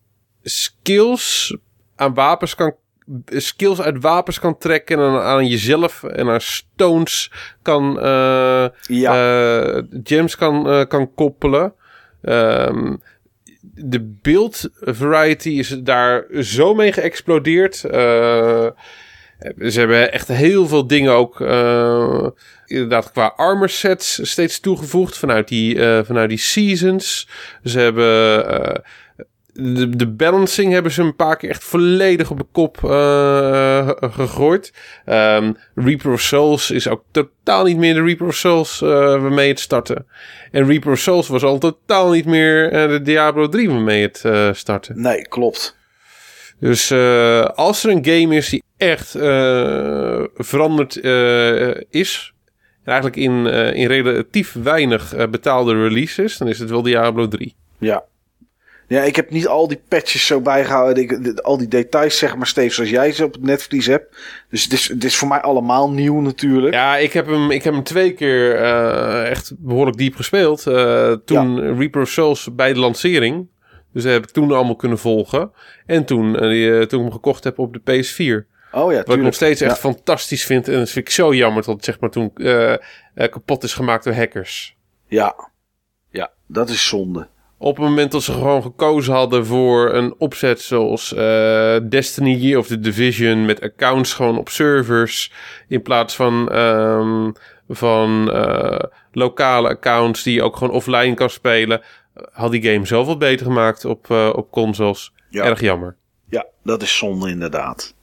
skills aan wapens kan... skills uit wapens kan trekken en aan, aan jezelf en aan stones kan... Uh, ja. uh, gems kan, uh, kan koppelen. Um, de build variety is daar zo mee geëxplodeerd. Uh, ze hebben echt heel veel dingen ook... Uh, inderdaad qua armor sets steeds toegevoegd vanuit die, uh, vanuit die seasons. Ze hebben... Uh, De, de balancing hebben ze een paar keer echt volledig op de kop uh, gegooid. Um, Reaper of Souls is ook totaal niet meer de Reaper of Souls uh, waarmee het startte. En Reaper of Souls was al totaal niet meer uh, de Diablo drie waarmee het uh, startte. Nee, klopt. Dus uh, als er een game is die echt uh, veranderd uh, is... en eigenlijk in, uh, in relatief weinig uh, betaalde releases... dan is het wel Diablo drie. Ja. Ja, ik heb niet al die patches zo bijgehouden. Ik, al die details, zeg maar, Steve, zoals jij ze op het netvlies hebt. Dus het is, het is voor mij allemaal nieuw natuurlijk. Ja, ik heb hem, ik heb hem twee keer uh, echt behoorlijk diep gespeeld. Uh, toen ja. Reaper of Souls bij de lancering. Dus dat heb ik toen allemaal kunnen volgen. En toen, uh, die, uh, toen ik hem gekocht heb op de P S vier. Oh ja, tuurlijk. Wat ik nog steeds echt ja. fantastisch vind. En dat vind ik zo jammer dat het zeg maar toen uh, uh, kapot is gemaakt door hackers. Ja, ja, dat is zonde. Op het moment dat ze gewoon gekozen hadden voor een opzet zoals uh, Destiny of The Division met accounts gewoon op servers in plaats van, um, van uh, lokale accounts die je ook gewoon offline kan spelen, had die game zoveel beter gemaakt op, uh, op consoles. Ja. Erg jammer. Ja, dat is zonde inderdaad.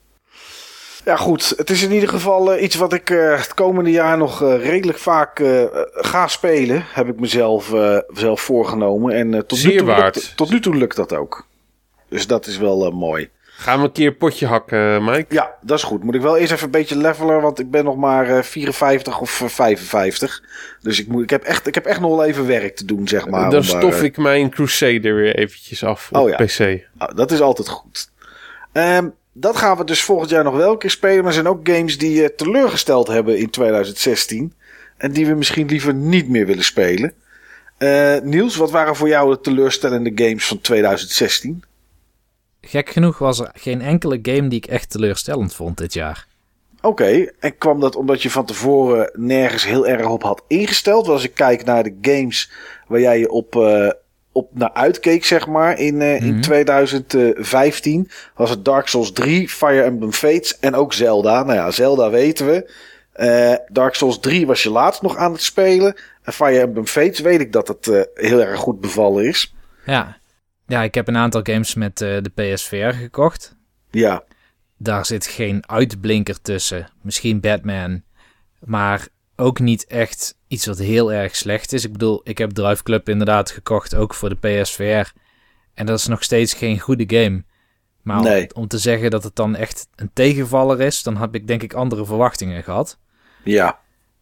Ja goed, het is in ieder geval uh, iets wat ik uh, het komende jaar nog uh, redelijk vaak uh, ga spelen. Heb ik mezelf uh, zelf voorgenomen. En uh, tot, Zeer nu toe waard. lukt, tot nu toe lukt dat ook. Dus dat is wel uh, mooi. Gaan we een keer een potje hakken, Mike? Ja, dat is goed. Moet ik wel eerst even een beetje levelen, want ik ben nog maar uh, vierenvijftig of uh, vijfenvijftig. Dus ik, moet, ik, heb echt, ik heb echt nog wel even werk te doen, zeg maar. Dan stof uh, ik mijn Crusader weer eventjes af op oh, ja. P C. Oh, dat is altijd goed. Um, Dat gaan we dus volgend jaar nog wel een keer spelen. Maar er zijn ook games die uh, teleurgesteld hebben in twintig zestien. En die we misschien liever niet meer willen spelen. Uh, Niels, wat waren voor jou de teleurstellende games van twintig zestien? Gek genoeg was er geen enkele game die ik echt teleurstellend vond dit jaar. Oké, okay. En kwam dat omdat je van tevoren nergens heel erg op had ingesteld? Want als ik kijk naar de games waar jij je op... Uh, op naar uitkeek, zeg maar, in, uh, mm-hmm. in twintig vijftien... was het Dark Souls drie, Fire Emblem Fates en ook Zelda. Nou ja, Zelda weten we. Uh, Dark Souls drie was je laatst nog aan het spelen. En Fire Emblem Fates weet ik dat het uh, heel erg goed bevallen is. Ja, ja ik heb een aantal games met uh, de P S V R gekocht. Ja. Daar zit geen uitblinker tussen. Misschien Batman, maar... ook niet echt iets wat heel erg slecht is. Ik bedoel, ik heb Drive Club inderdaad gekocht, ook voor de P S V R. En dat is nog steeds geen goede game. Maar nee. om, om te zeggen dat het dan echt een tegenvaller is, dan heb ik denk ik andere verwachtingen gehad. Ja.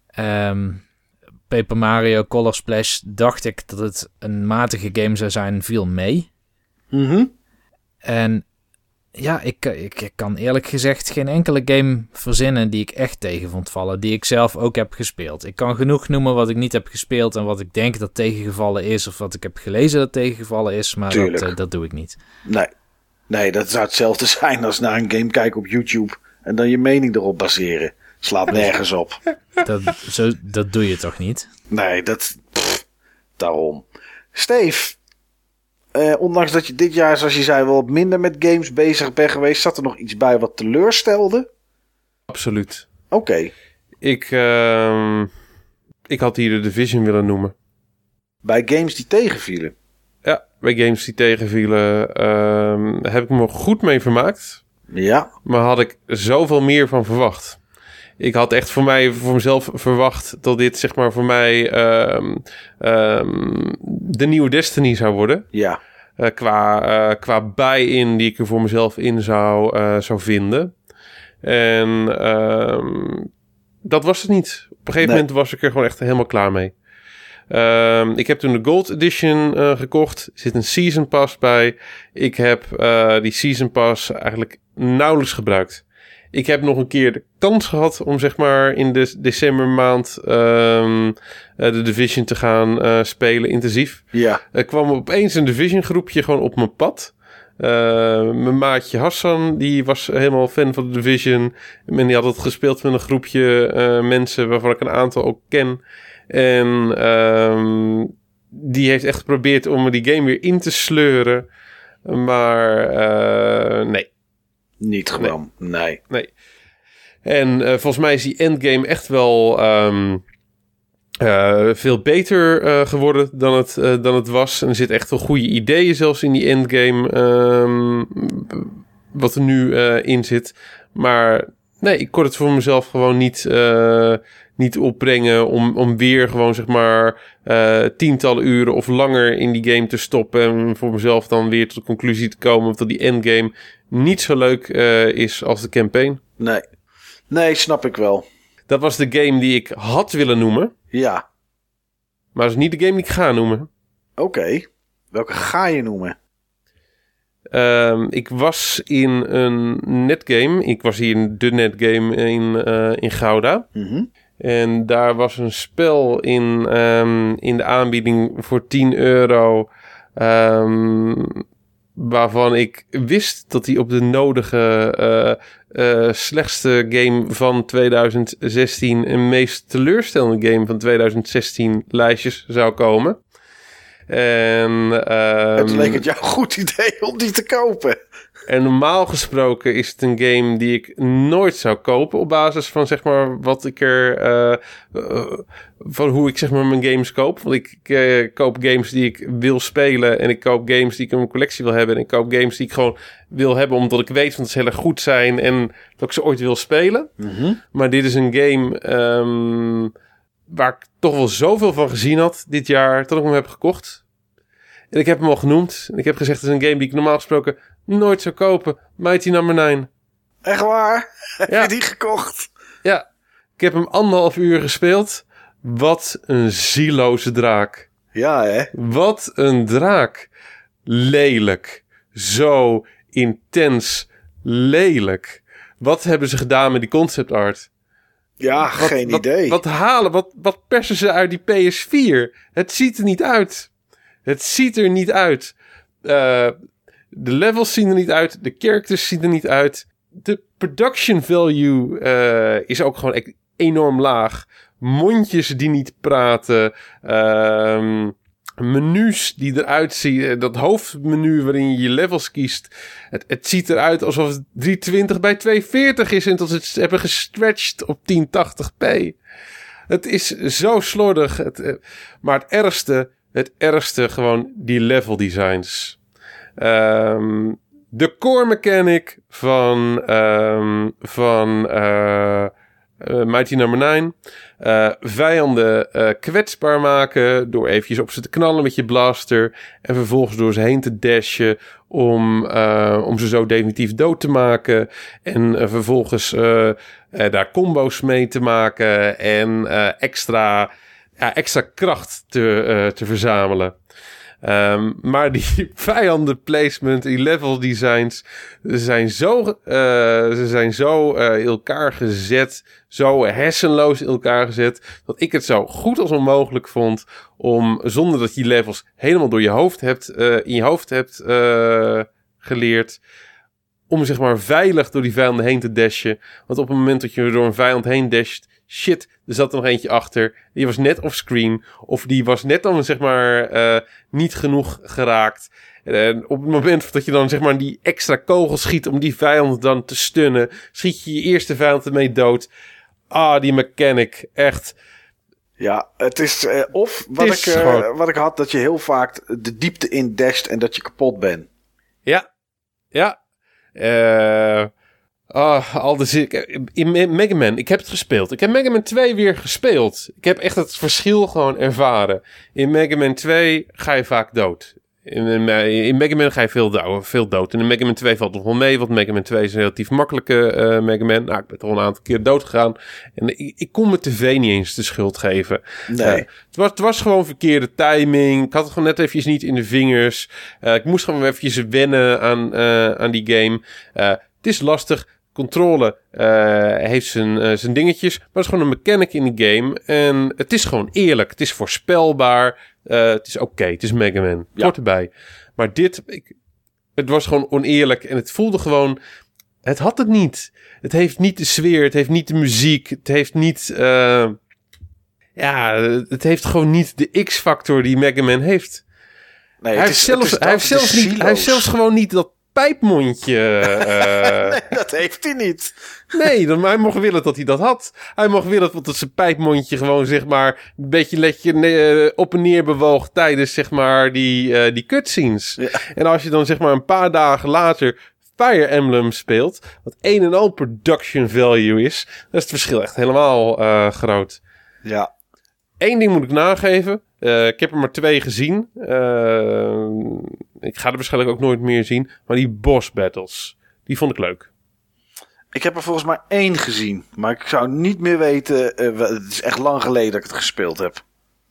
Um, Paper Mario Color Splash dacht ik dat het een matige game zou zijn, viel mee. Mm-hmm. En ja, ik, ik, ik kan eerlijk gezegd geen enkele game verzinnen die ik echt tegen vond vallen. Die ik zelf ook heb gespeeld. Ik kan genoeg noemen wat ik niet heb gespeeld en wat ik denk dat tegengevallen is. Of wat ik heb gelezen dat tegengevallen is. Maar dat, uh, dat doe ik niet. Nee. nee, dat zou hetzelfde zijn als naar een game kijken op YouTube. En dan je mening erop baseren. Slaat nergens op. Dat, zo, dat doe je toch niet? Nee, dat... Pff, daarom. Steve... Uh, ondanks dat je dit jaar, zoals je zei, wel wat minder met games bezig bent geweest, zat er nog iets bij wat teleurstelde? Absoluut. Oké. Okay. Ik, uh, ik had hier de Division willen noemen. Bij games die tegenvielen? Ja, bij games die tegenvielen uh, heb ik me goed mee vermaakt. Ja. Maar had ik zoveel meer van verwacht. Ik had echt voor mij, voor mezelf verwacht dat dit zeg maar voor mij um, um, de nieuwe Destiny zou worden. Ja. Uh, qua, uh, qua buy-in die ik er voor mezelf in zou, uh, zou vinden. En um, dat was het niet. Op een gegeven nee. moment was ik er gewoon echt helemaal klaar mee. Uh, ik heb toen de Gold Edition uh, gekocht. Er zit een Season Pass bij. Ik heb uh, die Season Pass eigenlijk nauwelijks gebruikt. Ik heb nog een keer de kans gehad om zeg maar in de decembermaand um, uh, de Division te gaan uh, spelen intensief. Ja. Er kwam opeens een Division groepje gewoon op mijn pad. Uh, mijn maatje Hassan, die was helemaal fan van de Division. En die had het gespeeld met een groepje uh, mensen waarvan ik een aantal ook ken. En um, die heeft echt geprobeerd om me die game weer in te sleuren. Maar uh, nee. Niet gewoon, nee. Nee. nee. En uh, volgens mij is die endgame echt wel um, uh, veel beter uh, geworden dan het, uh, dan het was. En er zitten echt wel goede ideeën zelfs in die endgame. Um, wat er nu uh, in zit. Maar nee, ik kon het voor mezelf gewoon niet, uh, niet opbrengen om, om weer gewoon zeg maar uh, tientallen uren of langer in die game te stoppen. En voor mezelf dan weer tot de conclusie te komen dat die endgame niet zo leuk uh, is als de campaign. Nee. Nee, snap ik wel. Dat was de game die ik had willen noemen. Ja. Maar dat is niet de game die ik ga noemen. Oké. Okay. Welke ga je noemen? Um, ik was in een netgame. Ik was hier in de netgame in, uh, in Gouda. Mm-hmm. En daar was een spel in, um, in de aanbieding voor tien euro... Um, waarvan ik wist dat hij op de nodige uh, uh, slechtste game van twintig zestien... en meest teleurstellende game van twintig zestien lijstjes zou komen. En, um, het leek het jou een goed idee om die te kopen. En normaal gesproken is het een game die ik nooit zou kopen op basis van zeg maar wat ik er uh, uh, van hoe ik zeg maar mijn games koop. Want ik uh, koop games die ik wil spelen en ik koop games die ik in mijn collectie wil hebben en ik koop games die ik gewoon wil hebben omdat ik weet dat ze heel erg goed zijn en dat ik ze ooit wil spelen. Mm-hmm. Maar dit is een game um, waar ik toch wel zoveel van gezien had dit jaar dat ik hem heb gekocht. En ik heb hem al genoemd. En ik heb gezegd, het is een game die ik normaal gesproken nooit zou kopen. Mighty Number nine. Echt waar? Heb ja. je die gekocht? Ja. Ik heb hem anderhalf uur gespeeld. Wat een zieloze draak. Ja, hè? Wat een draak. Lelijk. Zo intens lelijk. Wat hebben ze gedaan met die concept art? Ja, wat, geen wat, idee. Wat halen, wat, wat persen ze uit die P S vier? Het ziet er niet uit. Het ziet er niet uit. Uh, de levels zien er niet uit. De characters zien er niet uit. De production value uh, is ook gewoon e- enorm laag. Mondjes die niet praten. Uh, menus die eruit zien. Dat hoofdmenu waarin je je levels kiest. Het, het ziet eruit alsof het driehonderdtwintig bij tweehonderdveertig is. En dat ze het hebben gestretched op tien tachtig p. Het is zo slordig. Het, uh, maar het ergste... Het ergste gewoon die level designs. Um, de core mechanic van, um, van uh, uh, Mighty Number nine. Uh, vijanden uh, kwetsbaar maken door eventjes op ze te knallen met je blaster. En vervolgens door ze heen te dashen om, uh, om ze zo definitief dood te maken. En uh, vervolgens uh, uh, daar combo's mee te maken en uh, extra... Ja, extra kracht te, uh, te verzamelen. Um, maar die vijanden placement, die level designs, ze zijn zo, uh, ze zijn zo uh, in elkaar gezet, zo hersenloos in elkaar gezet, dat ik het zo goed als onmogelijk vond om, zonder dat je die levels helemaal door je hoofd hebt, uh, in je hoofd hebt uh, geleerd, om zeg maar veilig door die vijanden heen te dashen. Want op het moment dat je door een vijand heen dasht, shit, er zat er nog eentje achter. Die was net offscreen. Of die was net dan zeg maar uh, niet genoeg geraakt. En op het moment dat je dan zeg maar die extra kogel schiet om die vijand dan te stunnen, schiet je je eerste vijand ermee dood. Ah, die mechanic. Echt. Ja, het is uh, of wat, is ik, uh, gewoon... wat ik had, dat je heel vaak de diepte in dasht en dat je kapot bent. Ja. Ja. Eh... Uh... Ah, al de in Mega Man, ik heb het gespeeld. Ik heb Mega Man twee weer gespeeld. Ik heb echt het verschil gewoon ervaren. In Mega Man twee ga je vaak dood. In, in, in Mega Man ga je veel, dood, veel dood. En in Mega Man twee valt het nog wel mee. Want Mega Man twee is een relatief makkelijke uh, Mega Man. Nou, ik ben toch een aantal keer dood gegaan. En ik, ik kon mijn tv niet eens de schuld geven. Nee. Uh, het, was, het was gewoon verkeerde timing. Ik had het gewoon net eventjes niet in de vingers. Uh, ik moest gewoon eventjes wennen aan, uh, aan die game. Uh, het is lastig. Controle uh, heeft zijn, uh, zijn dingetjes. Maar het is gewoon een mechanic in de game. En het is gewoon eerlijk. Het is voorspelbaar. Uh, het is oké, okay, het is Mega Man. Ja. Hoort erbij. Maar dit, ik, het was gewoon oneerlijk. En het voelde gewoon, het had het niet. Het heeft niet de sfeer, het heeft niet de muziek. Het heeft niet, uh, ja, het heeft gewoon niet de X-factor die Mega Man heeft. Nee, hij, heeft is, zelfs, dat, hij, heeft zelfs niet, hij heeft zelfs gewoon niet dat pijpmondje. Uh... nee, dat heeft hij niet. Nee, dan, hij mocht willen dat hij dat had. Hij mocht willen dat zijn pijpmondje gewoon, zeg maar, een beetje letje uh, op en neer bewoog tijdens, zeg maar, die, uh, die cutscenes. Ja. En als je dan, zeg maar, een paar dagen later Fire Emblem speelt, wat een en al production value is, dan is het verschil echt helemaal uh, groot. Ja. Eén ding moet ik nageven. Uh, ik heb er maar twee gezien. Uh, ik ga er waarschijnlijk ook nooit meer zien. Maar die boss battles, die vond ik leuk. Ik heb er volgens mij één gezien. Maar ik zou niet meer weten. Uh, het is echt lang geleden dat ik het gespeeld heb.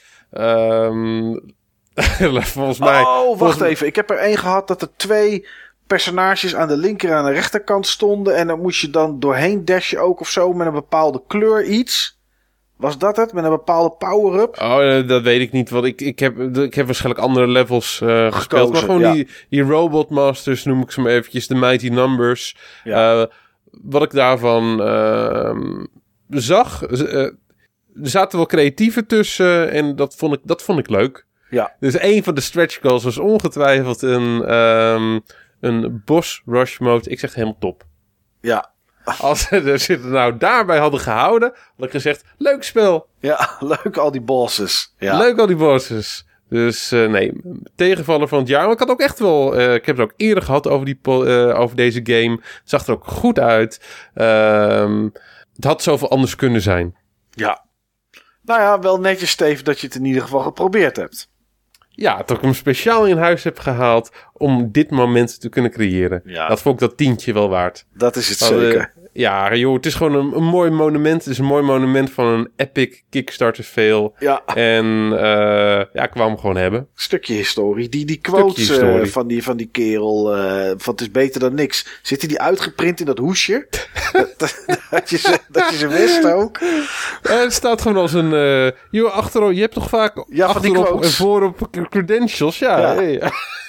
Um, volgens mij... Oh, wacht volgens... even. Ik heb er één gehad dat er twee personages aan de linker en aan de rechterkant stonden. En dan moest je dan doorheen dashen ook of zo met een bepaalde kleur iets. Was dat het? Met een bepaalde power-up? Oh, dat weet ik niet. Want ik, ik, heb, ik heb waarschijnlijk andere levels uh, gespeeld. Maar gewoon ja. die, die Robot Masters noem ik ze maar eventjes. De Mighty Numbers. Ja. Uh, wat ik daarvan uh, zag. Uh, er zaten wel creatieven tussen. En dat vond ik, dat vond ik leuk. Ja. Dus een van de stretch goals was ongetwijfeld een, um, een boss rush mode. Ik zeg helemaal top. Ja. Als ze er nou daarbij hadden gehouden, had ik gezegd, leuk spel. Ja, leuk al die bosses. Ja. Leuk al die bosses. Dus uh, nee, tegenvaller van het jaar. Maar ik had ook echt wel, uh, ik heb het ook eerder gehad over, die po- uh, over deze game. Het zag er ook goed uit. Uh, het had zoveel anders kunnen zijn. Ja. Nou ja, wel netjes, Steve, dat je het in ieder geval geprobeerd hebt. Ja, dat ik hem speciaal in huis heb gehaald om dit moment te kunnen creëren. Ja. Dat vond ik dat tientje wel waard. Dat is het uh, zeker. Ja, joh, het is gewoon een, een mooi monument. Het is een mooi monument van een epic Kickstarter fail. Ja. En uh, ja, ik wou hem gewoon hebben. Stukje historie. Die, die quotes uh, van, die, van die kerel, uh, van het is beter dan niks. Zitten die uitgeprint in dat hoesje? dat, dat, je ze, dat je ze wist ook. Uh, het staat gewoon als een... Uh, joh, achterop, je hebt toch vaak ja, achterop en voorop credentials? Ja, ja. Hey.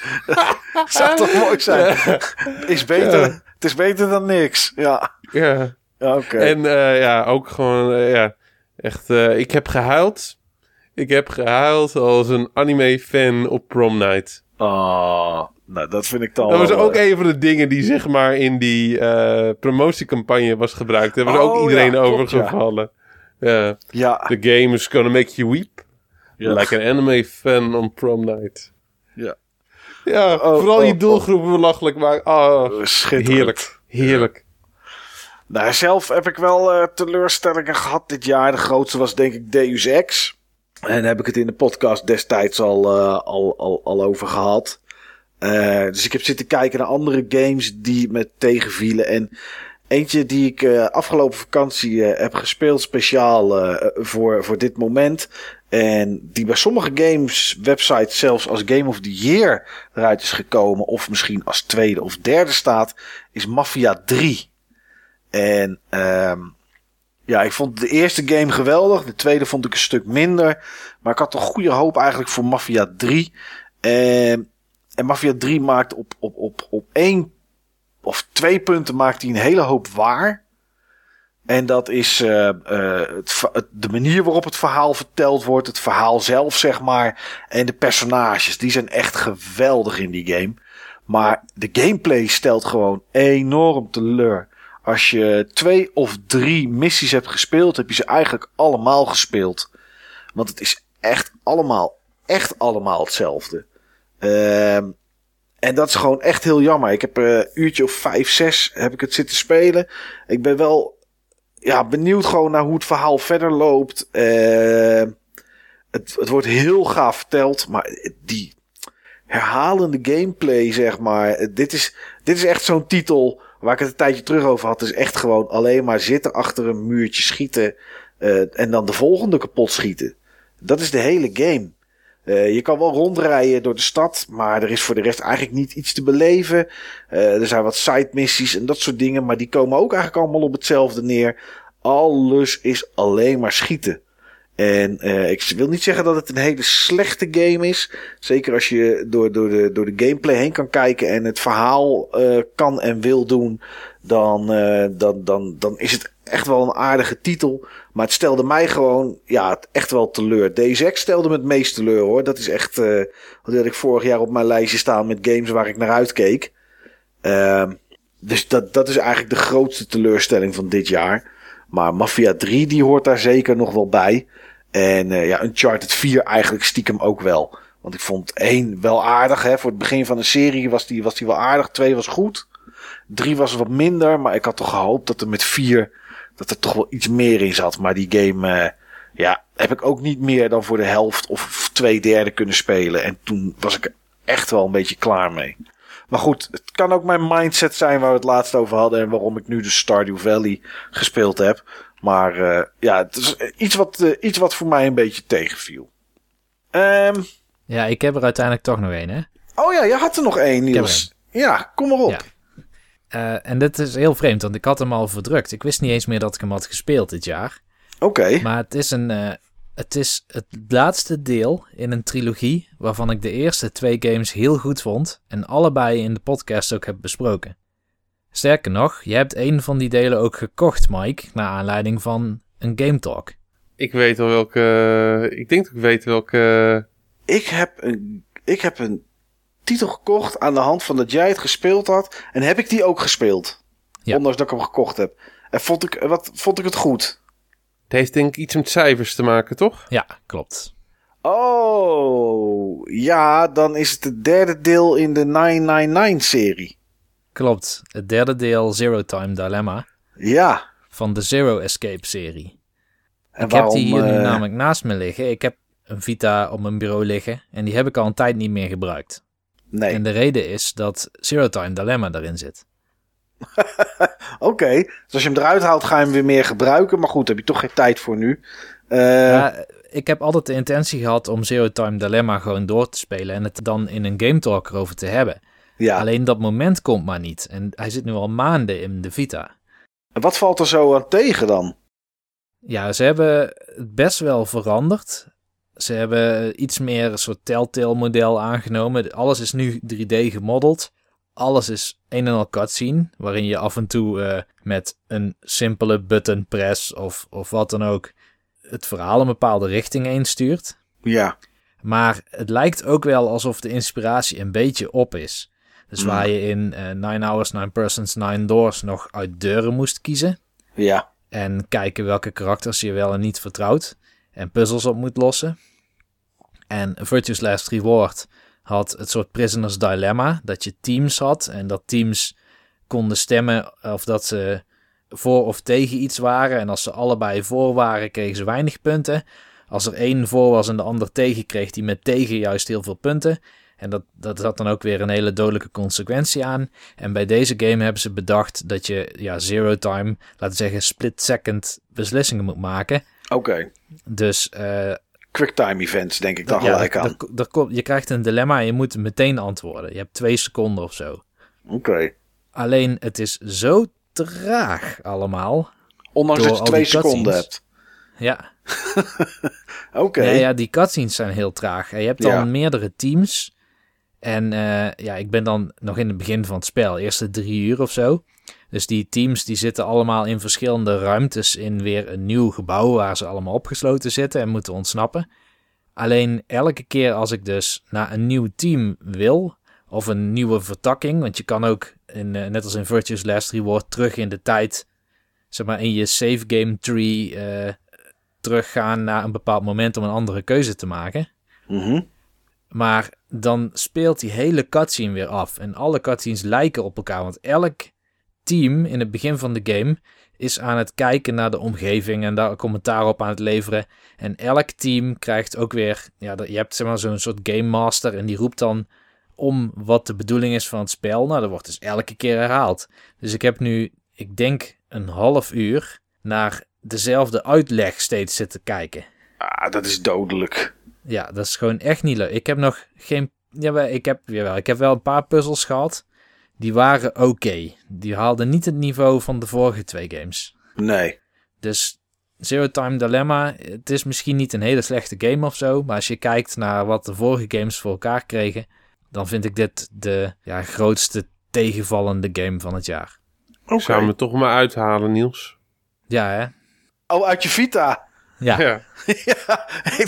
Zou toch mooi zijn? Is beter... Ja. Het is beter dan niks. Ja. Ja. Ja, oké. Okay. En uh, ja, ook gewoon, uh, ja, echt, uh, ik heb gehuild. Ik heb gehuild als een anime-fan op prom night. Oh, nou, dat vind ik dan Dat was wel, ook uh... een van de dingen die, zeg maar, in die uh, promotiecampagne was gebruikt. Daar was oh, ook iedereen ja, over klopt, gevallen. Ja. Uh, ja. The game is gonna make you weep. Ja. Like an anime-fan on prom night. Ja. Ja, oh, vooral oh, die doelgroepen oh. belachelijk maken. Oh, heerlijk, heerlijk. Ja. Nou, zelf heb ik wel uh, teleurstellingen gehad dit jaar. De grootste was denk ik Deus Ex. En daar heb ik het in de podcast destijds al, uh, al, al, al over gehad. Uh, dus ik heb zitten kijken naar andere games die me tegenvielen. En eentje die ik uh, afgelopen vakantie uh, heb gespeeld speciaal uh, voor, voor dit moment... En die bij sommige games websites zelfs als Game of the Year eruit is gekomen. Of misschien als tweede of derde staat. Is Mafia drie. En um, ja, ik vond de eerste game geweldig. De tweede vond ik een stuk minder. Maar ik had toch goede hoop eigenlijk voor Mafia drie. En, en Mafia drie maakt op, op, op, op één of twee punten maakt hij een hele hoop waar. En dat is uh, uh, het, het, de manier waarop het verhaal verteld wordt. Het verhaal zelf, zeg maar. En de personages. Die zijn echt geweldig in die game. Maar de gameplay stelt gewoon enorm teleur. Als je twee of drie missies hebt gespeeld, heb je ze eigenlijk allemaal gespeeld. Want het is echt allemaal, echt allemaal hetzelfde. Uh, en dat is gewoon echt heel jammer. Ik heb een uh, uurtje of vijf, zes heb ik het zitten spelen. Ik ben wel... Ja, benieuwd gewoon naar hoe het verhaal verder loopt. Uh, het, het wordt heel gaaf verteld, maar die, herhalende gameplay, zeg maar. Dit is, dit is echt zo'n titel waar ik het een tijdje terug over had. Het is echt gewoon alleen maar zitten achter een muurtje schieten uh, en dan de volgende kapot schieten. Dat is de hele game. Uh, je kan wel rondrijden door de stad, maar er is voor de rest eigenlijk niet iets te beleven. Uh, er zijn wat side missies en dat soort dingen, maar die komen ook eigenlijk allemaal op hetzelfde neer. Alles is alleen maar schieten. En uh, ik wil niet zeggen dat het een hele slechte game is. Zeker als je door, door, de, door de gameplay heen kan kijken en het verhaal uh, kan en wil doen. Dan, uh, dan, dan, dan is het echt wel een aardige titel. Maar het stelde mij gewoon ja, echt wel teleur. Deus Ex stelde me het meest teleur hoor. Dat is echt, uh, dat had ik vorig jaar op mijn lijstje staan met games waar ik naar uitkeek. Uh, dus dat, dat is eigenlijk de grootste teleurstelling van dit jaar. Maar Mafia drie die hoort daar zeker nog wel bij. En uh, ja, Uncharted vier eigenlijk stiekem ook wel. Want ik vond één wel aardig. Hè. Voor het begin van de serie was die, was die wel aardig. twee was goed. drie was wat minder. Maar ik had toch gehoopt dat er met vier dat er toch wel iets meer in zat. Maar die game uh, ja, heb ik ook niet meer dan voor de helft of twee derde kunnen spelen. En toen was ik er echt wel een beetje klaar mee. Maar goed, het kan ook mijn mindset zijn waar we het laatst over hadden. En waarom ik nu de Stardew Valley gespeeld heb. Maar uh, ja, het is iets wat, uh, iets wat voor mij een beetje tegenviel. Um, ja, ik heb er uiteindelijk toch nog één, hè? Oh ja, je had er nog één, Niels. Ja, kom maar op. Ja. Uh, en dit is heel vreemd, want ik had hem al verdrukt. Ik wist niet eens meer dat ik hem had gespeeld dit jaar. Oké. Okay. Maar het is, een, uh, het is het laatste deel in een trilogie waarvan ik de eerste twee games heel goed vond en allebei in de podcast ook heb besproken. Sterker nog, je hebt een van die delen ook gekocht, Mike, naar aanleiding van een Game Talk. Ik weet al welke... Ik denk dat ik weet welke... Ik heb een, ik heb een titel gekocht aan de hand van dat jij het gespeeld had. En heb ik die ook gespeeld. Ja. Ondanks dat ik hem gekocht heb. En vond ik, wat, vond ik het goed? Het heeft denk ik iets met cijfers te maken, toch? Ja, klopt. Oh, ja, dan is het het derde deel in de negenhonderdnegenennegentig-serie. Klopt, het derde deel Zero Time Dilemma. Ja. Van de Zero Escape-serie. En ik waarom, heb die hier nu uh... namelijk naast me liggen. Ik heb een Vita op mijn bureau liggen en die heb ik al een tijd niet meer gebruikt. Nee. En de reden is dat Zero Time Dilemma daarin zit. Oké, okay. Dus als je hem eruit haalt ga je hem weer meer gebruiken. Maar goed, daar heb je toch geen tijd voor nu. Uh... Ja, ik heb altijd de intentie gehad om Zero Time Dilemma gewoon door te spelen en het dan in een Game Talk erover te hebben. Ja. Alleen dat moment komt maar niet. En hij zit nu al maanden in de Vita. En wat valt er zo aan tegen dan? Ja, ze hebben het best wel veranderd. Ze hebben iets meer een soort Telltale model aangenomen. Alles is nu drie D gemodeld. Alles is een en al cutscene. Waarin je af en toe uh, met een simpele button press of, of wat dan ook het verhaal een bepaalde richting instuurt. Ja. Maar het lijkt ook wel alsof de inspiratie een beetje op is. Dus waar je in uh, Nine Hours, Nine Persons, Nine Doors nog uit deuren moest kiezen. Ja. En kijken welke karakters je wel en niet vertrouwt. En puzzels op moet lossen. En Virtue's Last Reward had het soort Prisoner's Dilemma. Dat je teams had. En dat teams konden stemmen of dat ze voor of tegen iets waren. En als ze allebei voor waren, kregen ze weinig punten. Als er één voor was en de ander tegen, kreeg die met tegen juist heel veel punten. En dat, dat had dan ook weer een hele dodelijke consequentie aan. En bij deze game hebben ze bedacht dat je ja, zero time, laten we zeggen split second beslissingen moet maken. Oké. Okay. Dus uh, quicktime events denk ik dan ja, gelijk aan. Er, er, er, je krijgt een dilemma en je moet meteen antwoorden. Je hebt twee seconden of zo. Oké. Okay. Alleen het is zo traag allemaal. Ondanks dat je twee seconden hebt. Ja. Oké. Okay. Nee, ja, die cutscenes zijn heel traag. En je hebt dan ja. meerdere teams. En uh, ja, ik ben dan nog in het begin van het spel. Eerste drie uur of zo. Dus die teams die zitten allemaal in verschillende ruimtes in weer een nieuw gebouw waar ze allemaal opgesloten zitten en moeten ontsnappen. Alleen elke keer als ik dus naar een nieuw team wil of een nieuwe vertakking, want je kan ook in, uh, net als in Virtue's Last Reward terug in de tijd, zeg maar in je save game tree uh, teruggaan naar een bepaald moment om een andere keuze te maken. Mhm. Maar dan speelt die hele cutscene weer af. En alle cutscenes lijken op elkaar. Want elk team in het begin van de game is aan het kijken naar de omgeving en daar commentaar op aan het leveren. En elk team krijgt ook weer... Ja, je hebt zeg maar zo'n soort game master en die roept dan om wat de bedoeling is van het spel. Nou, dat wordt dus elke keer herhaald. Dus ik heb nu, ik denk, een half uur naar dezelfde uitleg steeds zitten kijken. Ah, dat is dodelijk. Ja, dat is gewoon echt niet leuk. Ik heb nog geen... Ja, ik heb, jawel, ik heb wel een paar puzzels gehad. Die waren oké. Okay. Die haalden niet het niveau van de vorige twee games. Nee. Dus Zero Time Dilemma, het is misschien niet een hele slechte game of zo. Maar als je kijkt naar wat de vorige games voor elkaar kregen, dan vind ik dit de ja, grootste tegenvallende game van het jaar. Okay. Ik zou me toch maar uithalen, Niels. Ja, hè? Oh, uit je Vita. Ja. Ja. ja.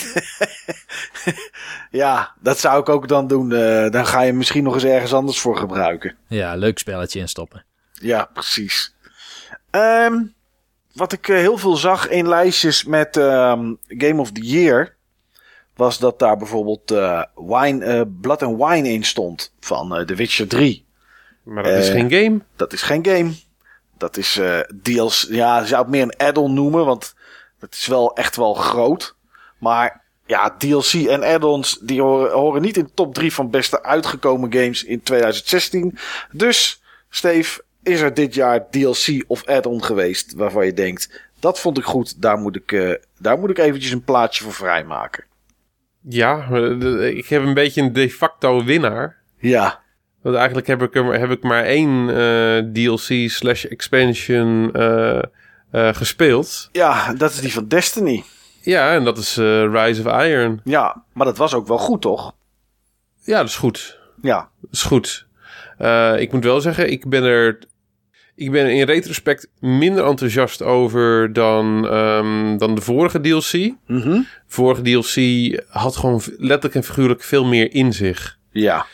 ja, dat zou ik ook dan doen. Uh, dan ga je misschien nog eens ergens anders voor gebruiken. Ja, leuk spelletje instoppen. Ja, precies. Um, wat ik uh, heel veel zag in lijstjes met um, Game of the Year, was dat daar bijvoorbeeld uh, wine, uh, Blood and Wine in stond van uh, The Witcher drie. Maar dat uh, is geen game. Dat is geen game. Dat is uh, D L C. Ja, je zou het meer een add-on noemen, want het is wel echt wel groot. Maar ja, D L C en add-ons die horen, horen niet in de top drie van beste uitgekomen games in twintig zestien. Dus, Steve, is er dit jaar D L C of add-on geweest waarvan je denkt, dat vond ik goed, daar moet ik, uh, daar moet ik eventjes een plaatsje voor vrijmaken. Ja, ik heb een beetje een de facto winnaar. Ja. Want eigenlijk heb ik, er, heb ik maar één uh, D L C slash expansion uh, uh, gespeeld. Ja, dat is die van Destiny. Ja, en dat is uh, Rise of Iron. Ja, maar dat was ook wel goed, toch? Ja, dat is goed. Ja. Dat is goed. Uh, ik moet wel zeggen, ik ben er... Ik ben in retrospect minder enthousiast over dan, um, dan de vorige D L C. Mm-hmm. Vorige D L C had gewoon letterlijk en figuurlijk veel meer in zich. Ja.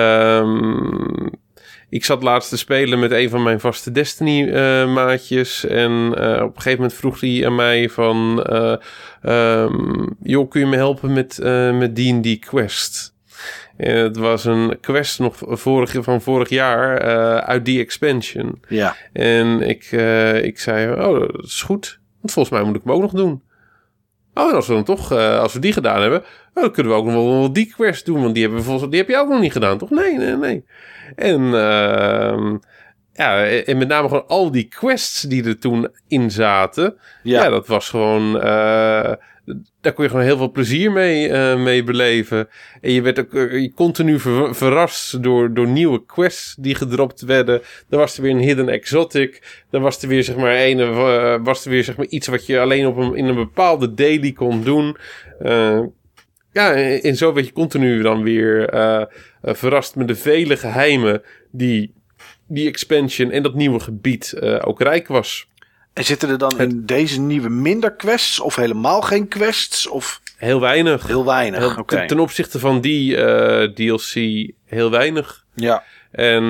Um, ik zat laatst te spelen met een van mijn vaste Destiny uh, maatjes. En uh, op een gegeven moment vroeg hij aan mij van... Uh, um, joh, kun je me helpen met, uh, met D en D Quest? En het was een quest nog vorig, van vorig jaar uh, uit die expansion. Ja. En ik, uh, ik zei, oh, dat is goed. Want volgens mij moet ik hem ook nog doen. Oh, en als we dan toch, uh, als we die gedaan hebben, oh, dan kunnen we ook nog wel die quest doen. Want die, hebben we volgens, die heb je ook nog niet gedaan, toch? Nee, nee, nee. En, uh, ja, en met name gewoon al die quests die er toen in zaten. Ja, ja dat was gewoon... Uh, daar kon je gewoon heel veel plezier mee, uh, mee beleven. En je werd ook uh, continu ver, verrast door, door nieuwe quests die gedropt werden. Dan was er weer een hidden exotic. Dan was er weer, zeg maar, een, uh, was er weer, zeg maar, iets wat je alleen op een, in een bepaalde daily kon doen. Uh, ja, en, en zo werd je continu dan weer uh, uh, verrast met de vele geheimen die die expansion en dat nieuwe gebied uh, ook rijk was. En zitten er dan in deze nieuwe minder quests of helemaal geen quests? Of... Heel weinig. Heel weinig, heel, oké. Okay. Ten opzichte van die uh, D L C heel weinig. Ja. En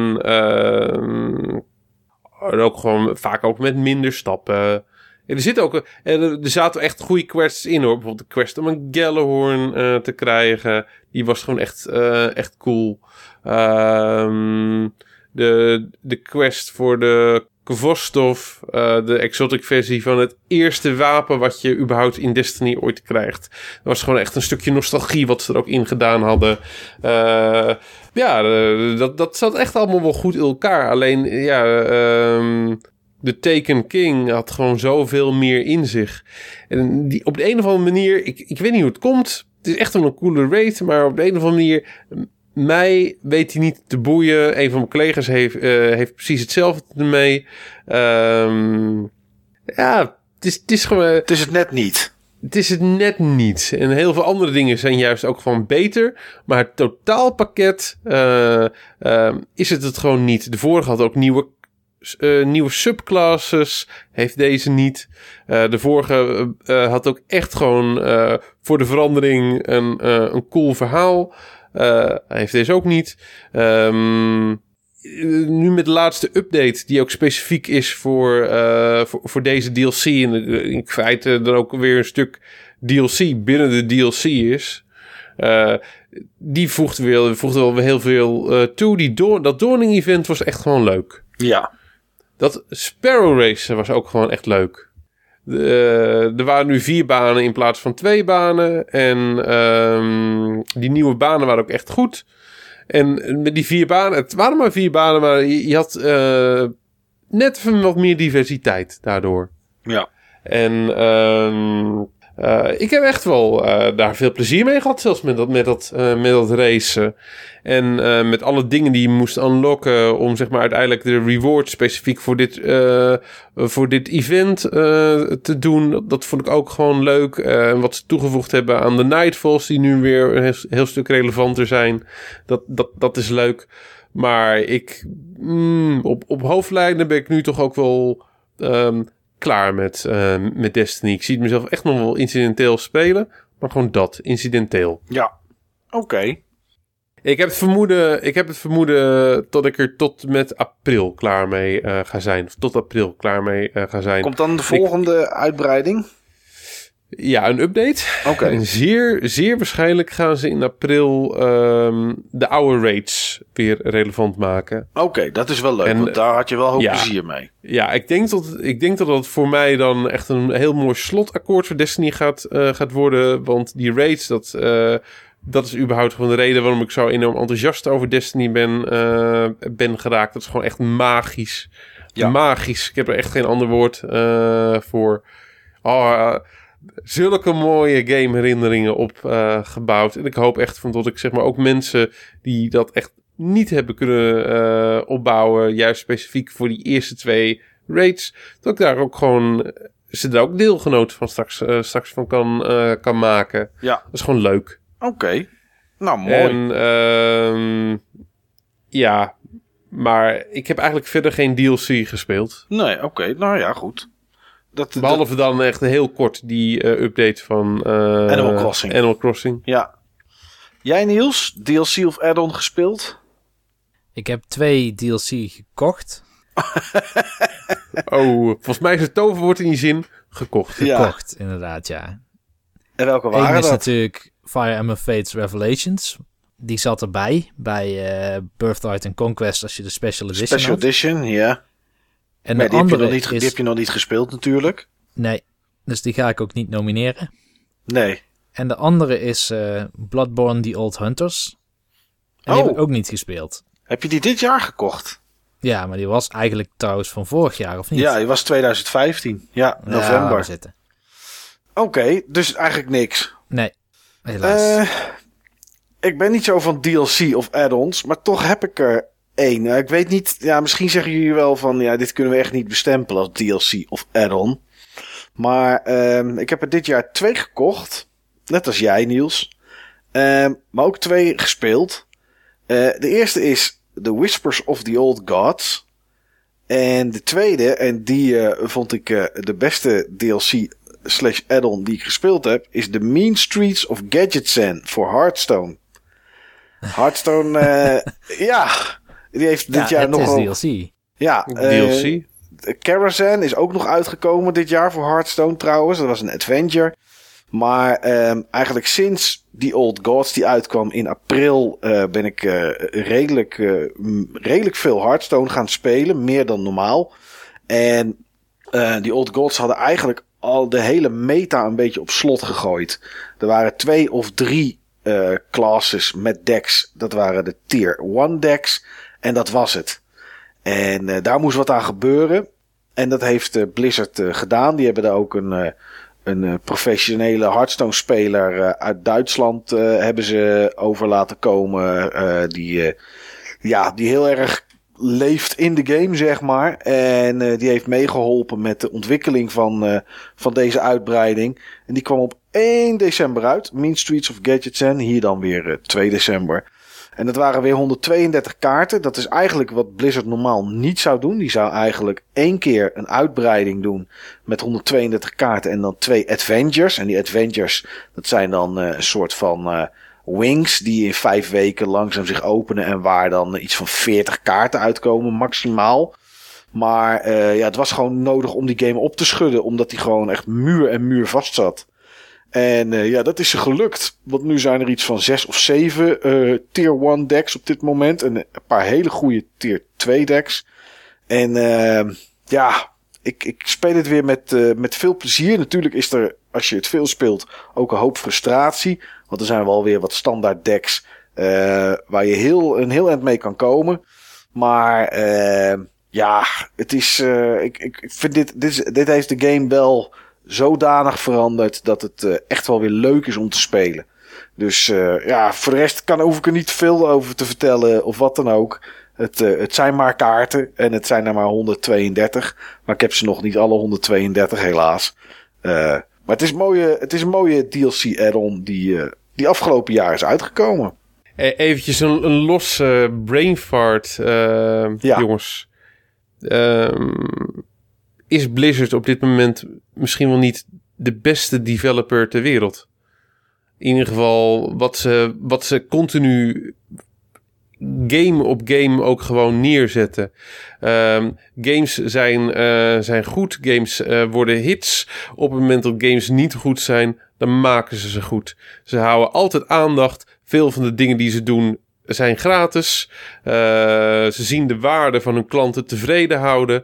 uh, ook gewoon vaak ook met minder stappen. En er zitten ook, er zaten echt goede quests in hoor. Bijvoorbeeld de quest om een Gjallarhorn uh, te krijgen. Die was gewoon echt, uh, echt cool. Um, de, de quest voor de Kvostov, uh, de exotic versie van het eerste wapen wat je überhaupt in Destiny ooit krijgt. Dat was gewoon echt een stukje nostalgie wat ze er ook in gedaan hadden. Uh, ja, uh, dat, dat zat echt allemaal wel goed in elkaar. Alleen, ja, um, de Taken King had gewoon zoveel meer in zich. En die, op de een of andere manier, ik, ik weet niet hoe het komt. Het is echt wel een coole raid, maar op de een of andere manier... Mij weet hij niet te boeien. Een van mijn collega's heeft, uh, heeft precies hetzelfde ermee. Um, ja, het is, het is gewoon... Uh, het is het net niet. Het is het net niet. En heel veel andere dingen zijn juist ook gewoon beter. Maar het totaalpakket uh, uh, is het het gewoon niet. De vorige had ook nieuwe, uh, nieuwe subclasses. Heeft deze niet. Uh, de vorige uh, had ook echt gewoon uh, voor de verandering een, uh, een cool verhaal. Uh, heeft deze ook niet. Um, nu met de laatste update, die ook specifiek is voor, uh, voor, voor deze D L C. En in feite dan ook weer een stuk D L C binnen de D L C is. Uh, die voegt wel, voegt wel heel veel uh, toe. Die do- dat Dawning event was echt gewoon leuk. Ja. Dat Sparrow Race was ook gewoon echt leuk. Uh, er waren nu vier banen in plaats van twee banen. En um, die nieuwe banen waren ook echt goed. En met die vier banen, het waren maar vier banen, maar je, je had uh, net even wat meer diversiteit daardoor. Ja. En um, uh, ik heb echt wel uh, daar veel plezier mee gehad, zelfs met dat, met dat, uh, met dat racen. En uh, met alle dingen die je moest unlocken om zeg maar uiteindelijk de reward specifiek voor dit, uh, voor dit event uh, te doen. Dat, dat vond ik ook gewoon leuk. Uh, en wat ze toegevoegd hebben aan de Nightfalls die nu weer een heel, heel stuk relevanter zijn. Dat, dat, dat is leuk. Maar ik, mm, op, op hoofdlijnen ben ik nu toch ook wel um, klaar met, uh, met Destiny. Ik zie het mezelf echt nog wel incidenteel spelen. Maar gewoon dat, incidenteel. Ja, oké. Okay. Ik heb het vermoeden, ik heb het vermoeden dat ik er tot met april klaar mee uh, ga zijn. Of tot april klaar mee uh, ga zijn. Komt dan de volgende ik, uitbreiding? Ja, een update. Oké. Okay. En zeer, zeer waarschijnlijk gaan ze in april um, de oude raids weer relevant maken. Oké, okay, dat is wel leuk, en, want daar had je wel hoop ja, plezier mee. Ja, ik denk dat, ik denk dat dat voor mij dan echt een heel mooi slotakkoord voor Destiny gaat, uh, gaat worden. Want die raids, dat... Uh, Dat is überhaupt gewoon de reden waarom ik zo enorm enthousiast over Destiny ben, uh, ben geraakt. Dat is gewoon echt magisch. Ja. Magisch. Ik heb er echt geen ander woord uh, voor. Oh, uh, zulke mooie game herinneringen op uh, gebouwd. En ik hoop echt van dat ik zeg maar ook mensen die dat echt niet hebben kunnen uh, opbouwen, juist specifiek voor die eerste twee raids, dat ik daar ook gewoon ze er ook deelgenoot van straks, uh, straks van kan, uh, kan maken. Ja. Dat is gewoon leuk. Oké, okay. Nou mooi. En uh, ja, maar ik heb eigenlijk verder geen D L C gespeeld. Nee, oké, okay. Nou ja, goed. Dat, Behalve dat... dan echt heel kort die uh, update van uh, Animal Crossing. Animal Crossing. Ja. Jij Niels, D L C of add-on gespeeld? Ik heb twee D L C gekocht. Oh, volgens mij is het toverwoord in die zin gekocht. Ja. Gekocht, inderdaad, ja. En welke waren Eén is dat? natuurlijk Fire Emblem Fates Revelations. Die zat erbij bij uh, Birthright and Conquest als je de Special Edition Special had. Edition, ja. En maar de die, andere heb je nog niet, is... die heb je nog niet gespeeld natuurlijk. Nee, dus die ga ik ook niet nomineren. Nee. En de andere is uh, Bloodborne The Old Hunters. En oh. die heb ik ook niet gespeeld. Heb je die dit jaar gekocht? Ja, maar die was eigenlijk trouwens van vorig jaar, of niet? Ja, die was twintig vijftien. Ja, november. Ja, zitten. Oké, okay, dus eigenlijk niks. Nee, helaas. Uh, ik ben niet zo van D L C of add-ons, maar toch heb ik er één. Uh, ik weet niet, ja, misschien zeggen jullie wel van, ja, dit kunnen we echt niet bestempelen als D L C of add-on. Maar uh, ik heb er dit jaar twee gekocht. Net als jij, Niels. Uh, maar ook twee gespeeld. Uh, de eerste is The Whispers of the Old Gods. En de tweede, en die uh, vond ik uh, de beste D L C slash add-on die ik gespeeld heb, is The Mean Streets of Gadgetzan voor Hearthstone. Hearthstone, uh, ja, die heeft dit ja, jaar nog is D L C. Ja, uh, D L C. Karazhan is ook nog uitgekomen dit jaar voor Hearthstone trouwens. Dat was een adventure. Maar um, eigenlijk sinds die Old Gods die uitkwam in april uh, ben ik uh, redelijk, uh, redelijk veel Hearthstone gaan spelen. Meer dan normaal. En uh, die Old Gods hadden eigenlijk al de hele meta een beetje op slot gegooid. Er waren twee of drie uh, classes met decks. Dat waren de tier one decks. En dat was het. En uh, daar moest wat aan gebeuren. En dat heeft uh, Blizzard uh, gedaan. Die hebben daar ook een... Uh, Een uh, professionele Hearthstone-speler uh, uit Duitsland uh, hebben ze over laten komen. Uh, die, uh, ja, die heel erg leeft in de game, zeg maar. En uh, die heeft meegeholpen met de ontwikkeling van, uh, van deze uitbreiding. En die kwam op één december uit. Mean Streets of Gadgetzan. Hier dan weer uh, twee december. En dat waren weer honderdtweeëndertig kaarten. Dat is eigenlijk wat Blizzard normaal niet zou doen. Die zou eigenlijk één keer een uitbreiding doen met honderdtweeëndertig kaarten en dan twee Adventures. En die Adventures, dat zijn dan uh, een soort van uh, wings die in vijf weken langzaam zich openen en waar dan iets van veertig kaarten uitkomen maximaal. Maar uh, ja, het was gewoon nodig om die game op te schudden, omdat die gewoon echt muur en muur vast zat. En uh, ja, dat is ze gelukt. Want nu zijn er iets van zes of zeven uh, tier one decks op dit moment. En een paar hele goede tier two decks. En uh, ja, ik, ik speel het weer met, uh, met veel plezier. Natuurlijk is er, als je het veel speelt, ook een hoop frustratie. Want er zijn wel weer wat standaard decks Uh, waar je heel, een heel eind mee kan komen. Maar uh, ja, het is, uh, ik, ik vind dit, dit, is, dit heeft de game wel zodanig veranderd dat het uh, echt wel weer leuk is om te spelen. Dus uh, ja, voor de rest kan, hoef ik er niet veel over te vertellen of wat dan ook. Het, uh, het zijn maar kaarten en het zijn er maar honderdtweeëndertig. Maar ik heb ze nog niet alle honderdtweeëndertig helaas. Uh, maar het is, mooie, het is een mooie D L C add-on die, uh, die afgelopen jaar is uitgekomen. Eventjes een, een losse uh, brain fart, uh, ja. jongens. Um, is Blizzard op dit moment misschien wel niet de beste developer ter wereld? In ieder geval wat ze, wat ze continu game op game ook gewoon neerzetten. Um, games zijn, uh, zijn goed. Games uh, worden hits. Op het moment dat games niet goed zijn, dan maken ze ze goed. Ze houden altijd aandacht. Veel van de dingen die ze doen zijn gratis. Uh, ze zien de waarde van hun klanten tevreden houden.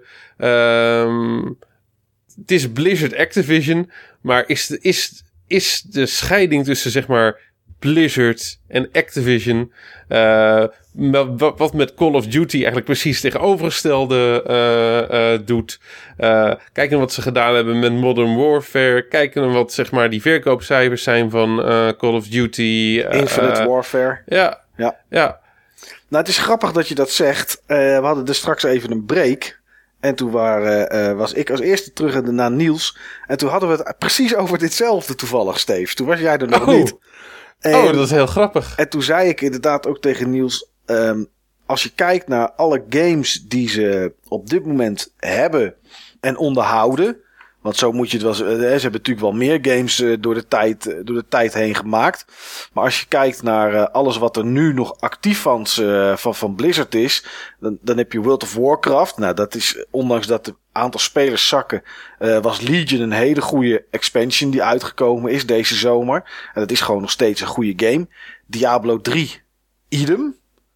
Um, het is Blizzard Activision, maar is de, is, is de scheiding tussen zeg maar Blizzard en Activision, uh, wat met Call of Duty eigenlijk precies tegenovergestelde uh, uh, doet. Uh, kijk naar wat ze gedaan hebben met Modern Warfare. Kijk naar wat zeg maar die verkoopcijfers zijn van uh, Call of Duty. Uh, Infinite uh, Warfare. Ja, ja, ja. Nou, het is grappig dat je dat zegt. Uh, we hadden dus straks even een break. En toen waren, uh, was ik als eerste terug en daarna Niels. En toen hadden we het precies over ditzelfde toevallig, Steve. Toen was jij er nog oh. niet. En, oh, dat is heel grappig. En toen zei ik inderdaad ook tegen Niels, Um, als je kijkt naar alle games die ze op dit moment hebben en onderhouden. Want zo moet je het wel. Ze hebben natuurlijk wel meer games uh, door, de tijd, uh, door de tijd heen gemaakt. Maar als je kijkt naar uh, alles wat er nu nog actief van, uh, van, van Blizzard is. Dan, dan heb je World of Warcraft. Nou, dat is, ondanks dat het aantal spelers zakken, uh, was Legion een hele goede expansion die uitgekomen is deze zomer. En dat is gewoon nog steeds een goede game. Diablo drie, idem.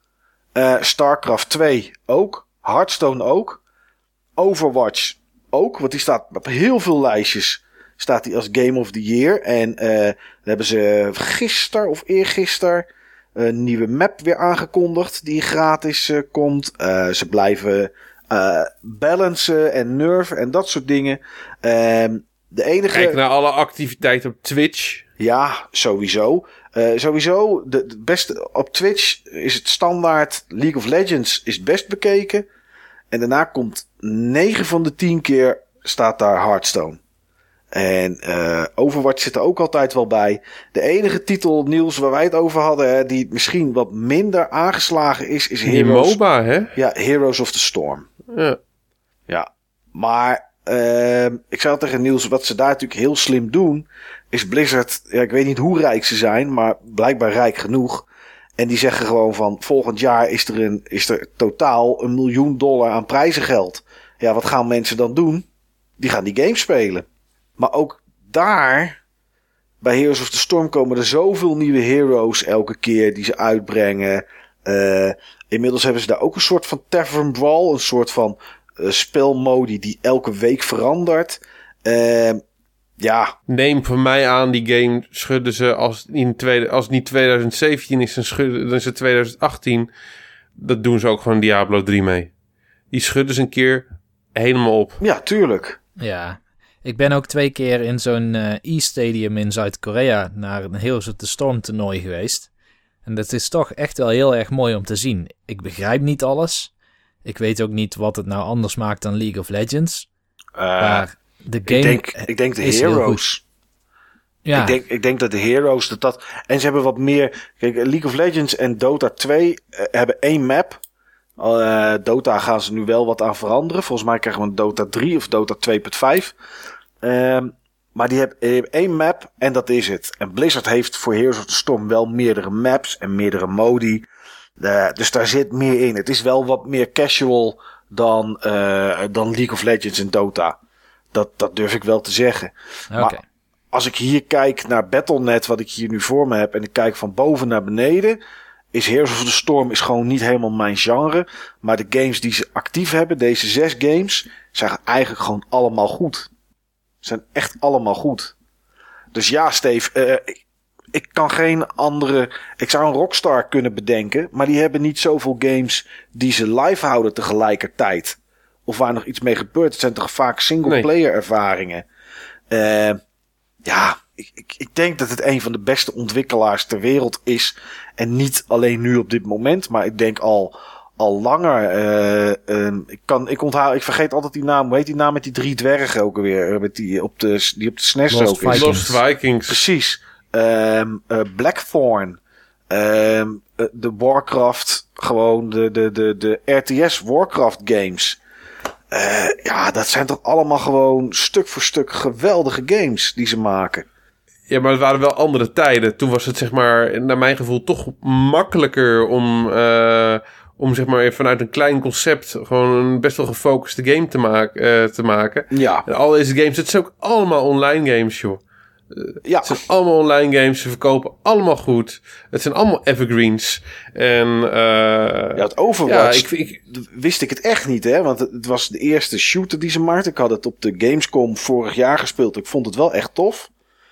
Uh, StarCraft twee ook. Hearthstone ook. Overwatch ook. Want die staat op heel veel lijstjes. Staat die als Game of the Year. En uh, dan hebben ze gisteren of eergisteren een nieuwe map weer aangekondigd. Die gratis uh, komt. Uh, ze blijven uh, balancen en nerven en dat soort dingen. Uh, de enige... Kijk naar alle activiteit op Twitch. Ja, sowieso. Uh, sowieso, de, de beste op Twitch is het standaard. League of Legends is het best bekeken. En daarna komt negen van de tien keer staat daar Hearthstone. En uh, Overwatch zit er ook altijd wel bij. De enige titel, Niels, waar wij het over hadden, hè, die misschien wat minder aangeslagen is, is die Heroes. MOBA, hè? Ja, Heroes of the Storm. Ja. Ja, maar uh, ik zei al tegen Niels, wat ze daar natuurlijk heel slim doen, is Blizzard, ja, ik weet niet hoe rijk ze zijn, maar blijkbaar rijk genoeg. En die zeggen gewoon van, volgend jaar is er, een, is er totaal een miljoen dollar aan prijzengeld. Ja, wat gaan mensen dan doen? Die gaan die game spelen. Maar ook daar, bij Heroes of the Storm, komen er zoveel nieuwe heroes elke keer die ze uitbrengen. Uh, inmiddels hebben ze daar ook een soort van Tavern Brawl, een soort van uh, spelmodi die elke week verandert. Uh, Ja. Neem van mij aan, die game schudden ze als, in tweede, als het niet twintig zeventien is, dan, schudden, dan is het twintig achttien. Dat doen ze ook gewoon Diablo drie mee. Die schudden ze een keer helemaal op. Ja, tuurlijk. Ja, ik ben ook twee keer in zo'n uh, e-stadium in Zuid-Korea naar een Heroes of the Storm toernooi geweest. En dat is toch echt wel heel erg mooi om te zien. Ik begrijp niet alles. Ik weet ook niet wat het nou anders maakt dan League of Legends. Uh, maar de game ik denk, ik denk de Heroes. Ja. Ik denk, ik denk dat de Heroes dat dat... En ze hebben wat meer... Kijk, League of Legends en Dota twee uh, hebben één map. Uh, Dota gaan ze nu wel wat aan veranderen. Volgens mij krijgen we een Dota drie of Dota twee punt vijf. Um, maar die hebben, die hebben één map en dat is het. En Blizzard heeft voor Heroes of the Storm wel meerdere maps en meerdere modi. Uh, dus daar zit meer in. Het is wel wat meer casual dan, uh, dan League of Legends en Dota. Dat, dat durf ik wel te zeggen. Okay. Maar als ik hier kijk naar Battle dot net, wat ik hier nu voor me heb, en ik kijk van boven naar beneden, is Heroes of the Storm is gewoon niet helemaal mijn genre. Maar de games die ze actief hebben, deze zes games, zijn eigenlijk gewoon allemaal goed. Zijn echt allemaal goed. Dus ja, Steve, uh, ik, ik kan geen andere... Ik zou een Rockstar kunnen bedenken, maar die hebben niet zoveel games die ze live houden tegelijkertijd. Of waar nog iets mee gebeurt. Het zijn toch vaak single-player ervaringen. Uh, ja, ik, ik, ik denk dat het een van de beste ontwikkelaars ter wereld is. En niet alleen nu op dit moment, maar ik denk al, al langer. Uh, uh, ik, kan, ik, onthoud, ik vergeet altijd die naam. Hoe heet die naam met die drie dwergen ook alweer? Met die, op de, die op de S N E S Lost ook Vikings. is. Lost Vikings. Precies. Um, uh, Blackthorn. Um, uh, de Warcraft. Gewoon de, de, de, de R T S Warcraft games. Uh, ja, dat zijn toch allemaal gewoon stuk voor stuk geweldige games die ze maken. Ja, maar het waren wel andere tijden. Toen was het, zeg maar, naar mijn gevoel toch makkelijker om, uh, om zeg maar, vanuit een klein concept gewoon een best wel gefocuste game te, maak, uh, te maken. Ja. En al deze games, het zijn ook allemaal online games, joh. Uh, ja. Het zijn allemaal online games. Ze verkopen allemaal goed. Het zijn allemaal evergreens. En uh, ja, het Overwatch, ja, ik, ik, wist ik het echt niet, hè? Want het was de eerste shooter die ze maakten. Ik had het op de Gamescom vorig jaar gespeeld. Ik vond het wel echt tof.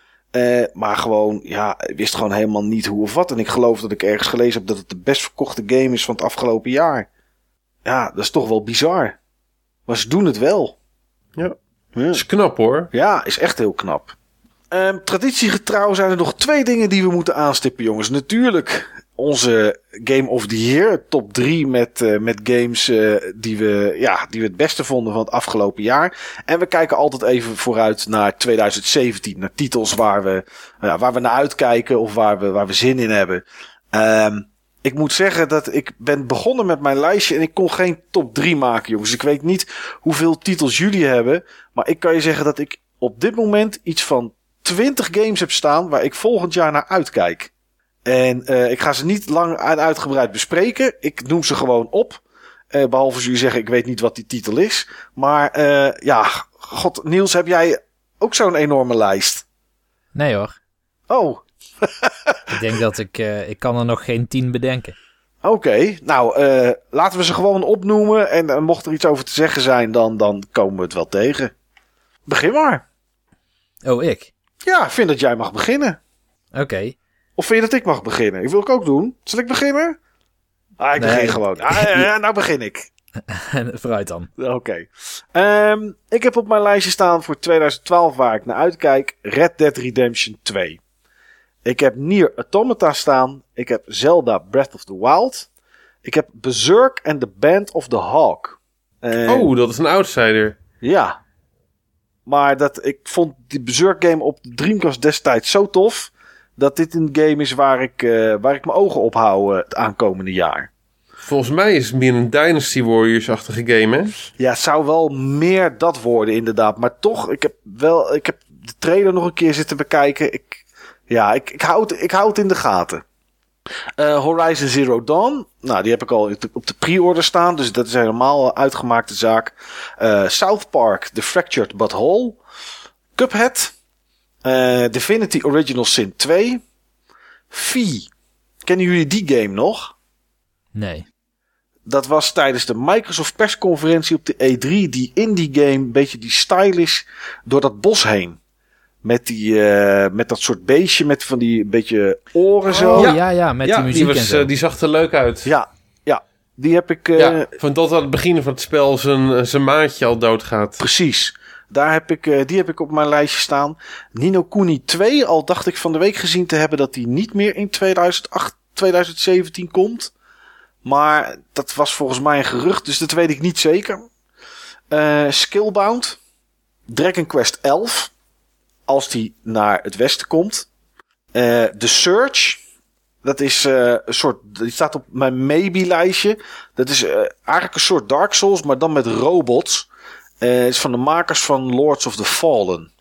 Uh, maar gewoon, ja, ik wist gewoon helemaal niet hoe of wat. En ik geloof dat ik ergens gelezen heb dat het de best verkochte game is van het afgelopen jaar. Ja, dat is toch wel bizar. Maar ze doen het wel. Ja, ja. Dat is knap, hoor. Ja, is echt heel knap. Um, traditiegetrouw zijn er nog twee dingen die we moeten aanstippen, jongens. Natuurlijk onze Game of the Year, top drie met, uh, met games uh, die, we, ja, die we het beste vonden van het afgelopen jaar. En we kijken altijd even vooruit naar twintig zeventien, naar titels waar we, uh, waar we naar uitkijken of waar we, waar we zin in hebben. Um, ik moet zeggen dat ik ben begonnen met mijn lijstje en ik kon geen top drie maken, jongens. Ik weet niet hoeveel titels jullie hebben, maar ik kan je zeggen dat ik op dit moment iets van twintig games heb staan waar ik volgend jaar naar uitkijk. En uh, ik ga ze niet lang en uitgebreid bespreken. Ik noem ze gewoon op. Uh, behalve als jullie zeggen, ik weet niet wat die titel is. Maar uh, ja, god, Niels, heb jij ook zo'n enorme lijst? Nee hoor. Oh. Ik denk dat ik, uh, ik kan er nog geen tien bedenken. Oké, okay, nou, uh, laten we ze gewoon opnoemen. En uh, mocht er iets over te zeggen zijn, dan, dan komen we het wel tegen. Begin maar. Oh, ik? Ja, ik vind dat jij mag beginnen. Oké. Okay. Of vind je dat ik mag beginnen? Ik wil ik ook doen. Zal ik beginnen? Ah, ik nee. begin gewoon. Ah, ja, ja, nou begin ik. Vooruit dan. Oké. Okay. Um, ik heb op mijn lijstje staan voor twintig twaalf waar ik naar uitkijk. Red Dead Redemption twee. Ik heb Nier Automata staan. Ik heb Zelda Breath of the Wild. Ik heb Berserk and the Band of the Hawk. Um, oh, dat is een outsider. Ja. Maar dat, ik vond die Berserk game op de Dreamcast destijds zo tof, dat dit een game is waar ik, uh, waar ik mijn ogen op hou uh, het aankomende jaar. Volgens mij is het meer een Dynasty Warriors-achtige game, hè? Ja, het zou wel meer dat worden, inderdaad. Maar toch, ik heb wel, ik heb de trailer nog een keer zitten bekijken. Ik, ja, ik, ik, hou het, ik hou het in de gaten. Uh, Horizon Zero Dawn. Nou, die heb ik al op de pre-order staan. Dus dat is helemaal een uitgemaakte zaak. Uh, South Park, The Fractured But Whole. Cuphead. Uh, Divinity Original Sin twee. Fee. Kennen jullie die game nog? Nee. Dat was tijdens de Microsoft persconferentie op de E drie. Die indie game, een beetje die stylish, door dat bos heen. Met, die, uh, met dat soort beestje, met van die beetje oren zo. Oh, ja, ja, met ja, die muziek die, was, en zo. Uh, die zag er leuk uit. Ja, ja. Die heb ik... Uh, ja, van dat aan het begin van het spel zijn, zijn maatje al doodgaat. Precies. Daar heb ik, uh, die heb ik op mijn lijstje staan. Ni no Kuni twee, al dacht ik van de week gezien te hebben dat die niet meer in tweeduizend acht, tweeduizend zeventien komt. Maar dat was volgens mij een gerucht, dus dat weet ik niet zeker. Uh, Skillbound. Dragon Quest elf. Als die naar het westen komt. Uh, The Search. Dat is uh, een soort... Die staat op mijn maybe-lijstje. Dat is uh, eigenlijk een soort Dark Souls, maar dan met robots. Uh, het is van de makers van Lords of the Fallen.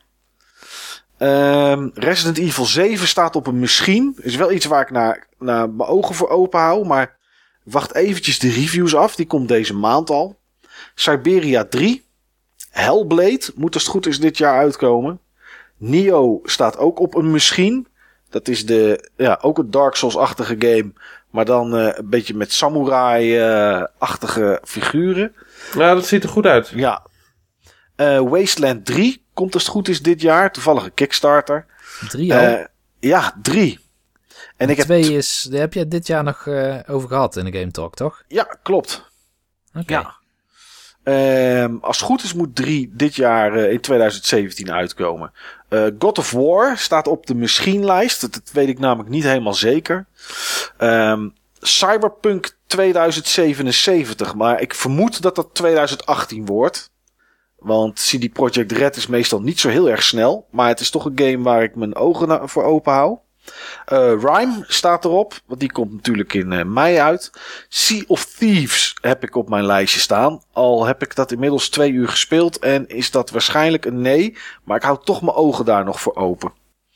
Um, Resident Evil zeven staat op een misschien. Is wel iets waar ik naar, naar mijn ogen voor open hou. Maar wacht eventjes de reviews af. Die komt deze maand al. Siberia drie. Hellblade. Moet als het goed is dit jaar uitkomen. Nioh staat ook op een misschien. Dat is de, ja, ook een Dark Souls-achtige game. Maar dan uh, een beetje met samurai-achtige figuren. Ja, dat ziet er goed uit. Ja. Uh, Wasteland drie komt als het goed is dit jaar. Toevallig een Kickstarter. Drie al? Uh, ja, drie. En ik heb twee is, daar heb je dit jaar nog uh, over gehad in de Game Talk, toch? Ja, klopt. Oké. Okay. Ja. Um, als het goed is moet drie dit jaar uh, in twintig zeventien uitkomen. Uh, God of War staat op de misschien-lijst. Dat, dat weet ik namelijk niet helemaal zeker. Um, Cyberpunk tweeduizend zevenenzeventig. Maar ik vermoed dat dat twintig achttien wordt. Want C D Projekt Red is meestal niet zo heel erg snel. Maar het is toch een game waar ik mijn ogen voor open hou. Uh, Rime staat erop. Want die komt natuurlijk in uh, mei uit. Sea of Thieves heb ik op mijn lijstje staan. Al heb ik dat inmiddels twee uur gespeeld. En is dat waarschijnlijk een nee. Maar ik hou toch mijn ogen daar nog voor open.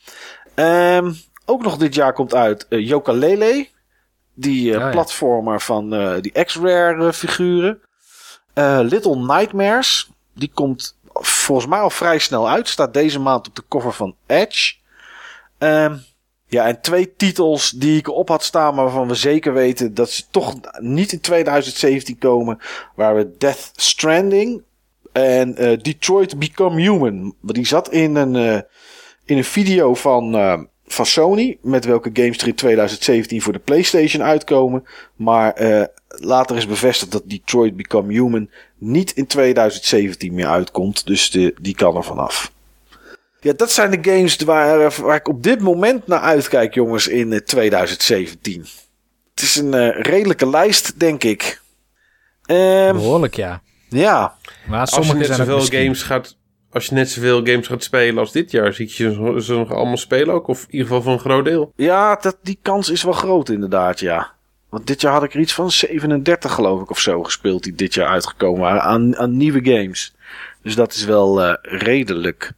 Um, ook nog dit jaar komt uit uh, Yooka-Laylee. Die uh, oh, ja. platformer van uh, die X-Rare uh, figuren. Uh, Little Nightmares. Die komt volgens mij al vrij snel uit. Staat deze maand op de cover van Edge. Um, ja, en twee titels die ik op had staan, maar waarvan we zeker weten dat ze toch niet in twintig zeventien komen. Waren Death Stranding en uh, Detroit Become Human. Die zat in een, uh, in een video van, uh, van Sony, met welke games er in twintig zeventien voor de PlayStation uitkomen. Maar uh, later is bevestigd dat Detroit Become Human niet in twintig zeventien meer uitkomt. Dus de, die kan er vanaf. Ja, dat zijn de games waar, waar ik op dit moment naar uitkijk, jongens, in uh, twintig zeventien. Het is een uh, redelijke lijst, denk ik. Um, Behoorlijk, ja. Ja. Maar als je net zoveel games gaat, als je net zoveel games gaat spelen als dit jaar, zie je ze nog allemaal spelen ook? Of in ieder geval voor een groot deel? Ja, dat, die kans is wel groot inderdaad, ja. Want dit jaar had ik er iets van zevenendertig, geloof ik, of zo gespeeld, die dit jaar uitgekomen waren aan, aan nieuwe games. Dus dat is wel uh, redelijk.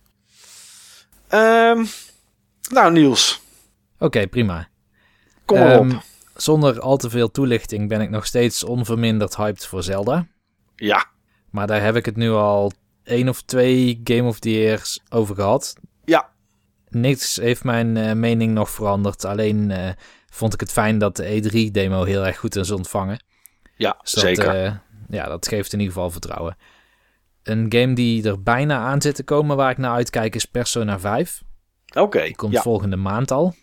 Um, nou, Niels. Oké, okay, prima. Kom maar um, op. Zonder al te veel toelichting ben ik nog steeds onverminderd hyped voor Zelda. Ja. Maar daar heb ik het nu al één of twee Game of the Years over gehad. Ja. Niks heeft mijn uh, mening nog veranderd. Alleen uh, vond ik het fijn dat de E drie demo heel erg goed is ontvangen. Ja, dus dat, zeker. Uh, ja, dat geeft in ieder geval vertrouwen. Een game die er bijna aan zit te komen waar ik naar uitkijk is Persona vijf. Oké. Okay, die komt ja. volgende maand al.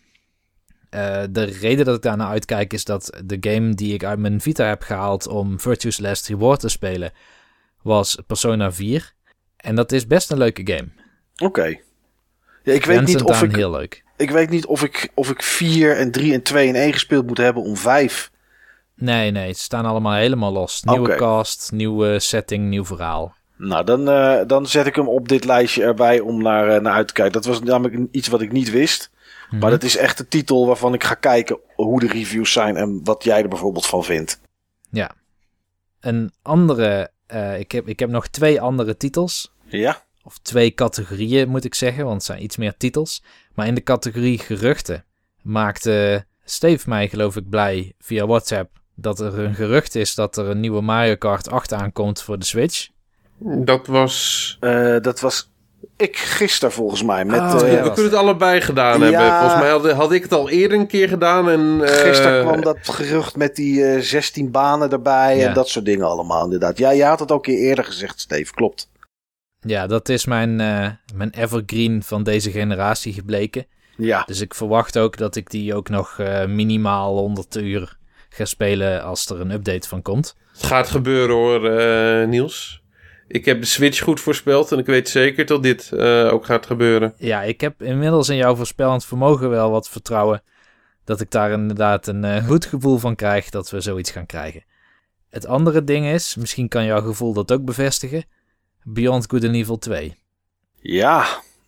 Uh, de reden dat ik daar naar uitkijk is dat de game die ik uit mijn Vita heb gehaald om Virtue's Last Reward te spelen was Persona vier. En dat is best een leuke game. Oké. Okay. Ja, ik weet niet of ik heel leuk. Ik weet niet of ik of ik vier en drie en twee en één gespeeld moet hebben om vijf. Nee, nee, ze staan allemaal helemaal los. Nieuwe okay. cast, nieuwe setting, nieuw verhaal. Nou, dan, uh, dan zet ik hem op dit lijstje erbij om naar, uh, naar uit te kijken. Dat was namelijk iets wat ik niet wist. Mm-hmm. Maar dat is echt de titel waarvan ik ga kijken hoe de reviews zijn en wat jij er bijvoorbeeld van vindt. Ja. Een andere... Uh, ik, heb, ik heb nog twee andere titels. Ja. Of twee categorieën moet ik zeggen, want het zijn iets meer titels. Maar in de categorie geruchten maakte Steve mij geloof ik blij via WhatsApp dat er een gerucht is dat er een nieuwe Mario Kart acht aankomt voor de Switch. Dat was... Uh, dat was ik gisteren volgens mij. Met, oh, uh, ja, we kunnen het allebei gedaan ja, hebben. Volgens mij had, had ik het al eerder een keer gedaan. En, uh, gisteren kwam dat gerucht met die uh, zestien banen erbij ja. en dat soort dingen allemaal inderdaad. Ja, jij had het ook een keer eerder gezegd, Steve. Klopt. Ja, dat is mijn, uh, mijn evergreen van deze generatie gebleken. Ja. Dus ik verwacht ook dat ik die ook nog uh, minimaal honderd uur ga spelen als er een update van komt. Het gaat gebeuren hoor, uh, Niels. Ik heb de Switch goed voorspeld en ik weet zeker dat dit uh, ook gaat gebeuren. Ja, ik heb inmiddels in jouw voorspellend vermogen wel wat vertrouwen dat ik daar inderdaad een uh, goed gevoel van krijg dat we zoiets gaan krijgen. Het andere ding is, misschien kan jouw gevoel dat ook bevestigen, Beyond Good and Evil twee. Ja.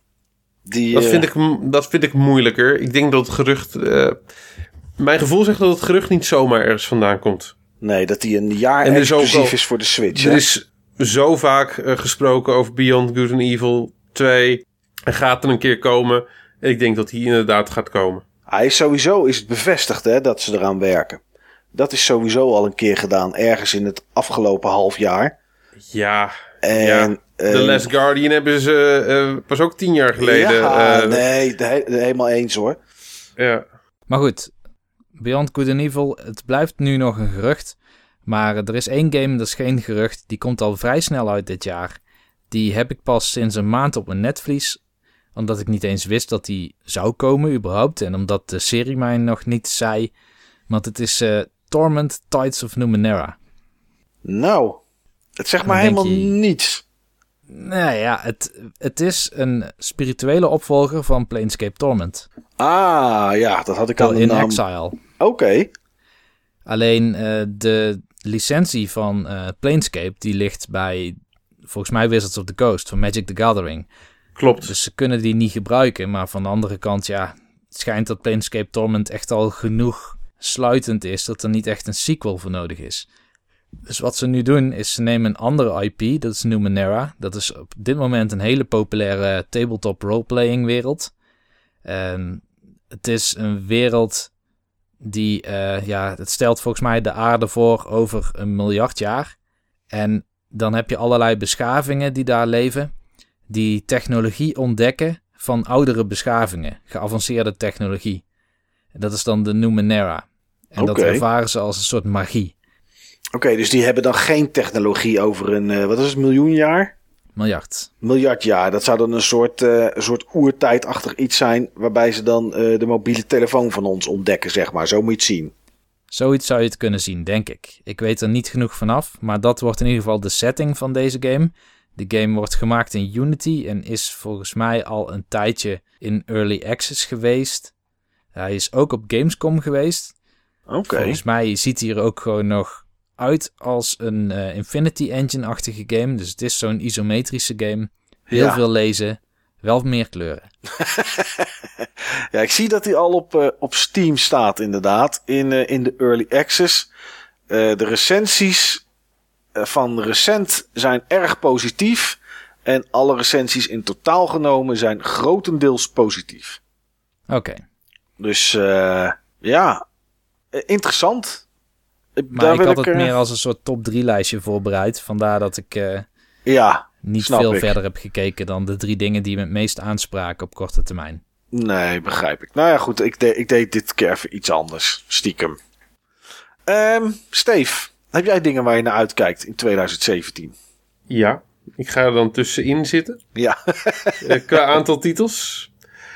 Die, dat, vind ik, dat vind ik moeilijker. Ik denk dat het gerucht... Uh, mijn gevoel zegt dat het gerucht niet zomaar ergens vandaan komt. Nee, dat die een jaar en exclusief is, is voor de Switch. Er hè? is zo vaak uh, gesproken over Beyond Good and Evil twee. En gaat er een keer komen. En ik denk dat hij inderdaad gaat komen. Hij is sowieso is het bevestigd hè, dat ze eraan werken. Dat is sowieso al een keer gedaan. Ergens in het afgelopen half jaar. Ja, en, ja. The uh, Last Guardian hebben ze uh, pas ook tien jaar geleden. Ja, uh, nee, de, de, helemaal eens hoor. Ja. Maar goed, Beyond Good and Evil, het blijft nu nog een gerucht. Maar er is één game, dat is geen gerucht. Die komt al vrij snel uit dit jaar. Die heb ik pas sinds een maand op mijn netvlies. Omdat ik niet eens wist dat die zou komen überhaupt. En omdat de serie mij nog niet zei. Want het is uh, Torment Tides of Numenera. Nou, het zegt maar helemaal je, niets. Nou ja, het, het is een spirituele opvolger van Planescape Torment. Ah, ja, dat had ik al in naam... Exile. Oké. Okay. Alleen uh, de licentie van uh, Planescape, die ligt bij, volgens mij, Wizards of the Coast van Magic the Gathering. Klopt. Dus ze kunnen die niet gebruiken. Maar van de andere kant, ja, het schijnt dat Planescape Torment echt al genoeg sluitend is dat er niet echt een sequel voor nodig is. Dus wat ze nu doen, is ze nemen een andere I P, dat is Numenera. Dat is op dit moment een hele populaire tabletop roleplaying wereld. En het is een wereld die, uh, ja, het stelt volgens mij de aarde voor over een miljard jaar. En dan heb je allerlei beschavingen die daar leven, die technologie ontdekken van oudere beschavingen, geavanceerde technologie. En dat is dan de Numenera. En okay. dat ervaren ze als een soort magie. Oké, okay, dus die hebben dan geen technologie over een, uh, wat is het, miljoen jaar? Miljard. Miljard jaar. Dat zou dan een soort, uh, een soort oertijdachtig iets zijn, waarbij ze dan uh, de mobiele telefoon van ons ontdekken, zeg maar. Zo moet je het zien. Zoiets zou je het kunnen zien, denk ik. Ik weet er niet genoeg vanaf, maar dat wordt in ieder geval de setting van deze game. De game wordt gemaakt in Unity en is volgens mij al een tijdje in Early Access geweest. Hij is ook op Gamescom geweest. Oké. Okay. Volgens mij ziet hij er ook gewoon nog uit als een uh, Infinity Engine-achtige game. Dus het is zo'n isometrische game. Heel ja. veel lezen, wel meer kleuren. Ja, ik zie dat hij al op, uh, op Steam staat inderdaad. In, uh, in de Early Access. Uh, de recensies uh, van recent zijn erg positief. En alle recensies in totaal genomen zijn grotendeels positief. Oké. Okay. Dus uh, ja, uh, interessant. Maar Daar ik had ik, het uh... meer als een soort top drie lijstje voorbereid. Vandaar dat ik uh, ja, niet veel ik. verder heb gekeken dan de drie dingen die me het meest aanspraken op korte termijn. Nee, begrijp ik. Nou ja, goed. Ik, de, ik deed dit keer even iets anders. Stiekem. Um, Steve, heb jij dingen waar je naar uitkijkt in twintig zeventien? Ja, ik ga er dan tussenin zitten. Ja. Qua aantal titels.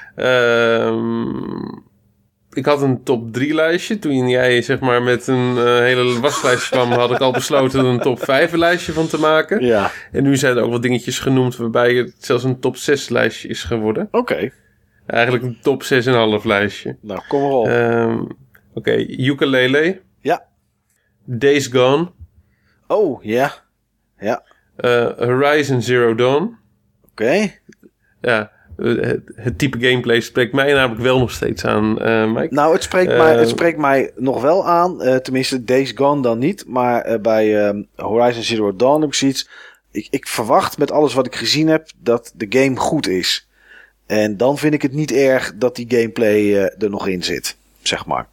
Um, ik had een top drie lijstje. Toen jij zeg maar met een uh, hele waslijstje kwam, had ik al besloten er een top vijf lijstje van te maken. Ja. En nu zijn er ook wat dingetjes genoemd waarbij het zelfs een top zes lijstje is geworden. Oké. Okay. Eigenlijk een top zes komma vijf lijstje. Nou, kom maar op. Um, Oké, okay. Yooka-Laylee. Ja. Days Gone. Oh, ja. Ja. Uh, Horizon Zero Dawn. Oké. Okay. Ja, het, het type gameplay spreekt mij namelijk wel nog steeds aan, uh, Mike. Nou, het spreekt, uh, mij, het spreekt mij nog wel aan. Uh, tenminste, Days Gone dan niet. Maar uh, bij uh, Horizon Zero Dawn heb ik zoiets. Ik, ik verwacht met alles wat ik gezien heb dat de game goed is. En dan vind ik het niet erg dat die gameplay uh, er nog in zit, zeg maar.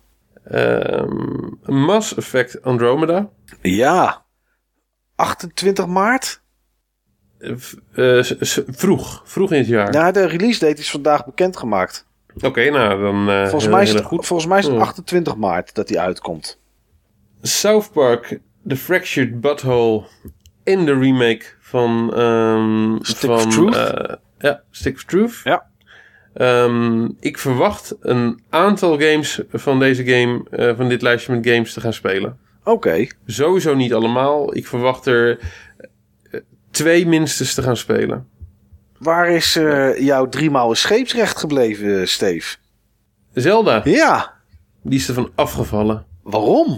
Um, Mass Effect Andromeda. Ja. achtentwintig maart? Uh, uh, vroeg. Vroeg in het jaar. Ja, de release date is vandaag bekendgemaakt. Oké, okay, nou dan uh, volgens, mij is het, goed. volgens mij is het achtentwintig maart dat die uitkomt. South Park, The Fractured Butthole in de remake van... Um, Stick van, of Truth? Uh, ja, Stick of Truth. Ja. Um, ik verwacht een aantal games van deze game, uh, van dit lijstje met games te gaan spelen. Oké. Okay. Sowieso niet allemaal. Ik verwacht er uh, twee minstens te gaan spelen. Waar is uh, jouw driemaal scheepsrecht gebleven, Steve? Zelda. Ja. Die is ervan afgevallen. Waarom?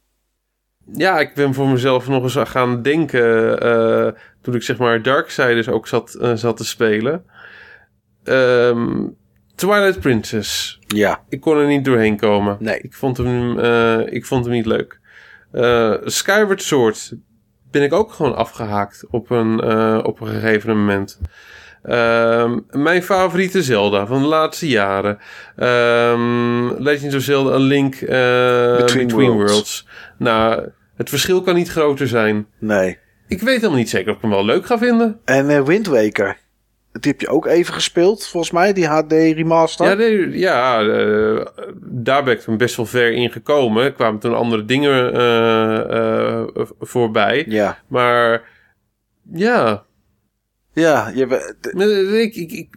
Ja, ik ben voor mezelf nog eens gaan denken, uh, toen ik zeg maar Darksiders ook zat, uh, zat te spelen. Um, Twilight Princess. Ja. Ik kon er niet doorheen komen. Nee. Ik vond hem, uh, ik vond hem niet leuk. Uh, Skyward Sword ben ik ook gewoon afgehaakt op een, uh, op een gegeven moment. Um, mijn favoriete Zelda van de laatste jaren. Um, Legend of Zelda: A Link uh, Between, Between Worlds. Worlds. Nou, het verschil kan niet groter zijn. Nee. Ik weet helemaal niet zeker of ik hem wel leuk ga vinden. En uh, Wind Waker. Die heb je ook even gespeeld, volgens mij, die H D remaster. Ja, de, ja uh, daar ben ik toen best wel ver in gekomen. Er kwamen toen andere dingen uh, uh, voorbij. Ja. Maar ja... Ja, je... De... Ik, ik, ik,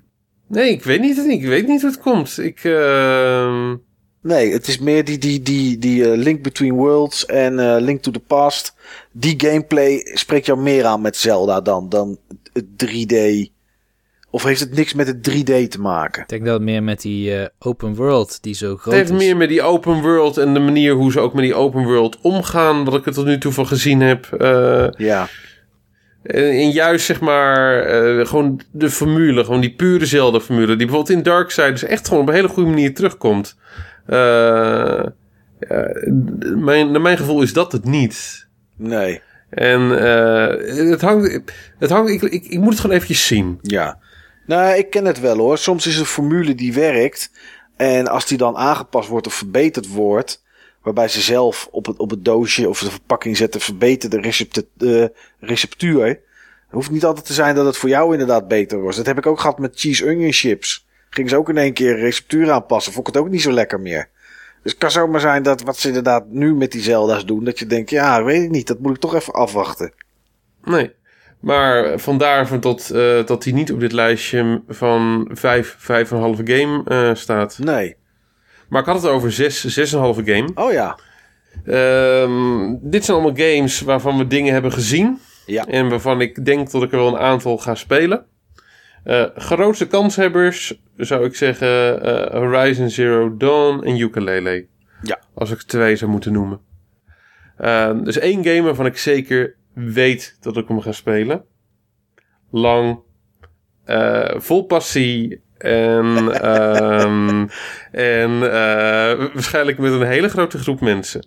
Nee, ik weet niet, ik weet niet hoe het komt. Ik... Uh... Nee, het is meer die, die, die, die uh, Link Between Worlds en uh, Link to the Past. Die gameplay spreekt jou meer aan met Zelda dan, dan het drie D. Of heeft het niks met het drie D te maken? Ik denk dat het meer met die uh, open world die zo groot is. Het heeft is. meer met die open world en de manier hoe ze ook met die open world omgaan. Wat ik er tot nu toe van gezien heb. Uh, ja. En juist zeg maar uh, gewoon de formule, gewoon die pure Zelda-formule. Die bijvoorbeeld in Darksiders echt gewoon op een hele goede manier terugkomt. Uh, uh, mijn, naar mijn gevoel is dat het niet. Nee. En uh, het hangt... Het hangt ik, ik, ik moet het gewoon eventjes zien. Ja. Nou, ik ken het wel hoor. Soms is een formule die werkt. En als die dan aangepast wordt of verbeterd wordt... waarbij ze zelf op het, op het doosje of de verpakking zetten... verbeterde recept, uh, receptuur. Het hoeft niet altijd te zijn dat het voor jou inderdaad beter wordt. Dat heb ik ook gehad met cheese onion chips. Gingen ze ook in één keer receptuur aanpassen. Vond ik het ook niet zo lekker meer. Dus het kan zomaar zijn dat wat ze inderdaad nu met die Zelda's doen... dat je denkt, ja, weet ik niet. Dat moet ik toch even afwachten. Nee. Maar vandaar tot, uh, dat hij niet op dit lijstje van vijf, vijf en een halve game uh, staat. Nee. Maar ik had het over zes, zes en een halve game. Oh ja. Um, dit zijn allemaal games waarvan we dingen hebben gezien. Ja. En waarvan ik denk dat ik er wel een aantal ga spelen. Uh, grootste kanshebbers zou ik zeggen uh, Horizon Zero Dawn en Yooka-Laylee. Ja. Als ik twee zou moeten noemen. Uh, dus één game waarvan ik zeker weet dat ik hem ga spelen. Lang. Uh, vol passie. En, um, en uh, waarschijnlijk met een hele grote groep mensen.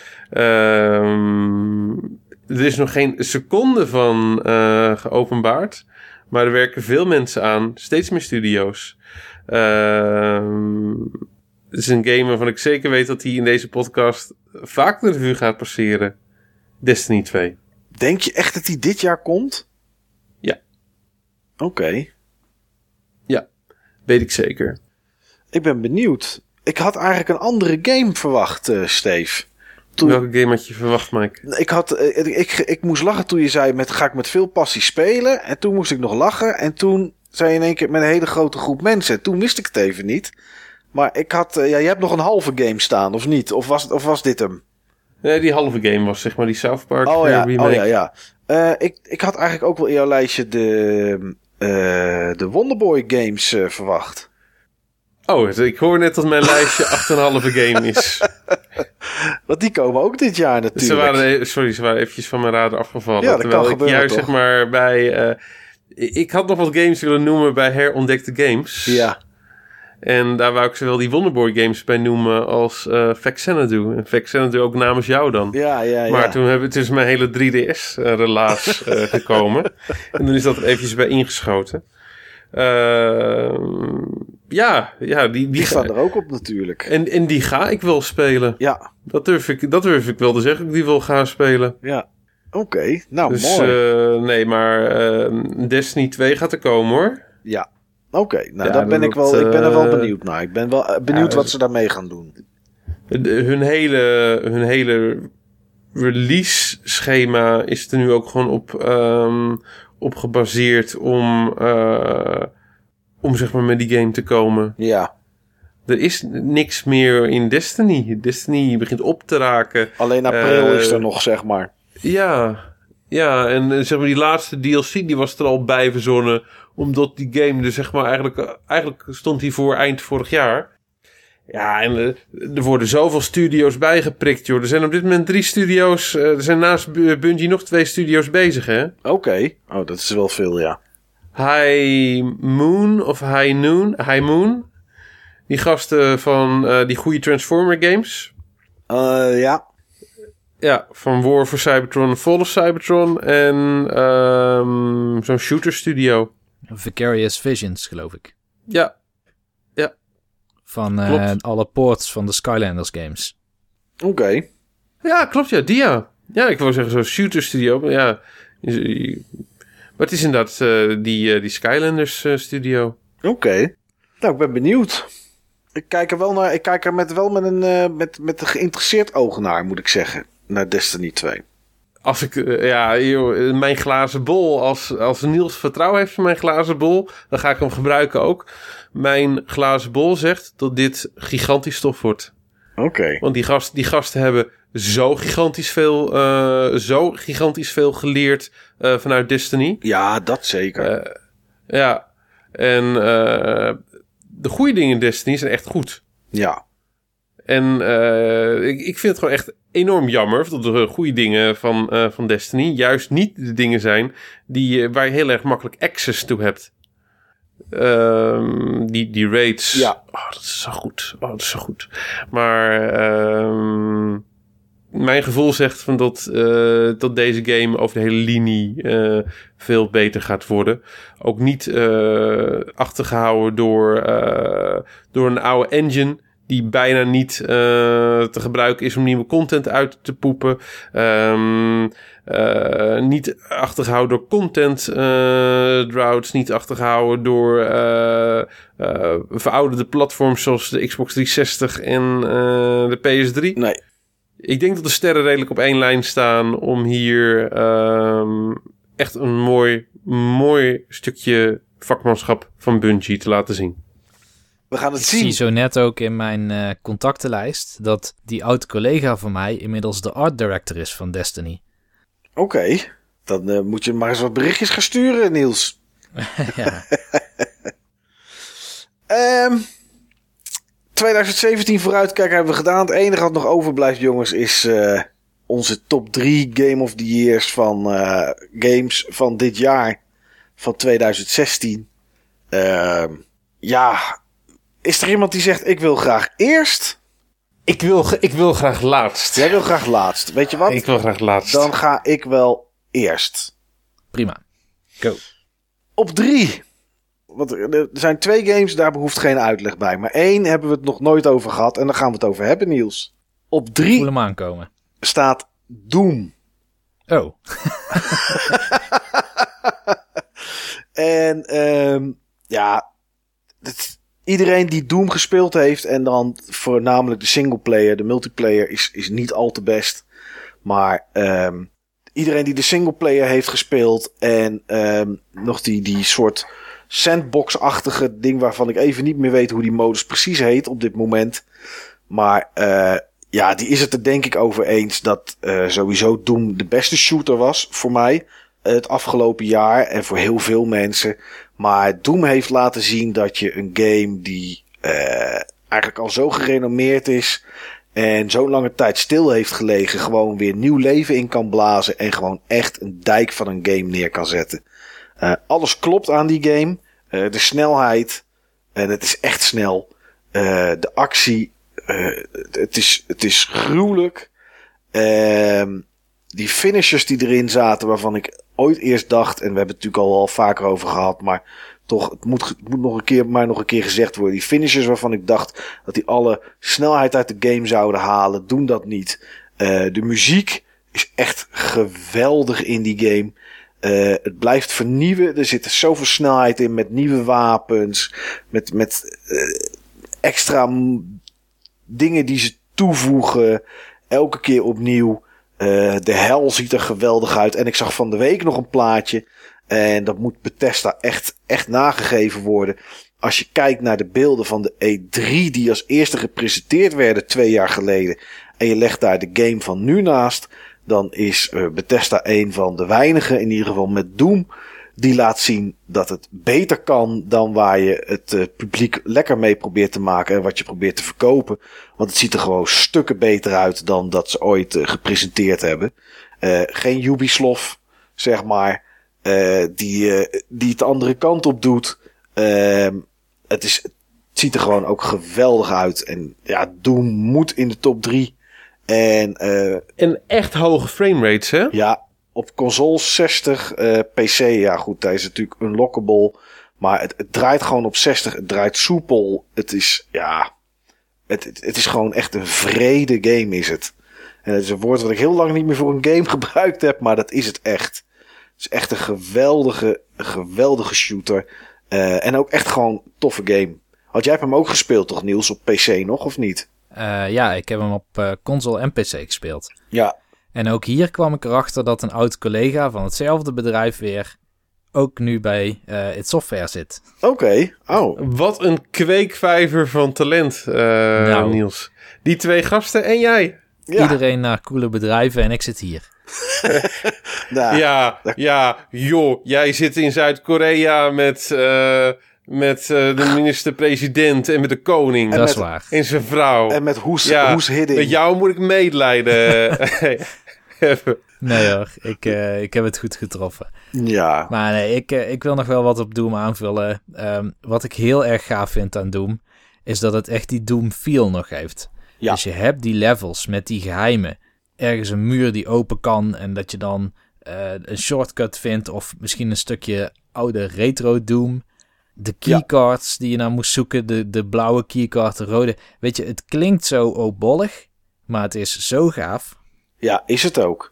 Um, er is nog geen seconde van uh, geopenbaard. Maar er werken veel mensen aan. Steeds meer studio's. Um, het is een game waarvan ik zeker weet dat hij in deze podcast vaak de revue gaat passeren. Destiny twee. Denk je echt dat hij dit jaar komt? Ja. Oké. Okay. Ja, weet ik zeker. Ik ben benieuwd. Ik had eigenlijk een andere game verwacht, uh, Steve. Toen... Welke game had je verwacht, Mike? Ik, had, uh, ik, ik, ik moest lachen toen je zei, met, ga ik met veel passie spelen? En toen moest ik nog lachen. En toen zei je in één keer met een hele grote groep mensen. Toen wist ik het even niet. Maar ik had, uh, ja, je hebt nog een halve game staan, of niet? Of was, of was dit hem? Nee, die halve game was zeg maar die South Park oh, ja, remake. Oh ja, ja. Uh, ik, ik had eigenlijk ook wel in jouw lijstje de, uh, de Wonderboy games uh, verwacht. Oh, ik hoor net dat mijn lijstje acht en een halve game is. Want die komen ook dit jaar natuurlijk. Ze waren, sorry, ze waren eventjes van mijn radar afgevallen. Ja, dat terwijl kan ik gebeuren, juist toch? zeg maar bij... Uh, ik had nog wat games willen noemen bij herontdekte games. Ja. En daar wou ik zowel die Wonderboy games bij noemen als uh, Vexenadu. En Vexenadu ook namens jou dan. Ja, ja, ja. Maar toen hebben het dus mijn hele drie D S-relaas uh, gekomen. En toen is dat er eventjes bij ingeschoten. Uh, ja, ja, die, die, die staan er ook op natuurlijk. En, en die ga ik wel spelen. Ja. Dat durf ik, dat durf ik wel te zeggen, ik die wil gaan spelen. Ja. Oké, okay. Nou dus, mooi. Uh, nee, maar uh, Destiny twee gaat er komen hoor. Ja. Oké, okay. nou ja, daar ben dat, ik wel, ik ben er wel uh, benieuwd naar. Ik ben wel benieuwd ja, wat ze daarmee gaan doen. Hun hele, hun hele release schema is er nu ook gewoon op, um, op gebaseerd om, uh, om zeg maar met die game te komen. Ja. Er is niks meer in Destiny. Destiny begint op te raken. Alleen april uh, is er nog, zeg maar. Ja, ja, en zeg maar die laatste D L C die was er al bij verzonnen, omdat die game dus zeg maar eigenlijk, eigenlijk stond die voor eind vorig jaar. Ja, en uh, er worden zoveel studio's bijgeprikt, joh. Er zijn op dit moment drie studio's. Uh, er zijn naast Bungie nog twee studio's bezig, hè? Oké. Okay. Oh, dat is wel veel, ja. High Moon of High Noon, High Moon. Die gasten van uh, die goede Transformer games. Uh, ja. Ja, van War for Cybertron en Fall of Cybertron. En um, zo'n shooter studio. Vicarious Visions, geloof ik. Ja. Ja. Van uh, alle ports van de Skylanders games. Oké. Okay. Ja, klopt, ja. Dia. Ja, ik wou zeggen zo'n shooter studio. Maar ja. Maar het is inderdaad uh, die, uh, die Skylanders uh, studio. Oké. Okay. Nou, ik ben benieuwd. Ik kijk er wel naar. Ik kijk er met, wel met een, uh, met, met een geïnteresseerd oog naar, moet ik zeggen. Naar Destiny twee. als ik, uh, ja, joh, mijn glazen bol, als, als Niels vertrouwen heeft in mijn glazen bol, dan ga ik hem gebruiken ook. Mijn glazen bol zegt dat dit gigantisch tof wordt. Oké. Okay. Want die, gast, die gasten hebben zo gigantisch veel, uh, zo gigantisch veel geleerd uh, vanuit Destiny. Ja, dat zeker. Uh, ja, en uh, de goede dingen in Destiny zijn echt goed. Ja. En uh, ik, ik vind het gewoon echt enorm jammer dat de goede dingen van, uh, van Destiny juist niet de dingen zijn die, uh, waar je heel erg makkelijk access toe hebt. Um, die, die raids. Ja. Oh, dat is zo goed. Oh, dat is zo goed. Maar um, mijn gevoel zegt van dat, uh, dat deze game over de hele linie uh, veel beter gaat worden. Ook niet uh, achtergehouden door, uh, door een oude engine die bijna niet uh, te gebruiken is om nieuwe content uit te poepen. Um, uh, niet achtergehouden door content uh, droughts. Niet achtergehouden door uh, uh, verouderde platforms zoals de Xbox driehonderdzestig en uh, de P S drie. Nee. Ik denk dat de sterren redelijk op één lijn staan om hier um, echt een mooi, mooi stukje vakmanschap van Bungie te laten zien. We gaan het ik zien. zie zo net ook in mijn uh, contactenlijst dat die oude collega van mij inmiddels de art director is van Destiny. Oké, okay. dan uh, moet je maar eens wat berichtjes gaan sturen, Niels. Ja. um, twintig zeventien vooruitkijk hebben we gedaan. Het enige wat nog overblijft, jongens, is uh, onze top drie Game of the Years van uh, games van dit jaar. Van twintig zestien. Uh, ja... Is er iemand die zegt, ik wil graag eerst? Ik wil, ik wil graag laatst. Jij wil graag laatst. Weet je wat? Ik wil graag laatst. Dan ga ik wel eerst. Prima. Go. Op drie. Want er zijn twee games, daar behoeft geen uitleg bij. Maar één hebben we het nog nooit over gehad. En daar gaan we het over hebben, Niels. Op drie Voel hem aankomen. Staat Doom. Oh. en um, ja... Het, iedereen die Doom gespeeld heeft en dan voornamelijk de singleplayer, de multiplayer is, is niet al te best. Maar um, iedereen die de singleplayer heeft gespeeld en um, nog die, die soort sandbox-achtige ding waarvan ik even niet meer weet hoe die modus precies heet op dit moment. Maar uh, ja, die is het er denk ik over eens dat uh, sowieso Doom de beste shooter was voor mij het afgelopen jaar en voor heel veel mensen. Maar Doom heeft laten zien dat je een game die uh, eigenlijk al zo gerenommeerd is en zo'n lange tijd stil heeft gelegen, gewoon weer nieuw leven in kan blazen en gewoon echt een dijk van een game neer kan zetten. Uh, alles klopt aan die game. Uh, de snelheid, en het is echt snel. Uh, de actie, uh, het is, het is gruwelijk. Uh, die finishers die erin zaten, waarvan ik ooit eerst dacht, en we hebben het natuurlijk al wel vaker over gehad, maar toch, het moet, het moet nog een keer, maar nog een keer gezegd worden. Die finishers waarvan ik dacht dat die alle snelheid uit de game zouden halen, doen dat niet. Uh, de muziek is echt geweldig in die game. Uh, het blijft vernieuwen. Er zit zoveel snelheid in met nieuwe wapens, met, met uh, extra m- dingen die ze toevoegen, elke keer opnieuw. Uh, de hel ziet er geweldig uit. En ik zag van de week nog een plaatje. En dat moet Bethesda echt, echt nagegeven worden. Als je kijkt naar de beelden van de E drie die als eerste gepresenteerd werden twee jaar geleden. En je legt daar de game van nu naast. Dan is uh, Bethesda een van de weinigen, in ieder geval met Doom, die laat zien dat het beter kan dan waar je het uh, publiek lekker mee probeert te maken en wat je probeert te verkopen. Want het ziet er gewoon stukken beter uit dan dat ze ooit uh, gepresenteerd hebben. Uh, geen Ubisoft, zeg maar, uh, die, uh, die het de andere kant op doet. Uh, het, is, het ziet er gewoon ook geweldig uit. En ja, Doom moet in de top drie. En, uh, en echt hoge framerates, hè? Ja, op console zestig, uh, P C, ja goed, hij is natuurlijk unlockable. Maar het, het draait gewoon op zestig, het draait soepel. Het is, ja, het, het, het is gewoon echt een vrede game is het. En het is een woord wat ik heel lang niet meer voor een game gebruikt heb, maar dat is het echt. Het is echt een geweldige, een geweldige shooter. Uh, en ook echt gewoon een toffe game. Want jij hebt hem ook gespeeld toch, Niels, op P C nog, of niet? Uh, ja, ik heb hem op uh, console en P C gespeeld. Ja. En ook hier kwam ik erachter dat een oud collega van hetzelfde bedrijf weer ook nu bij uh, id Software zit. Oké, okay. oh. Wat een kweekvijver van talent, uh, nou. Niels. Die twee gasten en jij. Ja. Iedereen naar coole bedrijven en ik zit hier. nou, ja, ja, joh. Jij zit in Zuid-Korea met, uh, met uh, de minister-president en met de koning. En dat met, is waar. En zijn vrouw. En met Hoes, ja, Hoes Hidding. Met jou moet ik medelijden hebben. Nee hoor, ik, uh, ik heb het goed getroffen. Ja. Maar nee, ik, uh, ik wil nog wel wat op Doom aanvullen. Um, wat ik heel erg gaaf vind aan Doom, is dat het echt die Doom feel nog heeft. Ja. Dus je hebt die levels met die geheimen. Ergens een muur die open kan en dat je dan uh, een shortcut vindt of misschien een stukje oude retro Doom. De keycards ja. die je nou moest zoeken, de, de blauwe keycard, de rode. Weet je, het klinkt zo obollig, maar het is zo gaaf. Ja, is het ook.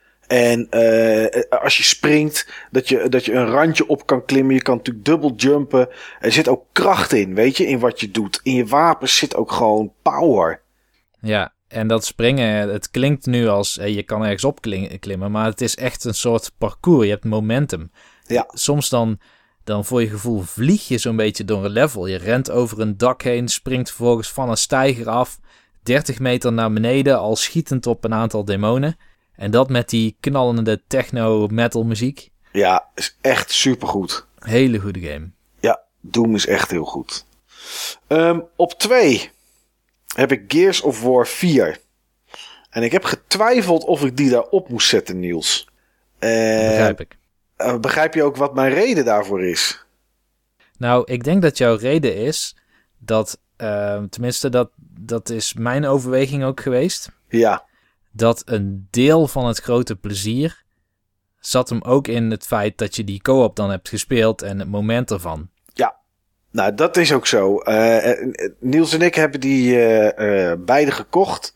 En uh, als je springt, dat je, dat je een randje op kan klimmen. Je kan natuurlijk dubbel jumpen. Er zit ook kracht in, weet je, in wat je doet. In je wapens zit ook gewoon power. Ja, en dat springen, het klinkt nu als hey, je kan ergens op klimmen, maar het is echt een soort parcours. Je hebt momentum. Ja. Soms dan, dan voor je gevoel vlieg je zo'n beetje door een level. Je rent over een dak heen, springt vervolgens van een steiger af, dertig meter naar beneden, al schietend op een aantal demonen. En dat met die knallende techno-metal muziek. Ja, is echt supergoed. Hele goede game. Ja, Doom is echt heel goed. Um, op twee heb ik Gears of War vier. En ik heb getwijfeld of ik die daarop moest zetten, Niels. Uh, begrijp ik. Uh, begrijp je ook wat mijn reden daarvoor is? Nou, ik denk dat jouw reden is dat, uh, tenminste dat, dat is mijn overweging ook geweest. Ja. Dat een deel van het grote plezier zat hem ook in het feit dat je die co-op dan hebt gespeeld en het moment ervan. Ja, nou dat is ook zo. Uh, Niels en ik hebben die uh, uh, beide gekocht.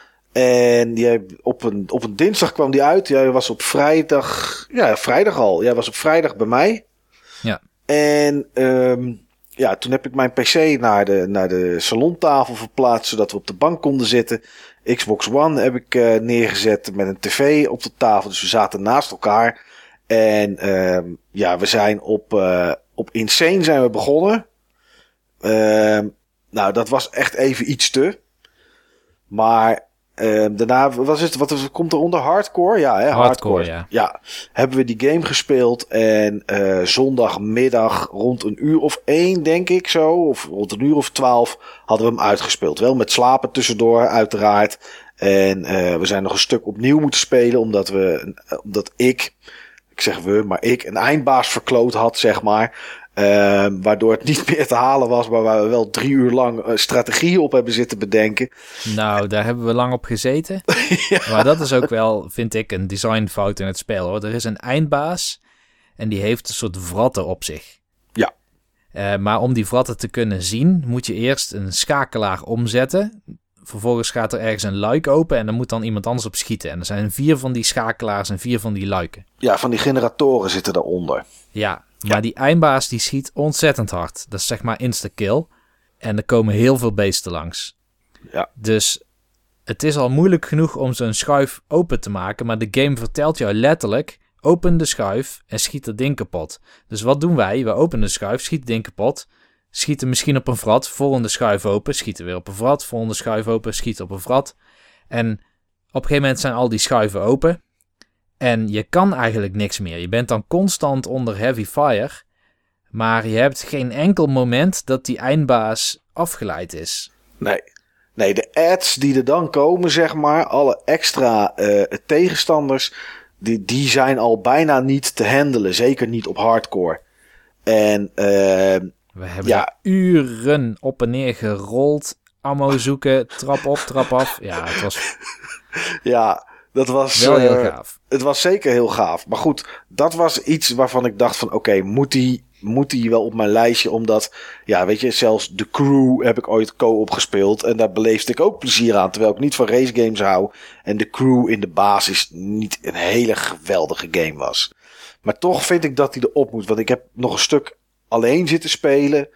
En die op, een, op een dinsdag kwam die uit. Jij was op vrijdag, ja vrijdag al. Jij was op vrijdag bij mij. Ja. En um, ja, toen heb ik mijn pc naar de, naar de salontafel verplaatst, zodat we op de bank konden zitten. Xbox One heb ik uh, neergezet met een tv op de tafel. Dus we zaten naast elkaar. En uh, ja, we zijn op, uh, op Insane zijn we begonnen. Uh, nou, dat was echt even iets te. Maar uh, daarna was het, wat, wat komt er onder? Hardcore? Ja, hè? Hardcore, Hardcore. ja. Ja, hebben we die game gespeeld. En uh, zondagmiddag rond een uur of één, denk ik zo. Of rond een uur of twaalf hadden we hem uitgespeeld. Wel met slapen tussendoor, uiteraard. En uh, we zijn nog een stuk opnieuw moeten spelen. Omdat we, omdat ik, ik zeg we, maar ik een eindbaas verkloot had, zeg maar. Uh, waardoor het niet meer te halen was, maar waar we wel drie uur lang uh, strategieën op hebben zitten bedenken. Nou, daar hebben we lang op gezeten. Ja. Maar dat is ook wel, vind ik, een designfout in het spel, hoor. Er is een eindbaas en die heeft een soort wratten op zich. Ja. Uh, maar om die wratten te kunnen zien, moet je eerst een schakelaar omzetten. Vervolgens gaat er ergens een luik open en dan moet dan iemand anders op schieten. En er zijn vier van die schakelaars en vier van die luiken. Ja, van die generatoren zitten daaronder. Ja, maar ja. Die eindbaas die schiet ontzettend hard. Dat is zeg maar insta-kill. En er komen heel veel beesten langs. Ja. Dus het is al moeilijk genoeg om zo'n schuif open te maken. Maar de game vertelt jou letterlijk, open de schuif en schiet het ding kapot. Dus wat doen wij? We openen de schuif, schieten het ding kapot. Schieten misschien op een wrat, volgende schuif open. Schieten weer op een wrat, volgende schuif open. Schieten op een wrat. En op een gegeven moment zijn al die schuiven open. En je kan eigenlijk niks meer. Je bent dan constant onder heavy fire. Maar je hebt geen enkel moment dat die eindbaas afgeleid is. Nee. Nee, de ads die er dan komen, zeg maar. Alle extra uh, tegenstanders. Die, die zijn al bijna niet te handelen. Zeker niet op hardcore. En uh, we hebben ja. uren op en neer gerold. Ammo zoeken. Trap op, trap af. Ja, het was... ja... Dat was wel heel uh, gaaf. Het was zeker heel gaaf. Maar goed, dat was iets waarvan ik dacht van... Oké, okay, moet die moet die wel op mijn lijstje? Omdat, ja, weet je, zelfs The Crew heb ik ooit co-op gespeeld. En daar beleefde ik ook plezier aan. Terwijl ik niet van race games hou. En The Crew in de basis niet een hele geweldige game was. Maar toch vind ik dat die erop moet. Want ik heb nog een stuk alleen zitten spelen.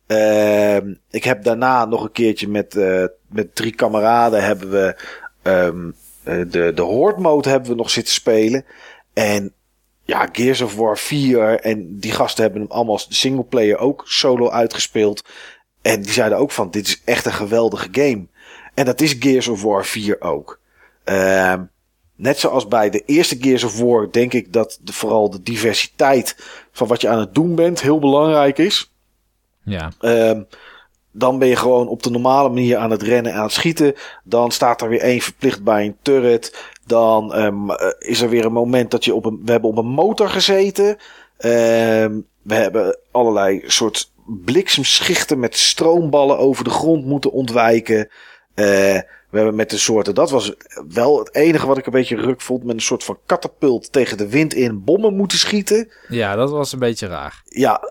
Uh, ik heb daarna nog een keertje met, uh, met drie kameraden hebben we... Um, uh, de, de Horde mode hebben we nog zitten spelen. En ja, Gears of War vier en die gasten hebben hem allemaal de singleplayer ook solo uitgespeeld. En die zeiden ook van, dit is echt een geweldige game. En dat is Gears of War vier ook. Uh, net zoals bij de eerste Gears of War denk ik dat de, vooral de diversiteit van wat je aan het doen bent heel belangrijk is. Ja. Uh, dan ben je gewoon op de normale manier aan het rennen en aan het schieten. Dan staat er weer één verplicht bij een turret. Dan um, is er weer een moment dat je op een... We hebben op een motor gezeten. Um, we hebben allerlei soort bliksemschichten met stroomballen over de grond moeten ontwijken. Uh, we hebben met een soort... Dat was wel het enige wat ik een beetje ruk vond. Met een soort van katapult tegen de wind in bommen moeten schieten. Ja, dat was een beetje raar. Ja,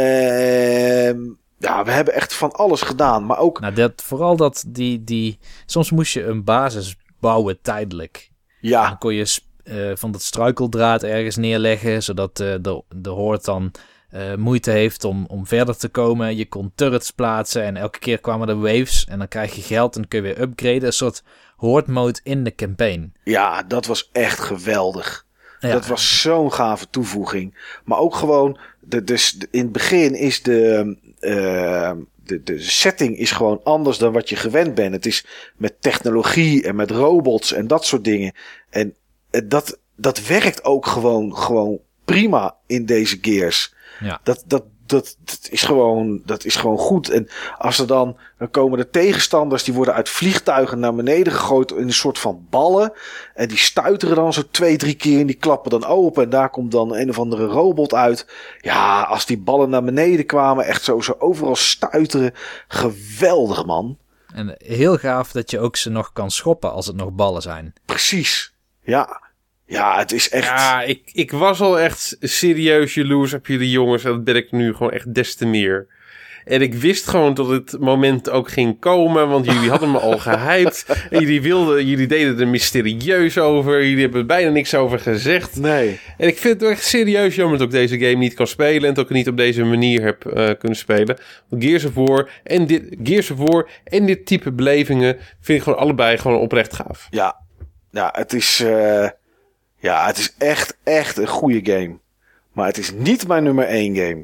uh, ja, we hebben echt van alles gedaan. Maar ook... Nou, dat, vooral dat die, die... Soms moest je een basis bouwen tijdelijk. Ja. Dan kon je uh, van dat struikeldraad ergens neerleggen, zodat uh, de, de Horde dan uh, moeite heeft om, om verder te komen. Je kon turrets plaatsen en elke keer kwamen er waves en dan krijg je geld en dan kun je weer upgraden. Een soort Horde mode in de campaign. Ja, dat was echt geweldig. Ja. Dat was zo'n gave toevoeging. Maar ook gewoon, de, dus de, in het begin is de... Uh, De, de setting is gewoon anders dan wat je gewend bent. Het is met technologie en met robots en dat soort dingen. En dat, dat werkt ook gewoon, gewoon prima in deze Gears. Ja. Dat, dat, dat, dat, is gewoon, dat is gewoon goed. En als er dan, dan komen de tegenstanders, die worden uit vliegtuigen naar beneden gegooid in een soort van ballen. En die stuiteren dan zo twee, drie keer en die klappen dan open. En daar komt dan een of andere robot uit. Ja, als die ballen naar beneden kwamen, echt zo, zo overal stuiteren. Geweldig, man. En heel gaaf dat je ook ze nog kan schoppen als het nog ballen zijn. Precies, ja. Ja, het is echt... Ja, ik, ik was al echt serieus jaloers op jullie jongens. En dat ben ik nu gewoon echt des te meer. En ik wist gewoon dat het moment ook ging komen. Want jullie hadden me al gehyped. En jullie wilden, jullie deden er mysterieus over. Jullie hebben er bijna niks over gezegd. Nee. En ik vind het echt serieus jammer dat ik deze game niet kan spelen. En dat ik het niet op deze manier heb uh, kunnen spelen. Want Gears of War en dit, Gears of War en dit type belevingen vind ik gewoon allebei gewoon oprecht gaaf. Ja, ja het is... Uh... Ja, het is echt, echt een goede game. Maar het is niet mijn nummer één game.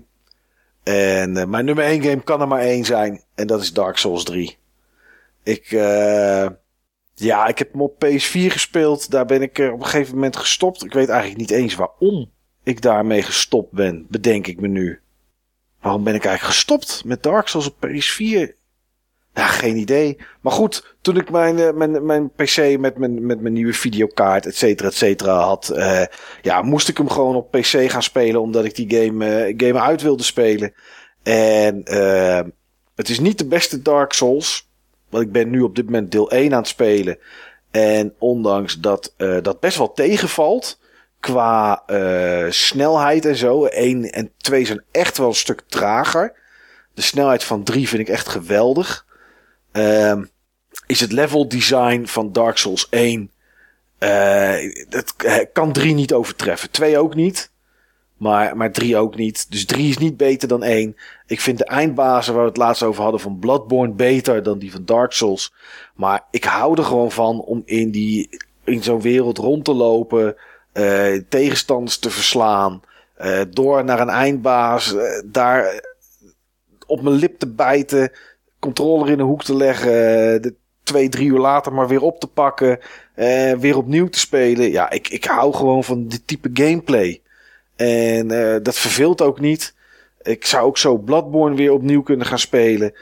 En uh, mijn nummer één game kan er maar één zijn. En dat is Dark Souls drie. Ik, uh, ja, ik heb hem op P S vier gespeeld. Daar ben ik uh, op een gegeven moment gestopt. Ik weet eigenlijk niet eens waarom ik daarmee gestopt ben. Bedenk ik me nu. Waarom ben ik eigenlijk gestopt met Dark Souls op P S vier? Ja, geen idee. Maar goed, toen ik mijn, uh, mijn, mijn P C met mijn, met mijn nieuwe videokaart, et cetera, et cetera had, uh, ja, moest ik hem gewoon op P C gaan spelen, omdat ik die game, uh, game uit wilde spelen. En uh, het is niet de beste Dark Souls, want ik ben nu op dit moment deel één aan het spelen. En ondanks dat uh, dat best wel tegenvalt, qua uh, snelheid en zo, één en twee zijn echt wel een stuk trager. De snelheid van drie vind ik echt geweldig. Uh, is het level design van Dark Souls één. Uh, dat kan drie niet overtreffen. twee ook niet. Maar, maar drie ook niet. Dus drie is niet beter dan één. Ik vind de eindbazen waar we het laatst over hadden van Bloodborne beter dan die van Dark Souls. Maar ik hou er gewoon van om in, die, in zo'n wereld rond te lopen. Uh, tegenstanders te verslaan. Uh, door naar een eindbaas. Uh, daar op mijn lip te bijten. Controller in de hoek te leggen. De twee, drie uur later maar weer op te pakken. Uh, weer opnieuw te spelen. Ja, ik, ik hou gewoon van dit type gameplay. En uh, dat verveelt ook niet. Ik zou ook zo Bloodborne weer opnieuw kunnen gaan spelen.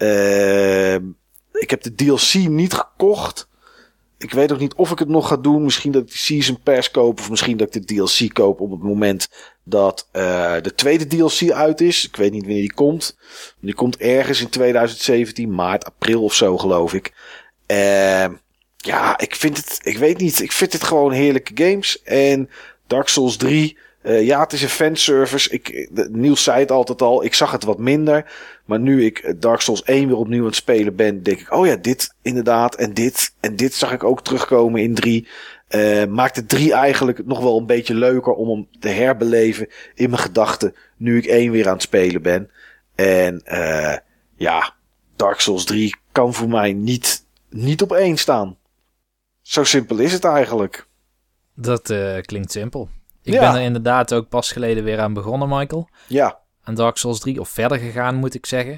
Uh, ik heb de D L C niet gekocht. Ik weet ook niet of ik het nog ga doen. Misschien dat ik de Season Pass koop. Of misschien dat ik de D L C koop op het moment dat uh, de tweede D L C uit is. Ik weet niet wanneer die komt. Die komt ergens in twintig zeventien. Maart, april of zo geloof ik. Uh, ja, ik vind het... Ik weet niet. Ik vind het gewoon heerlijke games. En Dark Souls drie... Uh, ja, het is een fanservice. Ik, Niels zei het altijd al. Ik zag het wat minder. Maar nu ik Dark Souls één weer opnieuw aan het spelen ben, denk ik, oh ja, dit inderdaad. En dit. En dit zag ik ook terugkomen in drie. Uh, maakt het drie eigenlijk nog wel een beetje leuker om hem te herbeleven in mijn gedachten. Nu ik één weer aan het spelen ben. En uh, ja, Dark Souls drie kan voor mij niet, niet op één staan. Zo simpel is het eigenlijk. Dat uh, klinkt simpel. Ik ja. ben er inderdaad ook pas geleden weer aan begonnen, Michael. Ja. Aan Dark Souls drie, of verder gegaan moet ik zeggen.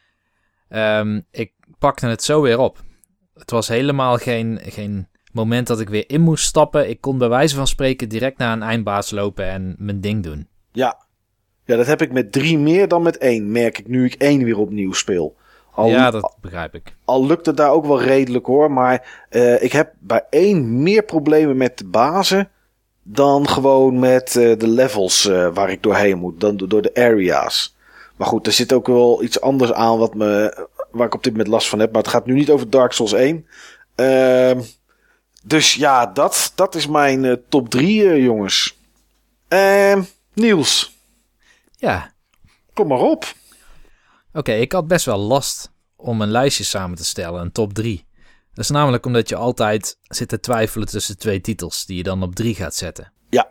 Um, ik pakte het zo weer op. Het was helemaal geen, geen moment dat ik weer in moest stappen. Ik kon bij wijze van spreken direct naar een eindbaas lopen en mijn ding doen. Ja, ja dat heb ik met drie meer dan met één, merk ik nu ik één weer opnieuw speel. Al, ja, dat begrijp ik. Al lukt het daar ook wel redelijk hoor, maar uh, ik heb bij één meer problemen met de bazen dan gewoon met uh, de levels uh, waar ik doorheen moet, dan door de areas. Maar goed, er zit ook wel iets anders aan wat me, waar ik op dit moment last van heb, maar het gaat nu niet over Dark Souls één. Uh, dus ja, dat, dat is mijn uh, top drie, uh, jongens. Uh, Niels. Ja. Kom maar op. Oké, okay, ik had best wel last om een lijstje samen te stellen, een top drie. Dat is namelijk omdat je altijd zit te twijfelen tussen twee titels die je dan op drie gaat zetten. Ja.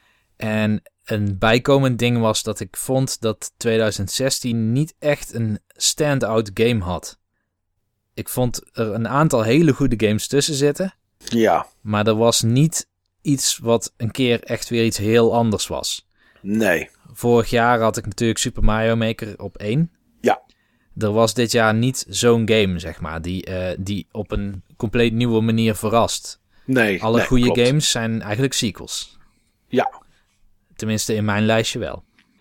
En een bijkomend ding was dat ik vond dat twintig zestien niet echt een stand-out game had. Ik vond er een aantal hele goede games tussen zitten. Ja. Maar er was niet iets wat een keer echt weer iets heel anders was. Nee. Vorig jaar had ik natuurlijk Super Mario Maker op één. Ja. Er was dit jaar niet zo'n game, zeg maar, die, uh, die op een compleet nieuwe manier verrast. Nee. Alle nee, goede klopt. games zijn eigenlijk sequels. Ja. Tenminste in mijn lijstje wel.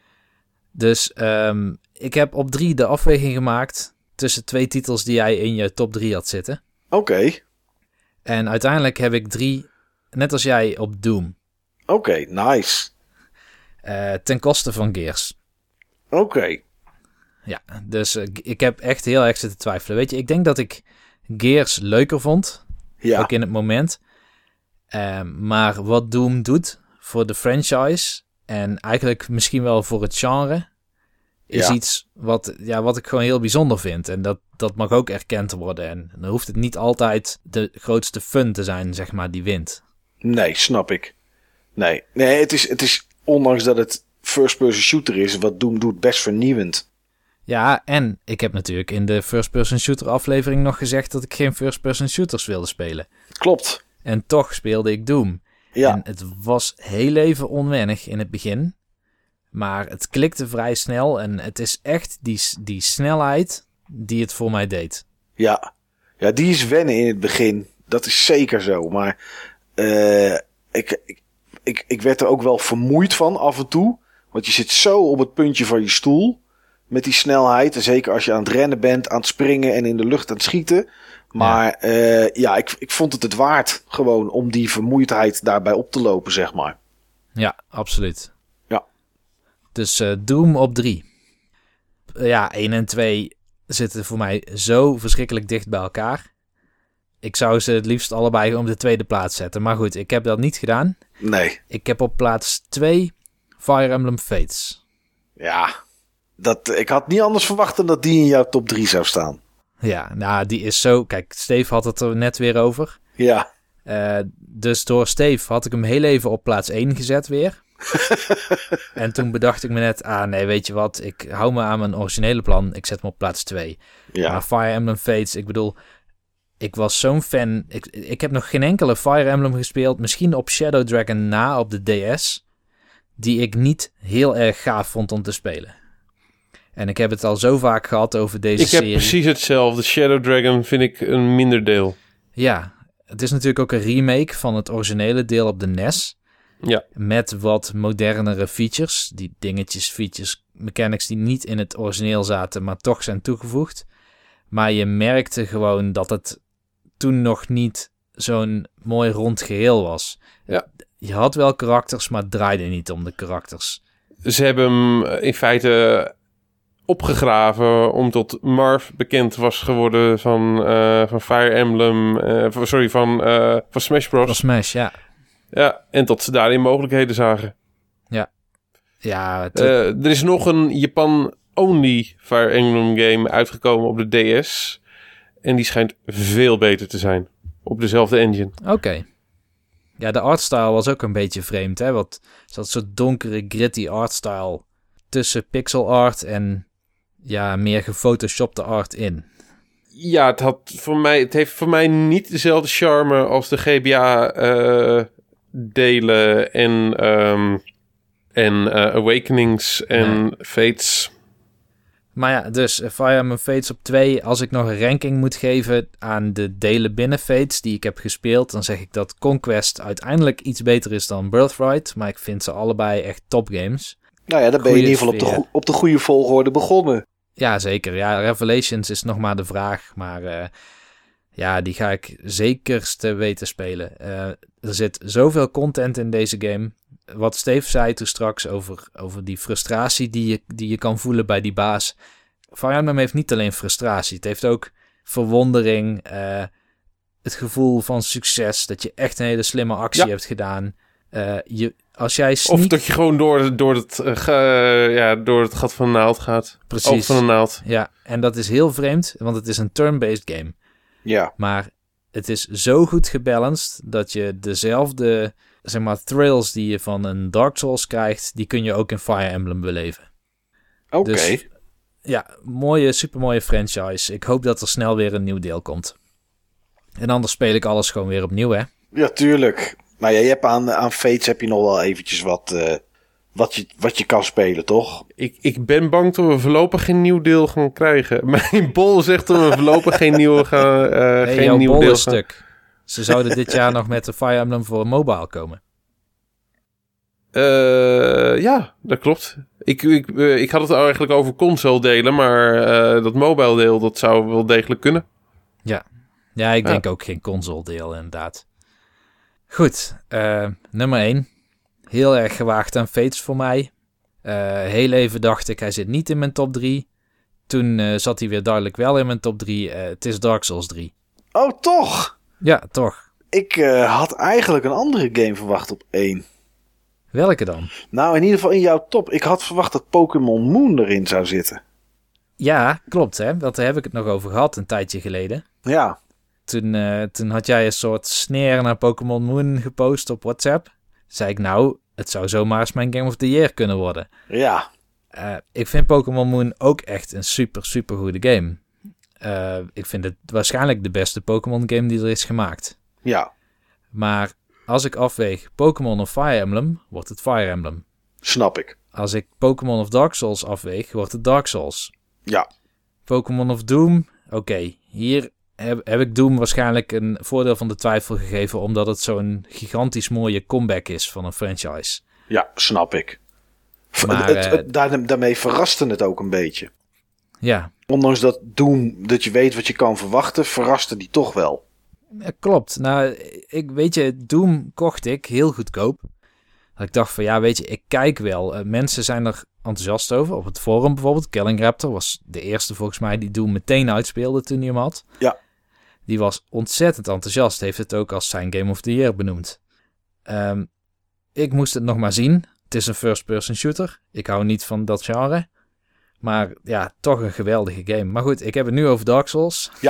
Dus um, ik heb op drie de afweging gemaakt tussen twee titels die jij in je top drie had zitten. Oké. Okay. En uiteindelijk heb ik drie, net als jij, op Doom. Oké, okay, nice. Uh, ten koste van Gears. Oké. Okay. Ja, dus uh, ik heb echt heel erg zitten twijfelen. Weet je, ik denk dat ik Gears leuker vond. Ja. Ook in het moment. Uh, maar wat Doom doet voor de franchise en eigenlijk misschien wel voor het genre is ja. iets wat, ja, wat ik gewoon heel bijzonder vind. En dat, dat mag ook erkend worden. En dan hoeft het niet altijd de grootste fun te zijn, zeg maar, die wint. Nee, snap ik. Nee, nee het, is, het is, ondanks dat het first-person shooter is, wat Doom doet, best vernieuwend. Ja, en ik heb natuurlijk in de first-person shooter aflevering nog gezegd dat ik geen first-person shooters wilde spelen. Klopt. En toch speelde ik Doom. Ja. En het was heel even onwennig in het begin. Maar het klikte vrij snel. En het is echt die, die snelheid die het voor mij deed. Ja. Ja, die is wennen in het begin. Dat is zeker zo. Maar uh, ik, ik, ik, ik werd er ook wel vermoeid van af en toe. Want je zit zo op het puntje van je stoel. Met die snelheid. En zeker als je aan het rennen bent, aan het springen en in de lucht aan het schieten. Maar ja, uh, ja ik, ik vond het het waard gewoon om die vermoeidheid daarbij op te lopen, zeg maar. Ja, absoluut. Ja. Dus uh, Doom op drie. Uh, ja, één en twee zitten voor mij zo verschrikkelijk dicht bij elkaar. Ik zou ze het liefst allebei op de tweede plaats zetten. Maar goed, ik heb dat niet gedaan. Nee. Ik heb op plaats twee Fire Emblem Fates. Ja, dat, ik had niet anders verwacht dan dat die in jouw top drie zou staan. Ja, nou, die is zo... Kijk, Steve had het er net weer over. Ja. Uh, dus door Steve had ik hem heel even op plaats één gezet weer. En toen bedacht ik me net... Ah, nee, weet je wat? Ik hou me aan mijn originele plan. Ik zet hem op plaats twee. Ja. Maar Fire Emblem Fates, ik bedoel... Ik was zo'n fan. Ik, ik heb nog geen enkele Fire Emblem gespeeld. Misschien op Shadow Dragon na op de D S. Die ik niet heel erg gaaf vond om te spelen. En ik heb het al zo vaak gehad over deze ik serie. Ik heb precies hetzelfde. Shadow Dragon vind ik een minder deel. Ja, het is natuurlijk ook een remake van het originele deel op de N E S. Ja. Met wat modernere features. Die dingetjes, features, mechanics die niet in het origineel zaten, maar toch zijn toegevoegd. Maar je merkte gewoon dat het toen nog niet zo'n mooi rond geheel was. Ja. Je had wel karakters, maar het draaide niet om de karakters. Ze hebben hem in feite opgegraven om tot Marth bekend was geworden van, uh, van Fire Emblem, uh, sorry, van, uh, van Smash Bros. Van Smash, ja. Ja, en tot ze daarin mogelijkheden zagen. Ja. Ja. Het... Uh, er is nog een Japan-only Fire Emblem game uitgekomen op de D S. En die schijnt veel beter te zijn. Op dezelfde engine. Oké. Okay. Ja, de artstyle was ook een beetje vreemd, hè. Wat dat soort donkere, gritty artstyle tussen pixel art en ja, meer gefotoshopte art in. Ja, het, had voor mij, het heeft voor mij niet dezelfde charme als de G B A-delen uh, en, um, en uh, Awakenings en nee. Fates. Maar ja, dus uh, Fire Emblem Fates op twee. Als ik nog een ranking moet geven aan de delen binnen Fates die ik heb gespeeld, dan zeg ik dat Conquest uiteindelijk iets beter is dan Birthright. Maar ik vind ze allebei echt topgames. Nou ja, dan ben je in ieder geval op de, go- op de goede volgorde begonnen. Ja, zeker. Ja, Revelations is nog maar de vraag. Maar uh, ja, die ga ik zekerste weten spelen. Uh, er zit zoveel content in deze game. Wat Steve zei toen straks over, over die frustratie die je, die je kan voelen bij die baas. Fire Emblem heeft niet alleen frustratie. Het heeft ook verwondering. Uh, het gevoel van succes. Dat je echt een hele slimme actie ja. hebt gedaan. Uh, je, als jij sneak... Of dat je gewoon door, door, het, uh, ge, ja, door het gat van een naald gaat. Precies. Oog van een naald. Ja, en dat is heel vreemd. Want het is een turn-based game. Ja. Maar het is zo goed gebalanced dat je dezelfde, zeg maar, thrills die je van een Dark Souls krijgt, die kun je ook in Fire Emblem beleven. Oké. Okay. Dus, ja, mooie, supermooie franchise. Ik hoop dat er snel weer een nieuw deel komt. En anders speel ik alles gewoon weer opnieuw, hè? Ja, tuurlijk. Maar ja, je hebt aan, aan Fates heb je nog wel eventjes wat, uh, wat, je, wat je kan spelen, toch? Ik, ik ben bang dat we voorlopig geen nieuw deel gaan krijgen. Mijn bol zegt dat we voorlopig geen nieuwe gaan. Uh, nee, geen jouw nieuw bol deel is stuk. Ze zouden dit jaar nog met de Fire Emblem voor mobile komen. Uh, ja, dat klopt. Ik, ik, uh, ik had het eigenlijk over console delen, maar uh, dat mobile deel, dat zou wel degelijk kunnen. Ja, ja ik ja. denk ook geen console deel inderdaad. Goed, uh, nummer één. Heel erg gewaagd aan Fates voor mij. Uh, heel even dacht ik, hij zit niet in mijn top drie. Toen uh, zat hij weer duidelijk wel in mijn top drie. Uh, het is Dark Souls drie. Oh, toch? Ja, toch. Ik uh, had eigenlijk een andere game verwacht op één. Welke dan? Nou, in ieder geval in jouw top. Ik had verwacht dat Pokémon Moon erin zou zitten. Ja, klopt hè. Daar heb ik het nog over gehad een tijdje geleden. Ja. Toen, uh, toen had jij een soort sneer naar Pokémon Moon gepost op WhatsApp. Zei ik nou, het zou zomaar eens mijn Game of the Year kunnen worden. Ja. Uh, ik vind Pokémon Moon ook echt een super, super goede game. Uh, ik vind het waarschijnlijk de beste Pokémon game die er is gemaakt. Ja. Maar als ik afweeg Pokémon of Fire Emblem, wordt het Fire Emblem. Snap ik. Als ik Pokémon of Dark Souls afweeg, wordt het Dark Souls. Ja. Pokémon of Doom, oké. Okay, hier heb, heb ik Doom waarschijnlijk een voordeel van de twijfel gegeven, omdat het zo'n gigantisch mooie comeback is van een franchise. Ja, snap ik. Maar, het, het, daar, daarmee verraste het ook een beetje. Ja. Ondanks dat Doom, dat je weet wat je kan verwachten, verraste die toch wel. Ja, klopt. Nou, ik weet je, Doom kocht ik heel goedkoop. Dat ik dacht van ja, weet je, ik kijk wel. Uh, mensen zijn er enthousiast over. Op het forum bijvoorbeeld. Killing Raptor was de eerste volgens mij die Doom meteen uitspeelde toen hij hem had. Ja. Die was ontzettend enthousiast. Heeft het ook als zijn Game of the Year benoemd. Um, ik moest het nog maar zien. Het is een first-person shooter. Ik hou niet van dat genre. Maar ja, toch een geweldige game. Maar goed, ik heb het nu over Dark Souls. Ja.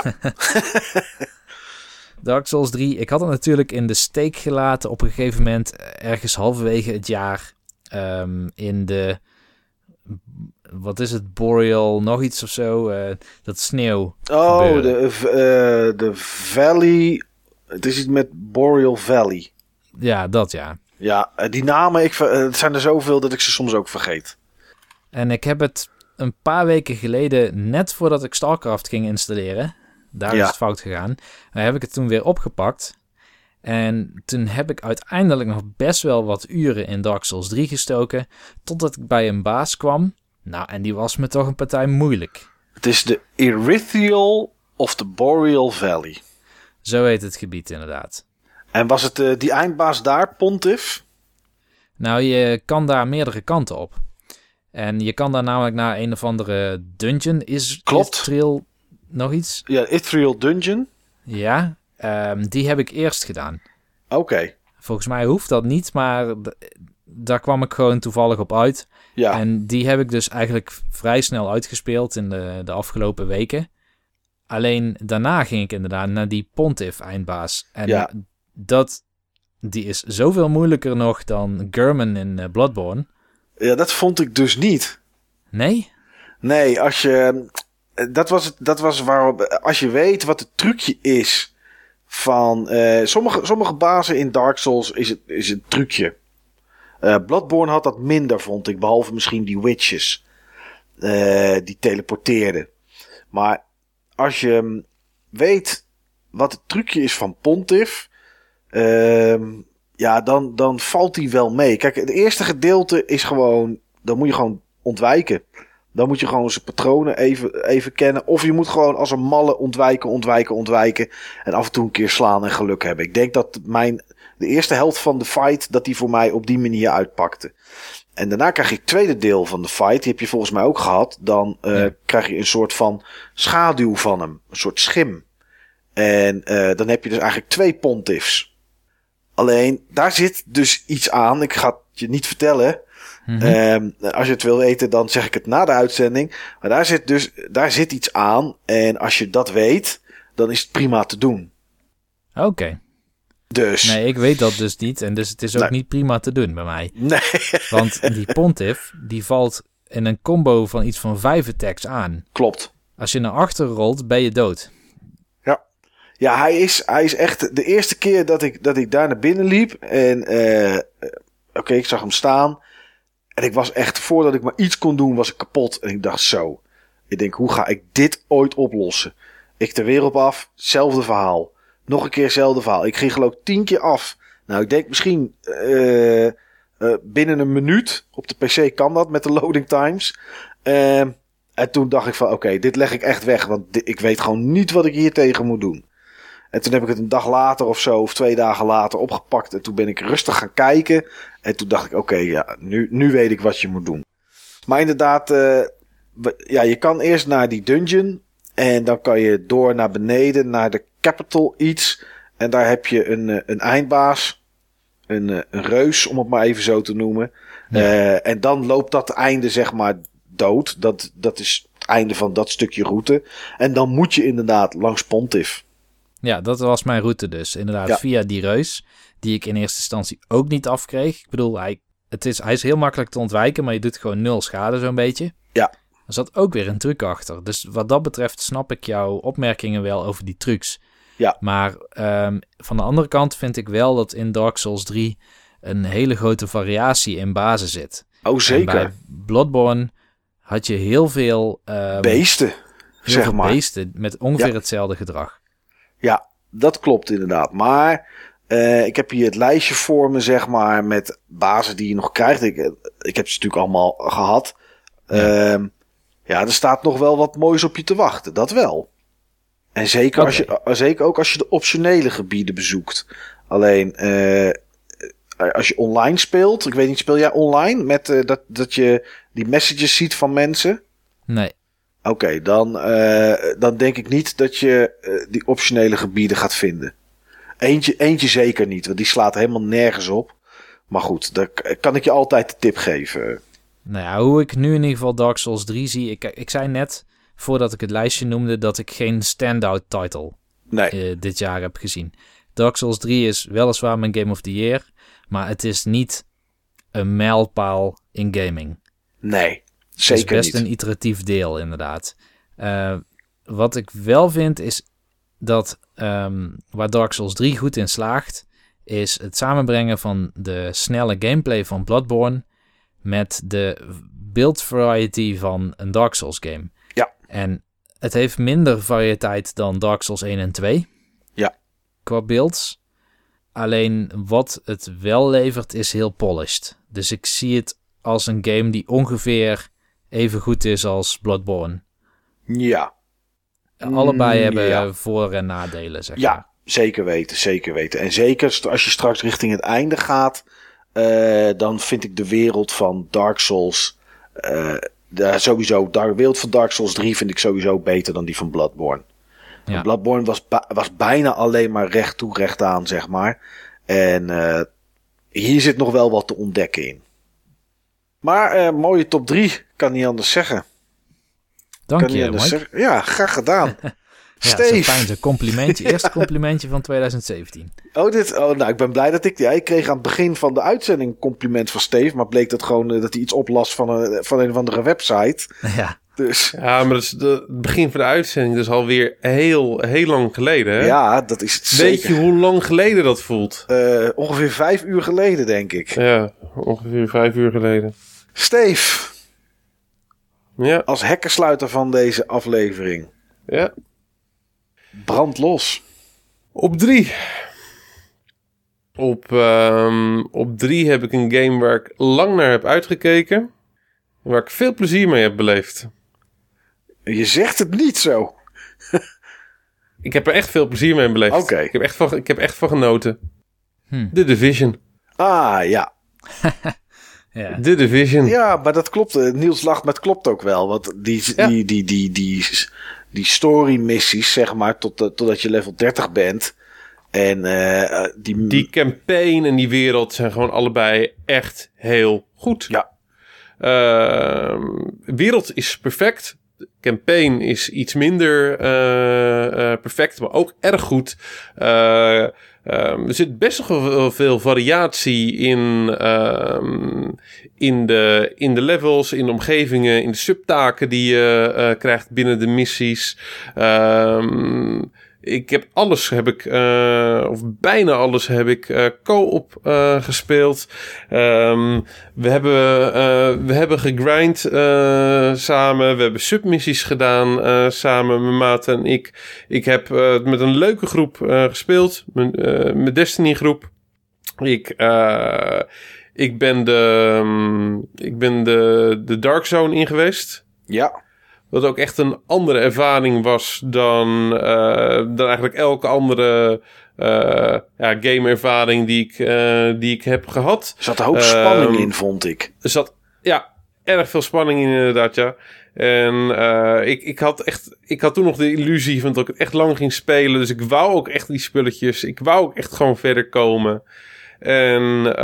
Dark Souls drie. Ik had het natuurlijk in de steek gelaten op een gegeven moment. Ergens halverwege het jaar. Um, in de... Wat is het? Boreal, nog iets of zo. Uh, dat sneeuw. Oh, gebeuren. de, uh, de Valley. Het is iets met Boreal Valley. Ja, dat ja. Ja, die namen, ik, het zijn er zoveel dat ik ze soms ook vergeet. En ik heb het een paar weken geleden, net voordat ik StarCraft ging installeren, daar ja. is het fout gegaan, dan heb ik het toen weer opgepakt. En toen heb ik uiteindelijk nog best wel wat uren in Dark Souls drie gestoken, totdat ik bij een baas kwam. Nou, en die was me toch een partij moeilijk. Het is de Erythrial of the Boreal Valley. Zo heet het gebied inderdaad. En was het uh, die eindbaas daar, Pontiff? Nou, je kan daar meerdere kanten op. En je kan daar namelijk naar een of andere dungeon. Is Klopt. Ithriel nog iets? Ja, Ithriel Dungeon. Ja, um, die heb ik eerst gedaan. Oké. Okay. Volgens mij hoeft dat niet, maar d- daar kwam ik gewoon toevallig op uit. Ja. En die heb ik dus eigenlijk vrij snel uitgespeeld in de, de afgelopen weken. Alleen daarna ging ik inderdaad naar die Pontiff eindbaas. En ja. dat, die is zoveel moeilijker nog dan Gehrman in uh, Bloodborne. Ja, dat vond ik dus niet. Nee? Nee, als je... dat was het, dat was waarop, als je weet wat het trucje is van, uh, sommige, sommige bazen in Dark Souls is het, is een trucje. Uh, Bloodborne had dat minder, vond ik, behalve misschien die witches, uh, die teleporteerden. Maar als je weet wat het trucje is van Pontiff, uh, ja, dan, dan valt die wel mee. Kijk, het eerste gedeelte is gewoon, dan moet je gewoon ontwijken. Dan moet je gewoon zijn patronen even, even kennen. Of je moet gewoon als een malle ontwijken, ontwijken, ontwijken. En af en toe een keer slaan en geluk hebben. Ik denk dat mijn, de eerste helft van de fight, dat die voor mij op die manier uitpakte. En daarna krijg je het tweede deel van de fight. Die heb je volgens mij ook gehad. Dan uh, ja. krijg je een soort van schaduw van hem. Een soort schim. En uh, dan heb je dus eigenlijk twee pontiffs. Alleen, daar zit dus iets aan. Ik ga het je niet vertellen. Mm-hmm. Um, als je het wil weten, dan zeg ik het na de uitzending. Maar daar zit dus daar zit iets aan. En als je dat weet, dan is het prima te doen. Oké. Okay. Dus. Nee, ik weet dat dus niet. En dus het is ook nee. niet prima te doen bij mij. Nee. Want die Pontiff, die valt in een combo van iets van vijf attacks aan. Klopt. Als je naar achter rolt, ben je dood. Ja. Ja, hij is, hij is echt de eerste keer dat ik, dat ik daar naar binnen liep. En uh, oké, okay, ik zag hem staan. En ik was echt, voordat ik maar iets kon doen, was ik kapot. En ik dacht zo. Ik denk, hoe ga ik dit ooit oplossen? Ik de wereld af, hetzelfde verhaal. Nog een keer hetzelfde verhaal. Ik ging geloof ik tien keer af. Nou, ik denk misschien uh, uh, binnen een minuut. Op de P C kan dat met de loading times. Uh, en toen dacht ik van, oké, okay, dit leg ik echt weg. Want dit, ik weet gewoon niet wat ik hier tegen moet doen. En toen heb ik het een dag later of zo, of twee dagen later opgepakt. En toen ben ik rustig gaan kijken. En toen dacht ik, oké, okay, ja, nu, nu weet ik wat je moet doen. Maar inderdaad, uh, ja, je kan eerst naar die dungeon. En dan kan je door naar beneden, naar de capital iets. En daar heb je een, een eindbaas. Een, een reus, om het maar even zo te noemen. Ja. Uh, en dan loopt dat einde, zeg maar, dood. Dat, dat is het einde van dat stukje route. En dan moet je inderdaad langs Pontiff. Ja, dat was mijn route dus. Inderdaad, ja. Via die reus. Die ik in eerste instantie ook niet afkreeg. Ik bedoel, hij, het is, hij is heel makkelijk te ontwijken. Maar je doet gewoon nul schade zo'n beetje. Ja. Er zat ook weer een truc achter. Dus wat dat betreft snap ik jouw opmerkingen wel over die trucs. Ja. Maar um, van de andere kant vind ik wel dat in Dark Souls drie een hele grote variatie in bazen zit. Oh, zeker. En bij Bloodborne had je heel veel... Um, beesten, heel zeg veel maar. beesten met ongeveer ja. hetzelfde gedrag. Ja, dat klopt inderdaad. Maar uh, ik heb hier het lijstje voor me, zeg maar, met bazen die je nog krijgt. Ik, ik heb ze natuurlijk allemaal gehad. Ja. Uh, ja, er staat nog wel wat moois op je te wachten. Dat wel. En zeker, okay. als je, zeker ook als je de optionele gebieden bezoekt. Alleen, uh, als je online speelt. Ik weet niet, speel jij online? Met uh, dat, dat je die messages ziet van mensen? Nee. Oké, okay, dan, uh, dan denk ik niet dat je uh, die optionele gebieden gaat vinden. Eentje, eentje zeker niet, want die slaat helemaal nergens op. Maar goed, daar kan ik je altijd de tip geven. Nou ja, hoe ik nu in ieder geval Dark Souls drie zie... Ik, ik zei net, voordat ik het lijstje noemde... dat ik geen standout title nee. uh, dit jaar heb gezien. Dark Souls drie is weliswaar mijn Game of the Year... maar het is niet een mijlpaal in gaming. Nee, zeker niet. Het is best niet. Een iteratief deel, inderdaad. Uh, wat ik wel vind is dat... Um, waar Dark Souls drie goed in slaagt... is het samenbrengen van de snelle gameplay van Bloodborne... met de build variety van een Dark Souls game. Ja. En het heeft minder variëteit dan Dark Souls één en twee. Ja. Qua builds. Alleen wat het wel levert is heel polished. Dus ik zie het als een game die ongeveer even goed is als Bloodborne. Ja. Allebei mm, hebben ja. voor- en nadelen, zeg ja, maar. zeker weten, zeker weten. En zeker als je straks richting het einde gaat... Uh, dan vind ik de wereld van Dark Souls... Uh, de, sowieso, de wereld van Dark Souls drie vind ik sowieso beter dan die van Bloodborne. Ja. Bloodborne was, was bijna alleen maar recht toe, recht aan, zeg maar. En uh, hier zit nog wel wat te ontdekken in. Maar uh, mooie top drie, kan niet anders zeggen. Dank je, Mike. Zeggen. Ja, graag gedaan. Ja, Steve. Zo fijn, zo'n complimentje. Eerste complimentje van twintig zeventien. Oh, dit, oh, nou, ik ben blij dat ik... Ja, ik kreeg aan het begin van de uitzending een compliment van Steve. Maar bleek dat gewoon uh, dat hij iets oplas van een, van een of andere website. Ja. Dus. Ja, maar dat is de, het begin van de uitzending. Dat is alweer heel, heel lang geleden, hè? Ja, dat is het Weet zeker. je hoe lang geleden dat voelt? Uh, ongeveer vijf uur geleden, denk ik. Ja, ongeveer vijf uur geleden. Steve. Ja. Als hekkensluiter van deze aflevering. Ja. Brand los. Op drie. Op, um, op drie heb ik een game waar ik lang naar heb uitgekeken. Waar ik veel plezier mee heb beleefd. Je zegt het niet zo. Ik heb er echt veel plezier mee beleefd. Oké. Okay. Ik heb echt van, ik heb echt van genoten. Hm. The Division. Ah, ja. ja. The Division. Ja, maar dat klopt. Niels lacht, maar het klopt ook wel. Want die, ja. die, die, die, die, die story missies, zeg maar, tot, totdat je level dertig bent. En uh, die... Die campaign en die wereld zijn gewoon allebei echt heel goed. Ja. Uh, wereld is perfect. De campaign is iets minder uh, uh, perfect, maar ook erg goed. Uh, uh, er zit best wel veel variatie in, uh, in, de, in de levels, in de omgevingen, in de subtaken die je uh, krijgt binnen de missies. Uh, Ik heb alles, heb ik, uh, of bijna alles heb ik uh, co-op uh, gespeeld. Um, we hebben, uh, we hebben gegrind uh, samen. We hebben submissies gedaan uh, samen, mijn maat en ik. Ik heb uh, met een leuke groep uh, gespeeld. Mijn, uh, mijn Destiny groep. Ik, uh, ik ben de, um, ik ben de, de Dark Zone in geweest. Ja. Wat ook echt een andere ervaring was dan, uh, dan eigenlijk elke andere uh, ja, game-ervaring die ik, uh, die ik heb gehad. Er zat een hoop spanning uh, in, vond ik. Er zat, ja, erg veel spanning in inderdaad, ja. En uh, ik, ik had echt, ik had toen nog de illusie van dat ik het echt lang ging spelen. Dus ik wou ook echt die spulletjes. Ik wou ook echt gewoon verder komen. En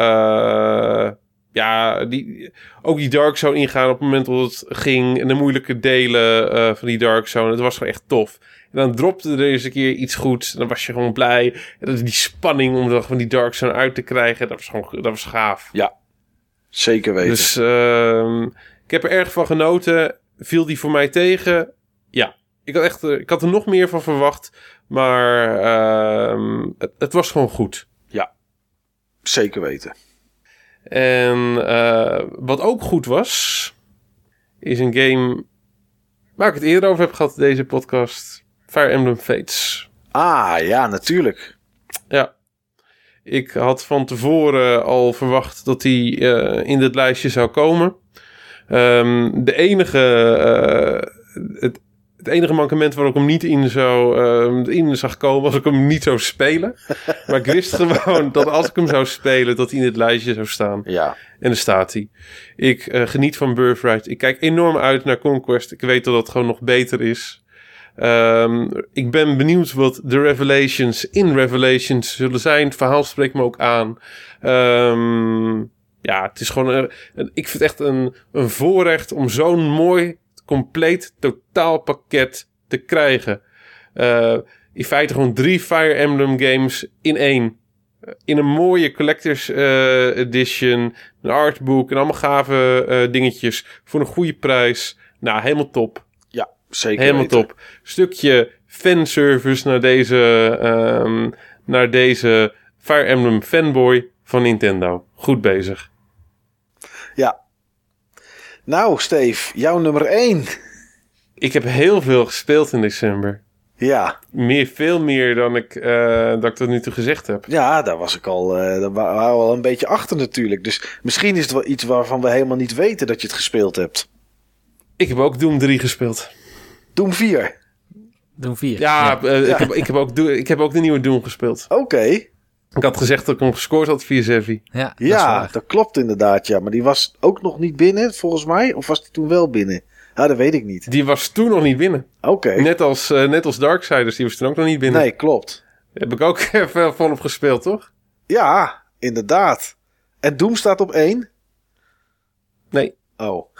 uh, ja, die, ook die Dark Zone ingaan op het moment dat het ging. En de moeilijke delen uh, van die Dark Zone. Het was gewoon echt tof. En dan dropte er eens een keer iets goeds. En dan was je gewoon blij. En dat die spanning om er van die Dark Zone uit te krijgen. Dat was gewoon, dat was gaaf. Ja, zeker weten. Dus uh, ik heb er erg van genoten. Viel die voor mij tegen? Ja. Ik had, echt, ik had er nog meer van verwacht. Maar uh, het, het was gewoon goed. Ja, zeker weten. En uh, wat ook goed was, is een game waar ik het eerder over heb gehad in deze podcast. Fire Emblem Fates. Ah, ja, natuurlijk. Ja. Ik had van tevoren al verwacht dat die uh, in dit lijstje zou komen. Um, de enige... Uh, het, Het enige mankement waar ik hem niet in, zou, uh, in zag komen, was ik hem niet zou spelen. Maar ik wist gewoon dat als ik hem zou spelen, dat hij in het lijstje zou staan. Ja. En daar staat hij. Ik uh, geniet van Birthright. Ik kijk enorm uit naar Conquest. Ik weet dat dat gewoon nog beter is. Um, ik ben benieuwd wat de Revelations in Revelations zullen zijn. Het verhaal spreekt me ook aan. Um, ja, het is gewoon... Een, een, ik vind het echt een, een voorrecht om zo'n mooi... compleet totaalpakket te krijgen. Uh, in feite gewoon drie Fire Emblem games in één. Uh, in een mooie collectors uh, edition. Een artbook en allemaal gave uh, dingetjes. Voor een goede prijs. Nou, helemaal top. Ja, zeker Helemaal weten. top. Stukje fanservice naar deze, um, naar deze Fire Emblem fanboy van Nintendo. Goed bezig. Ja. Nou, Steve, jouw nummer één. Ik heb heel veel gespeeld in december. Ja. Meer, veel meer dan ik, uh, dat ik tot nu toe gezegd heb. Ja, daar was ik al, uh, daar waren we al een beetje achter natuurlijk. Dus misschien is het wel iets waarvan we helemaal niet weten dat je het gespeeld hebt. Ik heb ook Doom drie gespeeld. Doom vier? Doom vier. Ja, ja. Uh, ja. Ik, heb, ik, heb ook, ik heb ook de nieuwe Doom gespeeld. Oké. Okay. Ik had gezegd dat ik hem gescoord had via Zevi. Ja, ja dat, dat klopt inderdaad. Ja, maar die was ook nog niet binnen, volgens mij. Of was die toen wel binnen? Ja, dat weet ik niet. Die was toen nog niet binnen. Oké. Okay. Net als, uh, net als Darksiders, die was toen ook nog niet binnen. Nee, klopt. Heb ik ook even volop gespeeld, toch? Ja, inderdaad. En Doom staat op één? Nee. Oh.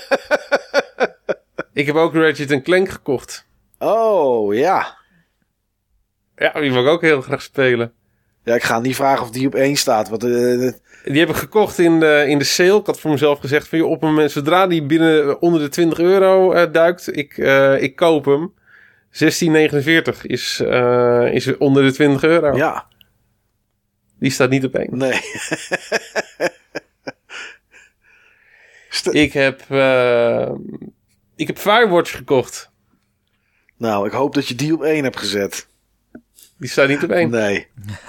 Ik heb ook Ratchet en Clank gekocht. Oh, ja. Ja, die wil ik ook heel graag spelen. Ja, ik ga niet vragen of die op één staat. Want, uh, die heb ik gekocht in de, in de sale. Ik had voor mezelf gezegd van, joh, op een moment, zodra die binnen onder de twintig euro uh, duikt, ik, uh, ik koop hem. zestien negenenveertig is, uh, is onder de twintig euro. Ja. Die staat niet op één. Nee. St- ik heb uh, ik heb Firewatch gekocht. Nou, ik hoop dat je die op één hebt gezet. Die staat niet op één. Nee.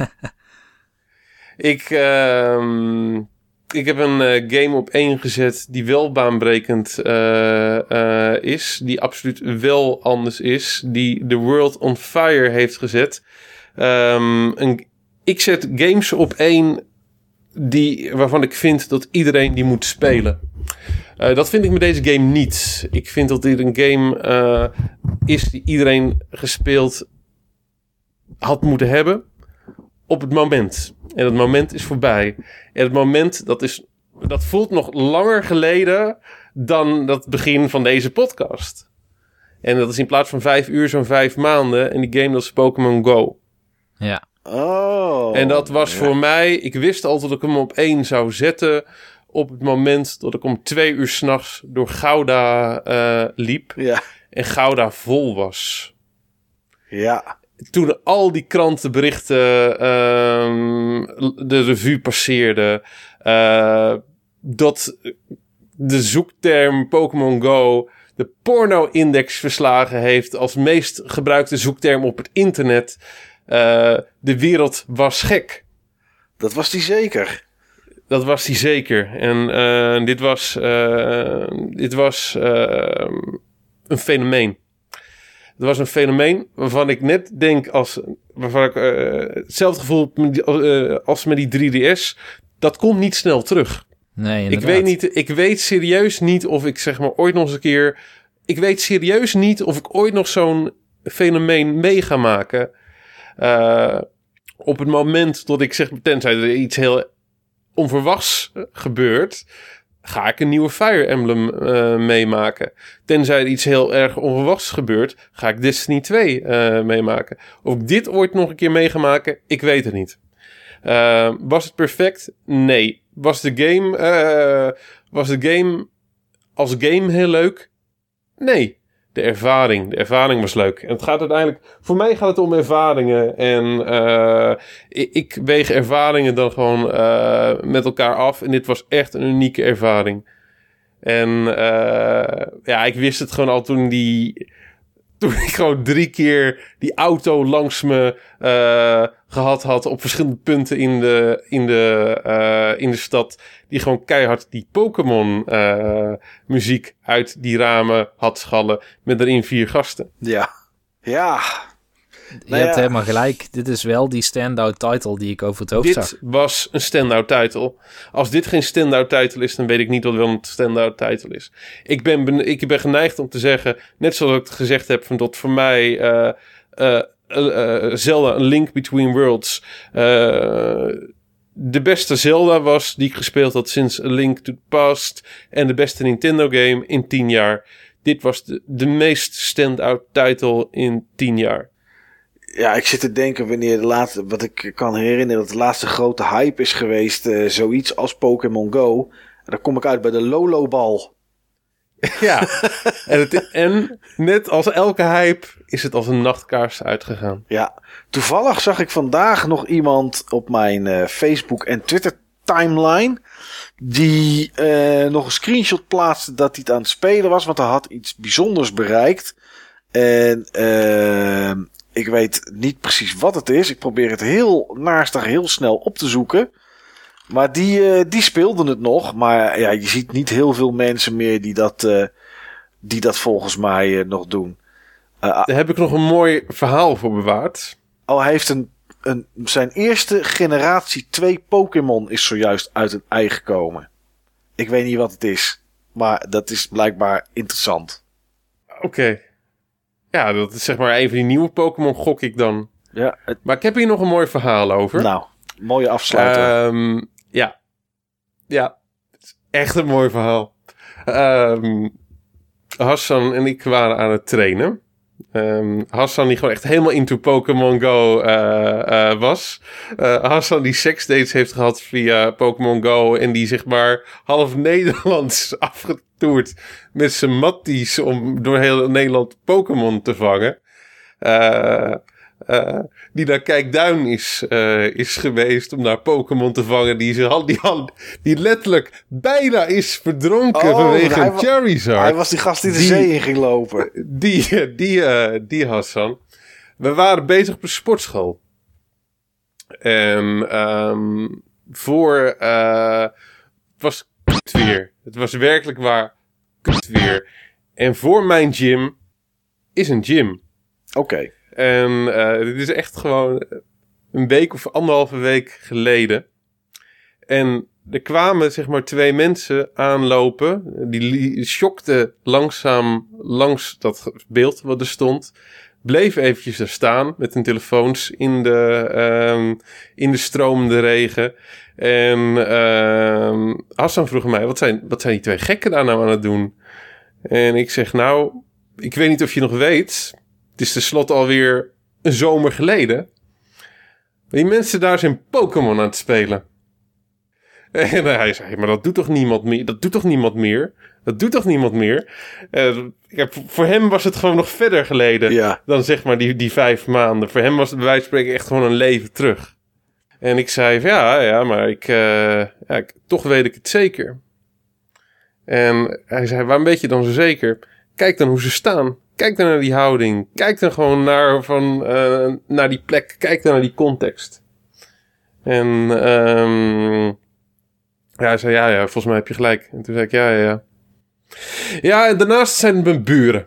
ik, uh, ik heb een uh, game op één gezet die wel baanbrekend uh, uh, is. Die absoluut wel anders is. Die The World on Fire heeft gezet. Um, een, ik zet games op één die, waarvan ik vind dat iedereen die moet spelen. Uh, dat vind ik met deze game niet. Ik vind dat dit een game uh, is die iedereen gespeeld had moeten hebben op het moment. En het moment is voorbij. En het moment, dat, is, dat voelt nog langer geleden dan dat begin van deze podcast. En dat is in plaats van vijf uur zo'n vijf maanden. En die game, dat is Pokémon Go. Ja. Oh. En dat was ja. voor mij... Ik wist al dat ik hem op één zou zetten op het moment dat ik om twee uur 's nachts door Gouda uh, liep. Ja. En Gouda vol was. Ja. Toen al die krantenberichten uh, de revue passeerden. Uh, dat de zoekterm Pokémon Go de porno-index verslagen heeft als meest gebruikte zoekterm op het internet. Uh, de wereld was gek. Dat was die zeker. Dat was die zeker. En uh, dit was, uh, dit was uh, een fenomeen. Het was een fenomeen waarvan ik net denk als... waarvan ik uh, hetzelfde gevoel uh, als met die drie D S. Dat komt niet snel terug. Nee, ik weet niet, ik weet serieus niet of ik zeg maar ooit nog eens een keer... Ik weet serieus niet of ik ooit nog zo'n fenomeen mee ga maken. Uh, op het moment dat ik zeg... Tenzij er iets heel onverwachts gebeurt... ga ik een nieuwe Fire Emblem uh, meemaken. Tenzij er iets heel erg onverwachts gebeurt... ga ik Destiny twee uh, meemaken. Of ik dit ooit nog een keer mee ga maken... ik weet het niet. Uh, was het perfect? Nee. Was de game... Uh, was de game als game heel leuk? Nee. De ervaring. De ervaring was leuk. En het gaat uiteindelijk... Voor mij gaat het om ervaringen. En uh, ik, ik weeg ervaringen dan gewoon uh, met elkaar af. En dit was echt een unieke ervaring. En uh, ja, ik wist het gewoon al toen die... Toen ik gewoon drie keer die auto langs me uh, gehad had op verschillende punten in de, in de, uh, in de stad. Die gewoon keihard die Pokémon uh, muziek uit die ramen had schallen. Met erin vier gasten. Ja. Ja. Je Nou hebt ja. helemaal gelijk. Dit is wel die standout title die ik over het hoofd Dit zag. was een standout title. Als dit geen standout title is, dan weet ik niet wat wel een standout title is. Ik ben, ben, ik ben geneigd om te zeggen, net zoals ik het gezegd heb, van dat voor mij uh, uh, uh, Zelda, een Link Between Worlds, uh, de beste Zelda was die ik gespeeld had sinds A Link to the Past en de beste Nintendo game in tien jaar. Dit was de, de meest standout title in tien jaar. Ja, ik zit te denken wanneer de laatste, wat ik kan herinneren, dat de laatste grote hype is geweest, uh, zoiets als Pokémon Go. En dan kom ik uit bij de Lolo-bal. Ja, en, het, en net als elke hype is het als een nachtkaars uitgegaan. Ja, toevallig zag ik vandaag nog iemand op mijn uh, Facebook en Twitter timeline die uh, nog een screenshot plaatste dat hij het aan het spelen was, want hij had iets bijzonders bereikt. En uh, ik weet niet precies wat het is. Ik probeer het heel naastig heel snel op te zoeken. Maar die, uh, die speelden het nog. Maar ja, je ziet niet heel veel mensen meer die dat, uh, die dat volgens mij uh, nog doen. Uh, Daar heb ik nog een mooi verhaal voor bewaard. Oh, hij heeft een, een, zijn eerste generatie twee Pokémon is zojuist uit het ei gekomen. Ik weet niet wat het is. Maar dat is blijkbaar interessant. Oké. Okay. Ja, dat is zeg maar een van die nieuwe Pokémon, gok ik dan. Ja, het... Maar ik heb hier nog een mooi verhaal over. Nou, mooie afsluiter. Um, ja. Ja, het is echt een mooi verhaal. Um, Hassan en ik waren aan het trainen. Um, Hassan die gewoon echt helemaal into Pokémon Go uh, uh, was. Uh, Hassan die seksdates heeft gehad via Pokémon Go. En die zeg maar half Nederlands afgetoerd met zijn matties om door heel Nederland Pokémon te vangen. Uh, uh, die naar Kijkduin is, uh, is geweest om naar Pokémon te vangen. Die, ze had, die, had, die letterlijk bijna is verdronken oh, vanwege een Charizard. Hij was die gast die de die, zee in ging lopen. Die, die, uh, die Hassan. We waren bezig op de sportschool. En um, voor... Uh, het was kut weer. Het was werkelijk waar kut weer. En voor mijn gym is een gym. Oké. Okay. En uh, dit is echt gewoon een week of anderhalve week geleden. En er kwamen zeg maar twee mensen aanlopen. Die sjokten langzaam langs dat beeld wat er stond. Bleef eventjes daar staan met hun telefoons in de, um, in de stromende regen. En uh, Hassan vroeg mij, wat zijn, wat zijn die twee gekken daar nou aan het doen? En ik zeg, nou, ik weet niet of je nog weet... Het is tenslotte alweer een zomer geleden. Die mensen daar zijn Pokémon aan het spelen. En hij zei, maar dat doet toch niemand meer? Dat doet toch niemand meer? Dat doet toch niemand meer? Uh, ja, voor hem was het gewoon nog verder geleden ja. dan zeg maar die, die vijf maanden. Voor hem was het bij wijze van spreken echt gewoon een leven terug. En ik zei, ja, ja, maar ik, uh, ja, ik, toch weet ik het zeker. En hij zei, waarom weet je dan zo zeker? Kijk dan hoe ze staan. Kijk dan naar die houding. Kijk dan gewoon naar, van, uh, naar die plek. Kijk dan naar die context. En um, ja, hij zei, ja, ja, volgens mij heb je gelijk. En toen zei ik, ja, ja, ja. Ja, en daarnaast zijn het mijn buren.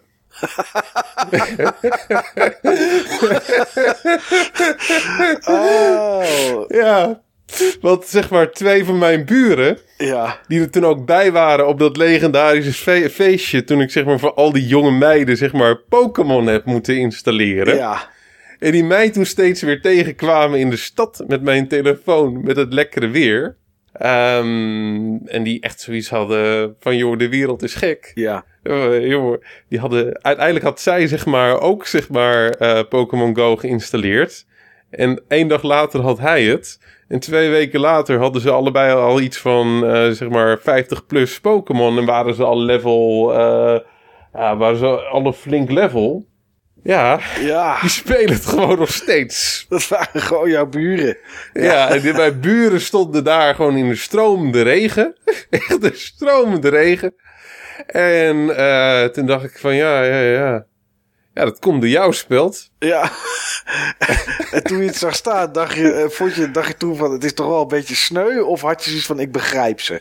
oh. Ja, want zeg maar twee van mijn buren... Ja. Die er toen ook bij waren op dat legendarische fe- feestje... toen ik zeg maar voor al die jonge meiden zeg maar Pokémon heb moeten installeren. Ja. En die mij toen steeds weer tegenkwamen in de stad met mijn telefoon met het lekkere weer. Um, en die echt zoiets hadden van joh, de wereld is gek. Ja. Uh, joh, die hadden, uiteindelijk had zij zeg maar ook zeg maar uh, Pokémon Go geïnstalleerd. En één dag later had hij het... En twee weken later hadden ze allebei al iets van, uh, zeg maar, vijftig plus Pokémon. En waren ze al level, uh, ja, waren ze al een flink level. Ja, ja, die spelen het gewoon nog steeds. Dat waren gewoon jouw buren. Ja, ja en die, mijn buren stonden daar gewoon in de stromende regen. Echt de stromende regen. En uh, toen dacht ik van, ja, ja, ja. Ja, dat komt door jouw speld. Ja. En toen je het zag staan, dacht je, vond je, dacht je toen van, het is toch wel een beetje sneu? Of had je zoiets van, ik begrijp ze?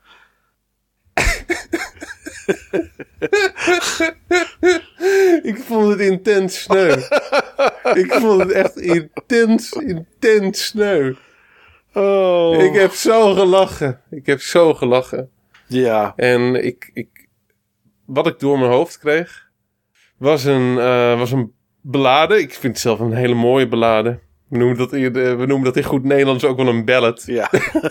Ik vond het intens sneu. Ik vond het echt intens, intens sneu. Oh. Ik heb zo gelachen. Ik heb zo gelachen. Ja. En ik, ik, wat ik door mijn hoofd kreeg, was een, uh, was een ballade. Ik vind het zelf een hele mooie ballade. We noemen dat in, uh, we noemen dat in goed Nederlands ook wel een ballad. Ja.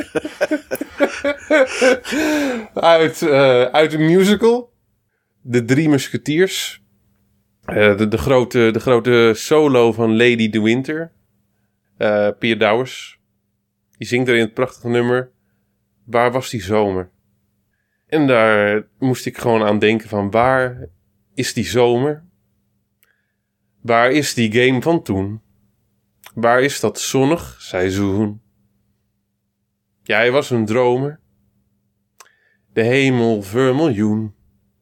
uit, uh, uit een musical. De Drie Musketiers. Uh, de, de, grote, de grote solo van Lady de Winter. Uh, Pia Douwers. Die zingt er in het prachtige nummer. Waar was die zomer? En daar moest ik gewoon aan denken van, waar is die zomer? Waar is die game van toen? Waar is dat zonnig seizoen? Jij was een dromer. De hemel vermiljoen.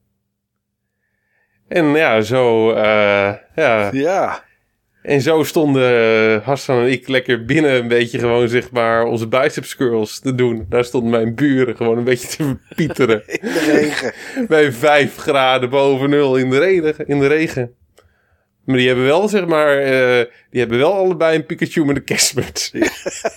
En ja, zo... Uh, ja. ja. En zo stonden Hassan en ik lekker binnen een beetje gewoon zeg maar onze biceps curls te doen. Daar stonden mijn buren gewoon een beetje te pieteren. In de regen. Bij vijf graden boven nul in de regen. In de regen. Maar die hebben wel zeg maar, uh, die hebben wel allebei een Pikachu met een kerstmuts. Ja.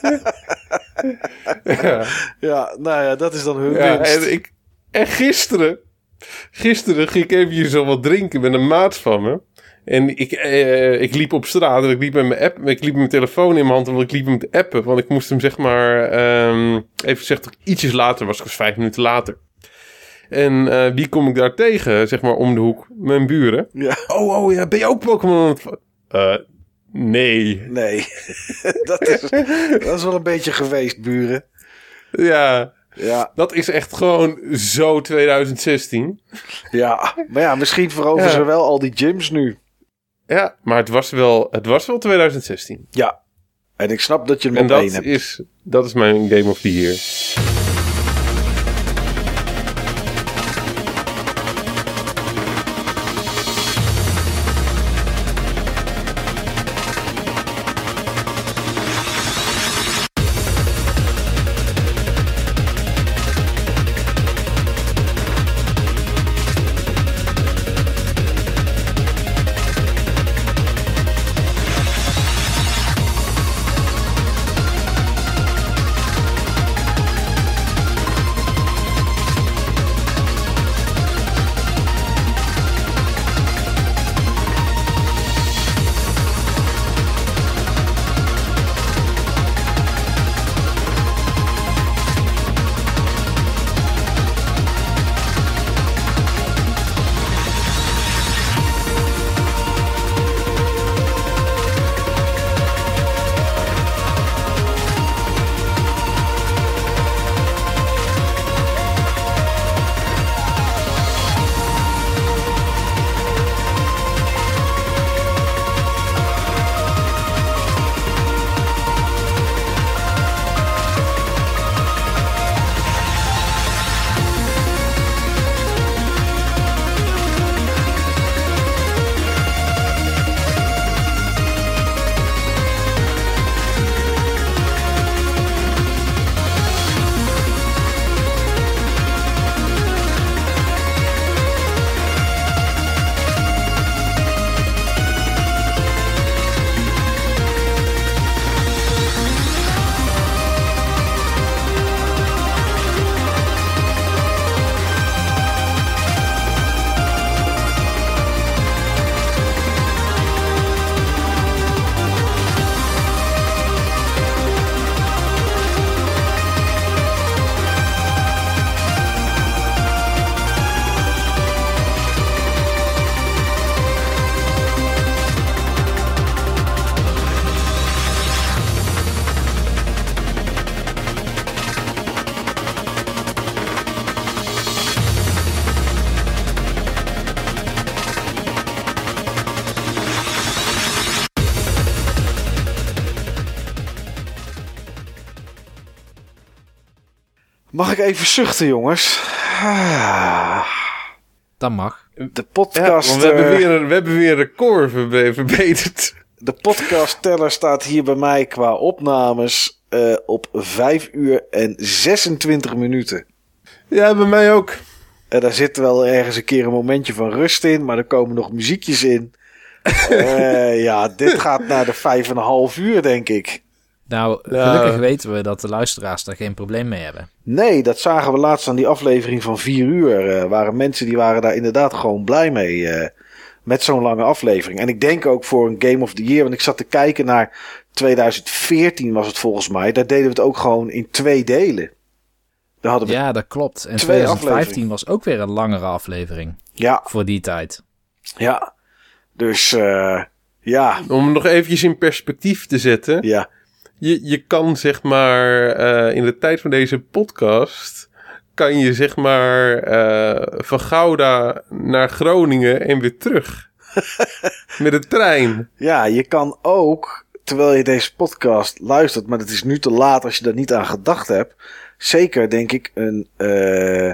ja. ja, nou ja, dat is dan hun ja, winst. En, ik, en gisteren, gisteren ging ik eventjes al wat drinken met een maat van me. En ik, eh, ik liep op straat en ik liep met mijn app, ik liep met mijn telefoon in mijn hand en ik liep hem te appen. Want ik moest hem zeg maar, um, even zeggen dat ik ietsjes later was, ik was vijf minuten later. En uh, wie kom ik daar tegen, zeg maar, om de hoek? Mijn buren. Ja. Oh, oh ja, ben je ook Pokémon aan het... Uh, nee. Nee, dat, is, dat is wel een beetje geweest, buren. Ja, ja, dat is echt gewoon zo twintig zestien. Ja, maar ja, misschien veroveren ja. ze wel al die gyms nu. Ja, maar het was wel, het was wel twintig zestien. Ja, en ik snap dat je hem en op dat één hebt. is, dat is mijn Game of the Year. Mag ik even zuchten, jongens? Ah. Dat mag. De podcast... Ja, want we, hebben weer een, we hebben weer een record verbe- verbeterd. De podcastteller staat hier bij mij qua opnames uh, op vijf uur en zesentwintig minuten. Ja, bij mij ook. En daar zit wel ergens een keer een momentje van rust in, maar er komen nog muziekjes in. uh, ja, dit gaat naar de vijf en een half uur, denk ik. Nou, gelukkig weten we dat de luisteraars daar geen probleem mee hebben. Nee, dat zagen we laatst aan die aflevering van vier uur. Uh, waren mensen die waren daar inderdaad gewoon blij mee. Uh, met zo'n lange aflevering. En ik denk ook voor een Game of the Year. Want ik zat te kijken naar twintig veertien was het volgens mij. Daar deden we het ook gewoon in twee delen. Daar hadden we ja, dat klopt. En twee twintig vijftien was ook weer een langere aflevering. Ja. Voor die tijd. Ja. Dus uh, ja. Om het nog eventjes in perspectief te zetten. Ja. Je, je kan zeg maar uh, in de tijd van deze podcast... kan je zeg maar uh, van Gouda naar Groningen en weer terug. Met de trein. Ja, je kan ook, terwijl je deze podcast luistert... maar het is nu te laat als je daar niet aan gedacht hebt... zeker denk ik een uh,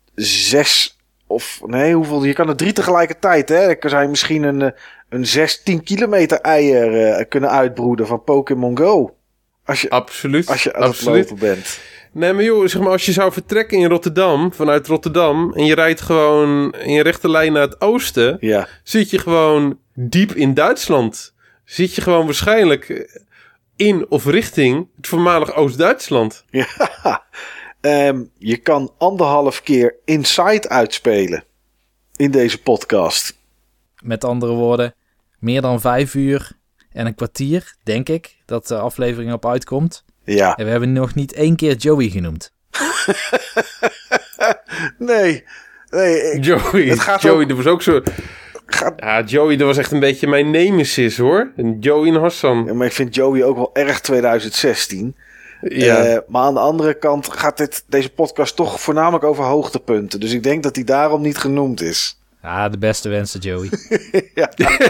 zes of... nee, hoeveel? Je kan er drie tegelijkertijd, hè? Er zijn misschien een, een zes, tien kilometer eier uh, kunnen uitbroeden van Pokémon Go. Als je, absoluut. Als je aan absoluut. het lopen bent. Nee, maar joh, zeg maar, als je zou vertrekken in Rotterdam, vanuit Rotterdam, en je rijdt gewoon in je rechte lijn naar het oosten, ja. zit je gewoon diep in Duitsland. Zit je gewoon waarschijnlijk in of richting het voormalig Oost-Duitsland. Ja, um, je kan anderhalf keer Inside uitspelen in deze podcast. Met andere woorden, meer dan vijf uur en een kwartier, denk ik, dat de aflevering op uitkomt. Ja. En we hebben nog niet één keer Joey genoemd. Nee. nee ik, Joey, het gaat Joey ook, dat was ook zo... Gaat, ja, Joey, dat was echt een beetje mijn nemesis, hoor. En Joey en Hassan. Ja, maar ik vind Joey ook wel erg twintig zestien. Ja. Uh, maar aan de andere kant gaat dit, deze podcast toch voornamelijk over hoogtepunten. Dus ik denk dat hij daarom niet genoemd is. Ja, de beste wensen, Joey. ja.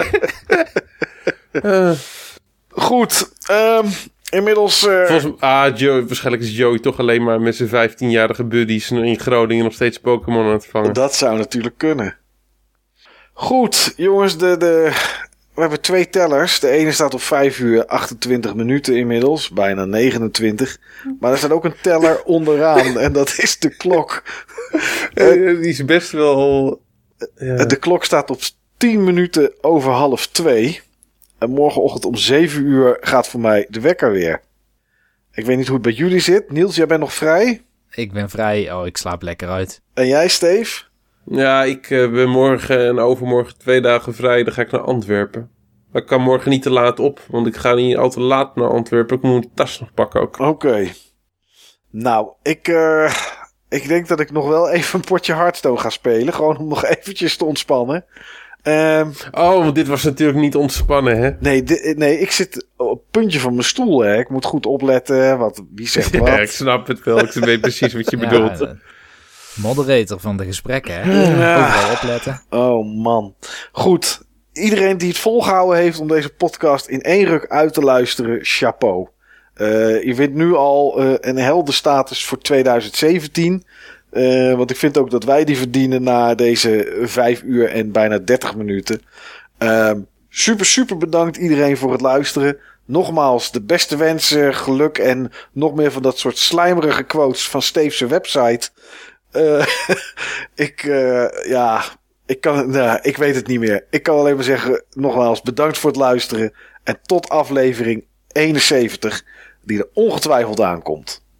uh. Goed. Um, inmiddels... Uh... Volgens, ah, Joey, waarschijnlijk is Joey toch alleen maar met zijn vijftienjarige buddies in Groningen nog steeds Pokémon aan het vangen. Dat zou natuurlijk kunnen. Goed, jongens. De, de... We hebben twee tellers. De ene staat op vijf uur achtentwintig minuten inmiddels. Bijna negenentwintig. Maar er staat ook een teller onderaan. En dat is de klok. Uh, die is best wel... Ja. De klok staat op tien minuten over half twee. En morgenochtend om zeven uur gaat voor mij de wekker weer. Ik weet niet hoe het bij jullie zit. Niels, jij bent nog vrij? Ik ben vrij. Oh, ik slaap lekker uit. En jij, Steve? Ja, ik uh, ben morgen en overmorgen twee dagen vrij. Dan ga ik naar Antwerpen. Maar ik kan morgen niet te laat op. Want ik ga niet al te laat naar Antwerpen. Ik moet mijn tas nog pakken ook. Oké. Okay. Nou, ik... Uh... Ik denk dat ik nog wel even een potje Hearthstone ga spelen. Gewoon om nog eventjes te ontspannen. Um, oh, want dit was natuurlijk niet ontspannen, hè? Nee, di- nee ik zit op het puntje van mijn stoel. Hè. Ik moet goed opletten. Wat, wie zegt wat? Ja, ik snap het wel. Ik weet precies wat je ja, bedoelt. De moderator van de gesprekken, hè? Ja. Overal opletten. Oh, man. Goed. Iedereen die het volgehouden heeft om deze podcast in één ruk uit te luisteren, chapeau. Uh, je wint nu al uh, een heldenstatus voor twintig zeventien. Uh, want ik vind ook dat wij die verdienen na deze vijf uur en bijna dertig minuten. Uh, super, super bedankt iedereen voor het luisteren. Nogmaals, de beste wensen, geluk en nog meer van dat soort slijmerige quotes van Steve's website. Uh, ik, uh, ja, ik kan, nou, ik weet het niet meer. Ik kan alleen maar zeggen, nogmaals, bedankt voor het luisteren. En tot aflevering eenenzeventig, die er ongetwijfeld aankomt.